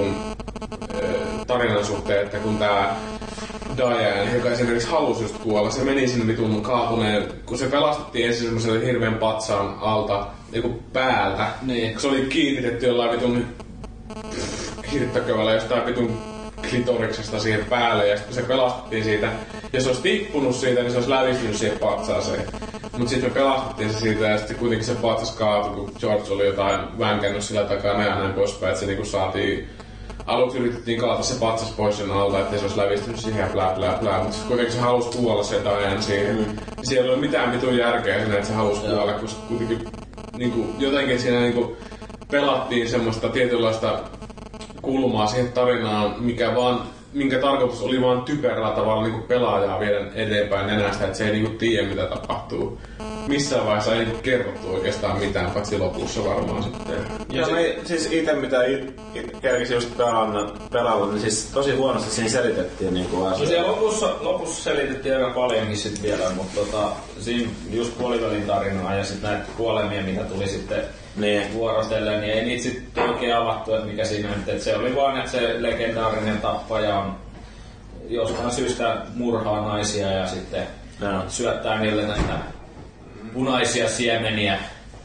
tarinan suhteen, että kun tää Diane, joka esimerkiksi halusi just kuolla, se meni sinne vitun kaatuneen, kun se pelastettiin ensin semmoiselle hirveän patsaan alta, niinku päältä, niin. Kun se oli kiinnitetty jollain vitun hirttäkövällä jostain vitun klitoriksesta siihen päälle, ja sitten kun se pelastettiin siitä, ja se olisi tippunut siitä, niin se olisi lävistynyt siihen patsaaseen. Mut sitten me pelastettiin se siitä, ja sitten kuitenkin se patsas kaatui, kun George oli jotain vänkännyt sillä takana ja näin poispäin, että se niinku saatiin... Aluksi yritettiin kaataa se patsas pois sen alta, ettei se olisi lävistynyt siihen ja plää plää plää, mutta sitten kuitenkin se halusi kuolla se Diane siihen. Mm. Siellä ei ole mitään mitun järkeä siinä, että se halusi kuolla, koska kuitenkin niinku, jotenkin siinä niinku, pelattiin semmoista tietynlaista kulmaa siihen tarinaan, mikä vaan, minkä tarkoitus oli vaan typerää tavalla niinku pelaajaa viedä eteenpäin nenästä, että se ei niinku tiedä mitä tapahtuu. Missään vaiheessa ei niinku kerrottu oikeastaan mitään, paitsi lopussa varmaan sitten. Ja no, sit... siis ite mitä it, it, kerkisi just pelailla, niin siis tosi huonosti siinä selitettiin niinku asioita. No siellä lopussa, lopussa selitettiin aika paljonkin sit vielä, mutta tota, siinä just puolivälin tarinaa ja sit näitä kuolemia, mitä tuli sitten niin. Vuorotellen, niin ei niitä sitten oikein avattu, että mikä siinä nyt, että se oli vaan, että se legendaarinen tappaja on jostain syystä murhaa naisia ja sitten no. syöttää niille näitä punaisia siemeniä.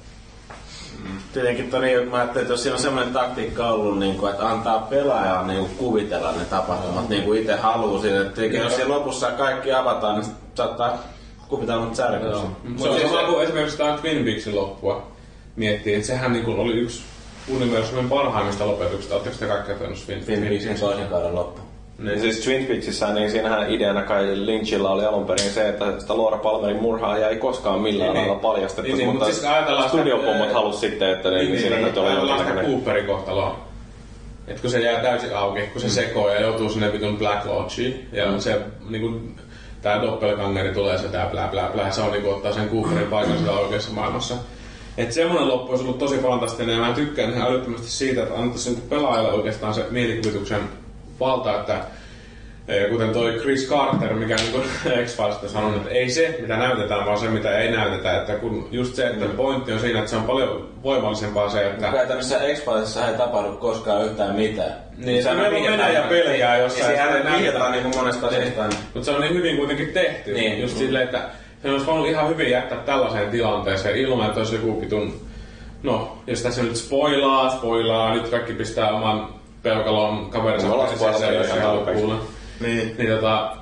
Tietenkin toni, mä ajattelin, että jos siinä on semmoinen taktiikka ollut, niin kuin, että antaa pelaajan niin kuin kuvitella ne tapahtumat, niin kuin itse haluaa siinä. Että jos siinä lopussa kaikki avataan, niin saattaa kuvitaan särkyssä. Se on sama kuin esimerkiksi tämä Twin Peaksin loppua miettii, että sehän niin oli yksi universumin parhaimmista lopetuksista. Oletteko te kaikki katsonut Twin Twin Peaksin toisen kauden loppu? Niin siis Twin Peaksissä, niin siinähän ideana kai Lynchilla oli alun perin se, että sitä Laura Palmerin murhaa ei koskaan millään lailla niin, paljastettu, niin, mutta, mutta siis studiopommot halusi sitten, että niin, niin, siinä nyt oli jonkinlainen Cooperin kohtaloa. Et kun se jää täysin auki, kun se mm. sekoo ja joutuu sinne vitun Black Lodgeen ja mm. se niinku tää doppelgangeri tulee se tää blää blää blää, se on niinku ottaa sen Cooperin paikan siellä oikeassa maailmassa. Et semmonen loppu olisi ollut tosi fantastinen ja mä tykkään ihan älyttömästi siitä, että annettaisiin pelaajalle oikeastaan se mielikuvituksen valta, että kuten toi Chris Carter, mikä niin X-Filesista sanoi, että ei se, mitä näytetään, vaan se, mitä ei näytetä. Että kun just se, että pointti on siinä, että se on paljon voimallisempaa se, että... Käytännössä X-Filesissa ei tapahdu koskaan yhtään mitään. Niin, se on Venäjä pelkää jossain. Ja siihen vihjataan niin monesta asiasta. Mutta se on niin hyvin kuitenkin tehty. Niin. Just silleen, että se olisi voinut ihan hyvin jättää tällaiseen tilanteeseen ilman, että olisi joku pitun... No, jos tässä nyt spoilaa, spoilaa, nyt kaikki pistää oman peukalon kaverinsa käsissä, jos ei halua kuulla. Niin. Niin tota...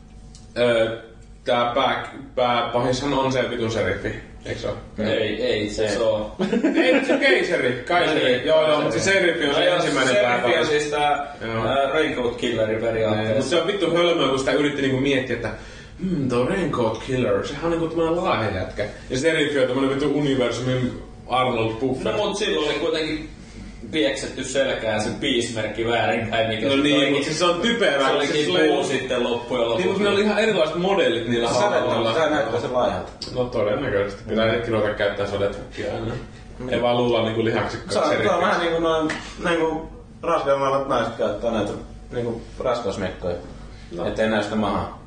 Öö, tää pää, pääpahishan on se vitun seriffi, eikö se oo? Ei, ei se, se on. Ei nyt se keiseri, kaiseri. No, joo, joo, mutta se seriffi on se no, ensimmäinen pääpahis. Seriffi on siis tää uh, Raincoat Killeri periaatteessa. Mutta se on vittu hölmöä, kun sitä yritti niinku miettiä, että hmm, tuo Raincoat Killer, sehän on niinku tämmönen laahejätkä. Ja seriffi on tämmönen vittu universumin Arnold Puffer. No mut silloin oli kuitenkin pieksetty selkään se piismerkki väärinpäin. No niin, mutta se on typerää. Se olikin puu sitten loppujen lopuksi. Niin, mutta ne oli ihan erilaiset modellit niillä hahmoilla. Sä näyttää sen laihalta. No todennäköisesti. Pitää hetki ruveta käyttää sodetrukkia aina. Ei vaan luulla niinku lihaksikkaat seriffiä. Se on vähän niinku noin niinku raskaammat naiset käyttää näitä niinku raskausmekkoja. No. Ettei näy sitä mahaa.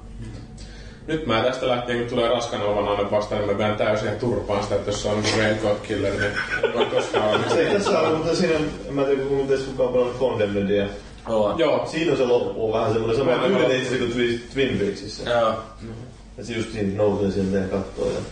Nyt mä tästä lähtien, kun tulee raskana olevan aina vastaan, niin mä vedän täysin turpaan sitä, että jos se on niinku Raincoat Killer, niin voi koskaan olla. Se ei tässä ole, mutta siinä, mä tiedän, kun teistä kukaan pelannut Condemnedia. Oh. Joo. Siinä se loppu on vähän semmoinen sama yhden itse kuin Twin Peaksissä. Joo. Ja se just siinä nousee sieltä ja kattoo ja...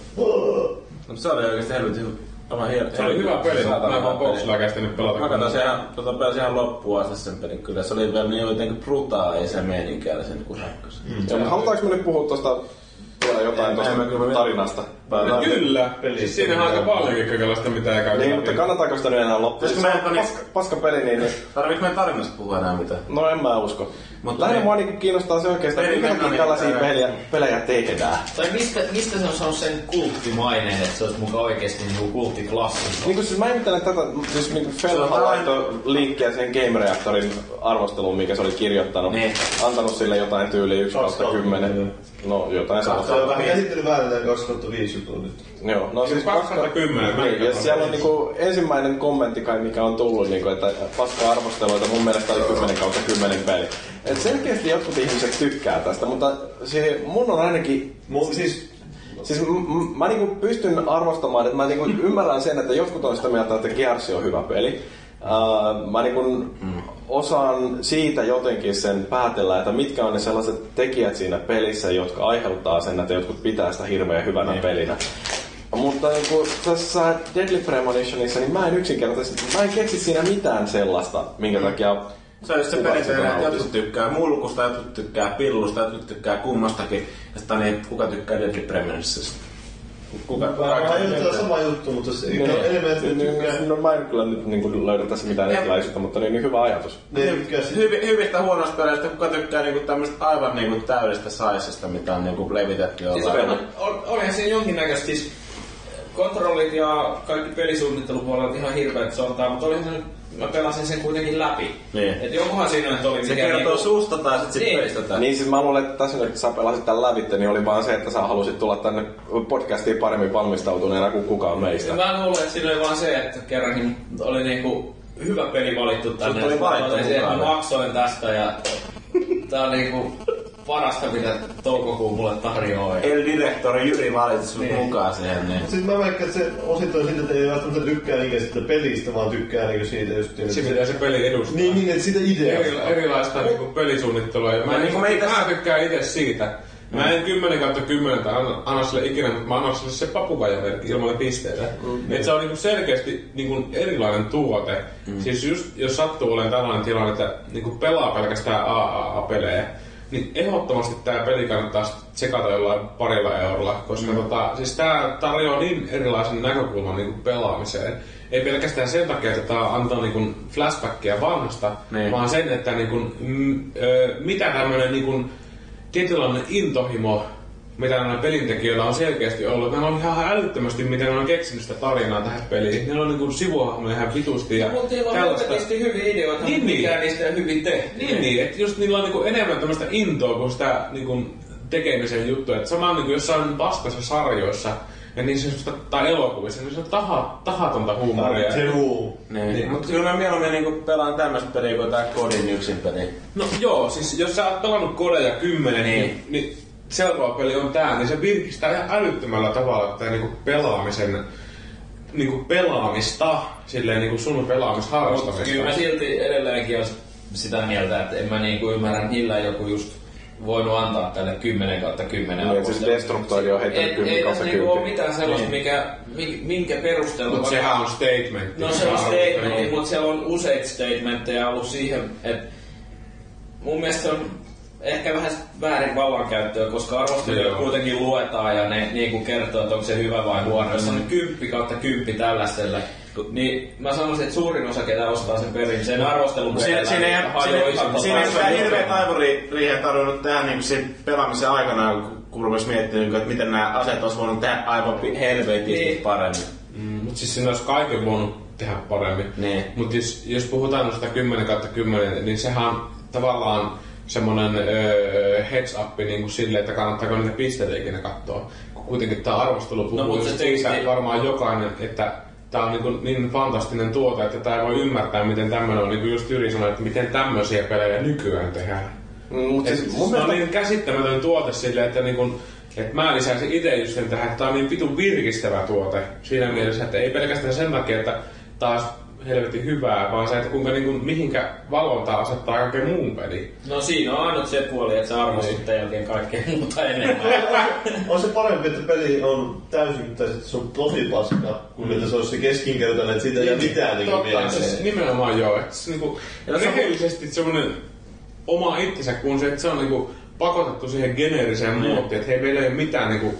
No se oli oikeesti helvetin aivan hieno. Se oli hyvä peli, mä en vaan boxilla kästänyt pelata. Mä katsoin ihan, tota pelasin ihan loppuun asti sen pelin. Kyllä se oli vielä niin jotenkin brutaali se meininkiä sen kusakkas. Mm. Halutaanko me nyt puhua tosta vielä jotain tosta tarinasta? No, kyllä. Siis siinähän on aika paljonkin kaikenlaista, mitä ei käytä. Niin, mutta kannattaako sitä nyt enää loppuun? Siis paska, paska peli, niin... Tarviiko meidän tarinasta puhua enää mitään? No en mä usko. Mutta lähinnä mua niinku kiinnostaa se oikeastaan, että minkäkin tällaisia pelejä, pelejä tehdään. Tai mistä, mistä se on saanut sen kulttimaineen, että se olisi mukaan oikeesti niinku kulttiklassikko? Niinku siis mä ihmettelen tätä, siis niinku Fellhan laittoi liikkeä sen Game Reactorin arvosteluun, mikä se oli kirjoittanut. Niin. Antanut sille jotain tyyliä yksi kautta kymmenen. No jotain sellaista. Se on vähän käsittely väännetään kaksituhattaviisi juttua nyt. Joo, no siis kaksituhattakymmenen. Niin, ja siellä on niinku ensimmäinen kommentti kai mikä on tullut, niinku, että paskaa arvosteluita, mun mielestä oli kymmenen kautta kymmenen peli. Et selkeästi jotkut ihmiset tykkää tästä, mutta se, mun on ainakin... Mun, siis, siis m- m- mä niinku pystyn arvostamaan, että mä niinku ymmärrän sen, että jotkut on sitä mieltä, että Gears on hyvä peli. Uh, mä niinku mm. osaan siitä jotenkin sen päätellä, että mitkä on ne sellaiset tekijät siinä pelissä, jotka aiheuttaa sen, että jotkut pitää sitä hirveän hyvänä niin. pelinä. Mutta niinku tässä Deadly Premonitionissa, niin mä en yksinkertaisesti, mä en keksi siinä mitään sellaista, minkä mm. takia... Se on just se perinteinen, että jotkut tykkää mulkusta, jotkut tykkää pillusta, jotkut tykkää kummastakin. Ja sitten niin, kuka tykkää Deadly Premonitionista? Kuka? Mä juttu sama juttu, mutta se niin, enemmän tykkää... No mä en kyllä nyt niin löydä tässä mitään erilaisuutta, mutta niin, niin hyvä ajatus. Hyvi, hyvistä huonoista peleistä, kuka tykkää niinku tämmöstä aivan niinku täydestä saisesta, mitä on niinku levitetty jollain. Siis on, olihan siinä jonkinnäköistä siis kontrollit ja kaikki pelisuunnittelupuolet ihan hirveet sortaa, mutta olihan se nyt mä pelasin sen kuitenkin läpi. Niin. Et jokuhan siinä nyt oli... Se kertoo niinku... susta tai sit sit niin. pelistä tai... Niin siis mä luulen, että tässä nyt kun sä pelasit tän lävitte, niin oli vaan se, että sä halusit tulla tänne podcastiin paremmin valmistautuneena kuin kukaan meistä. Mä luulen, että siinä oli vaan se, että kerrankin oli niinku hyvä peli valittu tänne. Sut oli valittu mukaan. Mä maksoin tästä ja tää on niinku parasta, mitä toukokuu mulle tarjoaa. El Directori Jyri valitsi sut niin. mukaan siihen. Niin. Mut sit mä väikkään, että se osittain siitä, että ei välttämättä tykkää niinkään siitä pelistä, vaan tykkää niinku siitä just... Se mitä se peli edustaa. Niin, niin että siitä ideasta. Eri, erilaista niinku pelisuunnittelua. Ja mä, niinku, mä, mä tykkään itse siitä. Mä en kymmenen kautta kymmenen anna sille ikinä, mutta mä annan sille se papugaijamerkki ilman pisteitä. Mm. Et se on niinku selkeästi niinku erilainen tuote. Mm. Siis just jos sattuu olemaan tällainen tilanne, että niinku pelaa pelkästään A A A-pelejä, niin ehdottomasti tää peli kannattaa tsekata jollain parilla eurolla, koska mm. tota, siis tää tarjoaa niin erilaisen näkökulman niin kuin pelaamiseen. Ei pelkästään sen takia, että tää antaa niin kuin flashbackia vanhasta, niin. vaan sen, että niin kuin, m, ö, mitä tämmönen niin kuin tietynlainen intohimo, mitä nämä pelintekijöillä on selkeästi ollut. Nämä on ihan älyttömästi, miten ne on keksinyt sitä tarinaa tähän peliin. Ne on niinku sivuhahmoja ihan vitusti ja mutta niillä on helvetisti hyviä ideoita, niin, mutta mikään niistä ei hyvin tehty. Niin, niin, että just niillä on niinku enemmän tämmöistä intoa kuin sitä niinku tekemisen juttua. Että sama on niinku jossain paskassa sarjoissa ja niissä tai elokuvissa, niin se on taha, tahatonta huumoria. Niin, niin. Mutta kyllä mä mieluummin niinku pelaan tämmöistä peliä kuin tää Kodin yksin peli. No joo, siis jos sä oot pelannut Kodeja kymmenen, niin, niin, niin seuraava peli on tää, niin se virkistää ihan älyttömällä tavalla tää niinku pelaamisen niinku pelaamista, silleen niinku sun pelaamisharrastamista. Kyllä mä silti edelleenkin oon sitä mieltä, että en mä niinku ymmärrä millään joku just voinut antaa tälle kymmenen kautta kymmenen niin, siis Destructoid on heittänyt kymmenen kautta kymmenen. Ei tässä niinku oo mitään sellaista, mikä, minkä perusteella... Mut sehän on statement. No se on statement, mutta siellä on useita statementteja ollut siihen, että mun mielestä se on ehkä vähän väärin vallankäyttöä, koska arvostelijoita kuitenkin luetaan ja ne niinku kertoo, että onko se hyvä vai huono. Jos on kymppi kautta kymppi tällaiselle, niin mä sanoisin, että suurin osa ketä ostaa sen pelin, sen arvostelun perällä. Siinä ei mitään hirveä taivuriihen tarvinnut tehdä niin siinä pelaamisen aikana, kun rupesi miettimään, että miten nämä aseet olisi voinut tehdä aivan helvetisti niin paremmin. Mm, mutta siis siinä olisi kaiken voinut tehdä paremmin. Niin. Mutta jos, jos puhutaan noista kymmenen kautta kymmenen, niin sehän on tavallaan semmonen öö, heads up niinku silleen, että kannattaako niitä pisteitä ikinä katsoa. Kun kuitenkin tää arvostelu puhuu no, siitä varmaan jokainen, että tää on niin, niin fantastinen tuote, että tää ei voi ymmärtää, miten tämmönen on, niin kuin just Jyri sanoi, että miten tämmöisiä pelejä nykyään tehdään. Mm, siis, se on niin käsittämätön tuote silleen, että, niin kun, että mä lisäisin itse just sen tähän, että tää on niin vitun virkistävä tuote siinä mielessä, että ei pelkästään sen takia, että taas helvetin hyvää, vaan se, että kuinka niinku, mihinkä valvontaa asettaa kaiken muun peli. No siinä on ainut se puoli, että sä arvostit tämän jälkeen kaikkea muuta enemmän. On se parempi, että peli on täysin, tai se on tosi paska, kuin että se olisi se keskinkertainen, että siitä ei ole mitään niinku mielessä. Siis nimenomaan joo, että se niinku, rehellisesti semmonen oma itsensä, kun se, että se on niinku pakotettu siihen geneeriseen mm. muottiin, että hei, meillä ei ole mitään niinku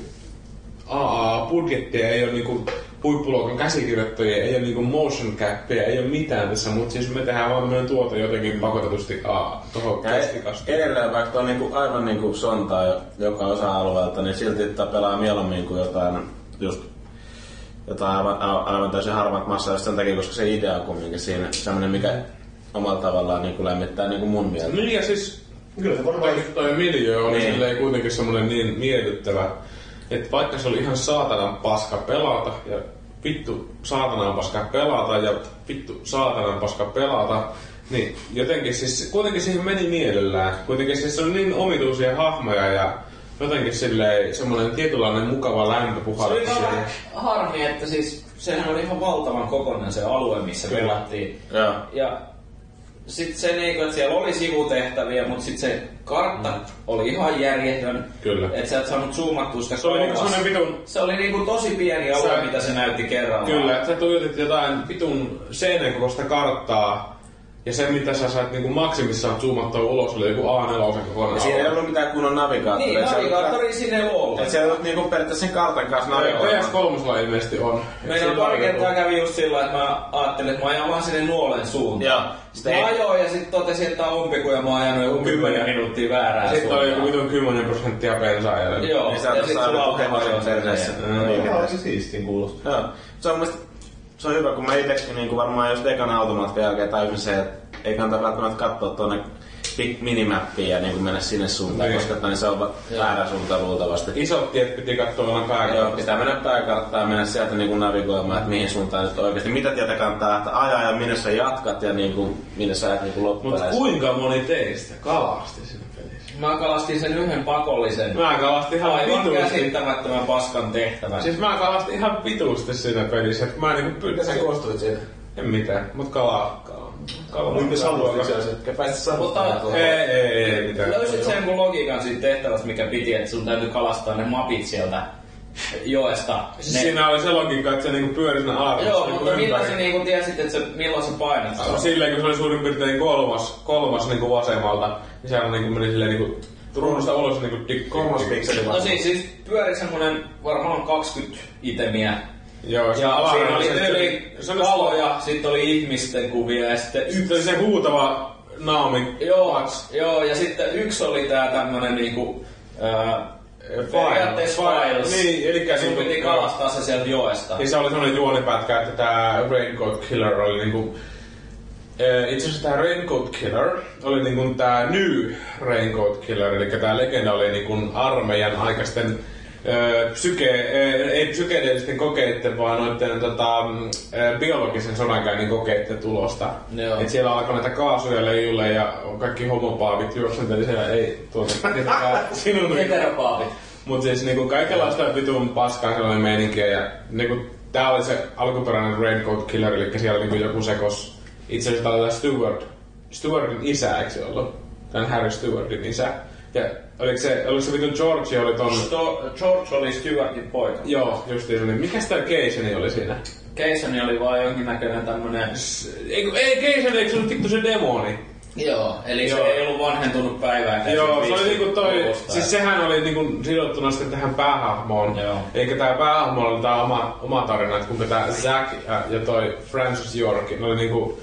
A A-budjettia, ei ole niinku huippuluokan käsikirjoittajia, ei ole niinku motion capia, ei ole mitään tässä, mutta siis me tehdään vaan tämmönen tuote jotenkin pakotetusti a, tohon käsikastiin. Edelleen vaikka on niinku aivan niinku sontaa joka osa-alueelta, niin silti että pelaa mieluummin kuin jotain just jotain aivan, aivan täysin harvat massa just sen takia, koska se idea on kumminkin siinä semmonen, mikä omalla tavallaan niinku lämmittää niinku mun mieltä. Niin ja siis kyllä se varmaan toi miljöö oli niin. Silleen kuitenkin semmonen niin miellyttävä. Että vaikka se oli ihan saatanan paska pelata ja vittu saatanan paska pelata ja vittu saatanan paska pelata, niin jotenkin siis kuitenkin siihen meni mielellään. Kuitenkin siis se oli niin omituisia hahmoja ja jotenkin silleen semmoinen tietynlainen mukava lämpö puhalti siihen. Se oli harmi, että siis sehän oli ihan valtavan kokonainen se alue, missä pelattiin. Ja, ja sitten se niinku, että siellä oli sivutehtäviä, mutta sitten se kartta mm. oli ihan järjetön. Kyllä. Että sä et saanut zoomattua sitä se oli, niinku vitun... se oli niinku tosi pieni alue, sä... mitä se näytti kerralla. Kyllä, että sä tuijotit jotain vitun seinän kokoista karttaa. Ja se mitä sä sait niinku maksimissaan zoomattua ulos oli joku A neljä kokonaan. Ja siinä ei ollut mitään kunnon navigaattoria. Niin, navigaattori siinä ei ollut. Että siellä on niinku periaatteessa sen kartan kanssa navigoimaan. P S kolme ilmeisesti on. Meillä pari kertaa kävi just sillä, että mä ajattelin, että mä ajan vaan sinne nuolen suuntaan. Ja, mä ei... ajoin ja sit totesin, että on umpikuja ja mä oon ajanut joku kymmenen minuuttia väärään suuntaan. Sitten oli joku vitun kymmenen prosenttia bensaa jäljellä. Joo, ja, ja sit sulla on puhemaisen perseessä. Mikä on se siistin kuulostaa. Joo. Se on mielestäni se on hyvä, kun mä itsekin niin varmaan jos ekan automaattin jälkeen tajusin se, että ei kannata välttämättä katsoa tuonne minimappia ja niin mennä sinne suuntaan, niin. Koska niin se on väärä suuntaan luultavasti. Isot tiet piti katsoa aina pääkarttaa. Pitää mennä pääkarttaan ja mennä sieltä niin navigoimaan, että mihin suuntaan nyt oikeasti. Mitä tietä kannattaa ajaa ja minne sä jatkat ja niin kuin, minne sä et niin loppupeleissä. Mutta kuinka moni teistä kalasti siinä pelissä? Mä kalastin sen yhden pakollisen. Mä kalastin ihan vituusti. Aivan käsittämättömän paskan tehtävän. Siis mä kalastin ihan vituusti siinä pelissä. Mä niinku pyydän... Mitä sä koostuit siinä? En mitään, mut kalaa. Kalaa. Kuinka saluat itse asiassa, etkä päästä saluttamaan. Ei, ei, ei mitään. Löysit sen kun logiikan siitä tehtävästä, mikä piti, että sun täytyy kalastaa ne mapit sieltä joesta. Siis ne... Siinä oli se logiikka, että se niinku pyöri siinä aarassa. Joo, mutta milloin sä niinku tiesit, että se, milloin sä painat? No, silleen, kun se oli suurin piirtein kolmas, kolmas niinku vasemmalta, niin siellä niinku meni silleen niinku Ruudusta ulos niinku dik... Kolmas pikseli No siis, siis pyöri semmonen varmaan kaksikymmentä itemiä. Joo, se ja siinä oli se, tyyli kaloja, sitten oli ihmisten kuvia ja sitten yksi... Sitten oli se huutava Naomi. Joo, joo, ja sitten yksi oli tää tämmönen niinku... Ää, periaatteessa files. Niin, elikkä sun niinku... piti kalastaa se sieltä joesta. Niin se oli semmonen juonipätkä, että tää Raincoat Killer oli niinku... Itse asiassa tää Raincoat Killer oli niinku tää New Raincoat Killer, eli tää legenda oli niinku armeijan aikaisten Öö, psyke, öö, ei psykedeellisten kokeitten, vaan noitten tota, öö, biologisen sodankäynnin kokeitten tulosta. Et siellä alkoi näitä kaasuja leijulle ja kaikki homopaavit juoksenteli siellä, ei tuota tietenkään sinun. Heteropaavit. Mut siis niinku kaikenlaista vitun paskaa sellainen meininkiä ja niinku tää oli se alkuperäinen Raincoat Killer, eli siellä niinku joku sekos. Itse asiassa tää oli tää Stewart, Stewartin isä, eikö se ollut? Tän Harry Stewartin isä. Ja oliko se, oliko se vitun George oli ton... Sto, George oli Stewartin poika. Joo, justiin se. Mikäs tää Keisoni oli siinä? Keisoni oli vaan jonkinnäköinen tämmönen... Ei, ei Keisoni, eikö se ollut vittu se demoni? Joo, eli Joo. se ei ollut vanhentunut päivääkään. Joo, se oli niinku toi... Luvusta. Siis sehän oli niinku sidottuna sitten tähän päähahmoon. Joo. Eikä tää päähahmo oli tää oma, oma tarina, että kuinka tää Zack ja, ja toi Francis York, ne oli niinku...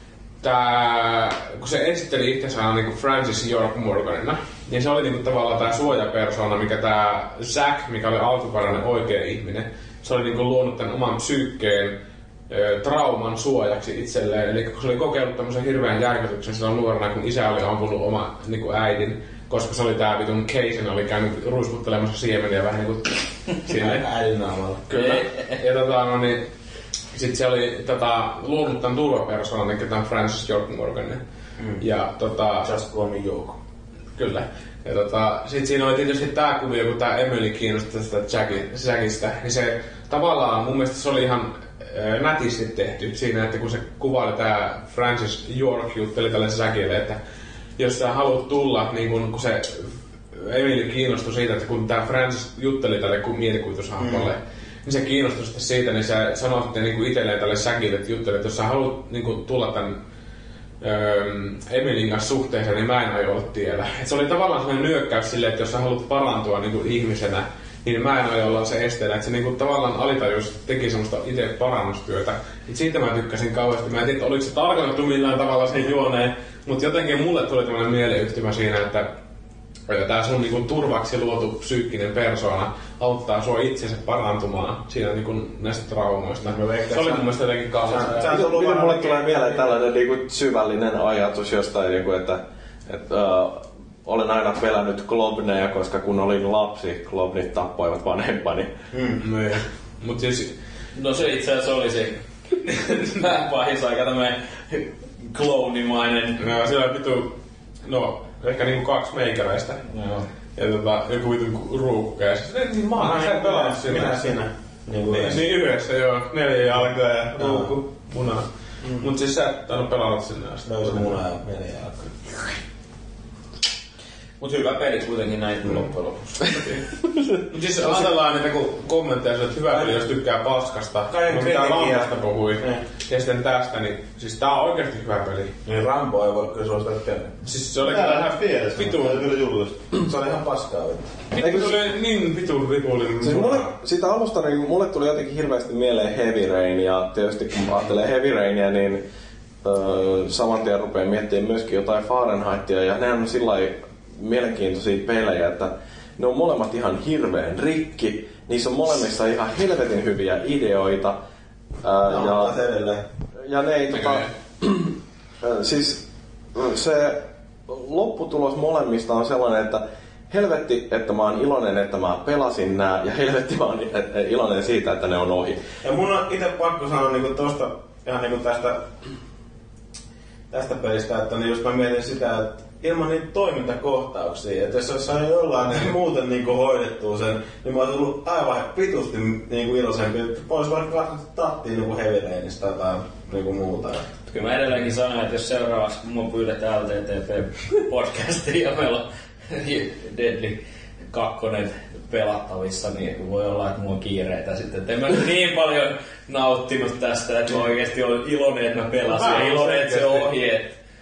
Tää, kun se esitteli itsensä niinku Francis York Morganina, niin se oli niinku tavallaan tää suojapersona, mikä tää Zack, mikä oli alkuperäinen oikea ihminen, se oli niinku luonut tän oman psyykkeen ö, trauman suojaksi itselleen. Eli kun se oli kokeillut tämmösen hirveän järkytyksen silloin nuorena, kun isä oli ampunut oma niinku äidin, koska se oli tää vitun Keisen oli käynyt ruiskuttelemassa siemeniä vähän niinku silleen. Äidin naamalla. Kyllä. Ja tota no niin... Sitten se oli tota, luonut tämän turvapersonan, eli tämän Francis York Morganin. Mm. Ja tota... Just call me Yoko. Kyllä. Ja tota, sit siinä oli tietysti tää kuvio, kun tää Emily kiinnosti tästä Jackista. Niin se tavallaan, mun mielestä se oli ihan äh, nätisti tehty siinä, että kun se kuvaili tää Francis York jutteli tälle Jackille, että jos sä haluat tulla, niin kun, kun se Emily kiinnostui siitä, että kun tää Francis jutteli tälle kun mielikuvitushahmolle, mm. niin se kiinnostui sitten siitä, niin sä sanoit niinku itselleen tälle Säkille, että juttelit, että jos sä haluat niinku tulla tän öö, Emilin kanssa suhteeseen, niin mä en aio olla tiellä. Et se oli tavallaan sellainen nyökkäys silleen, että jos sä haluat parantua niinku ihmisenä, niin mä en aio olla se esteenä. Että se niinku tavallaan alitajus teki semmoista itse parannustyötä. Et siitä mä tykkäsin kauheasti. Mä en tiedä, oliko se tarkoitettu millään tavalla sen juoneen, mutta jotenkin mulle tuli tämmöinen mieleyhtymä siinä, että tää sun niinku turvaksi luotu psyykkinen persoona auttaa sua itsensä parantumaan siinä niinku näistä traumoista. Se oli mun mielestä jotenkin kauhean. Miten mulle tulee mieleen tällainen niinku syvällinen ajatus jostain, niinku, että, että uh, olen aina pelännyt globneja, koska kun olin lapsi, globnit tappoivat vanhempani. Mm, niin. Mut siis... No se itse asiassa oli se pahis aika tämmönen kloonimainen. No siellä vitu... No... Ehkä niinku kaksi meikäläistä. Joo. Ja tota, joku vitun ruukku käsissä. Niin mä oon sen pelannut siinä. Minä siinä. Niin, niin, niin yhdessä joo. Neljä jalkaa ja ruukku. Muna. Mm. Mut siis sä et tainnut pelata sinne asti. Löysi muna ja neljä jalkaa. Mut hyvä peli kuitenkin näin mm. loppujen lopuksi. Mut siis ajatellaan niitä kun kommentteja, että hyvä peli jos tykkää paskasta. Kaiken mitä kritiikkiä. Rambosta puhui. Mm. Ja sitten tästä, niin siis tää on oikeesti hyvä peli. Niin Rambo ei voi kyllä suositella kenelle. Siis se oli kyllä ihan vitu. Se oli ihan paskaa. Vittu se oli niin vitun ripullinen. Siis mulle, siitä alusta niin mulle tuli jotenkin hirveästi mieleen Heavy Rain, ja tietysti kun ajattelee Heavy Rainia, niin öö, saman tien rupeaa miettimään myöskin jotain Fahrenheitia, ja ne on sillai mielenkiintoisia pelejä, että ne on molemmat ihan hirveän rikki, niissä on molemmissa ihan helvetin hyviä ideoita. Ää, no, ja, ja ne ei tota, siis se lopputulos molemmista on sellainen, että helvetti, että mä oon iloinen, että mä pelasin nää, ja helvetti mä oon iloinen siitä, että ne on ohi. Ja mun on ite pakko sanoa niinku tosta, ihan niinku tästä, tästä pelistä, että niin just mä mietin sitä, että ilman niitä toimintakohtauksia, että jos olisi saanut jollain niin muuten niinku hoidettua sen, niin mä oon tullut aivan vitusti niinku iloisempi, että vois vaikka katsottu tattiin niinku Heavy Rainista tai jotain niinku muuta. Kyllä mä edelleenkin sanon, että jos seuraavaksi mua pyydetään L T T P-podcastiin ja meillä on Deadly kakkonen pelattavissa, niin voi olla, että mulla on kiireitä sitten. Että en mä niin paljon nauttinut tästä, että mä oikeesti olen iloinen, että mä pelasin ja iloinen, että se ohi. Et,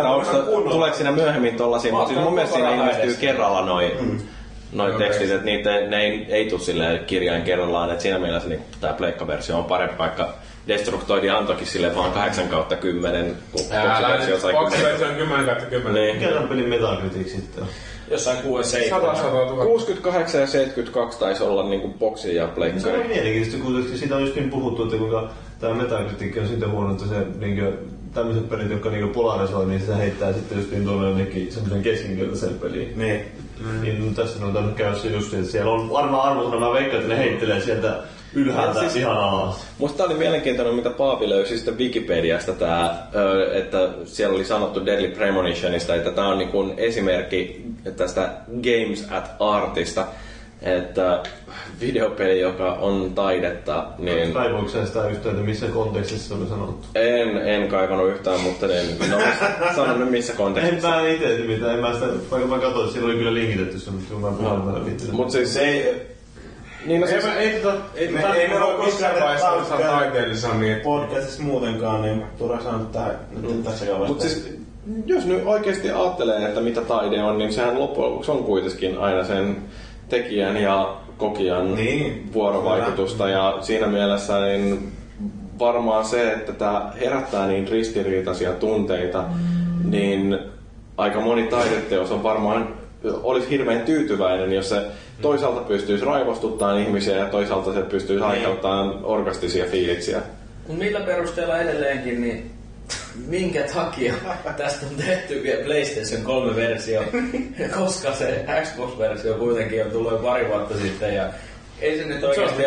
että onko tuleeko siinä myöhemmin tollasia, mutta siis mun mielestä siinä ilmestyy kerralla noin mm. noi tekstit, että niitä, ne ei, ei tule silleen kirjain kerrallaan, että siinä mielessä niin tää pleikkaversio on parempi, vaikka Destructoidi antoikin silleen vaan kahdeksan kautta kymmenen, kun boksiversio sai boksiversio on kymmenen kautta kymmenen. Niin. Mikä on pelin Metacritic sitten? Jossain kuusi seitsemän. kuusikymmentäkahdeksan ja seitsemänkymmentäkaksi taisi olla niinku boksi ja pleikkari. Se on mielenkiintoista kuitenkin. Siitä on just niin puhuttu, että kuinka tää Metacritic on sitten huono, että se niinku tämmöiset pelit, jotka niinku polarisoi, niin se heittää sitten just niin tuonne jonnekin semmoisen keskinkertaisen peliin. Niin. Mm. Niin tässä on tainnut käydä se just, että siellä on varmaan arvosana, mä veikkaan, että ne heittelee sieltä ylhäältä siis ihan alas. Musta tää oli mielenkiintoinen, mitä Paavi löysi sitten Wikipediasta tää, että siellä oli sanottu Deadly Premonitionista, että tää on niinku esimerkki tästä Games at Artista, että videopeli, joka on taidetta, niin... Kaivoiko sä sitä yhtään, että missä kontekstissa se oli sanottu? En, en kaivannut yhtään, mutta en no, sanonut missä kontekstissa. En mä ite mitään, en mä sitä, vaikka mä katsoin, että siellä oli kyllä linkitetty se, mutta mä puhun päällä viittinyt. Mut siis ei... Niin no siis... Ei, ei, tota, ei, me, ei me ole missään vaiheessa olla taiteellisena niin... Podcastissa muutenkaan, niin turha sanoa tähän nyt tässä kauan. Mut siis, jos nyt oikeesti ajattelee, että mitä taide on, niin sehän loppujen lopuksi on kuitenkin aina sen tekijän ja kokijan niin, vuorovaikutusta. Ja siinä mielessä niin varmaan se, että tää herättää niin ristiriitaisia tunteita, niin aika moni taideteos on varmaan olisi hirveän tyytyväinen, jos se toisaalta pystyisi raivostuttamaan ihmisiä ja toisaalta se pystyisi aiheuttamaan orgastisia fiiliksiä. Millä perusteella edelleenkin, niin minkä takia tästä on tehty PlayStation kolme versio, koska se Xbox-versio kuitenkin on tullut pari vuotta sitten ja ei se nyt oikeasti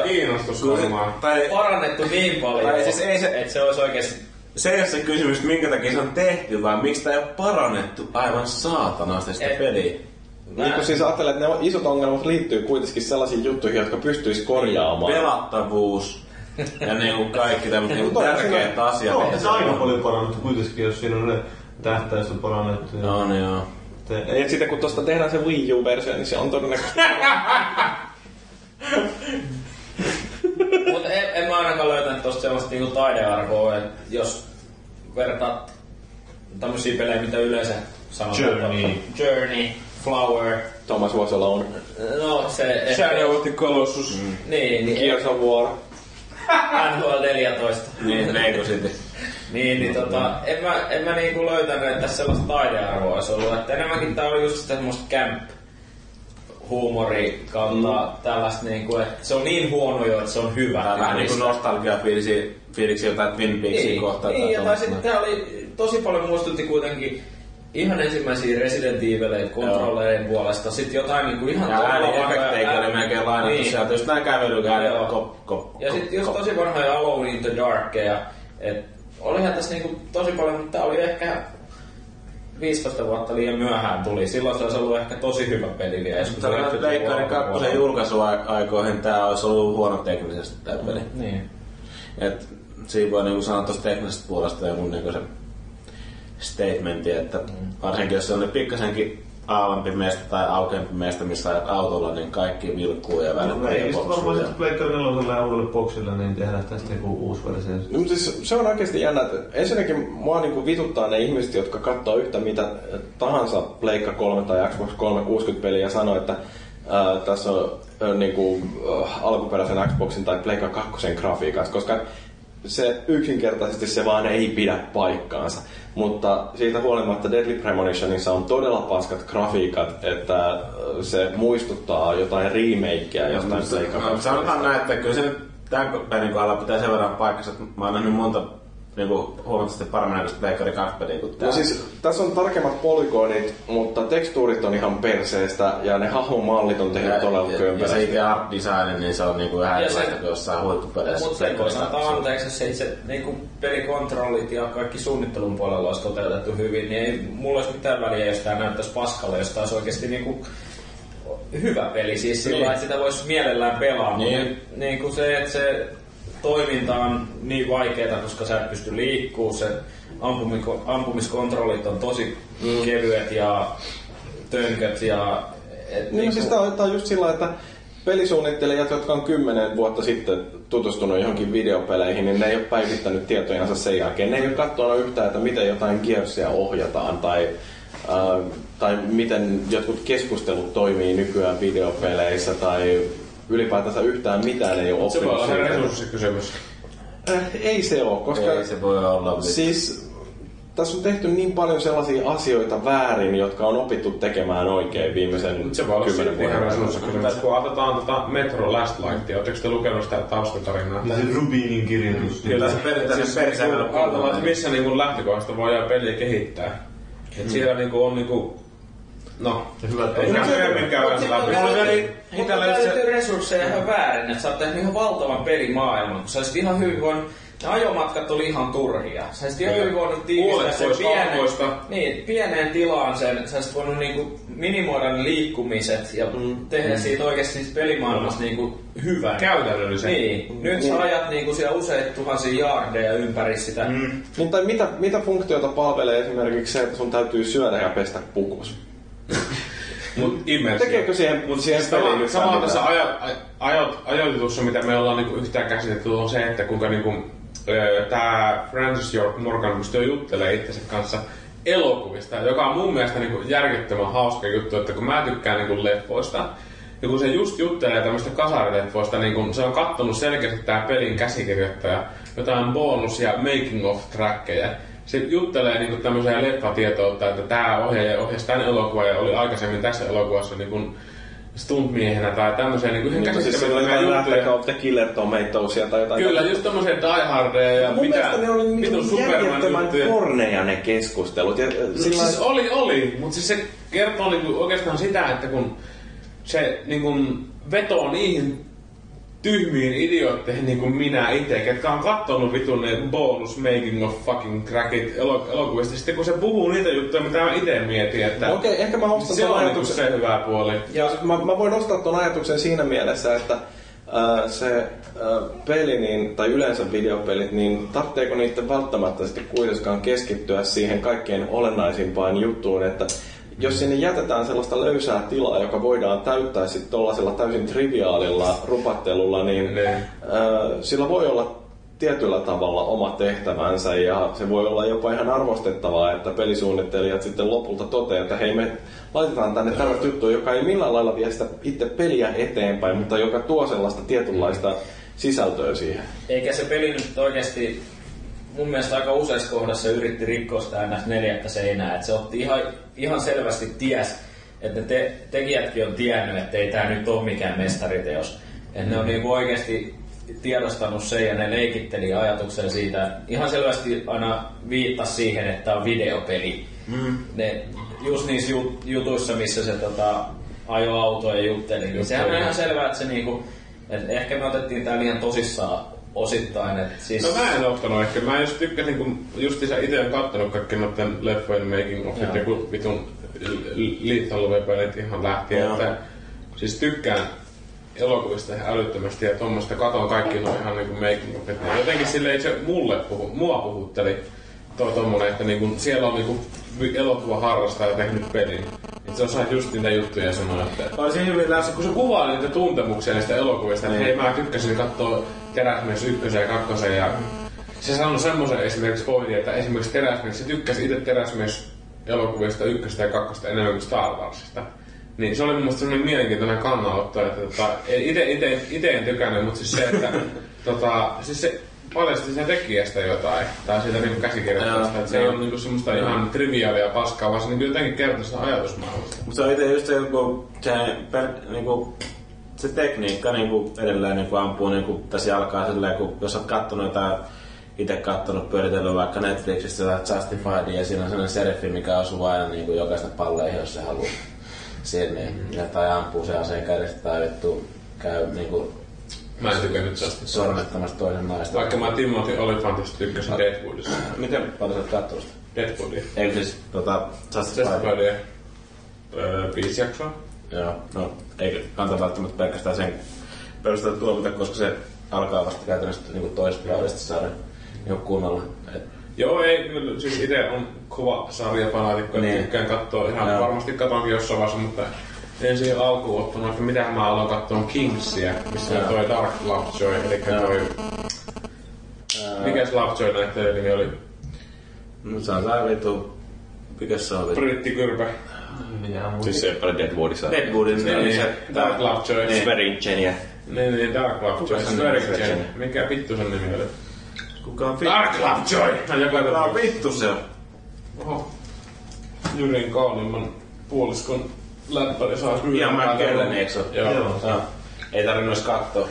ole parannettu niin paljon, tai siis ei se, että se olisi oikeasti... Se ei ole se kysymys, minkä takia se on tehty, vaan miksi sitä ei ole parannettu aivan saatanasti sitä Et, peliä. Niin kun siis ajattelee, että ne isot ongelmat liittyy kuitenkin sellaisiin juttuihin, jotka pystyisi korjaamaan. Pelattavuus ja niinku kaikki tämmöiset niinku tärkeät asiat. Joo, se on aika paljon parannettu kuitenkin, jos siinä on ne tähtäistä parannettu. No niin joo. Te... Ja sitten kun tosta tehdään se Wii U-versio, niin se on todennäköisesti... Mutta en, en mä ainakaan löytänyt tosta sellaista niinku taidearvoa, että jos vertaat tämmösiä pelejä, mitä yleensä sanotaan. Journey. Journey, Flower. Thomas Was Alone. No se... Shadow of the Colossus. Mm. Niin, niin... Gears of War. N H L neljätoista. Niin, Lego City. Niin, niin tota, en mä, en mä niinku löytänyt, että tässä sellaista taidearvoa olisi ollut. Että enemmänkin tää oli just sitä semmoista camp huumori kautta mm. tällaista niinku, että se on niin huono jo, että se on hyvä. Tää vähän niinku nostalgia fiiliksi, fiiliksi jotain Twin Peaksia niin, kohtaa. Niin, ja tai sitten tää oli tosi paljon muistutti kuitenkin ihan ensimmäisiä Resident Evileitä kontrolleiden puolesta. Sitten jotain niinku ihan ja ääni-efekteikä oli melkein lainattu niin. Sieltä, just nää kävelykään kop, kop, ja sit just tosi vanhoja Alone in the Darkeja. Et olihan tässä niinku tosi paljon, mutta tää oli ehkä viisitoista vuotta liian myöhään tuli. Silloin se olisi ollut ehkä tosi hyvä peli vielä. Mutta Pleikkarin kakkosen julkaisuaikoihin tää olisi ollut huono teknisesti tää peli. Mm, niin. Et siinä voi niinku sanoa tosta teknisestä puolesta jonkun niinku se statementi, että mm. varsinkin jos se on pikkasenkin aalampi meistä tai aukeampi meistä, missä ajat autolla, niin kaikki vilkkuu ja välittää ja boksuu. No varmaan sitten Pleikkari nelosella ja uudelle boksille, niin tehdään tästä joku uusi versio. No, siis se on oikeasti jännä, että ensinnäkin mua niinku vituttaa ne ihmiset, jotka katsoo yhtä mitä tahansa Pleikka kolme tai Xbox kolmesataakuusikymmentä peliä ja sanoo, että ää, tässä on ää, niinku, ää, alkuperäisen Xboxin tai Pleikka kakkosen grafiikassa, koska se yksinkertaisesti se vaan ei pidä paikkaansa. Mutta siitä huolimatta Deadly Premonitionissa on todella paskat grafiikat, että se muistuttaa jotain remakeä jostain Pleikka. Sanotaan näin, että kyllä se tämän pelin kohdalla pitää sen verran paikkansa, että mä oon nähnyt monta niinku huomattavasti paremmin näköistä Pleikkari kaksi peliä kuin tää. No siis tässä on tarkemmat polygoonit, mutta tekstuurit on ihan perseestä ja ne hahmomallit on tehty todella kömpelösti. Ja se itse art design, niin se on niinku ihan erilaista kuin jossain huippupeleissä. Mutta se voisi antaa anteeksi, että se itse niinku pelikontrollit ja kaikki suunnittelun puolella olisi toteutettu hyvin, niin ei mulla olisi mitään väliä, jos tää näyttäisi paskalle, jos tää olisi oikeesti niinku hyvä peli, siis sillä, niin. Että sitä voisi mielellään pelaa, niin. Mutta niin se, että se toiminta on niin vaikeeta, koska sä et pysty liikkuu, se ampumiskontrollit on tosi mm. kevyet ja tönköt ja... Et niin niinku... siis tää on, tää on just sillä, että pelisuunnittelijat, jotka on kymmenen vuotta sitten tutustunut johonkin videopeleihin, niin ne ei ole päivittänyt tietojansa sen jälkeen. Ne ei ole katsonut yhtään, että miten jotain Gearsia ohjataan tai, äh, tai miten jotkut keskustelut toimii nykyään videopeleissä tai ylipäätänsä yhtään mitään ei ole oppinut. Se voi olla resurssikysymys. Äh, ei se ole, koska ei se voi olla. Siis tässä on tehty niin paljon sellaisia asioita väärin, jotka on opittu tekemään oikein viimeisen kymmenen vuoden ajan. Kun otetaan tota Metro Last Lightia, oletteko te lukenut sitä taustatarinaa? Rubinin kirjoitus. Kyllä se periaatteessa ajatellaan, että missä niinku lähtökohdasta voidaan peliä kehittää. Et siellä niinku on niinku... No, ei myöhemmin käydä sitä läpi. Mutta täytyy resursseja ihan väärin, että sä oot tehnyt ihan valtavan pelimaailman, kun sä olisit ihan hyvin voinut... Ne ajomatkat oli ihan turhia. Sä olisit ihan hyvin voinut tiivistää sen pienen, niin, pieneen tilaan sen. Sä olisit voinut niinku minimoida ne liikkumiset ja mm. tehdä mm. siitä oikeesti siitä pelimaailmasta mm. niinku hyvän. Käytännöllisen. Niin. Mm. Nyt mm. sä ajat niinku siellä useita tuhansia jaardeja ympäri sitä. Mm. Niin, tai mitä, mitä funktiota palvelee esimerkiksi se, että sun täytyy syödä ja pestä pukus? Mut immersio. Tekeekö siihen, mut siihen peliin nyt sama tässä ajo, ajoitutussa, mitä me ollaan niinku yhtään käsitetty, on se, että kuinka niinku tää Francis York Morgan pystyy juttelemaan itsensä kanssa elokuvista, joka on mun mielestä niinku järjettömän hauska juttu, että kun mä tykkään niinku leffoista, ja kun se just juttelee tämmöistä kasarileffoista, niin kun se on kattonut selkeästi tää pelin käsikirjoittaja jotain bonus- ja making-of-trackeja. Se juttelee niinku tämmöisiä leffatietoutta, että tää ohjaaja ohjasi tän elokuvan ja oli aikaisemmin tässä elokuvassa niinku stuntmiehenä tai tämmöisiä niinku ihan käsittämättömiä juttuja. Siis se oli The Killer Tomatousia tai jotain. Kyllä, just tämmöisiä Die Hardeja ja mun mitä ne oli niinku järjettömän porneja ne keskustelut. Ja sillä... Siis oli, oli, mutta siis se kertoo niinku oikeastaan sitä, että kun se niinku vetoo niihin tyhmiin idiootteihin niin kuin minä itse, ketkä on kattonut vitun ne bonus making of fucking crackit elokuvista. Sitten kun se puhuu niitä juttuja, mitä mä itse mietin, että okei, okay, ehkä mä ostan se on ajatuksen se hyvä puoli. Ja mä, mä voin ostaa ton ajatuksen siinä mielessä, että äh, se äh, peli niin, tai yleensä videopelit, niin tarvitseeko niitä välttämättä sitten kuitenkaan keskittyä siihen kaikkein olennaisimpaan juttuun, että jos sinne jätetään sellaista löysää tilaa, joka voidaan täyttää sitten tollasella täysin triviaalilla rupattelulla, niin äh, sillä voi olla tietyllä tavalla oma tehtävänsä ja se voi olla jopa ihan arvostettavaa, että pelisuunnittelijat sitten lopulta toteaa, että hei, me laitetaan tänne tällaista juttua, joka ei millään lailla vie sitä itse peliä eteenpäin, mutta joka tuo sellaista tietynlaista sisältöä siihen. Eikä se peli nyt oikeasti mun mielestä aika useassa kohdassa yritti rikkoa sitä ns. Neljättä seinää, että se otti ihan, ihan selvästi ties, että ne te, tekijätkin on tiennyt, että ei tää nyt ole mikään mestariteos. Että ne on niinku oikeesti tiedostanut sen ja ne leikitteli ajatuksen siitä. Ihan selvästi aina viittasi siihen, että tää on videopeli. Mm. Ne, just niissä jut, jutuissa, missä se tota, ajo autoja jutteli, niin sehän on ihan selvää, että se niinku, et ehkä me otettiin tää liian tosissaan osittain. Et siis... No mä en ottanut ehkä. Mä just tykkäsin, kun justiinsa ite on kattonut kaikki noitten leffojen making offit ja kun vitun Lethal Weaponit ihan lähtien. Että, siis tykkään elokuvista ihan älyttömästi ja tommoista katon kaikki no ihan niinku making offit. Jotenkin silleen se mulle puhu, mua puhutteli toi tommonen, että niinku siellä on niinku elokuva harrastaja tehnyt pelin. Et se osaa just niitä juttuja sanoa, että... Olisi hyvin läsnä, kun se kuvaa niitä tuntemuksia niistä elokuvista, niin hei mä tykkäsin katsoa Teräsmies ykkösen ja kakkosen ja... Se sanoi semmoisen esimerkiksi pointin, että esimerkiksi Teräsmies, se tykkäsi itse Teräsmies elokuvista ykköstä ja kakkosta enemmän kuin Star Warsista. Niin se oli mun mielestä semmoinen mielenkiintoinen kannanotto, että tota, ite, ite, ite en tykännyt, mutta siis se, että tota, siis se paljasti sen tekijästä jotain, tai siitä niinku käsikirjoitusta, että se ei ole niinku semmoista ja. ihan triviaalia paskaa, vaan se niinku jotenkin kertoo sitä ajatusmaailmasta. Mutta se on ite just se, kun se, per, niinku, se tekniikka niinku edelleen niinku ampuu niinku tässä jalkaa silleen, kun jos oot kattonut jotain, ite kattonut pyöritellyt vaikka Netflixissä tai Justified ja siinä on sellainen seriffi, mikä osuu aina niinku jokaista palleihin, jos se haluaa. Siinä, niin, tai ampuu se aseen kädestä tai vittu käy niinku... Mä en tykännyt Justified. Sormettamasta toisen naista. Vaikka mä Timothy Olyphantista tykkäsin Deadwoodissa. Miten paljon sä oot kattonut sitä? Deadwoodia. Eikö siis tota Justified? Justified öö, viisi jaksoa. Joo, no ei kannata välttämättä pelkästään sen perusteella tuomita, koska se alkaa vasta käytännössä niinku toisesta kaudesta saada niinku kunnolla. Et... Joo, ei, kyllä, siis ite on kova sarjafanaatikko, niin. Tykkään kattoo ihan no. varmasti katonkin jossain vaiheessa, mutta en siihen alkuun ottanut, että mitähän mä aloin katsoa Kingsia, missä on toi Dark Lovejoy, eli toi... Ää... Mikäs Lovejoy näyttelijä nimi oli? No se on tää vitu... Mikäs se oli? Brittikyrpä. Siis se ei paljon Deadwoodissa. Deadwoodissa, niin, niin se... Dark Lovejoy. Swearingen. Niin, niin, Dark Lovejoy. Swearingen. Mikä vittu sen nimi oli? Kuka on vittu? Dark Lovejoy! Kuka on vittu se on? Oho. Jyrin kaunimman puoliskon läppäri saa kyllä. Ian McKellen, eikö se? Joo. Joo. Ei tarvinnut edes kattoo.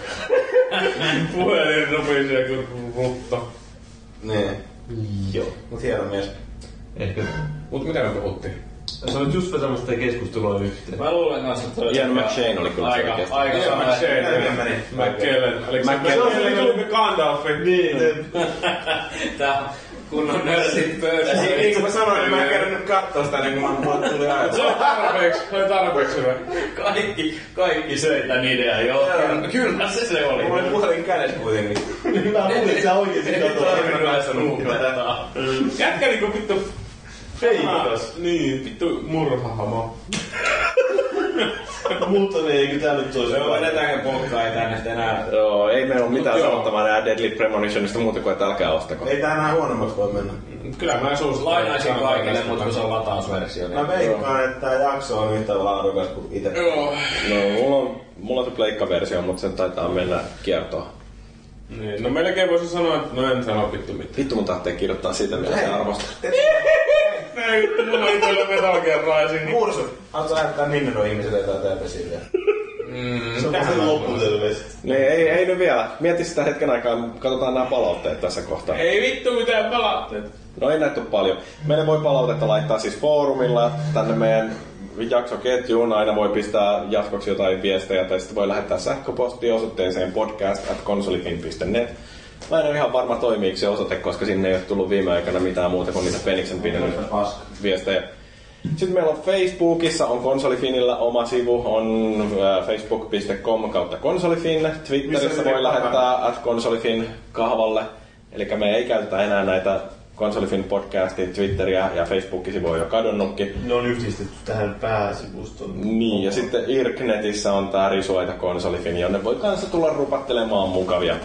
Puhelin ropisee kuin rutto. Niin. Joo. Mut hieno mies. Ehkä. Mut mitä me puhuttiin? Se on just semmoista keskustelua yhteen. Mä luulen kanssa, että... Ian McShane oli kyllä aika, selkeästi. aika Ian McShane. McKellen. McKellen oli Gandalfi. Niin. Tää kunnon nörsit pöydässä. Niin kuin mä sanoin, niin mä en kerännyt kattoo sitä ennen kuin mulle tuli ajatus. Se on tarpeeksi, se on tarpeeksi hyvä. Kaikki, kaikki söi tän ideaa, joo. Kyllä se se oli. Mulla oli puhelin kädessä kuitenkin. Mä luulin, että sä oikeesti katsotaan. Jätkä niinku vittu... Feikas. Niin, vittu murhahamo. Mutta ne eikö tää nyt toisi? Joo, vedetäänkö pokkaa, ei tänne enää... Joo, ei meillä ole mitään Joo. sanottavaa nää Deadly Premonitionista muuta kuin, että älkää ostako. Ei tää enää huonommaksi voi mennä. Kyllä mä suosittelen. Lainaisin kaikille, mutta kun se on latausversio. Mä veikkaan, että tää jakso on yhtä laadukas kuin ite. Joo. No, mulla on, mulla on se pleikkaversio, mutta sen taitaa mennä kiertoon. Niin, no melkein voisin sanoa, että no en sano vittu mitään. Vittu mun tahtee kirjoittaa siitä, mitä se arvostaa. Ei vittu, mulla on itsellä Metal Gear Rising. Mursu, haluatko lähettää Nintendo ihmisille jotain terveisiä? Mm, Se on sen lopputelveistä. Niin, ei, ei nyt vielä. Mieti sitä hetken aikaa, katsotaan nämä palautteet tässä kohtaa. ei vittu mitään palautteet. No ei näitä ole paljon. Meille voi palautetta laittaa siis foorumilla tänne meidän jaksoketjuun. Aina voi pistää jatkoksi jotain viestejä tai sitten voi lähettää sähköpostia osoitteeseen podcast at consolifin piste net. Mä en ole ihan varma toimiiko se osoite, koska sinne ei ole tullut viime aikana mitään muuta kuin niitä Feniksen pidennys viestejä. Sitten meillä on Facebookissa, on Konsolifinillä oma sivu, on facebook piste com kautta konsolifin. Twitterissä voi lähettää at konsolifin kahvalle. Eli me ei käytetä enää näitä Konsolifin podcastin, Twitteriä ja Facebook-sivu on jo kadonnutkin. Ne on yhdistetty tähän pääsivustoon. Niin, ja sitten Irknetissä on tää Risuaita Konsolifin, jonne voi kanssa tulla rupattelemaan mukavia.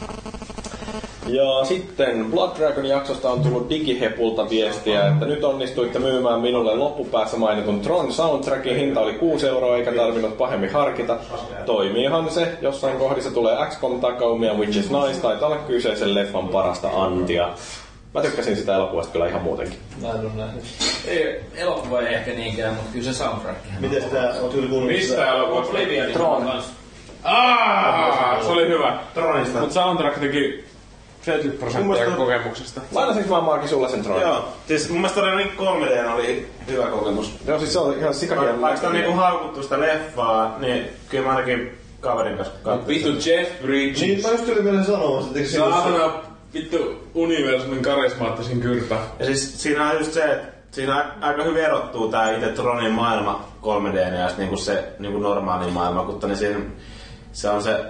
Ja sitten Blood Dragon jaksosta on tullut Digihepulta viestiä, että nyt onnistuitte myymään minulle loppupäässä mainitun Tron soundtrackin. Hinta oli kuusi euroa eikä tarvinnut pahemmin harkita. Toimiihan se, jossain kohdissa tulee X COM takaumia, which is nice, taitaa olla kyseisen leffan parasta antia. Mä tykkäsin sitä elokuvasta kyllä ihan muutenkin. Mä en oo nähnyt. Ei, elokuva ei ehkä niinkään, mutta kyllä se soundtrack. Mites tää on tyyli kuullut? Mistä elokuvasta? Oblivion Tron. kanssa. Aaa, se oli hyvä. Tronista. Mut soundtrack teki seitsemänkymmentä prosenttia kokemuksesta. Lainasinko mä Maaki sulle sen Tronin? Joo, siis mun mielestä oli kolme D oli hyvä kokemus. Joo, siis se oli ihan sikakielen. Vaikka on niinku haukuttu sitä leffaa, niin kyllä mä ainakin kaverin kanssa katsoin. Vittu Jeff Bridges. Niin, mä just tulin vielä sanomaan, että eikö siinä Saatana vittu universumin karismaattisin kyrpä. Ja siis siinä on just se, että siinä aika hyvin erottuu tää itse Tronin maailma kolme D:n ja niinku se niinku normaali maailma, mutta niin siinä, se on se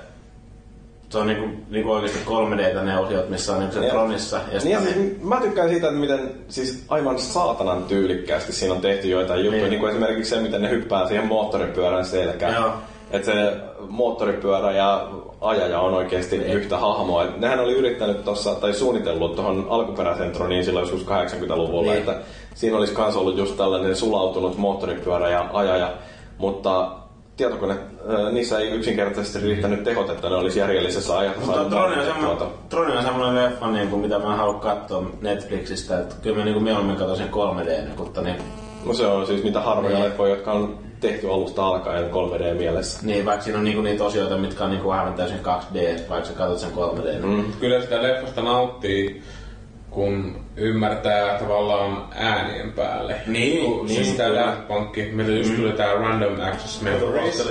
se on niinku, niinku oikeesti kolme D:tä ne osiot, missä on niinku se Tronissa. Ja niin, siis, mä tykkään siitä, että miten siis aivan saatanan tyylikkäästi siinä on tehty joitain juttuja. Niin. Niin kuin esimerkiksi se, miten ne hyppää siihen moottoripyörän selkään. Joo. Että se moottoripyörä ja ajaja on oikeesti niin. Yhtä hahmoa. Et nehän oli yrittänyt tossa, tai suunnitellut tuohon alkuperäiseen Troniin silloin joskus kahdeksankymmentäluvulla, niin. Että siinä olisi kans ollut just tällainen sulautunut moottoripyörä ja ajaja, mutta tietokone, niissä ei yksinkertaisesti riittänyt tehot, että ne olisi järjellisessä ajassa. Mutta Troni on, semmo, Troni on semmoinen leffa, niin kuin, mitä mä haluan katsoa Netflixistä, että kyllä mä niin mieluummin katsoisin kolme D, mutta niin... No se on siis niitä harvoja niin. Leffoja, jotka on tehty alusta alkaen kolme D mielessä. Niin, vaikka siinä on niinku niitä osioita, mitkä on niinku aivan täysin kaksi D, vaikka sä katsot sen kolme D. Mm. Kyllä sitä leffasta nauttii, kun ymmärtää tavallaan äänien päälle. Niin, kun, niin. Siis tää Daft Punk, mitä just mm. tuli tää Random Access Memories.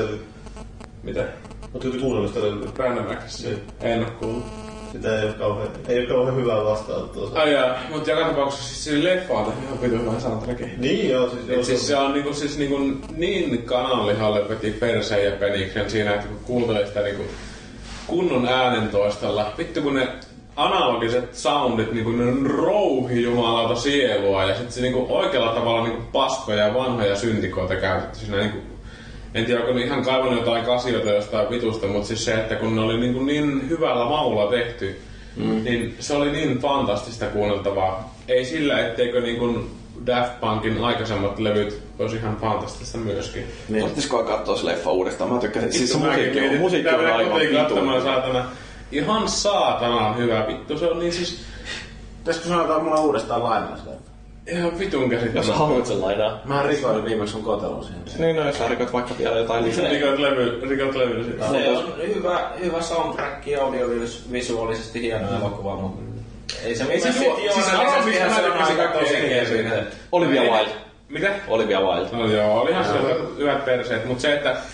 Mitä? Ootko kuunnellut sitä levyä? Random Access, niin. En oo kuullut. Sitä ei oo kauhean, ei oo kauhean hyvää vastaanottoa. Ai jaa, mut joka tapauksessa siis siinä leffa on ihan vitu hyvä soundtracki. Niin joo, siis joo. Siis se on niinku, siis niinku niin kananlihalle veti perseen ja peniksen siinä, että kun kuuntelee sitä niinku kunnon äänentoistolla. Vittu kun ne analogiset soundit niinku ne rouhi jumalauta sielua ja sit se niinku oikealla tavalla niinku paskoja ja vanhoja syntikoita käytetty siinä niinku. En tiedä, onko ne ihan kaivannut jotain kasioita jostain vitusta, mutta siis se, että kun ne oli niin, niin hyvällä maulla tehty, mm. niin se oli niin fantastista kuunneltavaa. Ei sillä, etteikö niin kuin Daft Punkin aikaisemmat levyt olisi ihan fantastista myöskin. Niin. Olettiskohan katsoa se leffa uudestaan? Mä tykkäsin. Siis musiikki on, musiikki on aivan vitun. Saatana. Ihan saatana hyvä vittu. Se on niin siis... Pitäisikö sanotaan mulla uudestaan lainaa sitä? Ihan vitun käsittämättä. Jos haluat sen lainaa. Mä rikoin viimeksi sun kotelun siihen. Niin, no jos sä rikot vaikka vielä jotain lisää. Rikot levy, rikot levy sitä. Se on hyvä, hyvä soundtrack ja audiovisuaalisesti hieno mm. elokuva, mutta ei se mitään fiktionaalisesti se on aika tosi kielinen. Olivia Wilde. Mitä? Olivia Wilde. No joo, olihan se hyvät perseet, mut se, että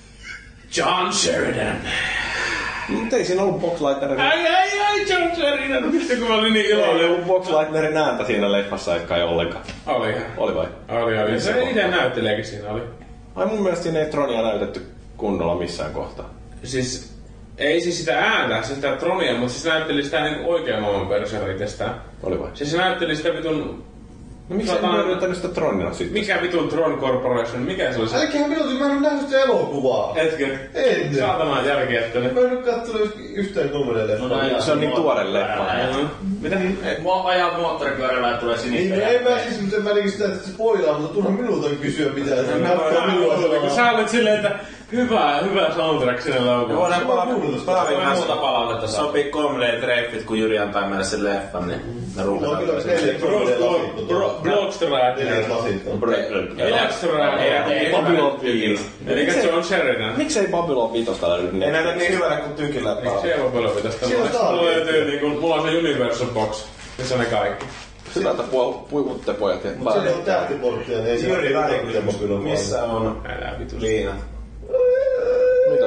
John Sheridan. Mutta ei siinä ollut Box Lightnerin... Ai ai ai, John Sheridan! Vittu kun mä olin niin iloinen. Ei ollut Box Lightnerin ääntä siinä leffassa, eikä ei ollenkaan. Olihan. Oli vai? Oli, oli. Se itse näyttelijäkin siinä oli. Ai mun mielestä siinä ei Tronia näytetty kunnolla missään kohtaa. Siis... Ei siis sitä ääntä, siis sitä Tronia, mutta siis näytteli sitä niinku oikean oman persoona itsestään. Oli vai? Siis se näytteli sitä vitun... No miksi en yrittänyt sitä Tronina sitten? Mikä vitun Tron Corporation? Mikä se oli se? Älkäähän minuutin, mä en oo nähnyt sitä elokuvaa. Hetken. En. Saatanan jälkeen. Mä en oo kattonut yhtään kolmelle leffaa. No, se on niin tuore leffa. Mitä? Mua ajaa moottoripyörällä ja tulee sinistä. Niin, ei mä siis, mutta mä niinkin sitä, että se spoilaa, mutta turha minulta kysyä mitään. Se näyttää minua kun sä olet silleen, että hyvä, hyvä soundtrack sinne laukun. Voidaan Paavin kanssa palautetta sopii kolme D-treffit, kun Jyri antaa meille sen leffan, niin me ruukataan. No kyllä neljä kolme D-lasit. Blockstrad. Neljä lasit on. Blockstrad. Babylon viisi. Elikkä John Sheridan. Miksei Babylon viitosta löydy? Ei näytä niin hyvänä kuin tykillä. Miksei Babylon viitosta? Mulla löytyy niinku, mulla on se Universal Box, missä on ne kaikki. Hyvältä puhutte pojat. Mutta siellä on tähtiporttia, niin ei se Jyri välikytys. Missä on liinat? Mitä?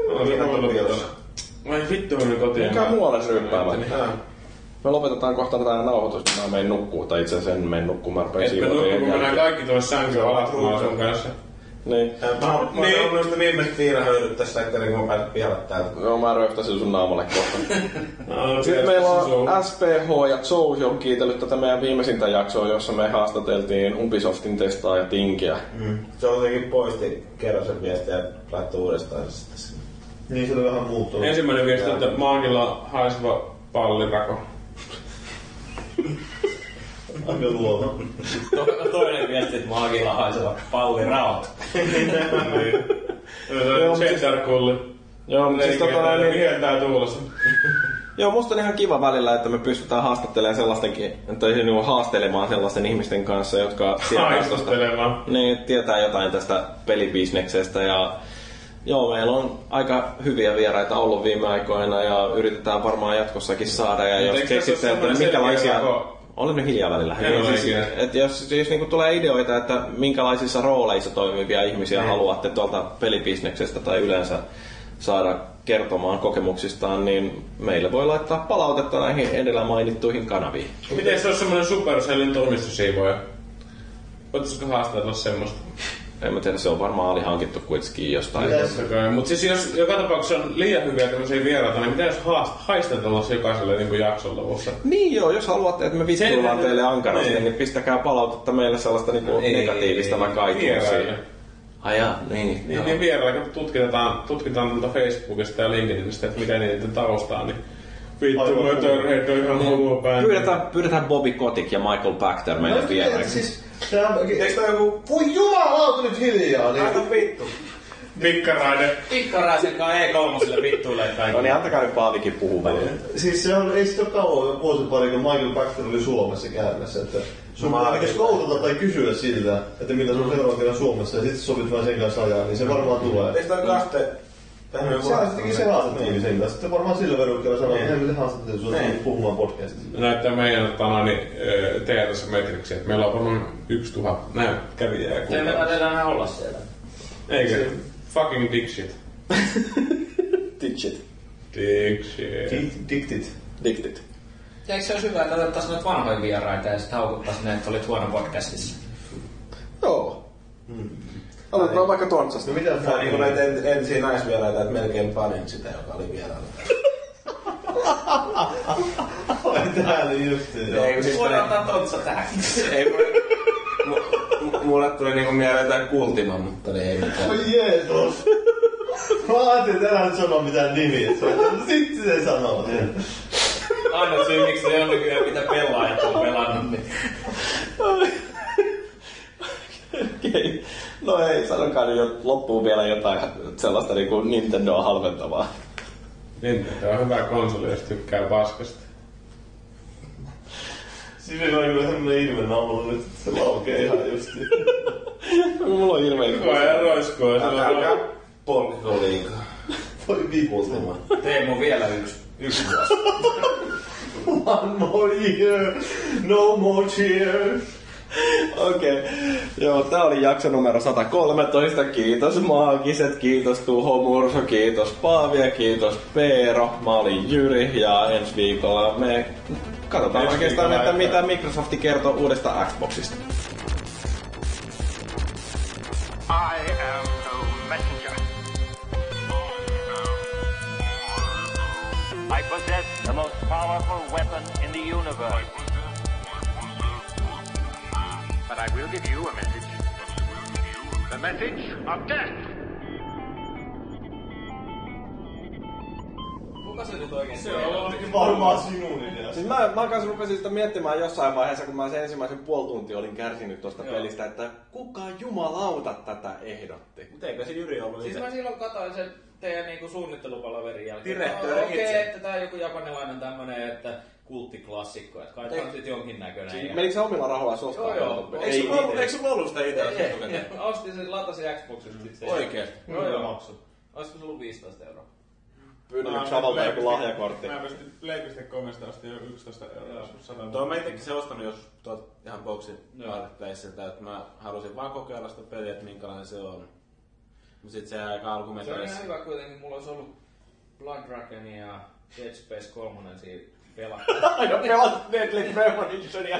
Vai vittu mennä kotiin. Mikä muualle ryyppäämään? Me lopetetaan kohta tätä nauhoitusta, mä menen nukkuu, tai itse asiassa en mene nukkuu, mä rupean siivoamaan. Et me nukkuu, kun mennään kaikki tuonne sänkyyn alastumaan sun kanssa. Niin. Mä oon niin. viimeistä viinahöydyt tässä, että niin kun mä pääsen pihalle täältä. Joo, mä röyhtäisin sun naamalle kohta. no, Sitten meillä on S P H ja Zouhi on kiitellyt tätä meidän viimeisintä jaksoa, jossa me haastateltiin Ubisoftin testaaja Tinkiä. Mm. Se on jotenkin poisti kerran sen viestiä ja laittoi uudestaan se sitten. Niin se oli vähän muuttunut. Ensimmäinen viesti, että maagilla haiseva pallirako. Aika luova. To- toinen viesti, että maagilla haiseva palliraot. Cheddar-kulli. Joo, mutta siis tota niin... Viheltää tuulessa. Joo, musta on ihan kiva välillä, että me pystytään haastattelemaan sellaistenkin, tai niin haastelemaan sellaisten ihmisten kanssa, jotka Haastelemaan. Niin, tietää jotain tästä pelibisneksestä ja joo, meillä on aika hyviä vieraita ollut viime aikoina ja yritetään varmaan jatkossakin saada ja jos keksitte, että minkälaisia... Olen nyt hiljaa välillä. Niin, siis, et jos jos niinku tulee ideoita, että minkälaisissa rooleissa toimivia ihmisiä mm. haluatte tuolta pelibisneksestä tai yleensä saada kertomaan kokemuksistaan, niin meille voi laittaa palautetta näihin edellä mainittuihin kanaviin. Miten se on semmoinen Supercellin toimistosiivoja? Voitaisko haastatella semmoista? En mä tiedä, se on varmaan alihankittu kuitenkin jostain. Mutta siis jos joka tapauksessa on liian hyviä tämmöisiä vieraita, niin mitä jos haast, haistatellaan jokaiselle niin jakson lopussa? Niin joo, jos haluatte, että me vittuillaan teille ankarasti, niin. niin pistäkää palautetta meille sellaista niin kuin negatiivista vaikka iTunesia. Ai jaa, niin. Niin, niin vierailla, kun tutkitaan, tutkitaan tuolta Facebookista ja LinkedInistä, että mitä niiden taustaa, niin vittu, Motorhead on ihan huupäin. Pyydetään, pyydetään Bobby Kotick ja Michael Pachter meille no, vieraiksi. Siis, eikö tää joku, voi jumalauta nyt hiljaa, niin aika vittu. Pikkarainen. Pikkaraisen kanssa E kolme vittuilee kaikille. No niin, antakaa nyt Paavikin puhua välillä. Siis se on, ei sit ole kauan vuosi pari, kun Michael Pachter oli Suomessa käymässä, että sun pitää skoutata tai kysyä siltä, että mitä sun seuraavan kerran Suomessa ja sit sovit vaan sen kanssa ajaa, niin se varmaan tulee. Eikö tää kaste? Sehän sittenkin se haastattiin sen kanssa. Sitten varmaan sillä verukkeella sanoo, että emme te haastattiin sun puhumaan podcastista. Näyttää meidän tanani teatassa metriksi, että meillä on varmaan yksi tuhat näin kävijää. Se me taidetaan olla siellä. Eikö? Fucking dick shit. Dick shit. Dick shit. Dictit. Dictit. Eikö se olisi hyvä, että otettaisiin noita vanhoja vieraita ja sitten haukuttaisiin ne, että olit huono podcastissa? Joo. Hmm. Otetaan vaikka Tontsasta. No mitä on niinku näitä entisiä naisvieraita, että melkein panin sitä, joka oli vierailla. Oi täällä justiin. Voidaan ottaa Tontsa tähänkin. Ei mulle... Mulle tuli niinku mieleen jotain Kultima, mutta ei mitään. Oi Jeesus. Mä ajattelin, että älä nyt sano mitään nimiä. Sitten se sanoo sen. Ainoa syy, miksi se on nykyään mitä pelaajat on pelannut. Niin. Okei. No ei, sanokaa nyt loppuun vielä jotain sellaista niinku Nintendoa halventavaa. Nintendo on hyvä konsoli, jos tykkää paskasta. Siinä on kyllä semmonen ilme naamalla nyt, että se laukee ihan justiin. Mulla on ilmeisesti. Koko ajan roiskoo. Älkää polkiko liikaa. Voi vikultama. Teemu vielä yksi. Yksi vuosi. One more year. No more cheers. Okei. Okay. Joo, tää oli jakso numero sata kolmetoista. Kiitos Maagiset, kiitos Tuho Murso, kiitos Paavi ja kiitos Peero. Mä olin Jyri ja ensi viikolla me katsotaan ensi oikeastaan, että mitä Microsoft kertoo uudesta Xboxista. I am no messenger. I possess the most powerful weapon in the universe. But I will give you a message. The message of death. Kuka se nyt oikein? Se on varmaan sinun idea. Siis mä, mä kanssa rupesin sitä miettimään jossain vaiheessa, kun mä sen ensimmäisen puoli tuntia olin kärsinyt tosta Joo. pelistä, että kuka jumalauta tätä ehdotti? Mut eikö se Jyri ollut siis itse? Mä silloin katsoin sen teidän niinku suunnittelupalaverin jälkeen. Direktööri Okei, itse. että tää on joku japanilainen tämmönen, että kulttiklassikko, että kai tää on sit jonkin näköinen. Siis menikö sä omilla rahoilla ostaa? Joo, joo. Eikö sulla ollut sitä itse? Ostin sen, latasin Xboxista sitten. Oikeesti? Joo, joo. Maksu. Olisiko se ollut viisitoista euroa? Pyydän nyt Savalta joku lahjakortti. Mä pystyn play piste comista asti jo yksitoista euroa. Tuo mä itekin se ostanut jos tuot ihan boxin marketplaceilta, että mä halusin vaan kokeilla sitä peliä, että minkälainen se on. Mut sit se aika alkumetreissä. Se on ihan hyvä kuitenkin, mulla olisi ollut Blood Dragon ja Dead Space kolme siinä pelattu. Aina pelat Deadly Premonitionia.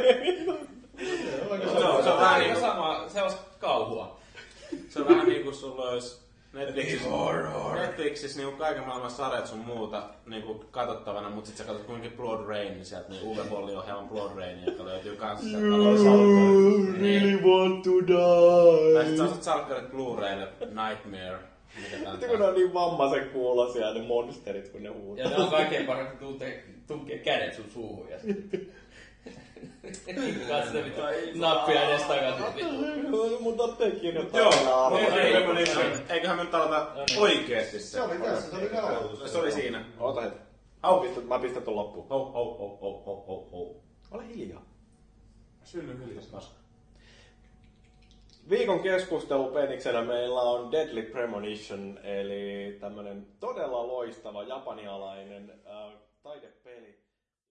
Se on vähän niinku sama, se olisi kauhua. Se on vähän niinku sulla ois Netflixissä, Netflixissä niinku kaiken maailman sarjat sun muuta niinku katsottavana, mut sit sä katsot kuitenkin Blood Rain, niin sieltä niin Uwe Bolli-ohjelman Blood Rain, joka löytyy kans sieltä You really want to die. Tai sit sä ostat salkkarit Blu-raylle Nightmare. Sitten kun ne on niin vammaisen kuulosia ne monsterit, kun ne huutaa. Ja ne on kaikkein parempi tunkee, tunkee kädet sun suuhun ja sitten... Katso ne vittu nappia edes takaisin. Mun tarvitsee kirjoittaa. Joo, eiköhän me nyt aloita oikeesti se. Se oli tässä, se oli aloitus. Se oli siinä. Oota heti. Mä pistän ton loppuun. Hou, hou, hou, hou, hou, hou, hou. Ole hiljaa. Synny hiljaa paska. Viikon keskustelupeniksenä meillä on Deadly Premonition, eli tämmönen todella loistava japanialainen äh, taide